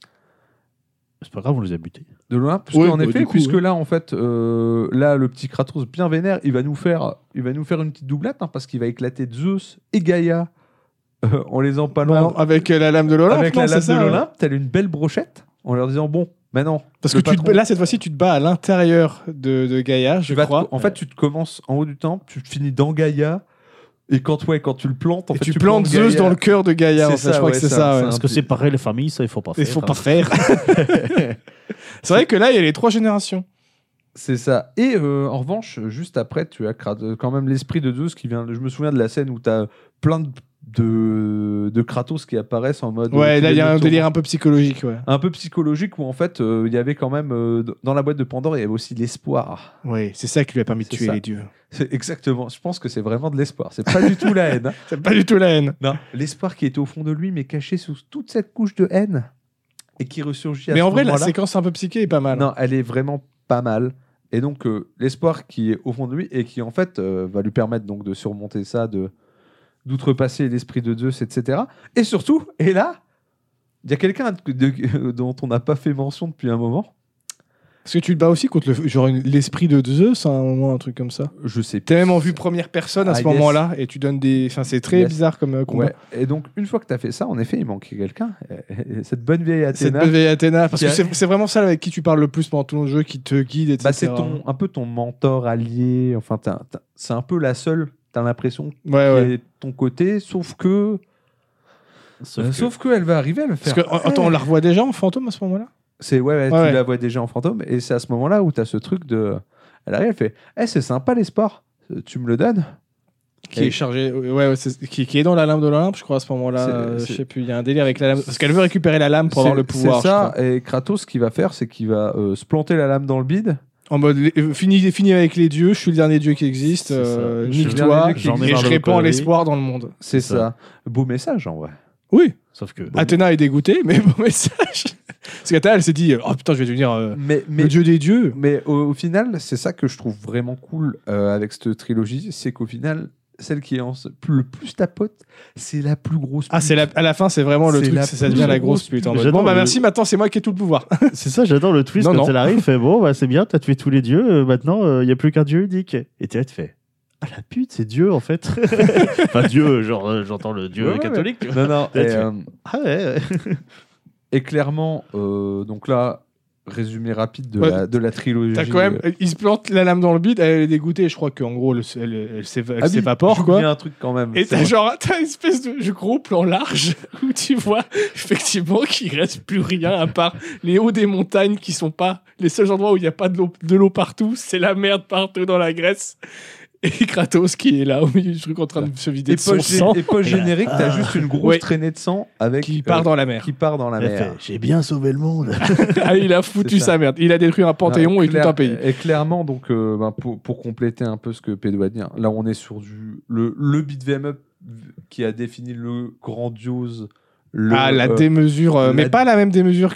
C'est pas grave, on les a butés. de loin. Parce Oui, qu'en bah, effet, du coup, puisque ouais. là en fait, euh, là le petit Kratos bien vénère, il va nous faire, il va nous faire une petite doublette hein, parce qu'il va éclater Zeus et Gaïa euh, en les empalant Non, avec euh, la lame de l'Olympe. avec non, la c'est lame ça, de hein. l'Olympe, telle une belle brochette, en leur disant bon, maintenant. Parce le que tu te- patron- là, cette fois-ci, tu te bats à l'intérieur de, de Gaïa, je tu vas te- crois. en fait, tu te commences en haut du temple, tu te finis dans Gaïa, et quand, ouais, quand tu le plantes, en Et fait, tu, plantes Zeus Gaïa. dans le cœur de Gaïa, C'est en fait. ça, je crois ouais, que c'est c'est ça. un- ouais. c'est Parce un que séparer les familles, ça, il faut pas Il faire. faut pas hein. faire. C'est vrai que là, il y a les trois générations. C'est ça. Et euh, en revanche, juste après, tu as Krat- euh, quand même l'esprit de Zeus qui vient. Je me souviens de la scène où tu as plein de, de, de Kratos qui apparaissent en mode. euh, Ouais, qui là, il y a viennent un de délire tourment. un peu psychologique, ouais. Un peu psychologique où en fait, euh, il y avait quand même. euh, dans la boîte de Pandore, il y avait aussi l'espoir. Oui, c'est ça qui lui a permis de C'est tuer ça. les dieux. C'est exactement. Je pense que c'est vraiment de l'espoir. C'est pas du tout la haine. hein. C'est pas du tout la haine. Non. L'espoir qui était au fond de lui, mais caché sous toute cette couche de haine. Et qui ressurgit à Mais ce en vrai, la moment-là. séquence un peu psyché est pas mal. Non, elle est vraiment pas mal. Et donc, euh, l'espoir qui est au fond de lui et qui, en fait, euh, va lui permettre donc, de surmonter ça, de, d'outrepasser l'esprit de Zeus, et cetera. Et surtout, et là, il y a quelqu'un de- de- dont on n'a pas fait mention depuis un moment. Parce que tu te bats aussi contre le, genre une- l'esprit de Zeus à un moment, un truc comme ça. Je sais T'es même en vue première personne à Ah, ce yes. moment-là et tu donnes des. Enfin, c'est très Yes. bizarre comme euh, combat. Ouais. Et donc, une fois que tu as fait ça, en effet, il manquait quelqu'un. Et cette bonne vieille Cette Athéna, vieille Athéna, parce Qui que a- c'est c'est vraiment ça avec qui tu parles le plus pendant tout le jeu, qui te guide, et cetera. bah, c'est ton, un peu ton mentor allié. Enfin, t'as- t'as- c'est un peu la seule, tu as l'impression, qui Ouais, ouais. est de ton côté, sauf que. Sauf euh, que- Sauf qu'elle va arriver à le Parce faire. que, attends, on la revoit déjà en fantôme à ce moment-là. C'est ouais, ouais, Ouais, tu ouais. la vois déjà en fantôme et c'est à ce moment-là où tu as ce truc de elle arrive, elle fait "Eh, c'est sympa l'espoir. Euh, Tu me le donnes Qui Et- est chargé, ouais, ouais, c'est- qui, qui est dans la lame de l'Olympe, je crois, à ce moment-là. C'est- euh, c'est- Je sais plus, il y a un délire avec la lame. Parce qu'elle veut récupérer la lame pour avoir C'est- le pouvoir. C'est je ça crois. et Kratos ce qu'il va faire c'est qu'il va euh, se planter la lame dans le bide. En mode, les- euh, fini, fini avec les dieux, je suis le dernier dieu qui existe, C'est ça. euh, Je suis le nique-toi, dernier dieu qui et existe. je J'en ai répands marre de l'espoir dans le monde. C'est C'est ça. Beau message en vrai. Oui, Sauf que. Athéna est dégoûtée, mais bon message. Parce qu'Athéna, elle s'est dit, oh putain, je vais devenir euh, Mais mais le dieu des dieux. mais au, au final, c'est ça que je trouve vraiment cool euh, avec cette trilogie, c'est qu'au final, celle qui est en, le plus tapote, c'est la plus grosse. Ah, pute. c'est la- à la fin, c'est vraiment le C'est truc, la ça, ça plus devient la grosse grosse pute. en pute. mode, J'adore Bon, bah le- merci, maintenant c'est moi qui ai tout le pouvoir. C'est ça, j'adore le twist Non, quand non. elle arrive. Fait bon, bah, c'est bien, t'as tué tous les dieux. euh, maintenant, il n'y a plus qu'un dieu unique. Et tu vois, tu fais Ah, la pute, c'est Dieu en fait. Enfin, Dieu, genre, euh, j'entends le Dieu Ouais, ouais, catholique. tu Non, vois. non. Et Et, tu fais, euh, Ah ouais, ouais. et clairement, euh, donc là, résumé rapide de, Ouais, la, de la trilogie. T'as quand même, euh, il se plante la lame dans le bide, elle est dégoûtée, je crois qu'en gros, elle, elle, elle s'éva- elle ah oui, s'évapore, j'oublie quoi. un truc quand même. Et c'est t'as vrai. genre, t'as une espèce de gros plan large où tu vois effectivement qu'il reste plus rien à part les hauts des montagnes qui sont pas les seuls endroits où il n'y a pas de l'eau, de l'eau partout, c'est la merde partout dans la Grèce. Et Kratos qui est là au milieu du truc en train de se vider Et de son post, sang, et post générique, t'as juste une grosse Ouais. traînée de sang avec qui euh, part dans la mer. qui part dans la Elle mer. fait, J'ai bien sauvé le monde. Ah, il a foutu C'est ça. sa merde. Il a détruit un panthéon Ah, et tout clair- un pays. Et clairement, donc, euh, ben, pour, pour compléter un peu ce que Pédo a dit, hein, là on est sur du le, le beat'em up qui a défini le grandiose. Le, Ah, la euh, démesure, euh, la- mais pas la même démesure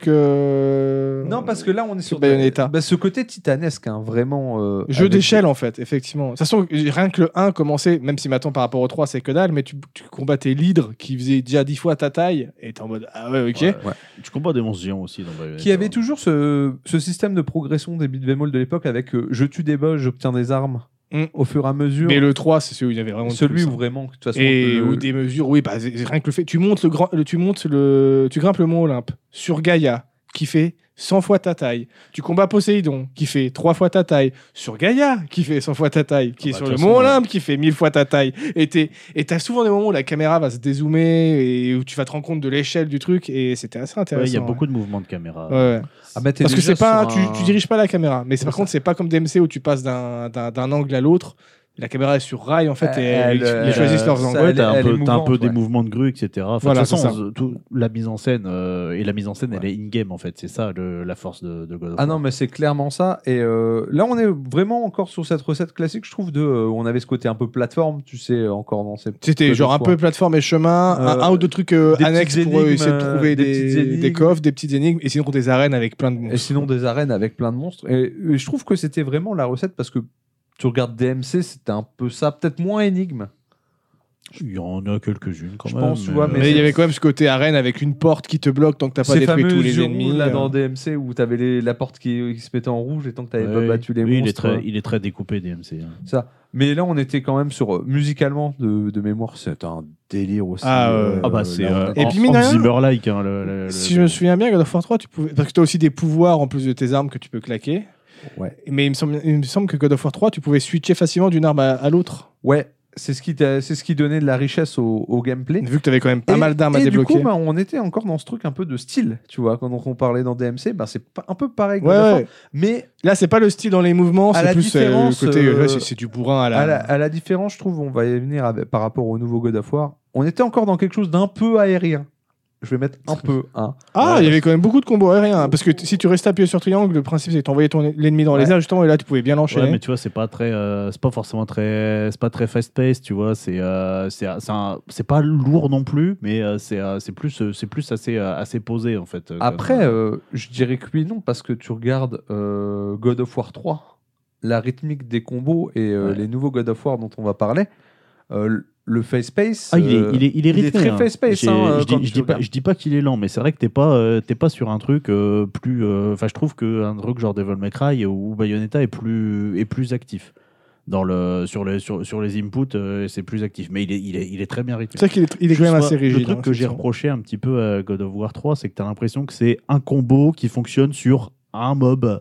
que. Non, parce que là on est sur Bayonetta. bah, ce côté titanesque, hein, vraiment. euh, Jeu avec- d'échelle en fait, effectivement. De toute façon, rien que le un commençait, même si maintenant par rapport au trois c'est que dalle, mais tu, tu combattais l'hydre qui faisait déjà dix fois ta taille, et t'es en mode ah ouais, ok. Ouais. Tu combats des monstres géants aussi dans Bayonetta. Qui avait toujours ce, ce système de progression des beat'em all de l'époque avec euh, je tue des boss, j'obtiens des armes Mm. au fur et à mesure. Mais le trois, c'est celui où il y avait vraiment celui tout où ça. vraiment, de toute façon, Et le- où des mesures, oui, bah, c'est- rien que le fait, tu montes le grand, le- tu montes le, tu grimpes le mont Olympe sur Gaïa, qui fait cent fois ta taille. Tu combats Poséidon, qui fait trois fois ta taille, sur Gaïa, qui fait cent fois ta taille, qui Ah est bah, sur de le toute mont façon, Olympe, qui fait mille fois ta taille. Et t'es- et t'as souvent des moments où la caméra va se dézoomer et où tu vas te rendre compte de l'échelle du truc, et c'était assez intéressant. Ouais, il y a ouais. beaucoup de mouvements de caméra. Ouais, ouais. Ah, bah, t'es Parce que déjà c'est pas, sur tu, un- tu diriges pas la caméra, mais c'est- par C'est contre c'est pas comme D M C où tu passes d'un d'un- d'un angle à l'autre. La caméra est sur rail en fait et Elle, ils, euh, ils choisissent leurs ça, angles. Ouais, elle- t'as un elle peu, est t'as un peu mouvante, des ouais. mouvements de grue, et cetera. Enfin, Voilà, de toute c'est façon, tout- la mise en scène euh, et la mise en scène, elle est in-game en fait. C'est ça le- la force de, de God of Ah War. non, mais c'est clairement ça. Et euh, là, on est vraiment encore sur cette recette classique, je trouve, de. euh, on avait ce côté un peu plateforme, tu sais, euh, encore dans ces. C'était God genre of un War. peu plateforme et chemin, un, Euh, un ou deux trucs euh, des annexes petites pour euh, énigmes, essayer de euh, trouver des des, petites énigmes. des coffres, des petites énigmes, et sinon des arènes avec plein de Et monstres. sinon, des arènes avec plein de monstres. Et, et je trouve que c'était vraiment la recette parce que tu regardes D M C, c'était un peu ça, peut-être moins énigme. Il y en a quelques-unes quand Je même. pense, tu vois, Mais mais il y c'est- avait quand même ce côté arène avec une porte qui te bloque tant que t'as pas Ces détruit tous les fameux yeux ennemis. rouges, là, euh. dans D M C où t'avais les, la porte qui, qui se mettait en rouge et tant que t'avais Ouais, pas battu les oui, il est, monstres. très, il est très découpé, D M C. hein. Ça. Mais là, on était quand même sur euh, musicalement de, de mémoire, c'est un délire aussi. Ah, ouais. Ah bah c'est là, on euh, est- Et en- puis, mine de en rien, Zimmer-like. hein, le- le- le- Si je me souviens bien, God of War trois, tu pouvais... parce que tu as aussi des pouvoirs en plus de tes armes que tu peux claquer. Ouais. Mais il me, semble, il me semble que God of War trois, tu pouvais switcher facilement d'une arme à, à l'autre. Ouais, c'est ce, qui t'a- c'est ce qui donnait de la richesse au, au gameplay. Vu que tu avais quand même pas Et- mal d'armes à et débloquer. du coup, bah, on était encore dans ce truc un peu de style, tu vois. Quand on parlait dans D M C, bah, c'est pas- un peu pareil. que Ouais, God of War. ouais. Mais Là, c'est pas le style dans les mouvements, À c'est la plus euh, le différence, côté. euh, ouais, c'est, c'est du bourrin à la. à la, à la différence, je trouve, on va y venir avec- par rapport au nouveau God of War. On était encore dans quelque chose d'un peu aérien. Je vais mettre un peu. Hein. Ah, Ouais. il y avait quand même beaucoup de combos aériens. hein, Parce que t- si tu restais appuyé sur triangle, le principe c'est que t'envoyais ton l'ennemi dans les Ouais. airs justement, et là tu pouvais bien Ouais, l'enchaîner. mais tu vois, c'est pas très, euh, c'est pas forcément très, c'est pas très fast-paced, tu vois. C'est, euh, c'est, c'est, un- c'est pas lourd non plus, mais euh, c'est, euh, c'est plus, euh, c'est plus assez, euh, assez posé en fait. euh, Après, comme, euh, euh, je dirais que oui, non, parce que tu regardes euh, God of War trois, la rythmique des combos et euh, Ouais. les nouveaux God of War dont on va parler, euh, le face space. Ah, il est, euh, il est, il est rythmé. très hein. fast-paced, J'ai- hein, euh, je, quand dis, je, tu dis pas, regardes. je dis pas qu'il est lent, mais c'est vrai que t'es pas, euh, t'es pas sur un truc euh, plus. Enfin, je trouve qu'un truc genre Devil May Cry ou Bayonetta est plus, est plus actif. Dans le, sur, les, sur, sur les inputs, euh, c'est plus actif. Mais il est, il est, il est très bien rythmé. C'est vrai qu'il est, il est quand Juste, même moi, assez rigide. Le truc hein, que j'ai effectivement. reproché un petit peu à God of War trois, c'est que tu as l'impression que c'est un combo qui fonctionne sur un mob.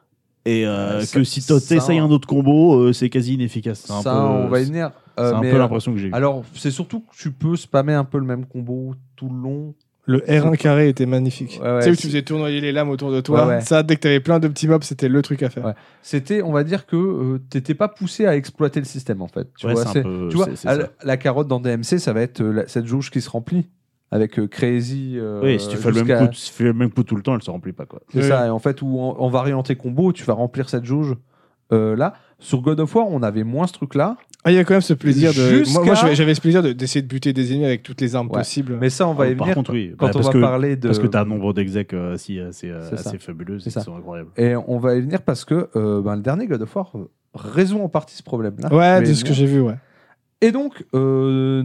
Et euh, Ouais, ça- que si tu ça- essayes un autre combo, euh, c'est quasi inefficace. C'est un Ça, peu, on va y venir. c'est Euh, un mais, peu euh, l'impression que j'ai eue. Alors, c'est surtout que tu peux spammer un peu le même combo tout le long. Le R un carré était magnifique. Ouais, ouais, tu sais où c'est- tu faisais tournoyer les lames autour de toi. Ouais, ouais. Ça, dès que t'avais plein de petits mobs, c'était le truc à faire. Ouais. C'était, on va dire que euh, t'étais pas poussé à exploiter le système en fait. Tu Ouais, vois, c'est un c'est- peu- tu vois c'est- c'est à ça. la, la carotte dans D M C, ça va être euh, la- cette jauge qui se remplit avec euh, Crazy. euh, Oui, si tu fais, le même jusqu'à- coup, si tu fais le même coup tout le temps, elle se remplit pas. Quoi. C'est Ouais. ça, et en fait, où en, en variant tes combos, tu vas remplir cette jauge. Euh, là, sur God of War, on avait moins ce truc-là, Ah, il y a quand même ce plaisir de. Jusqu'à- Moi, moi, j'avais, j'avais ce plaisir de- d'essayer de buter des ennemis avec toutes les armes Ouais. possibles. mais ça, on va Ah, y par venir contre, oui. quand Bah, on parce va que, parler de. Parce que tu as un nombre d'execs euh, assez, assez, euh, C'est ça. assez fabuleux, C'est c'est ça. sont incroyables. Et on va y venir parce que euh, ben, le dernier God of War euh, résout en partie ce problème-là. Ouais, Mais de ce que bon. j'ai vu, ouais. Et donc, euh,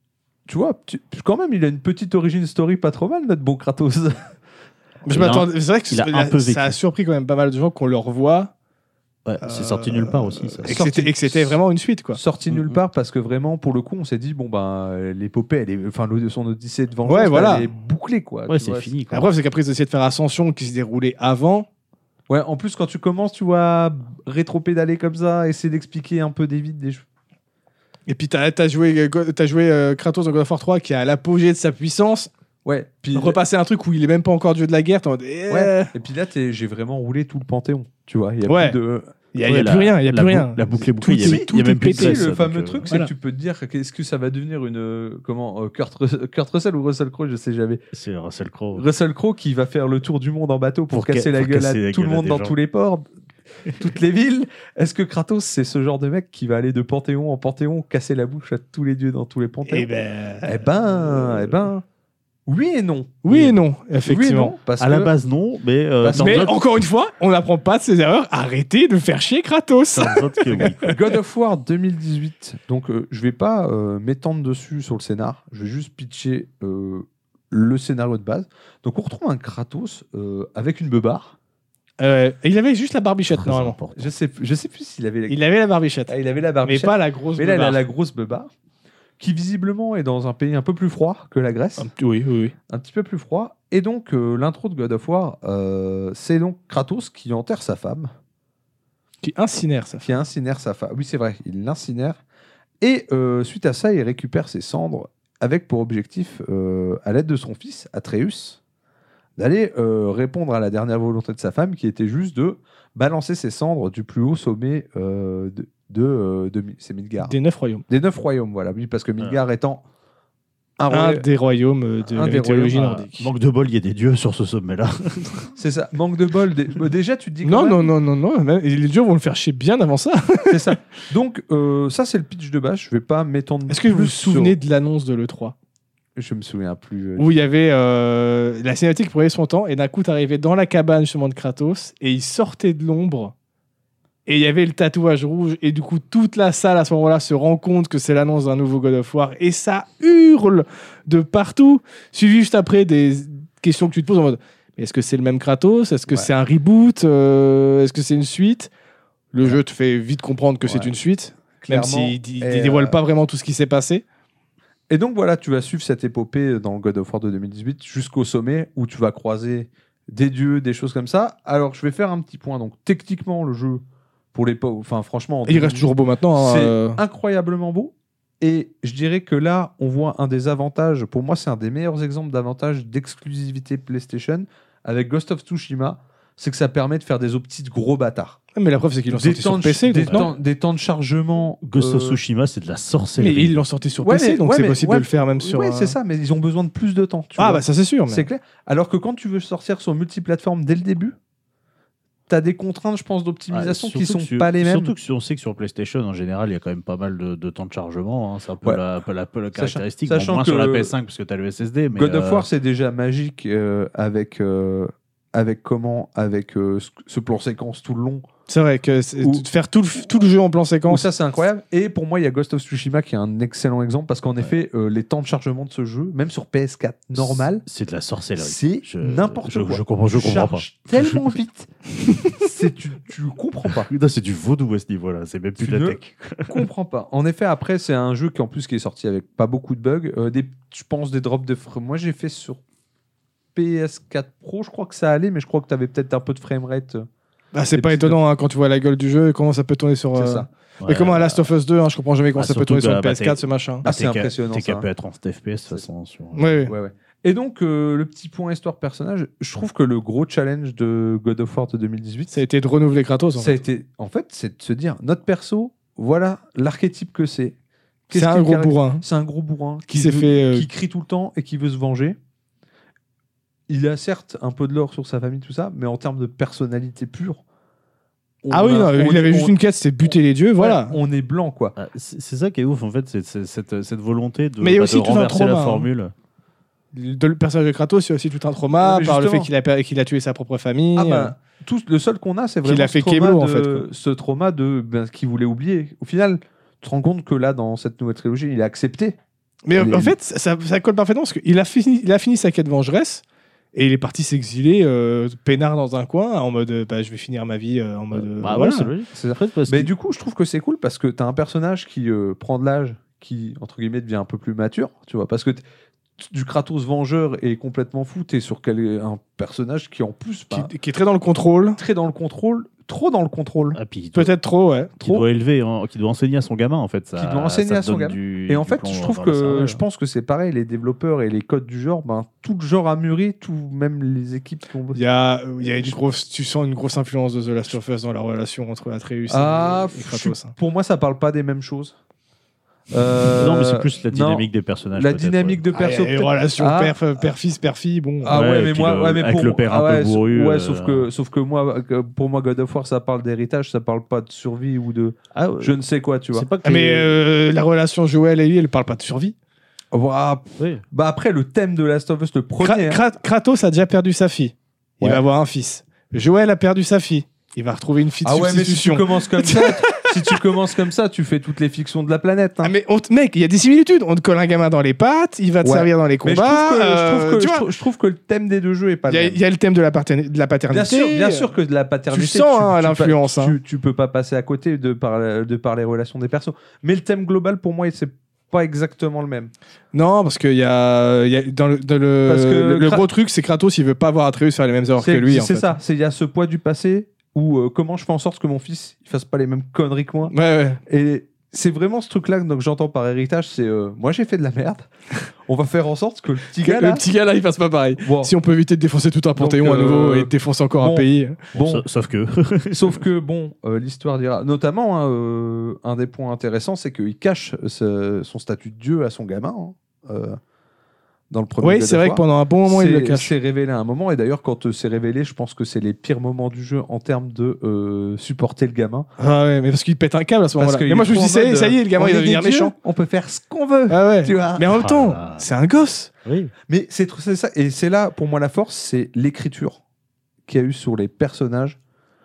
tu vois, tu- quand même, il a une petite origin story pas trop mal, notre bon Kratos. Je Il a m'attendais. C'est vrai que il a c'est- un peu ça a vécu. surpris quand même pas mal de gens qu'on le revoit Ouais, c'est sorti nulle part aussi. Ça. Et que c'était- et que c'était vraiment une suite, quoi. Sorti nulle Mhm. part parce que vraiment, pour le coup, on s'est dit, bon, ben, l'épopée, elle est, enfin, l'O- son Odyssée de vengeance, Ouais, ben, voilà. elle est bouclée, quoi. Ouais, tu c'est vois. fini. Quoi. La preuve, c'est qu'après, ils ont essayé de faire Ascension qui se déroulait avant. Ouais, en plus, quand tu commences, tu vois, rétro-pédaler comme ça, essayer d'expliquer un peu des vides des choses. Et puis, t'as as joué, t'as joué euh, Kratos dans God of War trois qui est à l'apogée de sa puissance. Ouais, puis, Repasser un truc où il est même pas encore dieu de la guerre. T'es en mode, eh, ouais. Et puis là, t'es- j'ai vraiment roulé tout le Panthéon, tu vois. Il y a Ouais. plus de. Il y a, il y Ouais, a la- plus rien, il y a la plus bou- rien. La boucle est bouclée. Tout Il y avait, est- il y a tout même est plus de pété, cesse, le donc, fameux euh, truc, c'est voilà. que tu peux te dire que- est-ce que ça va devenir une euh, comment euh, Kurt, Rus- Kurt Russell ou Russell Crowe, je sais jamais. C'est Russell Crowe. Russell Crowe qui va faire le tour du monde en bateau pour, Pour casser ca- la pour gueule casser à la tout le gueule à monde des dans gens. tous les ports, toutes les villes. Est-ce que Kratos c'est ce genre de mec qui va aller de panthéon en panthéon, casser la bouche à tous les dieux dans tous les panthéons? Eh ben, Eh ben, eh ben, oui et non. oui et non, Oui et effectivement. non, parce À que la base, non, mais euh, Parce- dans Mais d'autres- encore une fois, on n'apprend pas de ses erreurs. Arrêtez de faire chier Kratos. dans d'autres que oui. God of War deux mille dix-huit. Donc, euh, je vais pas euh, m'étendre dessus sur le scénar. Je vais juste pitcher euh, le scénario de base. Donc, on retrouve un Kratos euh, avec une beubare. Euh, il avait juste la barbichette, Très normalement. important. Je sais, je sais plus s'il avait la... Il avait la barbichette. Ah, il avait la Mais barbichette. pas la grosse Mais là, il a beubare. la grosse beubare, qui visiblement est dans un pays un peu plus froid que la Grèce, Un petit- Oui, oui, oui. un petit peu plus froid. Et donc, euh, l'intro de God of War, euh, c'est donc Kratos qui enterre sa femme, Qui incinère ça. qui incinère sa femme. Oui, c'est vrai, il l'incinère. Et euh, suite à ça, il récupère ses cendres avec pour objectif, euh, à l'aide de son fils, Atreus, d'aller euh, répondre à la dernière volonté de sa femme, qui était juste de balancer ses cendres du plus haut sommet euh, de, de, euh, de Mi- c'est Midgard. Des neuf royaumes. Des neuf royaumes, voilà. Oui, parce que Midgard étant un Un royaume, des royaumes euh, de un la des mythologie royaumes, nordique. Manque de bol, il y a des dieux sur ce sommet-là. c'est ça. Manque de bol. Dé- bah, déjà, tu te dis. Non, quand non, même- non, non, non. même- Les dieux vont le faire chier bien avant ça. C'est ça. Donc, euh, ça, c'est le pitch de base. Je vais pas m'étendre. Est-ce que vous plus vous souvenez de l'annonce de l'E trois sur- Je me souviens plus. euh, où il y avait euh, la cinématique qui prenait son temps et d'un coup t'arrivais dans la cabane justement de Kratos et il sortait de l'ombre et il y avait le tatouage rouge et du coup toute la salle à ce moment-là se rend compte que c'est l'annonce d'un nouveau God of War et ça hurle de partout, suivi juste après des questions que tu te poses en mode mais est-ce que c'est le même Kratos, est-ce que Ouais. c'est un reboot, Euh, est-ce que c'est une suite? Le Ouais. jeu te fait vite comprendre que c'est Ouais. une suite, même clairement. s'il il, Et, il dévoile euh, pas vraiment tout ce qui s'est passé. Et donc voilà, tu vas suivre cette épopée dans God of War de deux mille dix-huit jusqu'au sommet où tu vas croiser des dieux, des choses comme ça. Alors je vais faire un petit point. Donc techniquement, le jeu, pour l'époque, enfin franchement, en Et il reste toujours beau maintenant. hein, c'est euh. incroyablement beau. Et je dirais que là, on voit un des avantages. Pour moi, c'est un des meilleurs exemples d'avantages d'exclusivité PlayStation avec Ghost of Tsushima. C'est que ça permet de faire des optis de gros bâtards. Ah, mais la preuve, c'est qu'ils l'ont Des sorti sur temps, de, P C. des, donc non. temps, des temps de chargement. Ghost of euh, Tsushima, c'est de la Mais sorcellerie. ils l'ont sorti sur Ouais, P C, mais- donc ouais, c'est mais- possible ouais, de le faire même sur. Ouais, un- c'est ça, mais ils ont besoin de plus de temps. tu Ah, vois. bah ça c'est sûr. mais- C'est clair. Alors que quand tu veux sortir sur multiplateforme dès le début, tu as des contraintes, je pense, d'optimisation Ouais, qui surtout sont que sur- pas les mêmes. Surtout que si on sait que sur PlayStation, en général, il y a quand même pas mal de, de temps de chargement. hein. C'est un peu Ouais. la, un peu la, un peu la Sachant- caractéristique. sachant Bon, moins que sur la P S cinq parce que tu as le S S D. Mais God of euh, War, c'est déjà magique euh, avec, euh, avec comment Avec euh, ce, ce plan séquence tout le long. C'est vrai que c'est- Ou- de faire tout le, tout le jeu en plan Donc séquence. ça, c'est incroyable. Et pour moi, il y a Ghost of Tsushima qui est un excellent exemple parce qu'en effet, euh, les temps de chargement de ce jeu, même sur P S quatre normal, c'est de la sorcellerie. c'est Je- n'importe je- quoi. Je comprends, je Tu comprends pas. charges tellement vite. c'est, tu, tu comprends pas. Non, c'est du vaudou à ce niveau-là. C'est même plus Tu de la ne- tech. comprends pas. En effet, après, c'est un jeu qui en plus qui est sorti avec pas beaucoup de bugs. Euh, des, je pense des drops de frame. Moi, j'ai fait sur P S quatre Pro, je crois que ça allait, mais je crois que tu avais peut-être un peu de framerate. euh, Ah, c'est des pas petits étonnant hein, quand tu vois la gueule du jeu et comment ça peut tourner sur. C'est euh, ça. Mais comment à Last of Us deux, hein, je comprends jamais comment Ah, ça peut surtout tourner sur que, le bah, P S quatre t'es- ce machin. Ah, c'est T'es ca- impressionnant, T'es ça, capable hein. être en F P S de toute façon. sur- Ouais, ouais. Ouais, ouais. Et donc, euh, le petit point histoire personnage, je trouve que le gros challenge de God of War de deux mille dix-huit, Ça a été de renouveler Kratos. en ça a fait. été, en fait, c'est de se dire, notre perso, voilà l'archétype que c'est. Qu'est-ce C'est un qui le gros caractérise bourrin. C'est un gros bourrin Qui s'est veut- fait, euh, qui crie tout le temps et qui veut se venger. Il a certes un peu de l'or sur sa famille, tout ça, mais en termes de personnalité pure. on Ah oui, a- non, on il est- avait juste on- une quête, c'est buter les dieux, voilà. ouais, on est blanc, quoi. Ah, C'est c'est ça qui est ouf en fait, c'est c'est cette, cette volonté de, Mais il y a bah, aussi de tout un renverser trauma, la hein. formule. De le personnage de Kratos, il y a aussi tout un trauma Ouais, mais par le fait justement. qu'il a, qu'il a tué sa propre famille. Ah bah, tout, le seul qu'on a, c'est Qu'il vraiment a fait ce trauma, Keblo, de, en fait, quoi. ce trauma de ben, ce qu'il voulait oublier. Au final, tu te rends compte que là, dans cette nouvelle trilogie, il a accepté. Mais Les- en fait, ça, ça colle parfaitement parce qu'il a fini, il a fini sa quête vengeresse Et il est parti s'exiler, euh, peinard dans un coin, en mode euh, bah, je vais finir ma vie euh, en mode. Euh, bah voilà. ouais, c'est logique. C'est ça. Après, parce Mais que- du coup, je trouve que c'est cool parce que t'as un personnage qui euh, prend de l'âge, qui, entre guillemets, devient un peu plus mature, tu vois. Parce que t- du Kratos vengeur est complètement fou, t'es sur quel- un personnage qui, en plus, Qui, bah, qui est très dans le contrôle. très dans le contrôle, trop dans le contrôle. Ah, puis, il doit- Peut-être trop, ouais. qui trop. doit élever, hein, qui doit enseigner à son gamin en fait. Ça, Qui doit enseigner ça à son donne gamin. du- Et en du fait, plomb je trouve dans le que cerveau. je pense que c'est pareil, les développeurs et les codes du genre, ben, tout le genre a mûri, tout, même les équipes qui ont Il y a, il y a une grosse, tu sens une grosse influence de The Last of Us dans la relation entre Atreus Ah, et, et je Kratos. suis- pour moi, ça parle pas des mêmes choses. Euh, Non, mais c'est plus la non, dynamique des personnages. la peut-être, dynamique ouais. de perso. Ah, il y a une peut-être- relation Ah. père, père-fils, père-fille, bon. Ah ouais, Ouais, et mais puis moi, le- ouais, mais avec pour le moi- père un ah peu ouais, sauf- bourru, Ouais, euh, sauf que, sauf que moi, que pour moi, God of War, ça parle d'héritage, ça parle pas de survie ou de, Ah, ouais. je ne sais quoi, tu vois. C'est pas que Ah, mais les- euh, la relation Joël et Ellie, elle parle pas de survie. Ouah, Oui. bah après, le thème de Last of Us, le Kra- premier. hein. Kra- Kratos a déjà perdu sa fille. Il Ouais. va avoir un fils. Joël a perdu sa fille. Il va retrouver une fille de Ah ouais, mais si tu substitution. commences comme ça, si tu commences comme ça, tu fais toutes les fictions de la planète. hein. Ah mais on te- mec, il y a des similitudes. On te colle un gamin dans les pattes, il va te Ouais. servir dans les Mais je trouve, combats. que, je, euh, trouve que, tu je, vois, trouve, je trouve que le thème des deux jeux est pas il y, le a- même. il y a le thème de la, paterni- de la paternité. Bien sûr, bien sûr que de la paternité. Tu sens, hein, tu, l'influence, Tu, hein. tu, tu peux pas passer à côté de par, de par les relations des persos. Mais le thème global, pour moi, c'est pas exactement le même. Non, parce qu'il y a, il y a dans le, dans le, Parce que le, le Kra- gros truc, c'est Kratos, il veut pas avoir Atreus faire les mêmes erreurs que C'est lui. en c'est fait. ça. C'est il y a ce poids du passé où euh, comment je fais en sorte que mon fils il fasse pas les mêmes conneries que moi. Ouais, ouais. Et c'est vraiment ce truc-là que j'entends par héritage. C'est euh, moi j'ai fait de la merde. On va faire en sorte que le petit Que gars le là. petit gars là, il fasse pas pareil. Bon, Si on peut éviter de défoncer tout un panthéon Donc, à nouveau euh, et de défoncer encore un bon. pays. Bon, bon, sa- sauf que. sauf que bon, euh, l'histoire dira. Notamment, hein, euh, un des points intéressants, c'est qu'il cache ce- son statut de dieu à son gamin. hein, euh, dans le premier. Oui, God c'est of vrai War. que pendant un bon moment, il le C'est- cache. C'est révélé à un moment, et d'ailleurs, quand euh, c'est révélé, je pense que c'est les pires moments du jeu en termes de euh, supporter le gamin. Ah ouais, mais parce qu'il pète un câble à ce Parce moment-là. qu'il Mais moi, est je me trop dis, en ça y est, mode, ça y est, le gamin, on il va est devenir des dieux, méchant. On peut faire ce qu'on veut. Ah ouais. Tu vois. Mais en même Ah temps, là. c'est un gosse. Oui. Mais c'est tr- c'est ça, et c'est là, pour moi, la force, c'est l'écriture qu'il y a eu sur les personnages,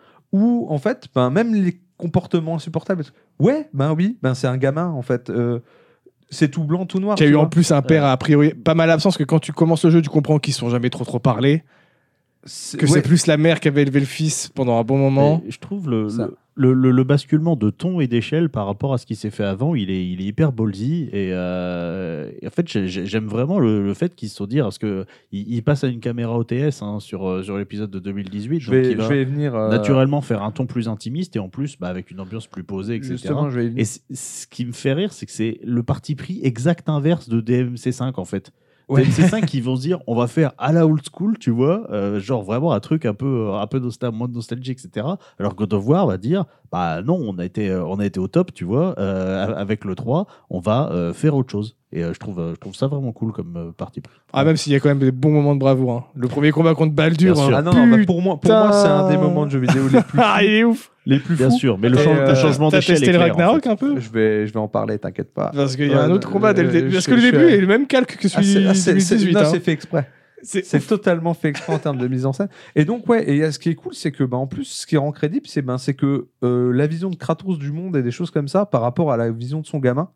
où, en fait, ben, même les comportements insupportables. Ouais, ben oui, ben c'est un gamin, en fait. euh, c'est tout blanc, tout noir. Qui a tu eu vois. en plus un père a priori pas mal absent, parce que quand tu commences le jeu, tu comprends qu'ils sont jamais trop trop parlé, C'est- que ouais. c'est plus la mère qui avait élevé le fils pendant un bon moment. Et je trouve le, Ça. le, le, le basculement de ton et d'échelle par rapport à ce qui s'est fait avant, il est, il est hyper ballsy. Et, euh, et en fait, j'ai- j'ai- j'aime vraiment le, le fait qu'ils se sont dit, parce que il, il passe à une caméra O T S hein, sur, euh, sur l'épisode de deux mille dix-huit. Je donc vais, il va je vais y venir. euh, naturellement faire un ton plus intimiste et en plus bah, avec une ambiance plus posée, et cetera. Justement, je vais y venir. Et c- ce qui me fait rire, c'est que c'est le parti pris exact inverse de D M C cinq en fait. Ouais. D M C cinq, ils vont se dire, on va faire à la old school, tu vois, euh, genre vraiment un truc un peu, un peu nostal moins nostalgique, et cetera. Alors God of War va dire, bah non, on a été, euh, on a été au top, tu vois, euh, avec le trois, on va euh, faire autre chose. Et euh, je, trouve, euh, je trouve ça vraiment cool comme euh, parti pris. Ah, même s'il y a quand même des bons moments de bravoure. hein. Le premier combat contre Baldur. Bien hein. sûr. Ah non, non, bah, pour moi, pour moi c'est un des Putain. moments de jeux vidéo les plus, Ah, il est ouf. les plus Bien fous. sûr, mais le, Et, chan- euh, le changement T'as d'échelle est testé le clair, en Ragnarok fait. un peu Je vais, je vais en parler, t'inquiète pas. Parce qu'il y a un Ouais, autre combat dès le euh, début. je Parce suis- que le je début suis- est le même calque que Ah, celui c'est- de ah, c'est- c'est- deux mille dix-huit. non, hein. c'est fait exprès. C'est C'est totalement fait exprès en termes de mise en scène. Et donc, ouais, et ce qui est cool, c'est que, bah, en plus, ce qui rend crédible, c'est ben, c'est que euh, la vision de Kratos du monde et des choses comme ça, par rapport à la vision de son gamin,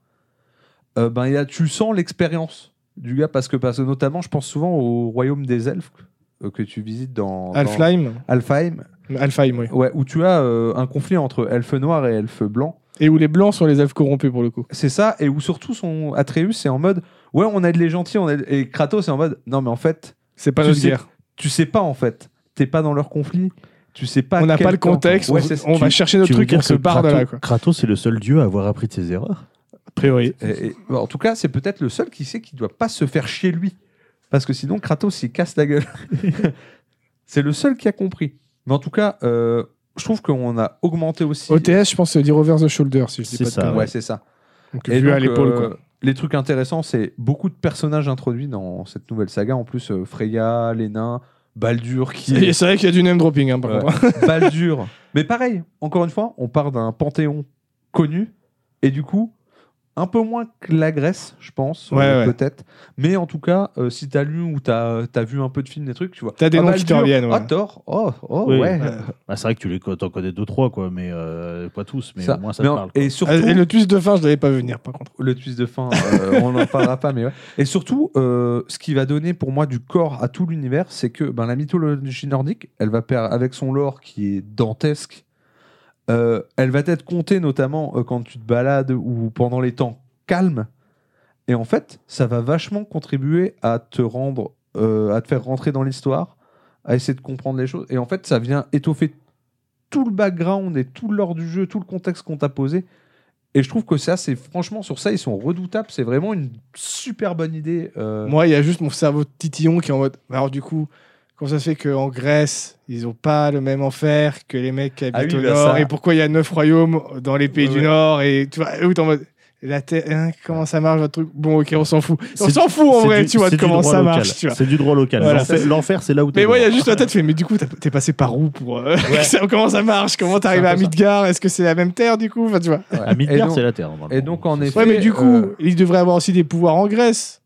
euh, ben, il y a, tu sens l'expérience du gars, parce que, parce que notamment, je pense souvent au royaume des elfes euh, que tu visites dans, dans Alfheim. Alfheim, Alfheim, oui. ouais, où tu as euh, un conflit entre elfes noirs et elfes blancs. Et où les blancs sont les elfes corrompus pour le coup. C'est ça, et où surtout son Atreus c'est en mode ouais, on aide les gentils, on aide... et Kratos c'est en mode non, mais en fait, C'est pas Tu notre sais- guerre. tu sais pas en fait, t'es pas dans leur conflit, tu sais pas. On n'a quel pas le camp- contexte. Ouais, on c'est- on tu- va chercher notre Tu veux truc et dire on se que barre de là. Kratos, Quoi. Kratos est le seul dieu à avoir appris de ses erreurs. A priori. Et- et- bon, en tout cas, c'est peut-être le seul qui sait qu'il doit pas se faire chier lui, parce que sinon Kratos il casse la gueule. C'est le seul qui a compris. Mais en tout cas, euh, je trouve qu'on a augmenté aussi. O T S, je pense, c'est dire over the shoulder, si je dis C'est pas de ça, conneries. Ouais, c'est ça. Donc, Et vu à donc, l'épaule, euh, quoi. les trucs intéressants, c'est beaucoup de personnages introduits dans cette nouvelle saga. En plus, euh, Freya, les nains, Baldur qui Et est c'est vrai qu'il y a du name dropping, hein, par Ouais. contre. Baldur. Mais pareil, encore une fois, on part d'un panthéon connu et du coup, Un peu moins que la Grèce, je pense, Ouais, euh, ouais. peut-être. Mais en tout cas, euh, si t'as lu ou t'as as vu un peu de films, des trucs, tu vois. T'as des Ah, noms bah, qui le te dur. reviennent, ouais. Ah, Thor. Oh, oh Oui. ouais. Ouais. Bah, c'est vrai que tu les co- t'en connais deux trois quoi, mais euh, pas tous, mais Ça. au moins ça Mais te en- parle. quoi. Et surtout, Ah, et le twist de fin, je l'avais pas vu venir, par contre. le twist de fin, euh, on n'en parlera pas, mais ouais. Et surtout, euh, ce qui va donner pour moi du corps à tout l'univers, c'est que ben, la mythologie nordique, elle va per- avec son lore qui est dantesque, euh, elle va être comptée notamment euh, quand tu te balades ou pendant les temps calmes. Et en fait, ça va vachement contribuer à te rendre, euh, à te faire rentrer dans l'histoire, à essayer de comprendre les choses. Et en fait, ça vient étoffer tout le background et tout l'ordre du jeu, tout le contexte qu'on t'a posé. Et je trouve que ça, c'est franchement, sur ça, ils sont redoutables. C'est vraiment une super bonne idée. euh. Moi, il y a juste mon cerveau de titillon qui est en mode. Alors, du coup, comment ça se fait qu'en Grèce, ils ont pas le même enfer que les mecs qui habitent Ah oui, au bah Nord? ça- Et pourquoi il y a neuf royaumes dans les pays Ouais, du ouais. Nord? Et tu vois, où t'es en mode. La terre, hein, comment ça marche votre truc? Bon, ok, on s'en fout. On C'est- s'en fout en c'est vrai, du- tu vois, c'est de du comment droit ça local. marche, tu vois. C'est du droit local. Voilà. L'enfer, l'enfer, c'est là où t'es. Mais moi, il y a dedans. juste la tête, fait, mais du coup, t'as- t'es passé par où pour. euh, Ouais. comment ça marche? Comment t'arrives C'est un à peu ça. Midgard? Est-ce que c'est la même terre, du coup? Enfin, tu vois. Ouais. À Et Midgard, donc- c'est la terre. normalement. et donc, en C'est- effet- Ouais, mais du coup, euh, il devrait avoir aussi des pouvoirs en Grèce.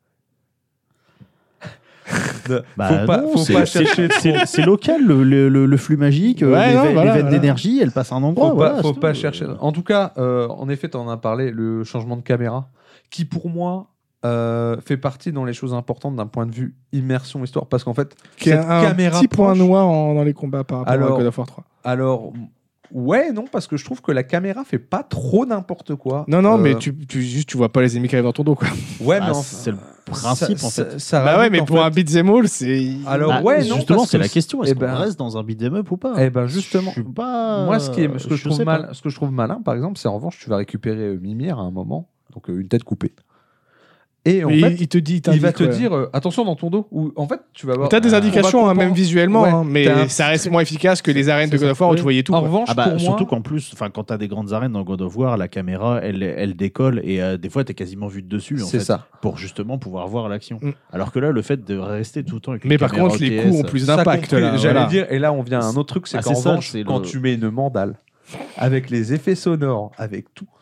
de- Bah faut pas, non, faut c'est- pas c'est- chercher. c'est c'est local, le, le- le- le flux magique, euh, Ouais, les, non, veines- voilà, les veines voilà. d'énergie, elles passent à un endroit. Faut voilà, pas, faut c'est pas tout. chercher. En tout cas, euh, en effet, tu en as parlé, le changement de caméra, qui pour moi euh, fait partie dans les choses importantes d'un point de vue immersion histoire, parce qu'en fait, Qui est cette un caméra petit point proche- noir en- dans les combats par rapport Alors- à God of War trois. Alors, ouais, non, parce que je trouve que la caméra fait pas trop n'importe quoi. Non, non, Euh, mais tu, tu, juste, tu vois pas les ennemis qui arrivent dans ton dos, quoi. Ouais, Ah, mais enfin, c'est le principe, ça- en fait. ça- ça Bah ouais, rajoute, mais en pour fait- un beat'em all, c'est. Alors, Bah, ouais, non, justement, parce c'est que la question. Est-ce eh qu'on ben- reste dans un beat'em up ou pas Eh ben, justement. Je suis pas. Moi, ce, qui est, ce, que je je trouve sais mal, pas. ce que je trouve malin, par exemple, c'est en revanche, tu vas récupérer euh, Mimir à un moment, donc euh, une tête coupée. Et en Mais fait, il, il te dit, il va t'indique, te ouais. dire euh, attention dans ton dos. Ou en fait, tu vas voir. T'as des on va indications, hein, comprendre- même visuellement, Ouais, hein, t'as mais un ça petit reste trait- moins efficace que les arènes de c'est God ça. of War où Oui. tu voyais tout. En quoi. revanche, Ah bah, pour surtout moi, qu'en plus, enfin, quand t'as des grandes arènes dans God of War, la caméra, elle, elle décolle et euh, des fois, t'es quasiment vu de dessus, en c'est fait, ça. pour justement pouvoir voir l'action. Mm. Alors que là, le fait de rester tout le temps avec une Mais par caméra contre, les O T S, coups ont plus Ça d'impact. compris, là, J'allais voilà. dire, et là on vient à un autre truc, c'est Ah, qu'en c'est ça, revanche, c'est quand le- tu mets une mandale avec les effets sonores, avec tout,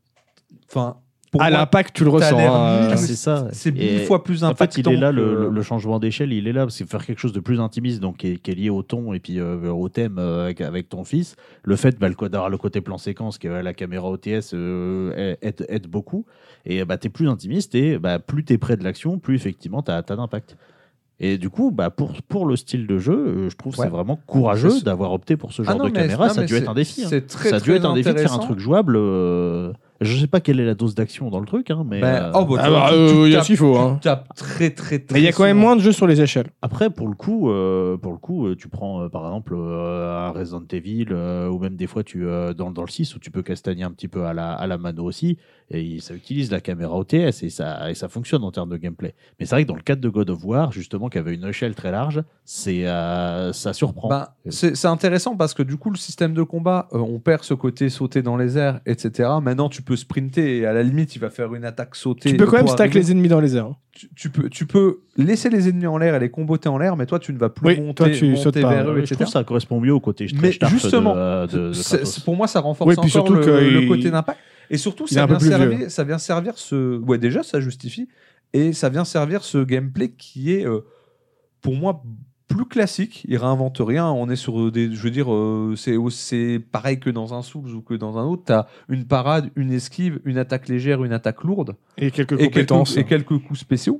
enfin, pour À moi, l'impact, tu le t'as ressens. l'air hein, mille- Ah, euh, c'est ça. c'est mille Et fois plus En fait, impactant. il est là, que- le, le changement d'échelle, il est là, c'est faire quelque chose de plus intimiste, donc qui est, qui est lié au ton et puis euh, au thème euh, avec, avec ton fils. Le fait bah, le, co- d'avoir le côté plan séquence, qui est la caméra O T S, euh, aide, aide beaucoup. Et bah, tu es plus intimiste et bah, plus tu es près de l'action, plus effectivement tu as d'impact. Et du coup, bah, pour, pour le style de jeu, euh, je trouve que Ouais. c'est vraiment courageux C'est- d'avoir opté pour ce Ah genre non, de mais- caméra. non, Ça a mais dû être c'est- un défi. hein. C'est très, Ça a dû très être un défi de faire un intéressant. truc jouable. euh, Je sais pas quelle est la dose d'action dans le truc, hein, mais Ben, euh, oh, bah, Ah tu- bah, tu- euh, tu il y a tapes- ce qu'il faut, tu hein. tapes très, très, très Mais il y a quand même souvent. moins de jeux sur les échelles. après, pour le coup, euh, pour le coup, euh, tu prends euh, par exemple euh, un Resident Evil euh, ou même des fois tu euh, dans, dans le six où tu peux castagner un petit peu à la à la mano aussi et il- ça utilise la caméra O T S et ça et ça fonctionne en termes de gameplay. Mais c'est vrai que dans le cadre de God of War, justement, qui avait une échelle très large, c'est euh, ça surprend. Ben, c'est c'est intéressant parce que du coup, le système de combat, euh, on perd ce côté sauter dans les airs, et cetera. Maintenant, tu peux sprinter et à la limite, il va faire une attaque sautée. Tu peux quand même pour stack arriver. les ennemis dans les airs. hein. Tu, tu peux, tu peux laisser les ennemis en l'air et les comboter en l'air, mais toi, tu ne vas plus Oui, monter, toi, tu monter sautes pas. vers eux, Ouais, je et cetera. trouve que ça correspond mieux au côté très Mais starf justement, de, euh, de, de C'est- Kratos. c'est- pour moi, ça renforce Oui, puis encore surtout le, que le il- côté d'impact. Et surtout, il est ça un peu vient, plus servir, vieux. ça vient servir ce. Ouais, déjà, ça justifie. Et ça vient servir ce gameplay qui est, euh, pour moi, plus classique. Il réinvente rien. On est sur des. Je veux dire, euh, c'est c'est pareil que dans un Souls ou que dans un autre. Tu as une parade, une esquive, une attaque légère, une attaque lourde. Et quelques Et compétences. quelques, et quelques coups spéciaux.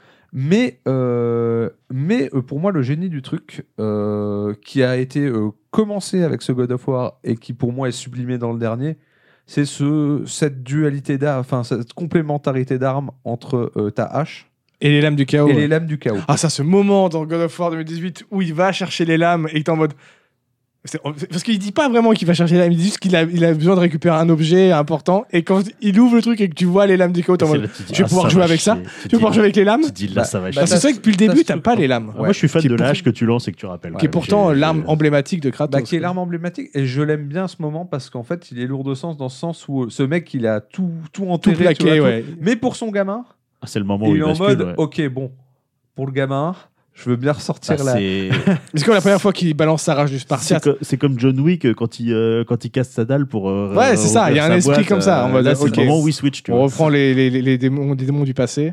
Mais, euh, mais euh, pour moi, le génie du truc, euh, qui a été euh, commencé avec ce God of War et qui pour moi est sublimé dans le dernier, c'est ce, cette dualité d'armes, enfin cette complémentarité d'armes entre euh, ta hache Et les lames du chaos. et ouais. les lames du chaos. Ah, ça, ce moment dans God of War deux mille dix-huit où il va chercher les lames et que t'es en mode. C'est- Parce qu'il dit pas vraiment qu'il va chercher les lames, il dit juste qu'il a, il a besoin de récupérer un objet important. Et quand il ouvre le truc et que tu vois les lames du chaos, t'es en C'est mode. là que tu dis, je vais ah, pouvoir ça jouer va avec ça chier. Tu Tu vas dis, pouvoir jouer avec les lames tu dis là, Bah, ça va bah, chier. Parce que c'est vrai que depuis le t'as début, ce t'as truc, pas quoi. les lames. Ah, Moi, je suis fan Qui est de pour- l'âge que tu lances et que tu rappelles. Qui est Ouais, pourtant j'ai- l'arme j'ai- emblématique de Kratos. Bah, qui est l'arme emblématique et je l'aime bien ce moment parce qu'en fait il est lourd de sens dans ce sens où euh, ce mec il a tout, tout Tout enterré tu plaqué, vois, ouais. tout. Mais pour son gamin Ah, c'est le moment il où est il en bascule. mode ouais. ok bon pour le gamin Je veux bien ressortir Bah, là. c'est C'est comme la première fois qu'il balance sa rage du c'est Spartiate. co- c'est comme John Wick euh, quand il, euh, quand il casse sa dalle pour. euh, Ouais, c'est ça, il y a rouvrir un sa esprit boîte, comme ça, en euh, mode, Là, c'est ok. le moment où il switch. Tu On vois. reprend les, les, les, les démons, des démons du passé.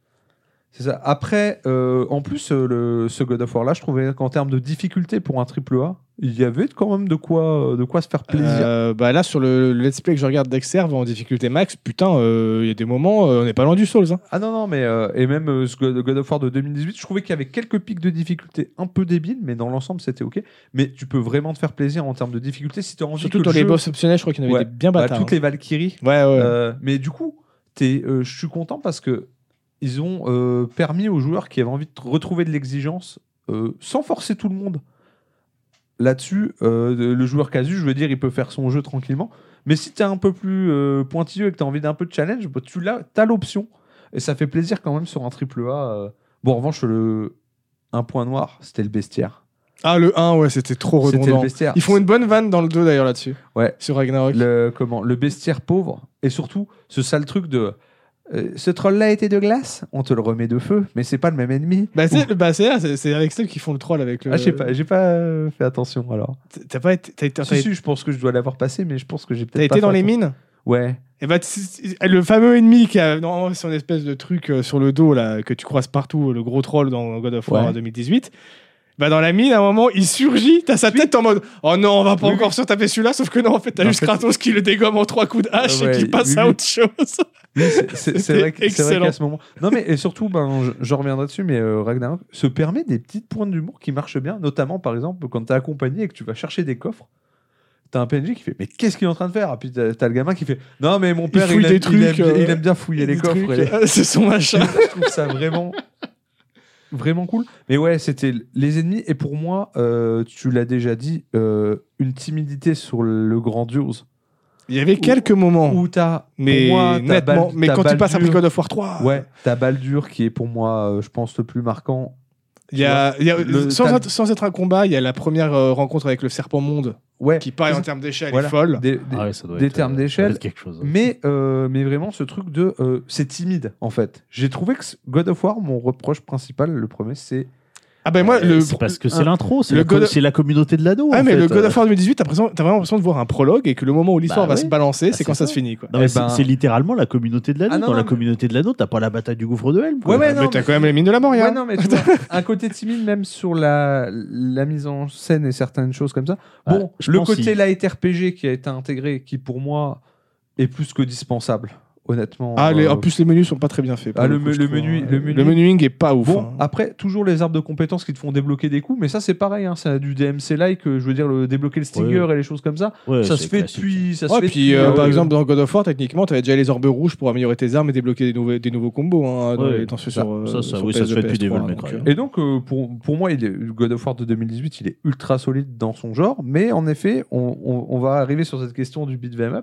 C'est ça. Après, euh, en plus, euh, le, ce God of War là, je trouvais qu'en termes de difficulté pour un triple A, il y avait quand même de quoi, de quoi se faire plaisir. Euh, bah là, sur le, le let's play que je regarde d'Exerve en difficulté max, putain, euh, il y a des moments, euh, on n'est pas loin du Souls. Hein. Ah non, non, mais euh, et même euh, ce God God of War de deux mille dix-huit, je trouvais qu'il y avait quelques pics de difficulté un peu débiles, mais dans l'ensemble, c'était ok. Mais tu peux vraiment te faire plaisir en termes de difficulté si tu as envie Surtout que dans le les jeu- boss optionnels, je crois qu'il y en avait Ouais. des bien bah, bâtards. toutes les Valkyries. Ouais, ouais. Euh, mais du coup, t'es, euh, je suis content parce que ils ont euh, permis aux joueurs qui avaient envie de retrouver de l'exigence euh, sans forcer tout le monde. Là-dessus, euh, le joueur casu, je veux dire, il peut faire son jeu tranquillement. Mais si tu es un peu plus euh, pointilleux et que tu as envie d'un peu de challenge, bah, tu as l'option. Et ça fait plaisir quand même sur un triple A. euh. Bon, en revanche, le... un point noir, c'était le bestiaire. Ah, le un, ouais, c'était trop C'était le redondant. bestiaire. Ils font une bonne vanne dans le deux d'ailleurs là-dessus. Ouais. Sur Ragnarok. Le, comment, le bestiaire pauvre. Et surtout, ce sale truc de... euh, ce troll-là était de glace, on te le remet de feu, mais c'est pas le même ennemi. Bah, Ou- c'est, bah, c'est, là, c'est, c'est avec ceux qui font le troll avec le. Ah, je sais pas, j'ai pas euh, fait attention alors. T'as pas été, t'as été, Si, t'as- si, je pense que je dois l'avoir passé, mais je pense que j'ai t'as peut-être été pas dans fait les attention. mines. Ouais. Et bah, t- t- le fameux ennemi qui a normalement son espèce de truc euh, sur le dos là que tu croises partout, le gros troll dans God of War Ouais. deux mille dix-huit. Bah dans la mine, à un moment, il surgit, t'as sa tête en mode oh non, on va pas Oui, encore oui. se taper celui-là, sauf que non, en fait, t'as En juste fait- Kratos qui le dégomme en trois coups de hache Ouais, et qui passe oui, à oui. autre chose. Oui, c'est- c'est c'est C'était vrai, que- c'est vrai excellent. qu'à ce moment. Non, mais et surtout, ben, je, je reviendrai dessus, mais euh, Ragnarok se permet des petites pointes d'humour qui marchent bien, notamment par exemple quand t'es accompagné et que tu vas chercher des coffres. T'as un P N J qui fait mais qu'est-ce qu'il est en train de faire? Et puis t'as t'as le gamin qui fait non mais mon père il, fouille aime, des il trucs, aime bien- euh, il aime bien fouiller les Des coffres. trucs, et les- euh, c'est son machin. je trouve ça vraiment vraiment cool. Mais ouais, c'était les ennemis et pour moi, euh, tu l'as déjà dit, euh, une timidité sur le, le grandiose. Il y avait quelques moments, Où t'as mais pour moi, t'as nettement. Bal- mais t'as quand tu passes après Baldur. God of War trois, Ouais, t'as Baldur qui est pour moi, euh, je pense, le plus marquant. il y a, il y a- Le- sans, t'as- être, sans être un combat, il y a la première euh, rencontre avec le serpent monde Ouais, qui pareil en termes d'échelle Voilà. est folle. des, des- Ah ouais, ça doit des être, termes euh, d'échelle. ça doit être quelque chose. mais, euh, mais vraiment, ce truc de. euh, c'est timide, en fait. J'ai trouvé que ce- God of War, mon reproche principal, le premier, c'est. Ah ben moi, Euh, le, c'est parce que c'est un- l'intro, c'est le la, co- God of- c'est la communauté de l'anneau. Ah en mais fait. le God of Euh, War deux mille dix-huit, t'as, l'impression- t'as vraiment l'impression de voir un prologue et que le moment où l'histoire Bah va oui. se balancer, Bah, c'est quand c'est ça ça. se finit. Quoi. non, mais Eh c'est, ben- c'est littéralement la communauté de l'anneau. Ah non, Dans non, la mais- communauté de l'anneau, t'as pas la bataille du gouffre de Helm. quoi. Ouais, ouais, mais non, t'as mais- quand même les mines de la Moria. Ouais, non, mais tu vois, un côté timide, même sur la, la mise en scène et certaines choses comme ça. Ah, Bon, je le pense côté qu'il- light R P G qui a été intégré, qui pour moi est plus que dispensable, honnêtement. Ah, les- euh, en plus les menus sont pas très bien faits. pour Ah, le coup, me- je le trouve, menu- hein. le menu- le menuing est pas ouf. Bon, hein. après, toujours les arbres de compétences qui te font débloquer des coups, mais ça, c'est pareil, hein, c'est du D M C-like, euh, je veux dire, le, débloquer le Stinger Ouais. et les choses comme ça. Ouais, ça c'est se fait classique. depuis. Ça se Ouais, fait puis depuis, euh, euh, par exemple dans God of War, techniquement, t'avais déjà les orbes rouges pour améliorer tes armes et débloquer des, nouveaux des nouveaux combos hein, dans, Ouais, les, dans ceux ça- sur, euh, ça, ça, sur oui, ça P S se deux, fait depuis P S trois, Devil May donc, Cry. euh, Et donc, euh, pour, pour moi, il est, God of War de deux mille dix-huit, il est ultra solide dans son genre, mais en effet, on, on- on va arriver sur cette question du beat 'em up.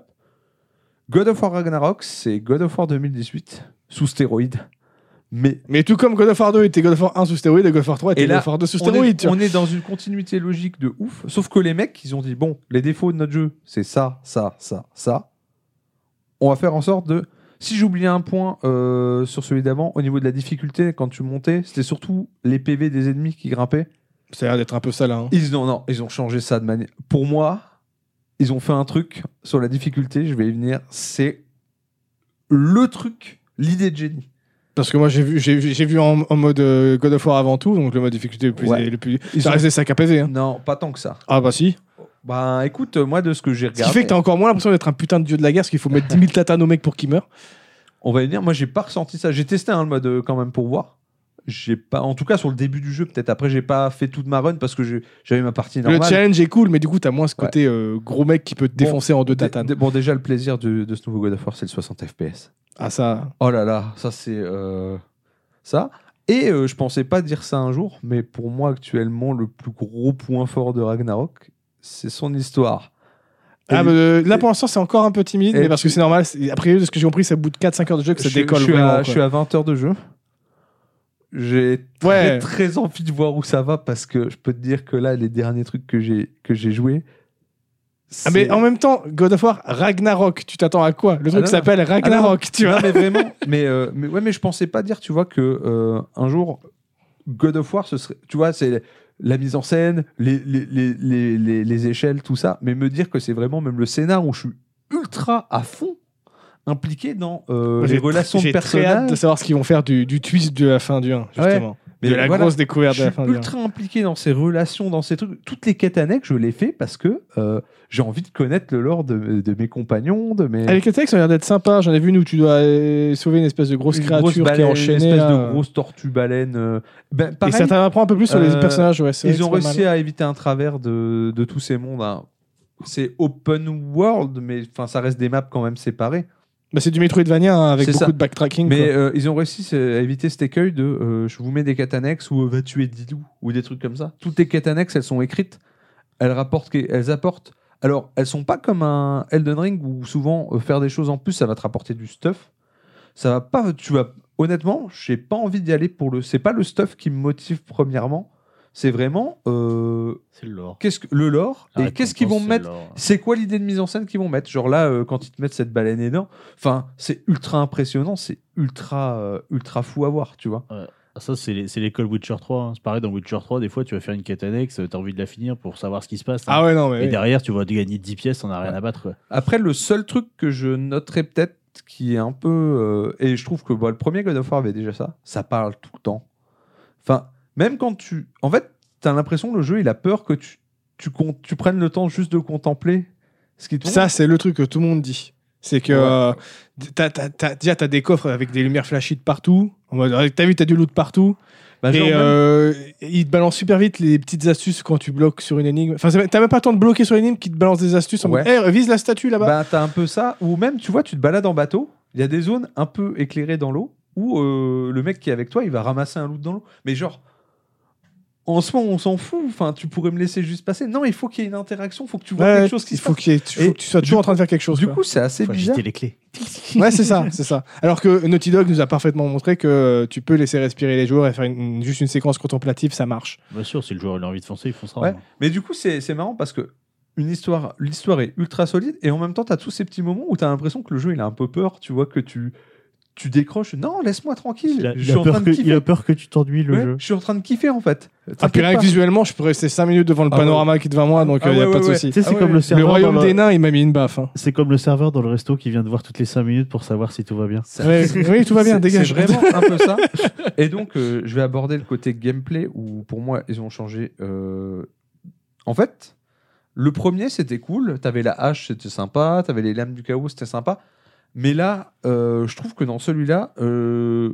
God of War Ragnarok, c'est God of War deux mille dix-huit sous stéroïdes. Mais Mais tout comme God of War deux était God of War un sous stéroïde et God of War trois était Et là, God of War deux sous on stéroïde. est, tu vois. on est dans une continuité logique de ouf, sauf que les mecs, ils ont dit bon, les défauts de notre jeu, c'est ça, ça, ça, ça. On va faire en sorte de. Si j'oubliais un point euh, sur celui d'avant, au niveau de la difficulté, quand tu montais, c'était surtout les P V des ennemis qui grimpaient. Ça a l'air d'être un peu ça là. hein. Ils ont, non, ils ont changé ça de manière. Pour moi, ils ont fait un truc sur la difficulté, je vais y venir, c'est le truc, l'idée de génie. Parce que moi j'ai vu, j'ai, vu- j'ai vu en, en mode euh, God of War avant tout, donc le mode difficulté le plus. Ouais. Le plus Ils ça ont- reste des sacs à peser. Hein. Non, pas tant que ça. Ah bah si. Bah écoute, moi de ce que j'ai Ce regardé. qui fait que t'as encore moins l'impression d'être un putain de dieu de la guerre, parce qu'il faut mettre dix mille tatanes au mec pour qu'il meure. On va y venir. Moi, j'ai pas ressenti ça. J'ai testé hein, le mode euh, quand même pour voir. J'ai pas, en tout cas sur le début du jeu, peut-être. Après, j'ai pas fait toute ma run parce que j'ai- j'avais ma partie Le normale. challenge est cool, mais du coup t'as moins ce côté euh, gros mec qui peut te Bon, défoncer en deux Dé- tatanes. dé- bon, déjà le plaisir de, de ce nouveau God of War, c'est le soixante F P S. Ah ça. Oh là là, ça c'est euh, ça. Et euh, je pensais pas dire ça un jour, mais pour moi actuellement, le plus gros point fort de Ragnarok, c'est son histoire. Ah, Et- bah, euh, là pour l'instant c'est encore un peu timide, et mais parce tu- que c'est normal. c'est- Après, de ce que j'ai compris, ça bout de quatre cinq heures de jeu que ça je, décolle je suis vraiment. à, quoi. je suis à vingt heures de jeu. J'ai très, Ouais. très envie de voir où ça va parce que je peux te dire que là, les derniers trucs que j'ai que j'ai joués. Ah, mais c'est- en même temps, God of War Ragnarok, tu t'attends à quoi? Le truc non, s'appelle Ragnarok, tu Non, vois. mais vraiment, mais, euh, mais ouais, mais je pensais pas dire, tu vois, que euh, un jour, God of War, ce serait, tu vois, c'est la mise en scène, les, les, les, les, les, les échelles, tout ça, mais me dire que c'est vraiment même le scénar où je suis ultra à fond impliqué dans euh, Moi, les j'ai relations tr- de J'ai très hâte personnages. de savoir ce qu'ils vont faire du, du twist de la fin du un, justement. Mais de la voilà, grosse découverte je de la suis fin du un. ultra impliqué dans ces relations, dans ces trucs. Toutes les quêtes annexes, je les fais parce que euh, j'ai envie de connaître le lore de, de mes compagnons, de mes. Ah, les quêtes annexes ont l'air d'être sympas. J'en ai vu une où tu dois euh, sauver une espèce de grosse Une créature grosse qui est baleine, enchaînée. une espèce là. de grosse tortue baleine. euh, Ben, Et pareil, ça t'apprend un peu plus sur les euh, personnages. Ouais, c'est vrai ils que ont c'est pas réussi mal. à éviter un travers de, de tous ces mondes. hein. C'est open world, mais enfin, ça reste des maps quand même séparées. Bah, c'est du Metroidvania hein, avec C'est beaucoup ça. de backtracking. Mais quoi. euh, ils ont réussi c'est, à éviter cet écueil de euh, je vous mets des quêtes annexes ou euh, va tuer dix loups ou des trucs comme ça. Toutes les quêtes annexes, elles sont écrites, elles rapportent, elles apportent. Alors, elles sont pas comme un Elden Ring où souvent euh, faire des choses en plus, ça va te rapporter du stuff. Ça va pas, tu vas honnêtement, j'ai pas envie d'y aller pour le. C'est pas le stuff qui me motive premièrement. C'est vraiment euh, C'est le lore. qu'est-ce que le lore La et qu'est-ce qu'ils vont récompense, mettre. c'est le lore. C'est quoi l'idée de mise en scène qu'ils vont mettre? Genre là, euh, quand ils te mettent cette baleine énorme, enfin, c'est ultra impressionnant, c'est ultra, euh, ultra fou à voir, tu vois. Ah, ça, c'est les- c'est l'école Witcher trois. hein. C'est pareil, dans Witcher trois, des fois, tu vas faire une quête annexe, t'as envie de la finir pour savoir ce qui se passe. hein. Ah ouais, non, mais. Et oui. derrière, tu vas gagner dix pièces, on n'a rien Ouais. à battre. quoi. Après, le seul truc que je noterais peut-être, qui est un peu. euh, et je trouve que bon, le premier God of War avait déjà ça, ça parle tout le temps. Enfin, même quand tu. En fait, t'as l'impression que le jeu, il a peur que tu, tu, con- tu prennes le temps juste de contempler ce qui tourne. Ça, c'est le truc que tout le monde dit. C'est que Ouais. euh, t'as, t'as, t'as- déjà, t'as des coffres avec des lumières flashy de partout. En mode, t'as vu, t'as du loot partout. Bah, genre et même- euh, ils te balancent super vite les petites astuces quand tu bloques sur une énigme. Enfin, c'est- t'as même pas le temps de bloquer sur l'énigme qui te balance des astuces en Ouais. mode, hey, vise la statue là-bas. Bah, t'as un peu ça, ou même, tu vois, tu te balades en bateau, il y a des zones un peu éclairées dans l'eau, où euh, le mec qui est avec toi, il va ramasser un loot dans l'eau. Mais genre, en ce moment, on s'en fout, enfin, tu pourrais me laisser juste passer. Non, il faut qu'il y ait une interaction, il faut que tu vois Ouais, quelque chose qui il se faut, passe. qu'il y ait- tu, Et faut que tu sois du toujours en coup- train de faire quelque chose. Du quoi. coup, c'est assez Faut bizarre. agiter les clés. Ouais, c'est ça, c'est ça. Alors que Naughty Dog nous a parfaitement montré que tu peux laisser respirer les joueurs et faire une- une- juste une séquence contemplative, ça marche. Bien sûr, si le joueur il a envie de foncer, il foncera. Ouais. hein. Mais du coup, c'est c'est marrant parce que une histoire, l'histoire est ultra solide et en même temps, tu as tous ces petits moments où tu as l'impression que le jeu il a un peu peur, tu vois, que tu, tu décroches. Non, laisse-moi tranquille. Il a, je il suis a en peur train de que, kiffer. il a peur que tu t'ennuies le Ouais, jeu. je suis en train de kiffer en fait. Ah, puis T'inquiète rien que pas. visuellement, je peux rester cinq minutes devant le Ah panorama qui est devant moi, donc il Ah n'y a ouais, pas ouais, de ouais. souci. Tu sais, c'est Ah comme ouais. le Le serveur. royaume dans le- des nains, il m'a mis une baffe. hein. C'est comme le serveur dans le resto qui vient de voir toutes les cinq minutes pour savoir si tout va bien. Ça- Ouais, oui, tout va bien, C'est- dégage. C'est vraiment un peu ça. Et donc, euh, je vais aborder le côté gameplay où, pour moi, ils ont changé. euh, En fait, le premier, c'était cool. T'avais la hache, c'était sympa. T'avais les lames du chaos, c'était sympa. Mais là, euh, je trouve que dans celui-là, euh,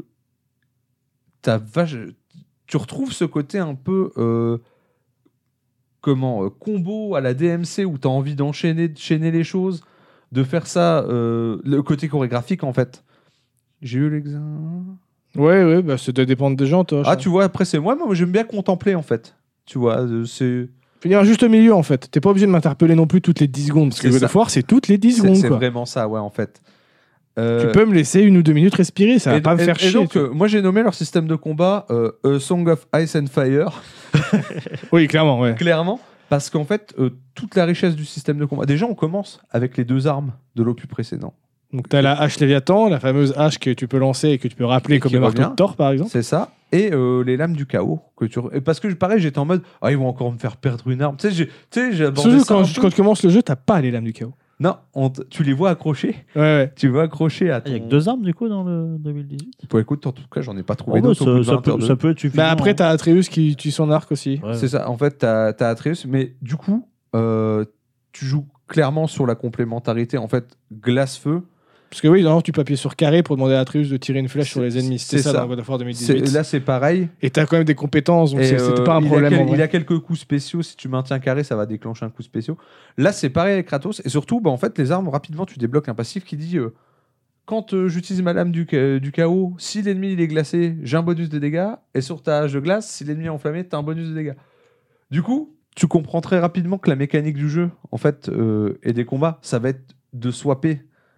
t'as vache- tu retrouves ce côté un peu. euh, Comment euh, combo à la D M C où t'as envie d'enchaîner d'enchaîner les choses, de faire ça. euh, le côté chorégraphique, en fait. J'ai eu l'examen. Ouais, ouais, bah, ça doit dépendre des gens, toi. Ah, tu vois, après, c'est moi, moi j'aime bien contempler, en fait. Tu vois, euh, c'est Finir juste au milieu, en fait. T'es pas obligé de m'interpeller non plus toutes les dix secondes. Parce que C'est God ça. of War, c'est toutes les dix c'est secondes, c'est quoi. vraiment ça, ouais, en fait. Euh, Tu peux me laisser une ou deux minutes respirer, ça va et, pas me et- faire et chier. donc, tu euh, moi, j'ai nommé leur système de combat euh, A Song of Ice and Fire, vois. Oui, clairement, ouais. clairement, parce qu'en fait, euh, toute la richesse du système de combat. Déjà, on commence avec les deux armes de l'opus précédent. Donc t'as la hache Léviathan, la fameuse hache que tu peux lancer et que tu peux rappeler Et comme qui le marteau revient. de Thor, par exemple. C'est ça. Et euh, les lames du chaos. Que tu... et parce que, pareil, j'étais en mode, ah, ils vont encore me faire perdre une arme. Tu sais, j'ai, tu sais, j'ai abordé Surtout ça quand, un je- peu. quand tu commences le jeu, t'as pas les lames du chaos. Non, on t- tu les vois accrochés. Ouais, ouais. Tu vois accrochés à Il ton... n'y a que deux armes du coup dans le deux mille dix-huit. Bon, écoute, en tout cas, j'en ai pas trouvé Oh, bah, d'autres au bout de ça, ça vingt heures peut, de- ça peut être suffisant. Bah après, hein. t'as Atreus qui utilise son arc aussi. Ouais. C'est ça. En fait, t'as as Atreus, mais du coup, euh, tu joues clairement sur la complémentarité. En fait, glace-feu. Parce que oui, non, tu peux appuyer sur carré pour demander à Atreus de tirer une flèche sur les C'est- ennemis. c'est C'était ça, ça. dans God of War C'est- deux mille dix-huit. Là, c'est pareil. Et t'as quand même des compétences, donc Et, c'est- c'était euh, pas un il a problème. quel- en vrai. il a quelques coups spéciaux. Si tu maintiens carré, ça va déclencher un coup spéciaux. Là, c'est pareil avec Kratos. Et surtout, bah, en fait, les armes, rapidement, tu débloques un passif qui dit euh, quand euh, j'utilise ma lame du, ca- du chaos, si l'ennemi il est glacé, j'ai un bonus de dégâts. Et sur ta hache de glace, si l'ennemi est enflammé, t'as un bonus de dégâts. Du coup, tu comprends très rapidement que la mécanique du jeu, en fait, euh, et des combats, ça va être de swapper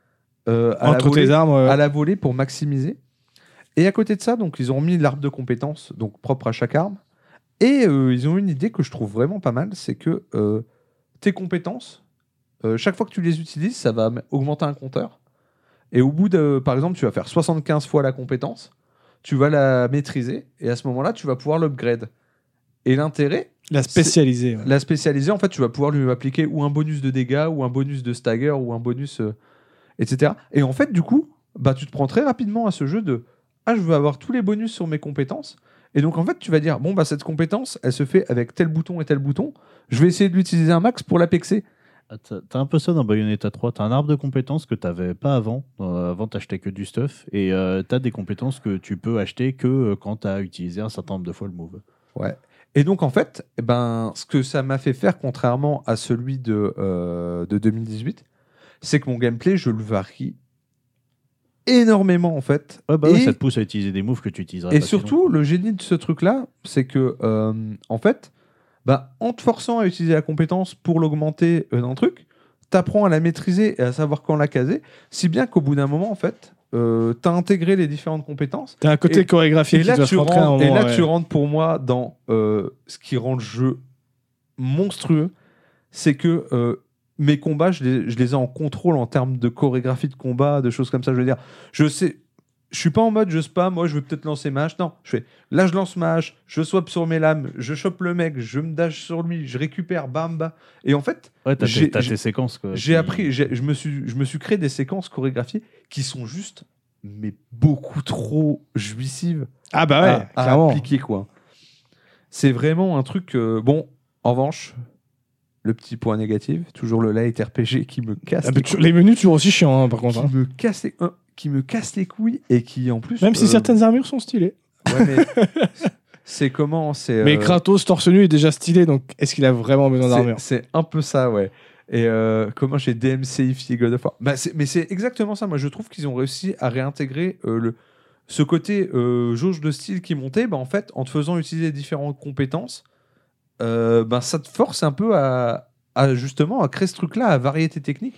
euh, à, la Entre volée, tes armes, ouais. à la volée pour maximiser. Et à côté de ça, donc, ils ont mis l'arbre de compétences, donc propre à chaque arme. Et euh, ils ont une idée que je trouve vraiment pas mal, c'est que euh, tes compétences, euh, chaque fois que tu les utilises, ça va m- augmenter un compteur. Et au bout de, par exemple, tu vas faire soixante-quinze fois la compétence, tu vas la maîtriser et à ce moment-là, tu vas pouvoir l'upgrade. Et l'intérêt, La spécialiser. Ouais. la spécialiser, en fait, tu vas pouvoir lui appliquer ou un bonus de dégâts, ou un bonus de stagger, ou un bonus, euh, et cetera. Et en fait, du coup, bah, tu te prends très rapidement à ce jeu de « Ah, je veux avoir tous les bonus sur mes compétences. » Et donc, en fait, tu vas dire « Bon, bah, cette compétence, elle se fait avec tel bouton et tel bouton. Je vais essayer de l'utiliser un max pour l'apexer. » Ah, T'as t'as un peu ça dans Bayonetta trois. T'as un arbre de compétences que t'avais pas avant. Euh, avant, t'achetais que du stuff. Et euh, t'as des compétences que tu peux acheter que euh, quand t'as utilisé un certain nombre de fois le move. Ouais. Et donc, en fait, eh ben, ce que ça m'a fait faire, contrairement à celui de, euh, de deux mille dix-huit, c'est que mon gameplay, je le varie énormément, en fait. Ouais, bah ouais, et ça te pousse à utiliser des moves que tu utiliserais et pas sinon. surtout, le génie de ce truc-là, c'est que, euh, en fait, bah, en te forçant à utiliser la compétence pour l'augmenter euh, dans le truc, t'apprends à la maîtriser et à savoir quand la caser, si bien qu'au bout d'un moment, en fait, euh, t'as intégré les différentes compétences. T'as un côté Et- chorégraphique Et qui là, doit tu se rentrer à un rentres, et moment, là ouais. tu rentres pour moi dans euh, ce qui rend le jeu monstrueux, c'est que euh, mes combats, je les, je les ai en contrôle en termes de chorégraphie de combat, de choses comme ça. Je veux dire, je sais, je suis pas en mode je spam, moi je veux peut-être lancer ma hache. Non, je fais là, je lance ma hache, je swap sur mes lames, je chope le mec, je me dash sur lui, je récupère, bam, bam. Et en fait, Ouais, t'as j'ai- tes, t'as j'ai- tes séquences. Quoi, j'ai qui- appris, j'ai- je me suis, je me suis créé des séquences chorégraphiées qui sont juste, mais beaucoup trop jouissives Ah bah ouais, à, à clairement. appliquer, quoi. C'est vraiment un truc. euh, bon, en revanche, le petit point négatif, toujours le light R P G qui me casse Ah, les mais tu- couilles, les menus toujours aussi chiants hein, par contre. qui hein. me casse les, euh, qui me casse les couilles et qui en plus. Même si euh, certaines armures sont stylées. ouais, mais c'est comment, c'est. Mais euh, Kratos torse nu est déjà stylé, donc est-ce qu'il a vraiment besoin c'est- d'armure? C'est un peu ça, ouais. Et euh, comment j'ai D M C-ifié God of War. Bah, c'est- mais c'est exactement ça. Moi, je trouve qu'ils ont réussi à réintégrer euh, le, ce côté euh, jauge de style qui montait. Bah, en fait, en te faisant utiliser différentes compétences, euh, bah, ça te force un peu à, à, justement à créer ce truc-là, à variété technique.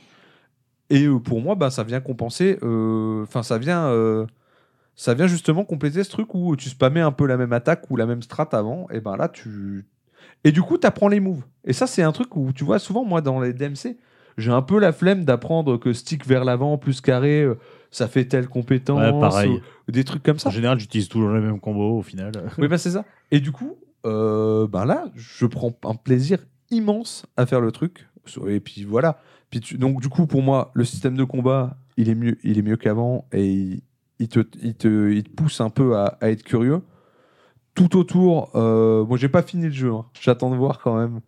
Et euh, pour moi, bah, ça vient compenser. Enfin, ça vient. euh, ça vient justement compléter ce truc où tu spammais un peu la même attaque ou la même strat avant. Et ben là, tu. Et du coup, tu apprends les moves. Et ça, c'est un truc où, tu vois, souvent, moi, dans les D M C, j'ai un peu la flemme d'apprendre que stick vers l'avant plus carré, euh, ça fait telle compétence. Ouais, pareil. Ou, ou des trucs comme ça. En général, j'utilise toujours les mêmes combos au final. Oui, bah, c'est ça. Et du coup, euh, ben là, je prends un plaisir immense à faire le truc. Et puis voilà. Puis tu- Donc, du coup, pour moi, le système de combat, il est mieux, il est mieux qu'avant et il, il te, il, te, il te pousse un peu à, à être curieux. Tout autour, euh, bon, j'ai pas fini le jeu. hein. J'attends de voir quand même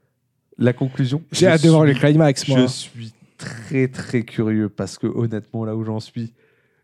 la conclusion. J'ai Je hâte de voir suis- le climax, moi. Je suis très très curieux parce que honnêtement, là où j'en suis,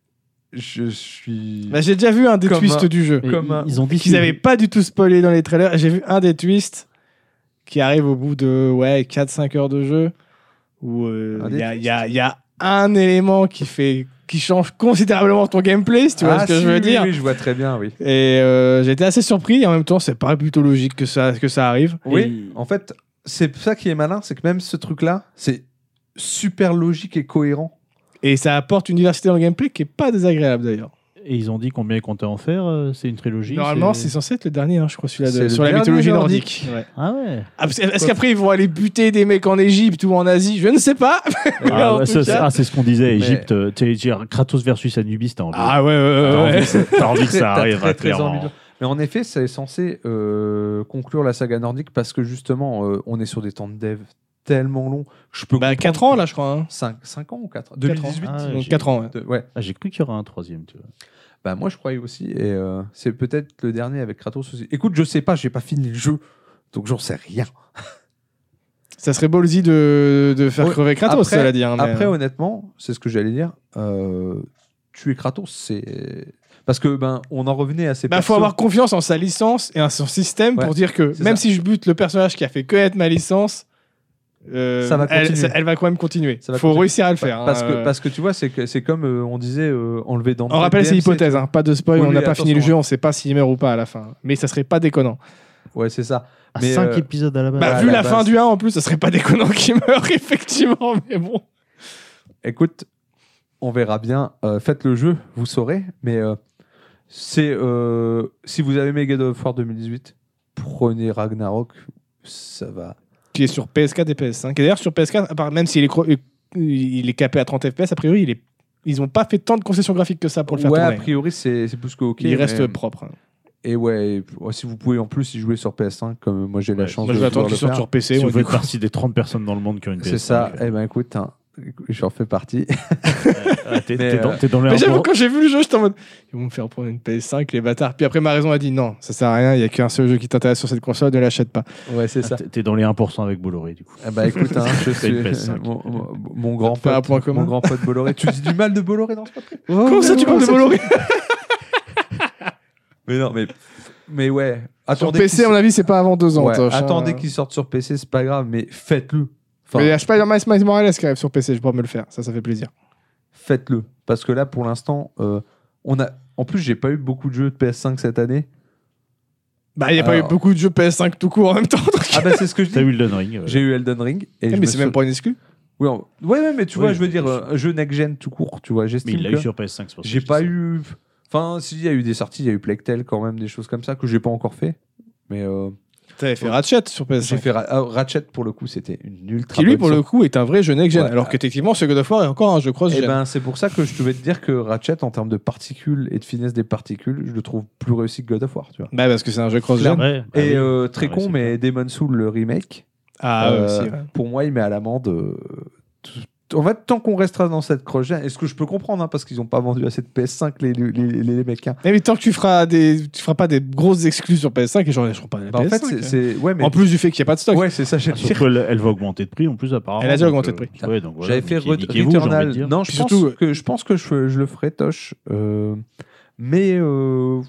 je suis. Bah, j'ai déjà vu un des Comme twists un- du jeu. Mais Comme ils, un- ils ont dit Qu'ils n'avaient pas du tout spoilé dans les trailers. J'ai vu un des twists qui arrive au bout de ouais, quatre cinq heures de jeu où euh, Un il des y, a- twists y a- y a un élément qui, fait, qui change considérablement ton gameplay, si tu vois Ah, ce que si, je veux oui, dire. Oui, je vois très bien, oui. Et euh, j'ai été assez surpris. Et en même temps, c'est pas plutôt logique que ça, que ça arrive. Oui, en fait, c'est ça qui est malin, c'est que même ce truc-là, c'est super logique et cohérent. Et ça apporte une diversité dans le gameplay qui est pas désagréable d'ailleurs. Et ils ont dit combien ils comptaient en faire. euh, C'est une trilogie. Normalement, c'est censé être le dernier, hein, je crois, celui-là, C'est de- le sur la dernier mythologie nordique. nordique. Ouais. Ah ouais. Ah, parce- Est-ce qu'après ils vont aller buter des mecs en Égypte ou en Asie? Je ne sais pas. Ah, En ouais, tout ça, cas. c'est ah, c'est ce qu'on disait. Mais- Égypte, euh, tu sais, dire Kratos versus Anubis, t'as envie. Ah ouais, ouais, ouais, T'as ouais. envie, que- t'as envie que Très- ça t'as arrive, très, hein, très envie clairement. de- Mais en effet, c'est censé euh, conclure la saga nordique parce que justement, euh, on est sur des temps de dev tellement longs. Je peux Bah, quatre ans là, je crois. Hein. cinq ans ou quatre deux mille dix-huit Ah, ouais, Donc j'ai- quatre ans, ouais. de- ouais. Ah, j'ai cru qu'il y aurait un troisième, tu vois. Bah, moi, je croyais aussi. Et euh, c'est peut-être le dernier avec Kratos aussi. Écoute, je sais pas, j'ai pas fini le jeu. Donc, j'en sais rien. Ça serait ballsy de, de faire Ouais, crever Kratos, après- ça l'a dire. mais- Après, honnêtement, c'est ce que j'allais dire. Euh, tuer Kratos, c'est. Parce que, ben, on en revenait à ces Bah, faut persos. avoir confiance en sa licence et en son système Ouais, pour dire que c'est même ça. si je bute le personnage qui a fait que être ma licence, euh, Ça va elle, continuer. ça- elle va quand même continuer. Ça va Faut continuer. réussir à le faire. Parce, hein, que, euh. parce que tu vois, c'est, que, c'est comme euh, on disait euh, enlever dans On rappelle, c'est hypothèse, hein, pas de spoil, Oui, on n'a oui, pas fini le attention, jeu, on sait pas s'il meurt ou pas à la fin. Mais ça serait pas déconnant. Ouais, c'est ça. À Mais, cinq euh, épisodes à la base. Bah, à vu la la base. fin du un en plus, ça serait pas déconnant qu'il meure, effectivement, mais bon. Écoute, on verra bien. Euh, faites le jeu, vous saurez. Mais euh, c'est euh, si vous avez aimé God of War deux mille dix-huit, prenez Ragnarok. Ça va. Qui est sur P S quatre et P S cinq. Et d'ailleurs, sur P S quatre, à part- même s'il est, cro- il est capé à trente F P S, a priori, il est ils ont pas fait tant de concessions graphiques que ça pour le faire Ouais, tourner. a priori, c'est c'est plus que ok. Il reste mais- propre. hein. Et ouais, et- si vous pouvez en plus y jouer sur P S cinq, comme moi j'ai la Ouais, chance Moi, de je vais attendre pouvoir qu'il le sorte faire. sur P C. Si moi, vous du faites coup. partie des trente personnes dans le monde qui ont une P S cinq. C'est ça. euh, Eh ben écoute, hein, j'en fais partie. euh, T'es Mais, t'es dans, euh, t'es dans les Mais j'avoue, un quand j'ai vu le jeu, j'étais en mode ils vont me faire prendre une P S cinq, les bâtards. Puis après, ma raison a dit non, ça sert à rien, il y a qu'un seul jeu qui t'intéresse sur cette console, ne l'achète pas. Ouais, c'est ça. T'es- T'es dans les un pour cent avec Bolloré, du coup. Eh ben écoute, hein, je Fais une suis P S cinq. mon, mon- mon grand Ça te fait un pote, point commun. mon grand pote Bolloré. Tu dis du mal de Bolloré dans ce podcast Comment ça, tu parles de Bolloré? Mais non, mais mais ouais. Sur Attendez P C, qu'il à mon avis, c'est pas avant deux ans. Ouais, Tosh, hein. attendez qu'il sorte sur P C, c'est pas grave, mais faites-le. Enfin, Mais il y a Spider-Man Miles Morales qui arrive sur P C, je pourrais me le faire. Ça, ça fait plaisir. faites-le. Parce que là, pour l'instant, euh, on a. En plus, j'ai pas eu beaucoup de jeux de P S cinq cette année. Bah, il n'y a pas Alors- eu beaucoup de jeux P S cinq tout court en même temps. donc- Ah bah c'est ce que je T'as dis. eu Elden Ring. euh, J'ai eu Elden Ring. Et Ah, je mais me c'est même sou- pas une exclu. Oui, on- ouais, ouais, mais tu Oui, vois, je veux bien dire, sûr. un jeu next-gen tout court, tu vois. Mais J'estime il l'a que eu sur P S cinq, c'est pour ça que j'ai je dis pas ça. eu. Enfin, si, il y a eu des sorties, il y a eu Plague Tale quand même, des choses comme ça que j'ai pas encore fait. Mais euh, T'avais fait Ratchet sur P S j'ai cinq. fait Ra- ah, Ratchet pour le coup, c'était une ultra. Qui lui, bonne pour le sortie. coup, est un vrai jeu next-gen. Ouais. Alors que techniquement, ce God of War est encore un jeu Eh cross-gen. ben, c'est pour ça que je devais te dire que Ratchet, en termes de particules et de finesse des particules, je le trouve plus réussi que God of War, tu vois. Bah, parce que c'est un jeu cross-gen. Ouais, bah Et oui. euh, très Ouais, con, c'est mais Demon's Soul, le remake, Ah, ouais, euh, aussi. ouais. pour moi, il met à l'amende. euh, tout- En fait, tant qu'on restera dans cette cross-gen, et ce que je peux comprendre, hein, parce qu'ils n'ont pas vendu assez de P S cinq, les, les, les, les mecs. hein. Eh, Mais tant que tu feras des, tu feras pas des grosses exclus sur P S cinq, les gens lâcheront pas la Bah, en P S fait, cinq. c'est- hein. c'est. Ouais, mais. En plus du fait qu'il n'y a pas de stock. Ouais, c'est ça, j'ai Ah, surtout, elle, elle va augmenter de prix en plus, apparemment. Elle a déjà donc, augmenté de euh, prix. ouais, donc voilà, J'avais fait niquez- Re- niquez-vous, j'ai envie de Returnal. dire. Non, je Puis pense, surtout, que, je pense que je, je le ferai, Tosh. euh, mais. euh,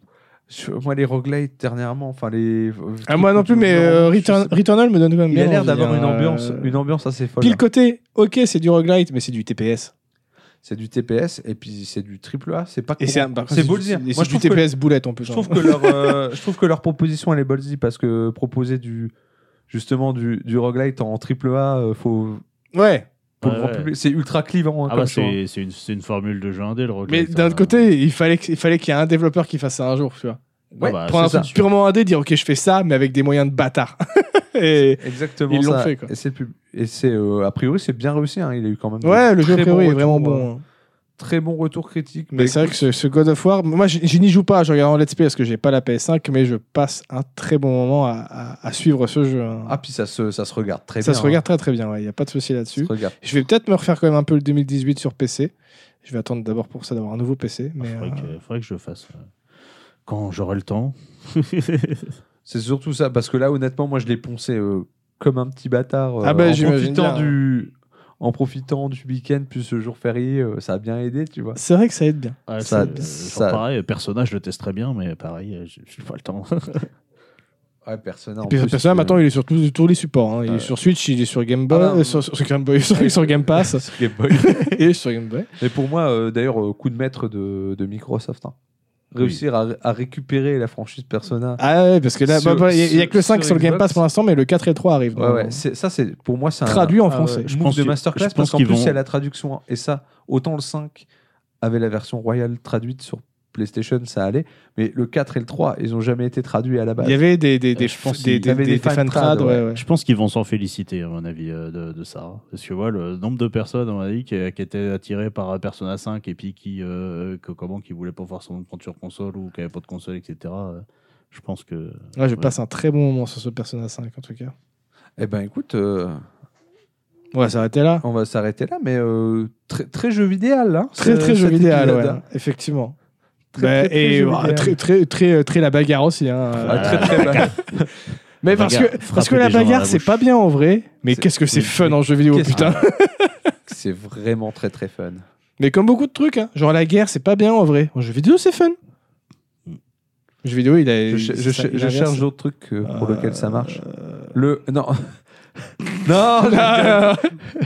je- moi, les roguelites, dernièrement, enfin, les. Ah, moi non plus, mais euh, Return- Returnal me donne quand même Il bien a l'air envie, d'avoir hein, une ambiance, euh, une ambiance assez folle. Puis le hein. côté, ok, c'est du roguelite, mais c'est du T P S. C'est du T P S et puis c'est du triple A. C'est pas. Et con- c'est un- par contre, c'est beau le dire. Et Moi, c'est je du trouve T P que- S boulette en plus. Je hein. trouve que leur, euh, je trouve que leur proposition elle est ballsy parce que proposer du justement du, du roguelite en triple A, euh, faut Ouais. pour le Ouais, grand ouais. public, c'est ultra clivant. hein, Ah comme bah choix, hein. c'est c'est une, c'est une formule de jeu indé, le Mais roguelite. d'un hein. autre côté, il fallait que- il fallait qu'il y ait un développeur qui fasse ça un jour, tu vois. Ah Ouais, bah, Prendre un c'est truc ça. purement indé, dire ok, je fais ça, mais avec des moyens de bâtard. Et Exactement. Ils l'ont ça. fait, quoi. Et c'est pub- et c'est euh, a priori c'est bien réussi. hein. Il a eu quand même. de ouais, le jeu a très priori bons est vraiment retours, bon. euh, hein. Très bon retour critique. Mais c'est vrai que ce, ce God of War, moi je, je n'y joue pas, je regarde en let's play parce que j'ai pas la P S cinq, mais je passe un très bon moment à, à- à suivre ce jeu. hein. Ah puis ça se ça se regarde très ça bien. se regarde très très bien, il n'y a pas de souci hein. Ça là-dessus. se regarde. Je vais peut-être me refaire quand même un peu le deux mille dix-huit sur P C. Je vais attendre d'abord pour ça d'avoir un nouveau P C. Mais, Faudrait, euh, que, faudrait que je le fasse euh, quand j'aurai le temps. C'est surtout ça parce que là honnêtement moi je l'ai poncé euh, comme un petit bâtard. euh, Ah bah, en j'imagine profitant bien. du en profitant du week-end plus ce jour férié, euh, ça a bien aidé, tu vois. C'est vrai que ça aide bien. Ouais, Ça- c'est- ça- genre pareil, Persona, je le testerais bien, mais pareil, euh, j'ai j'ai pas le temps. Ouais, Persona. en Puis plus, Persona, euh, maintenant, il est sur tous, tous les supports. hein. Il est Ouais. sur Switch, il est sur Game Boy, Ah, non. euh, sur, sur Game Boy, sur, sur Game Pass, sur Game Boy. et sur Game Boy. Mais pour moi, euh, d'ailleurs, euh, coup de maître de, de Microsoft. hein. Réussir à, à récupérer la franchise Persona. Ah ouais, parce que là, Sur- bah, bah, il n'y a, sur- que le cinq sur sur le Game Xbox. Pass pour l'instant, mais le quatre et le trois arrivent. Ouais, donc, ouais. c'est- Ça, c'est pour moi, c'est un Traduit en un français. Je move pense de que- masterclass je pense parce qu'en qu'ils plus, vont- il y a la traduction. Et ça, autant le cinq avait la version royale traduite sur PlayStation, ça allait. Mais le quatre et le trois, ils n'ont jamais été traduits à la base. Il y avait des, des, des, je pense des, qu'il y des, avait des, des des fan fan trad, trad, ouais, ouais. ouais. Je pense qu'ils vont s'en féliciter, à mon avis, euh, de, de ça. hein. Parce que voilà, le nombre de personnes, à mon avis, qui, qui étaient attirées par euh, Persona cinq et puis qui, euh, que, comment, qui voulaient pas voir son compte sur console ou qui n'avaient pas de console, et cetera. euh, je pense que. Ouais, je ouais. passe un très bon moment sur ce Persona cinq, en tout cas. Eh ben, écoute, euh, On va s'arrêter là. on va s'arrêter là, mais euh, très, très jeu vidéo, hein, Très, ce- très jeu cet vidéo, épisode, ouais, hein. effectivement. Très, Bah, très, très et jeu bah, vidéo. très, très, très, très la bagarre aussi. Hein. Ah, très, très bas. Mais parce Bagarre, que, parce frapper que la des gens dans bagarre, la c'est bouche. pas bien en vrai, mais C'est- qu'est-ce que c'est mais- fun mais en jeu vidéo, qu'est-ce- putain. C'est vraiment très, très fun. Mais comme beaucoup de trucs, hein. Genre la guerre, c'est pas bien en vrai. En jeu vidéo, c'est fun. En jeu vidéo, il a. Je, ch- il- je, ça- ch- il je inverse. cherche d'autres trucs euh, pour Euh, lesquels ça marche. Le. Non Non Ah,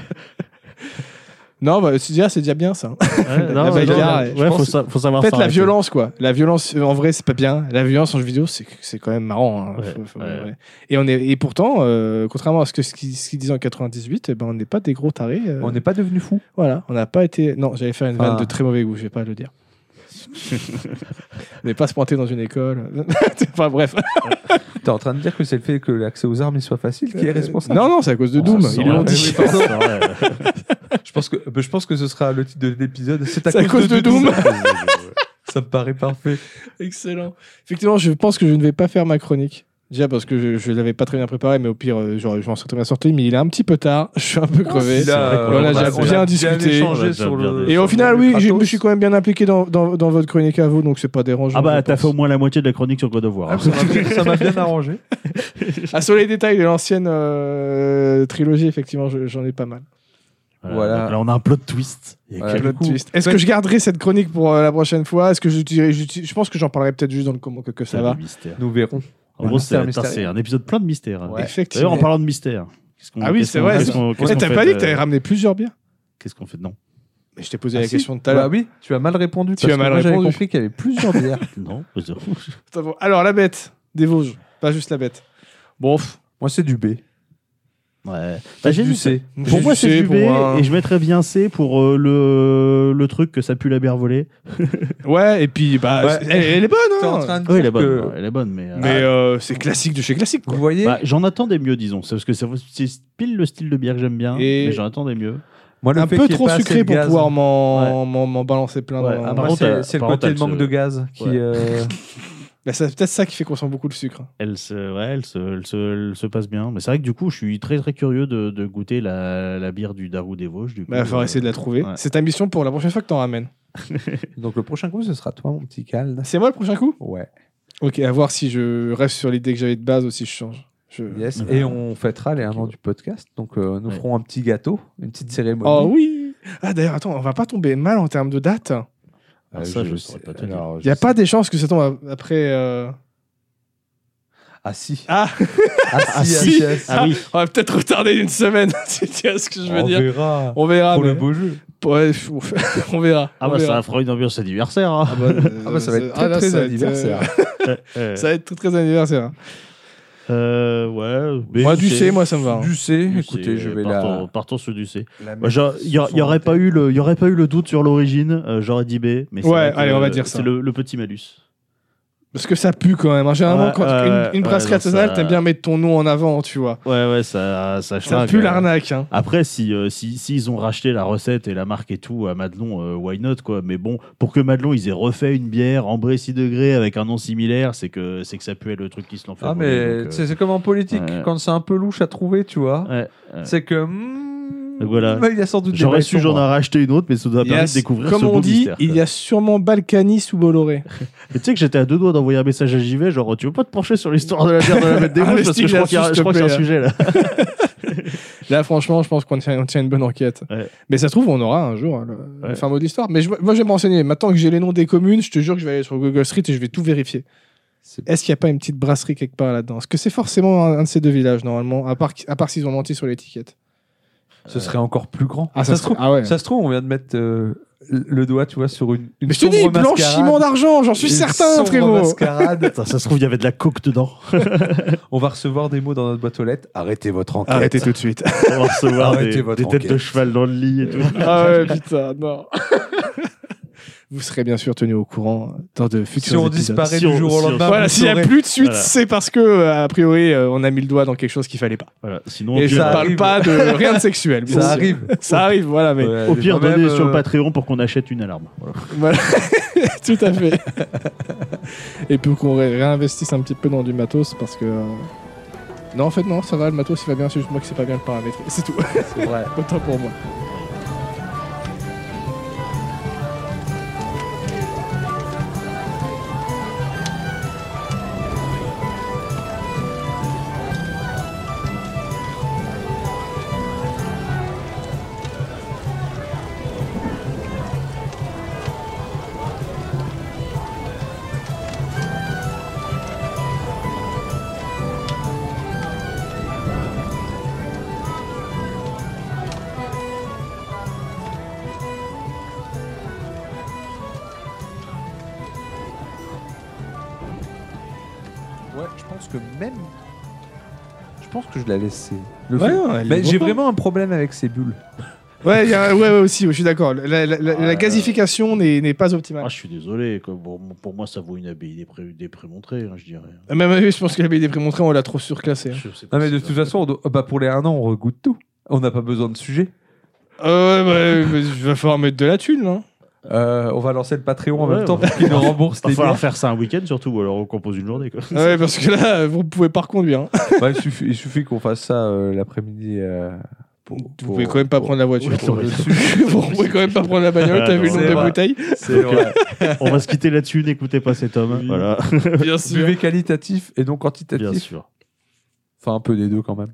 Non, bah, c'est déjà, c'est déjà bien ça. Ouais, non, La bagarre, non, je ouais, pense- faut, sa- faut savoir En fait, la s'arrêter. violence, quoi. La violence, euh, en vrai, c'est pas bien. La violence en jeu vidéo, c'est c'est quand même marrant. hein. Ouais, Faut- faut- ouais. ouais. Et, on est, et pourtant, euh, contrairement à ce que ce qu'ils ce qu'ils disaient en quatre-vingt-dix-huit, eh ben, on n'est pas des gros tarés. euh, On n'est pas devenu fou. Voilà, on n'a pas été. Non, j'allais faire une vanne Ah. de très mauvais goût, je vais pas le dire. on n'est pas se pointer dans une école. Enfin bref. T'es en train de dire que c'est le fait que l'accès aux armes il soit facile qui est responsable. Non, non, c'est à cause de Oh, Doom. ça, Ils ça, l'ont ouais, dit. oui, pardon. Ouais, ouais. Je pense que, je pense que ce sera le titre de l'épisode. C'est à, C'est à cause de Doom. Ça me paraît parfait. Excellent. Effectivement, je pense que je ne vais pas faire ma chronique. Déjà parce que je ne l'avais pas très bien préparé, mais au pire, euh, genre, je m'en serais très bien sorti. Mais il est un petit peu tard. Je suis un peu crevé. Il a- On a on déjà a- on bien a discuté. échangé On a sur déjà le- bien Et au sur final, le oui, je Kratos. me suis quand même bien impliqué dans, dans, dans votre chronique à vous, donc c'est pas dérangeant. Ah bah, je t'as pense. fait au moins la moitié de la chronique sur God of War. Ah, ça m'a bien- ça m'a bien arrangé. Ah, sur les détails de l'ancienne euh, trilogie, effectivement, je- j'en ai pas mal. Voilà. Donc là, on a un plot twist. Et Voilà. quel- Plot du coup, twist. Est-ce fait- que je garderai cette chronique pour euh, la prochaine fois? Est-ce que je dirais, je, je pense que j'en parlerai peut-être juste dans le comment que, que ça quel va. mystère. Nous verrons. En gros, Mystère c'est mystérieux. c'est un épisode plein de mystères. hein. Ouais. Effectivement. D'ailleurs, en parlant de mystères. qu'est-ce qu'on- Ah oui, qu'est-ce c'est qu'on- vrai. qu'est-ce qu'on- qu'est-ce Eh, qu'on t'as fait pas de- dit que t'avais ramené plusieurs bières? Qu'est-ce qu'on fait? Non. Mais je t'ai posé Ah, la si. question tout à l'heure. Bah oui, tu as mal répondu. Tu parce as que mal moi, J'avais répondu. compris qu'il y avait plusieurs bières. Non. Attends, bon. Alors, la bête des Vosges, pas juste la bête. Bon, pff, Moi, c'est du B. Ouais. Bah, j'ai du vu C. Pour J'ai moi, du c'est C du pour B moi. et je mettrais bien C pour euh, le, le truc que ça pue la bière volée. ouais, et puis, bah, Ouais. elle, elle est bonne, T'es en hein. train de Oui, dire elle est bonne. que- ouais, Elle est bonne, mais. euh, Mais euh, c'est classique de chez classique, quoi. Vous voyez, bah, j'en attendais mieux, disons. C'est parce que c'est c'est pile le style de bière que j'aime bien, Et- mais j'en attendais mieux. moi, le Un fait peu qu'il y ait trop pas assez sucré de pour gaz, pouvoir m'en m'en- m'en balancer plein Ouais, dans... ah, moi, Par contre, c'est elle- c'est le par côté contre, le elle manque se- de gaz qui. Ouais. euh, Bah, c'est peut-être ça qui fait qu'on sent beaucoup le sucre. Elle se, ouais, elle se, elle se, elle se passe bien. Mais c'est vrai que du coup, je suis très très curieux de, de goûter la, la bière du Darou des Vosges. Du coup, Bah, il va falloir euh, essayer de la trouver. ouais. C'est ta mission pour la prochaine fois que t'en ramènes. Donc, le prochain coup, ce sera toi, mon petit Cal. C'est moi le prochain coup? Ouais. Ok, à voir si je reste sur l'idée que j'avais de base ou si je change. Je... Yes. Mhm. Et on fêtera les un an du podcast. Donc, euh, nous Ouais. ferons un petit gâteau, une petite cérémonie. Oh oui! Ah d'ailleurs, attends, on va pas tomber mal en termes de date. Euh, Ah, ça, je sais- saurais pas te dire. alors, Il y a je pas sais- des chances que ça tombe après. euh, Ah, si. Ah, Ah, Ah, si. si. ah, si. Ah oui. on va peut-être retarder d'une semaine, si tu vois ce que je veux On dire. verra. On verra. Pour mais- le beau jeu. Ouais, on verra. Ah on bah verra. ça fera une ambiance anniversaire. Hein. Ah bah, euh, Ah bah, ça va être ah très, là, très ça va être, anniversaire. euh, Euh, Ça va être très très anniversaire. euh, ouais. mais Moi du C. C, moi ça me va. hein. Du C, Du écoutez, C, je vais partons, la. partons sur du C. la Bah, mettre genre, Il n'y sur son aurait, pas antenne. eu le- y aurait pas eu le doute sur l'origine, euh, j'aurais dit B. Mais c'est Ouais, vrai que, allez, on va euh, dire ça. C'est le, le petit malus. Parce que ça pue quand même. hein. Généralement, Ouais, quand ouais, une, ouais, une brasserie ouais, artisanale, ça- t'aimes bien mettre ton nom en avant, tu vois. Ouais, ouais, ça, ça, Ça schlingue, pue euh. l'arnaque. Hein. Après, si, euh, si, si ils ont racheté la recette et la marque et tout à Madelon, euh, why not, quoi. Mais bon, pour que Madelon, ils aient refait une bière ambrée six degrés avec un nom similaire, c'est que, c'est que ça puait le truc qui se l'en fait. Ah, voler, mais donc, euh, c'est c'est comme en politique, ouais. quand c'est un peu louche à trouver, tu vois. ouais, ouais. C'est que. hmm, Donc voilà. bah, il y a sans doute des J'aurais bails su, sur j'en moi. ai racheté une autre, mais ça nous a Il y a- permis de découvrir comme ce on beau dit, mystère. il y a sûrement Balkany ou Bolloré. Mais tu sais que j'étais à deux doigts d'envoyer un message à J V, genre, tu veux pas te pencher sur l'histoire de la bière de la Bête des Vosges, parce que je crois qu'il y a, je crois qu'il y a un sujet là. Là, franchement, je pense qu'on tient, on tient une bonne enquête. Ouais. Mais ça se trouve, on aura un jour hein, le, le Ouais. fin mot de l'histoire. Mais je- moi, je vais me renseigner. Maintenant que j'ai les noms des communes, je te jure que je vais aller sur Google Street et je vais tout vérifier. C'est- Est-ce qu'il n'y a pas une petite brasserie quelque part là-dedans? Est-ce que c'est forcément un, un de ces deux villages, normalement, à part, à part s'ils ont menti sur l'étiquette? Ce serait encore plus grand. Ah, ça, ça se trouve, serait- ah ouais. ça se trouve, on vient de mettre euh, le doigt, tu vois, sur une, une Mais je te dis, sombre blanchiment mascarade. d'argent, j'en suis Une certain, sombre frérot. mascarade. Attends, ça se trouve, il y avait de la coke dedans. On va recevoir des mots dans notre boîte aux lettres. Arrêtez votre enquête. Arrêtez tout de suite. On va recevoir Arrêtez des, votre des têtes de enquête. cheval dans le lit et tout. Ah ouais, putain, non. Vous serez bien sûr tenu au courant dans de futurs Si on épisodes. disparaît Si du on- jour si au on- lendemain, Voilà, vous s'il n'y a saurez. plus de suite, Voilà. c'est parce que, euh, a priori, euh, on a mis le doigt dans quelque chose qu'il fallait pas. Voilà. Sinon, Et au je pire, ne ça parle arrive. pas de rien de sexuel. bien Ça sûr. arrive. Ça arrive, voilà, mais Ouais, au mais pire, quand même, donnez sur le euh, Patreon pour qu'on achète une alarme. Voilà. voilà. Tout à fait. Et pour qu'on ré- réinvestisse un petit peu dans du matos, parce que. euh, Non, en fait, non, ça va, le matos, il va bien, c'est juste moi qui sais pas bien le paramétrer. C'est tout. C'est vrai. Autant pour moi. Ouais, je pense que même. Je pense que je l'ai laissé. Le Ouais, fait- non, elle Mais est j'ai bon. vraiment un problème avec ces bulles. Ouais, il y a- ouais, ouais, aussi, ouais, je suis d'accord. La, la- la- la Ah, gazification n'est n'est pas optimale. Ah, je suis désolé. Quoi. Bon, pour moi, ça vaut une abbaye des, pré des prémontrés, hein, je dirais. Même oui, je pense que la B D prémontrée, on l'a trop surclassé. hein. Je sais pas Non, mais si de ça- toute façon, on doit- bah, pour les un an, on regoute tout. On n'a pas besoin de sujet. Euh, ouais, ouais, il va falloir mettre de la thune, là. Euh, on va lancer le Patreon en Ouais, même temps ouais. pour qu'il nous rembourse Il va les falloir bières. faire ça un week-end surtout, ou alors on compose une journée. Quoi. Ah ouais, parce que là, vous pouvez pas reconduire. Hein. Ouais, il suffit, il suffit qu'on fasse ça euh, l'après-midi. euh, pour- Vous pour- pouvez quand même pas pour- prendre la voiture. pour Vous le sucre. pouvez quand même pas prendre la bagnole, t'as Ah, vu le non, nombre c'est de vrai. bouteilles. C'est vrai. On va se quitter là-dessus, n'écoutez pas cet homme. Oui. Voilà, Bien sûr. Buvez qualitatif et non quantitatif. bien sûr. Enfin, un peu des deux quand même.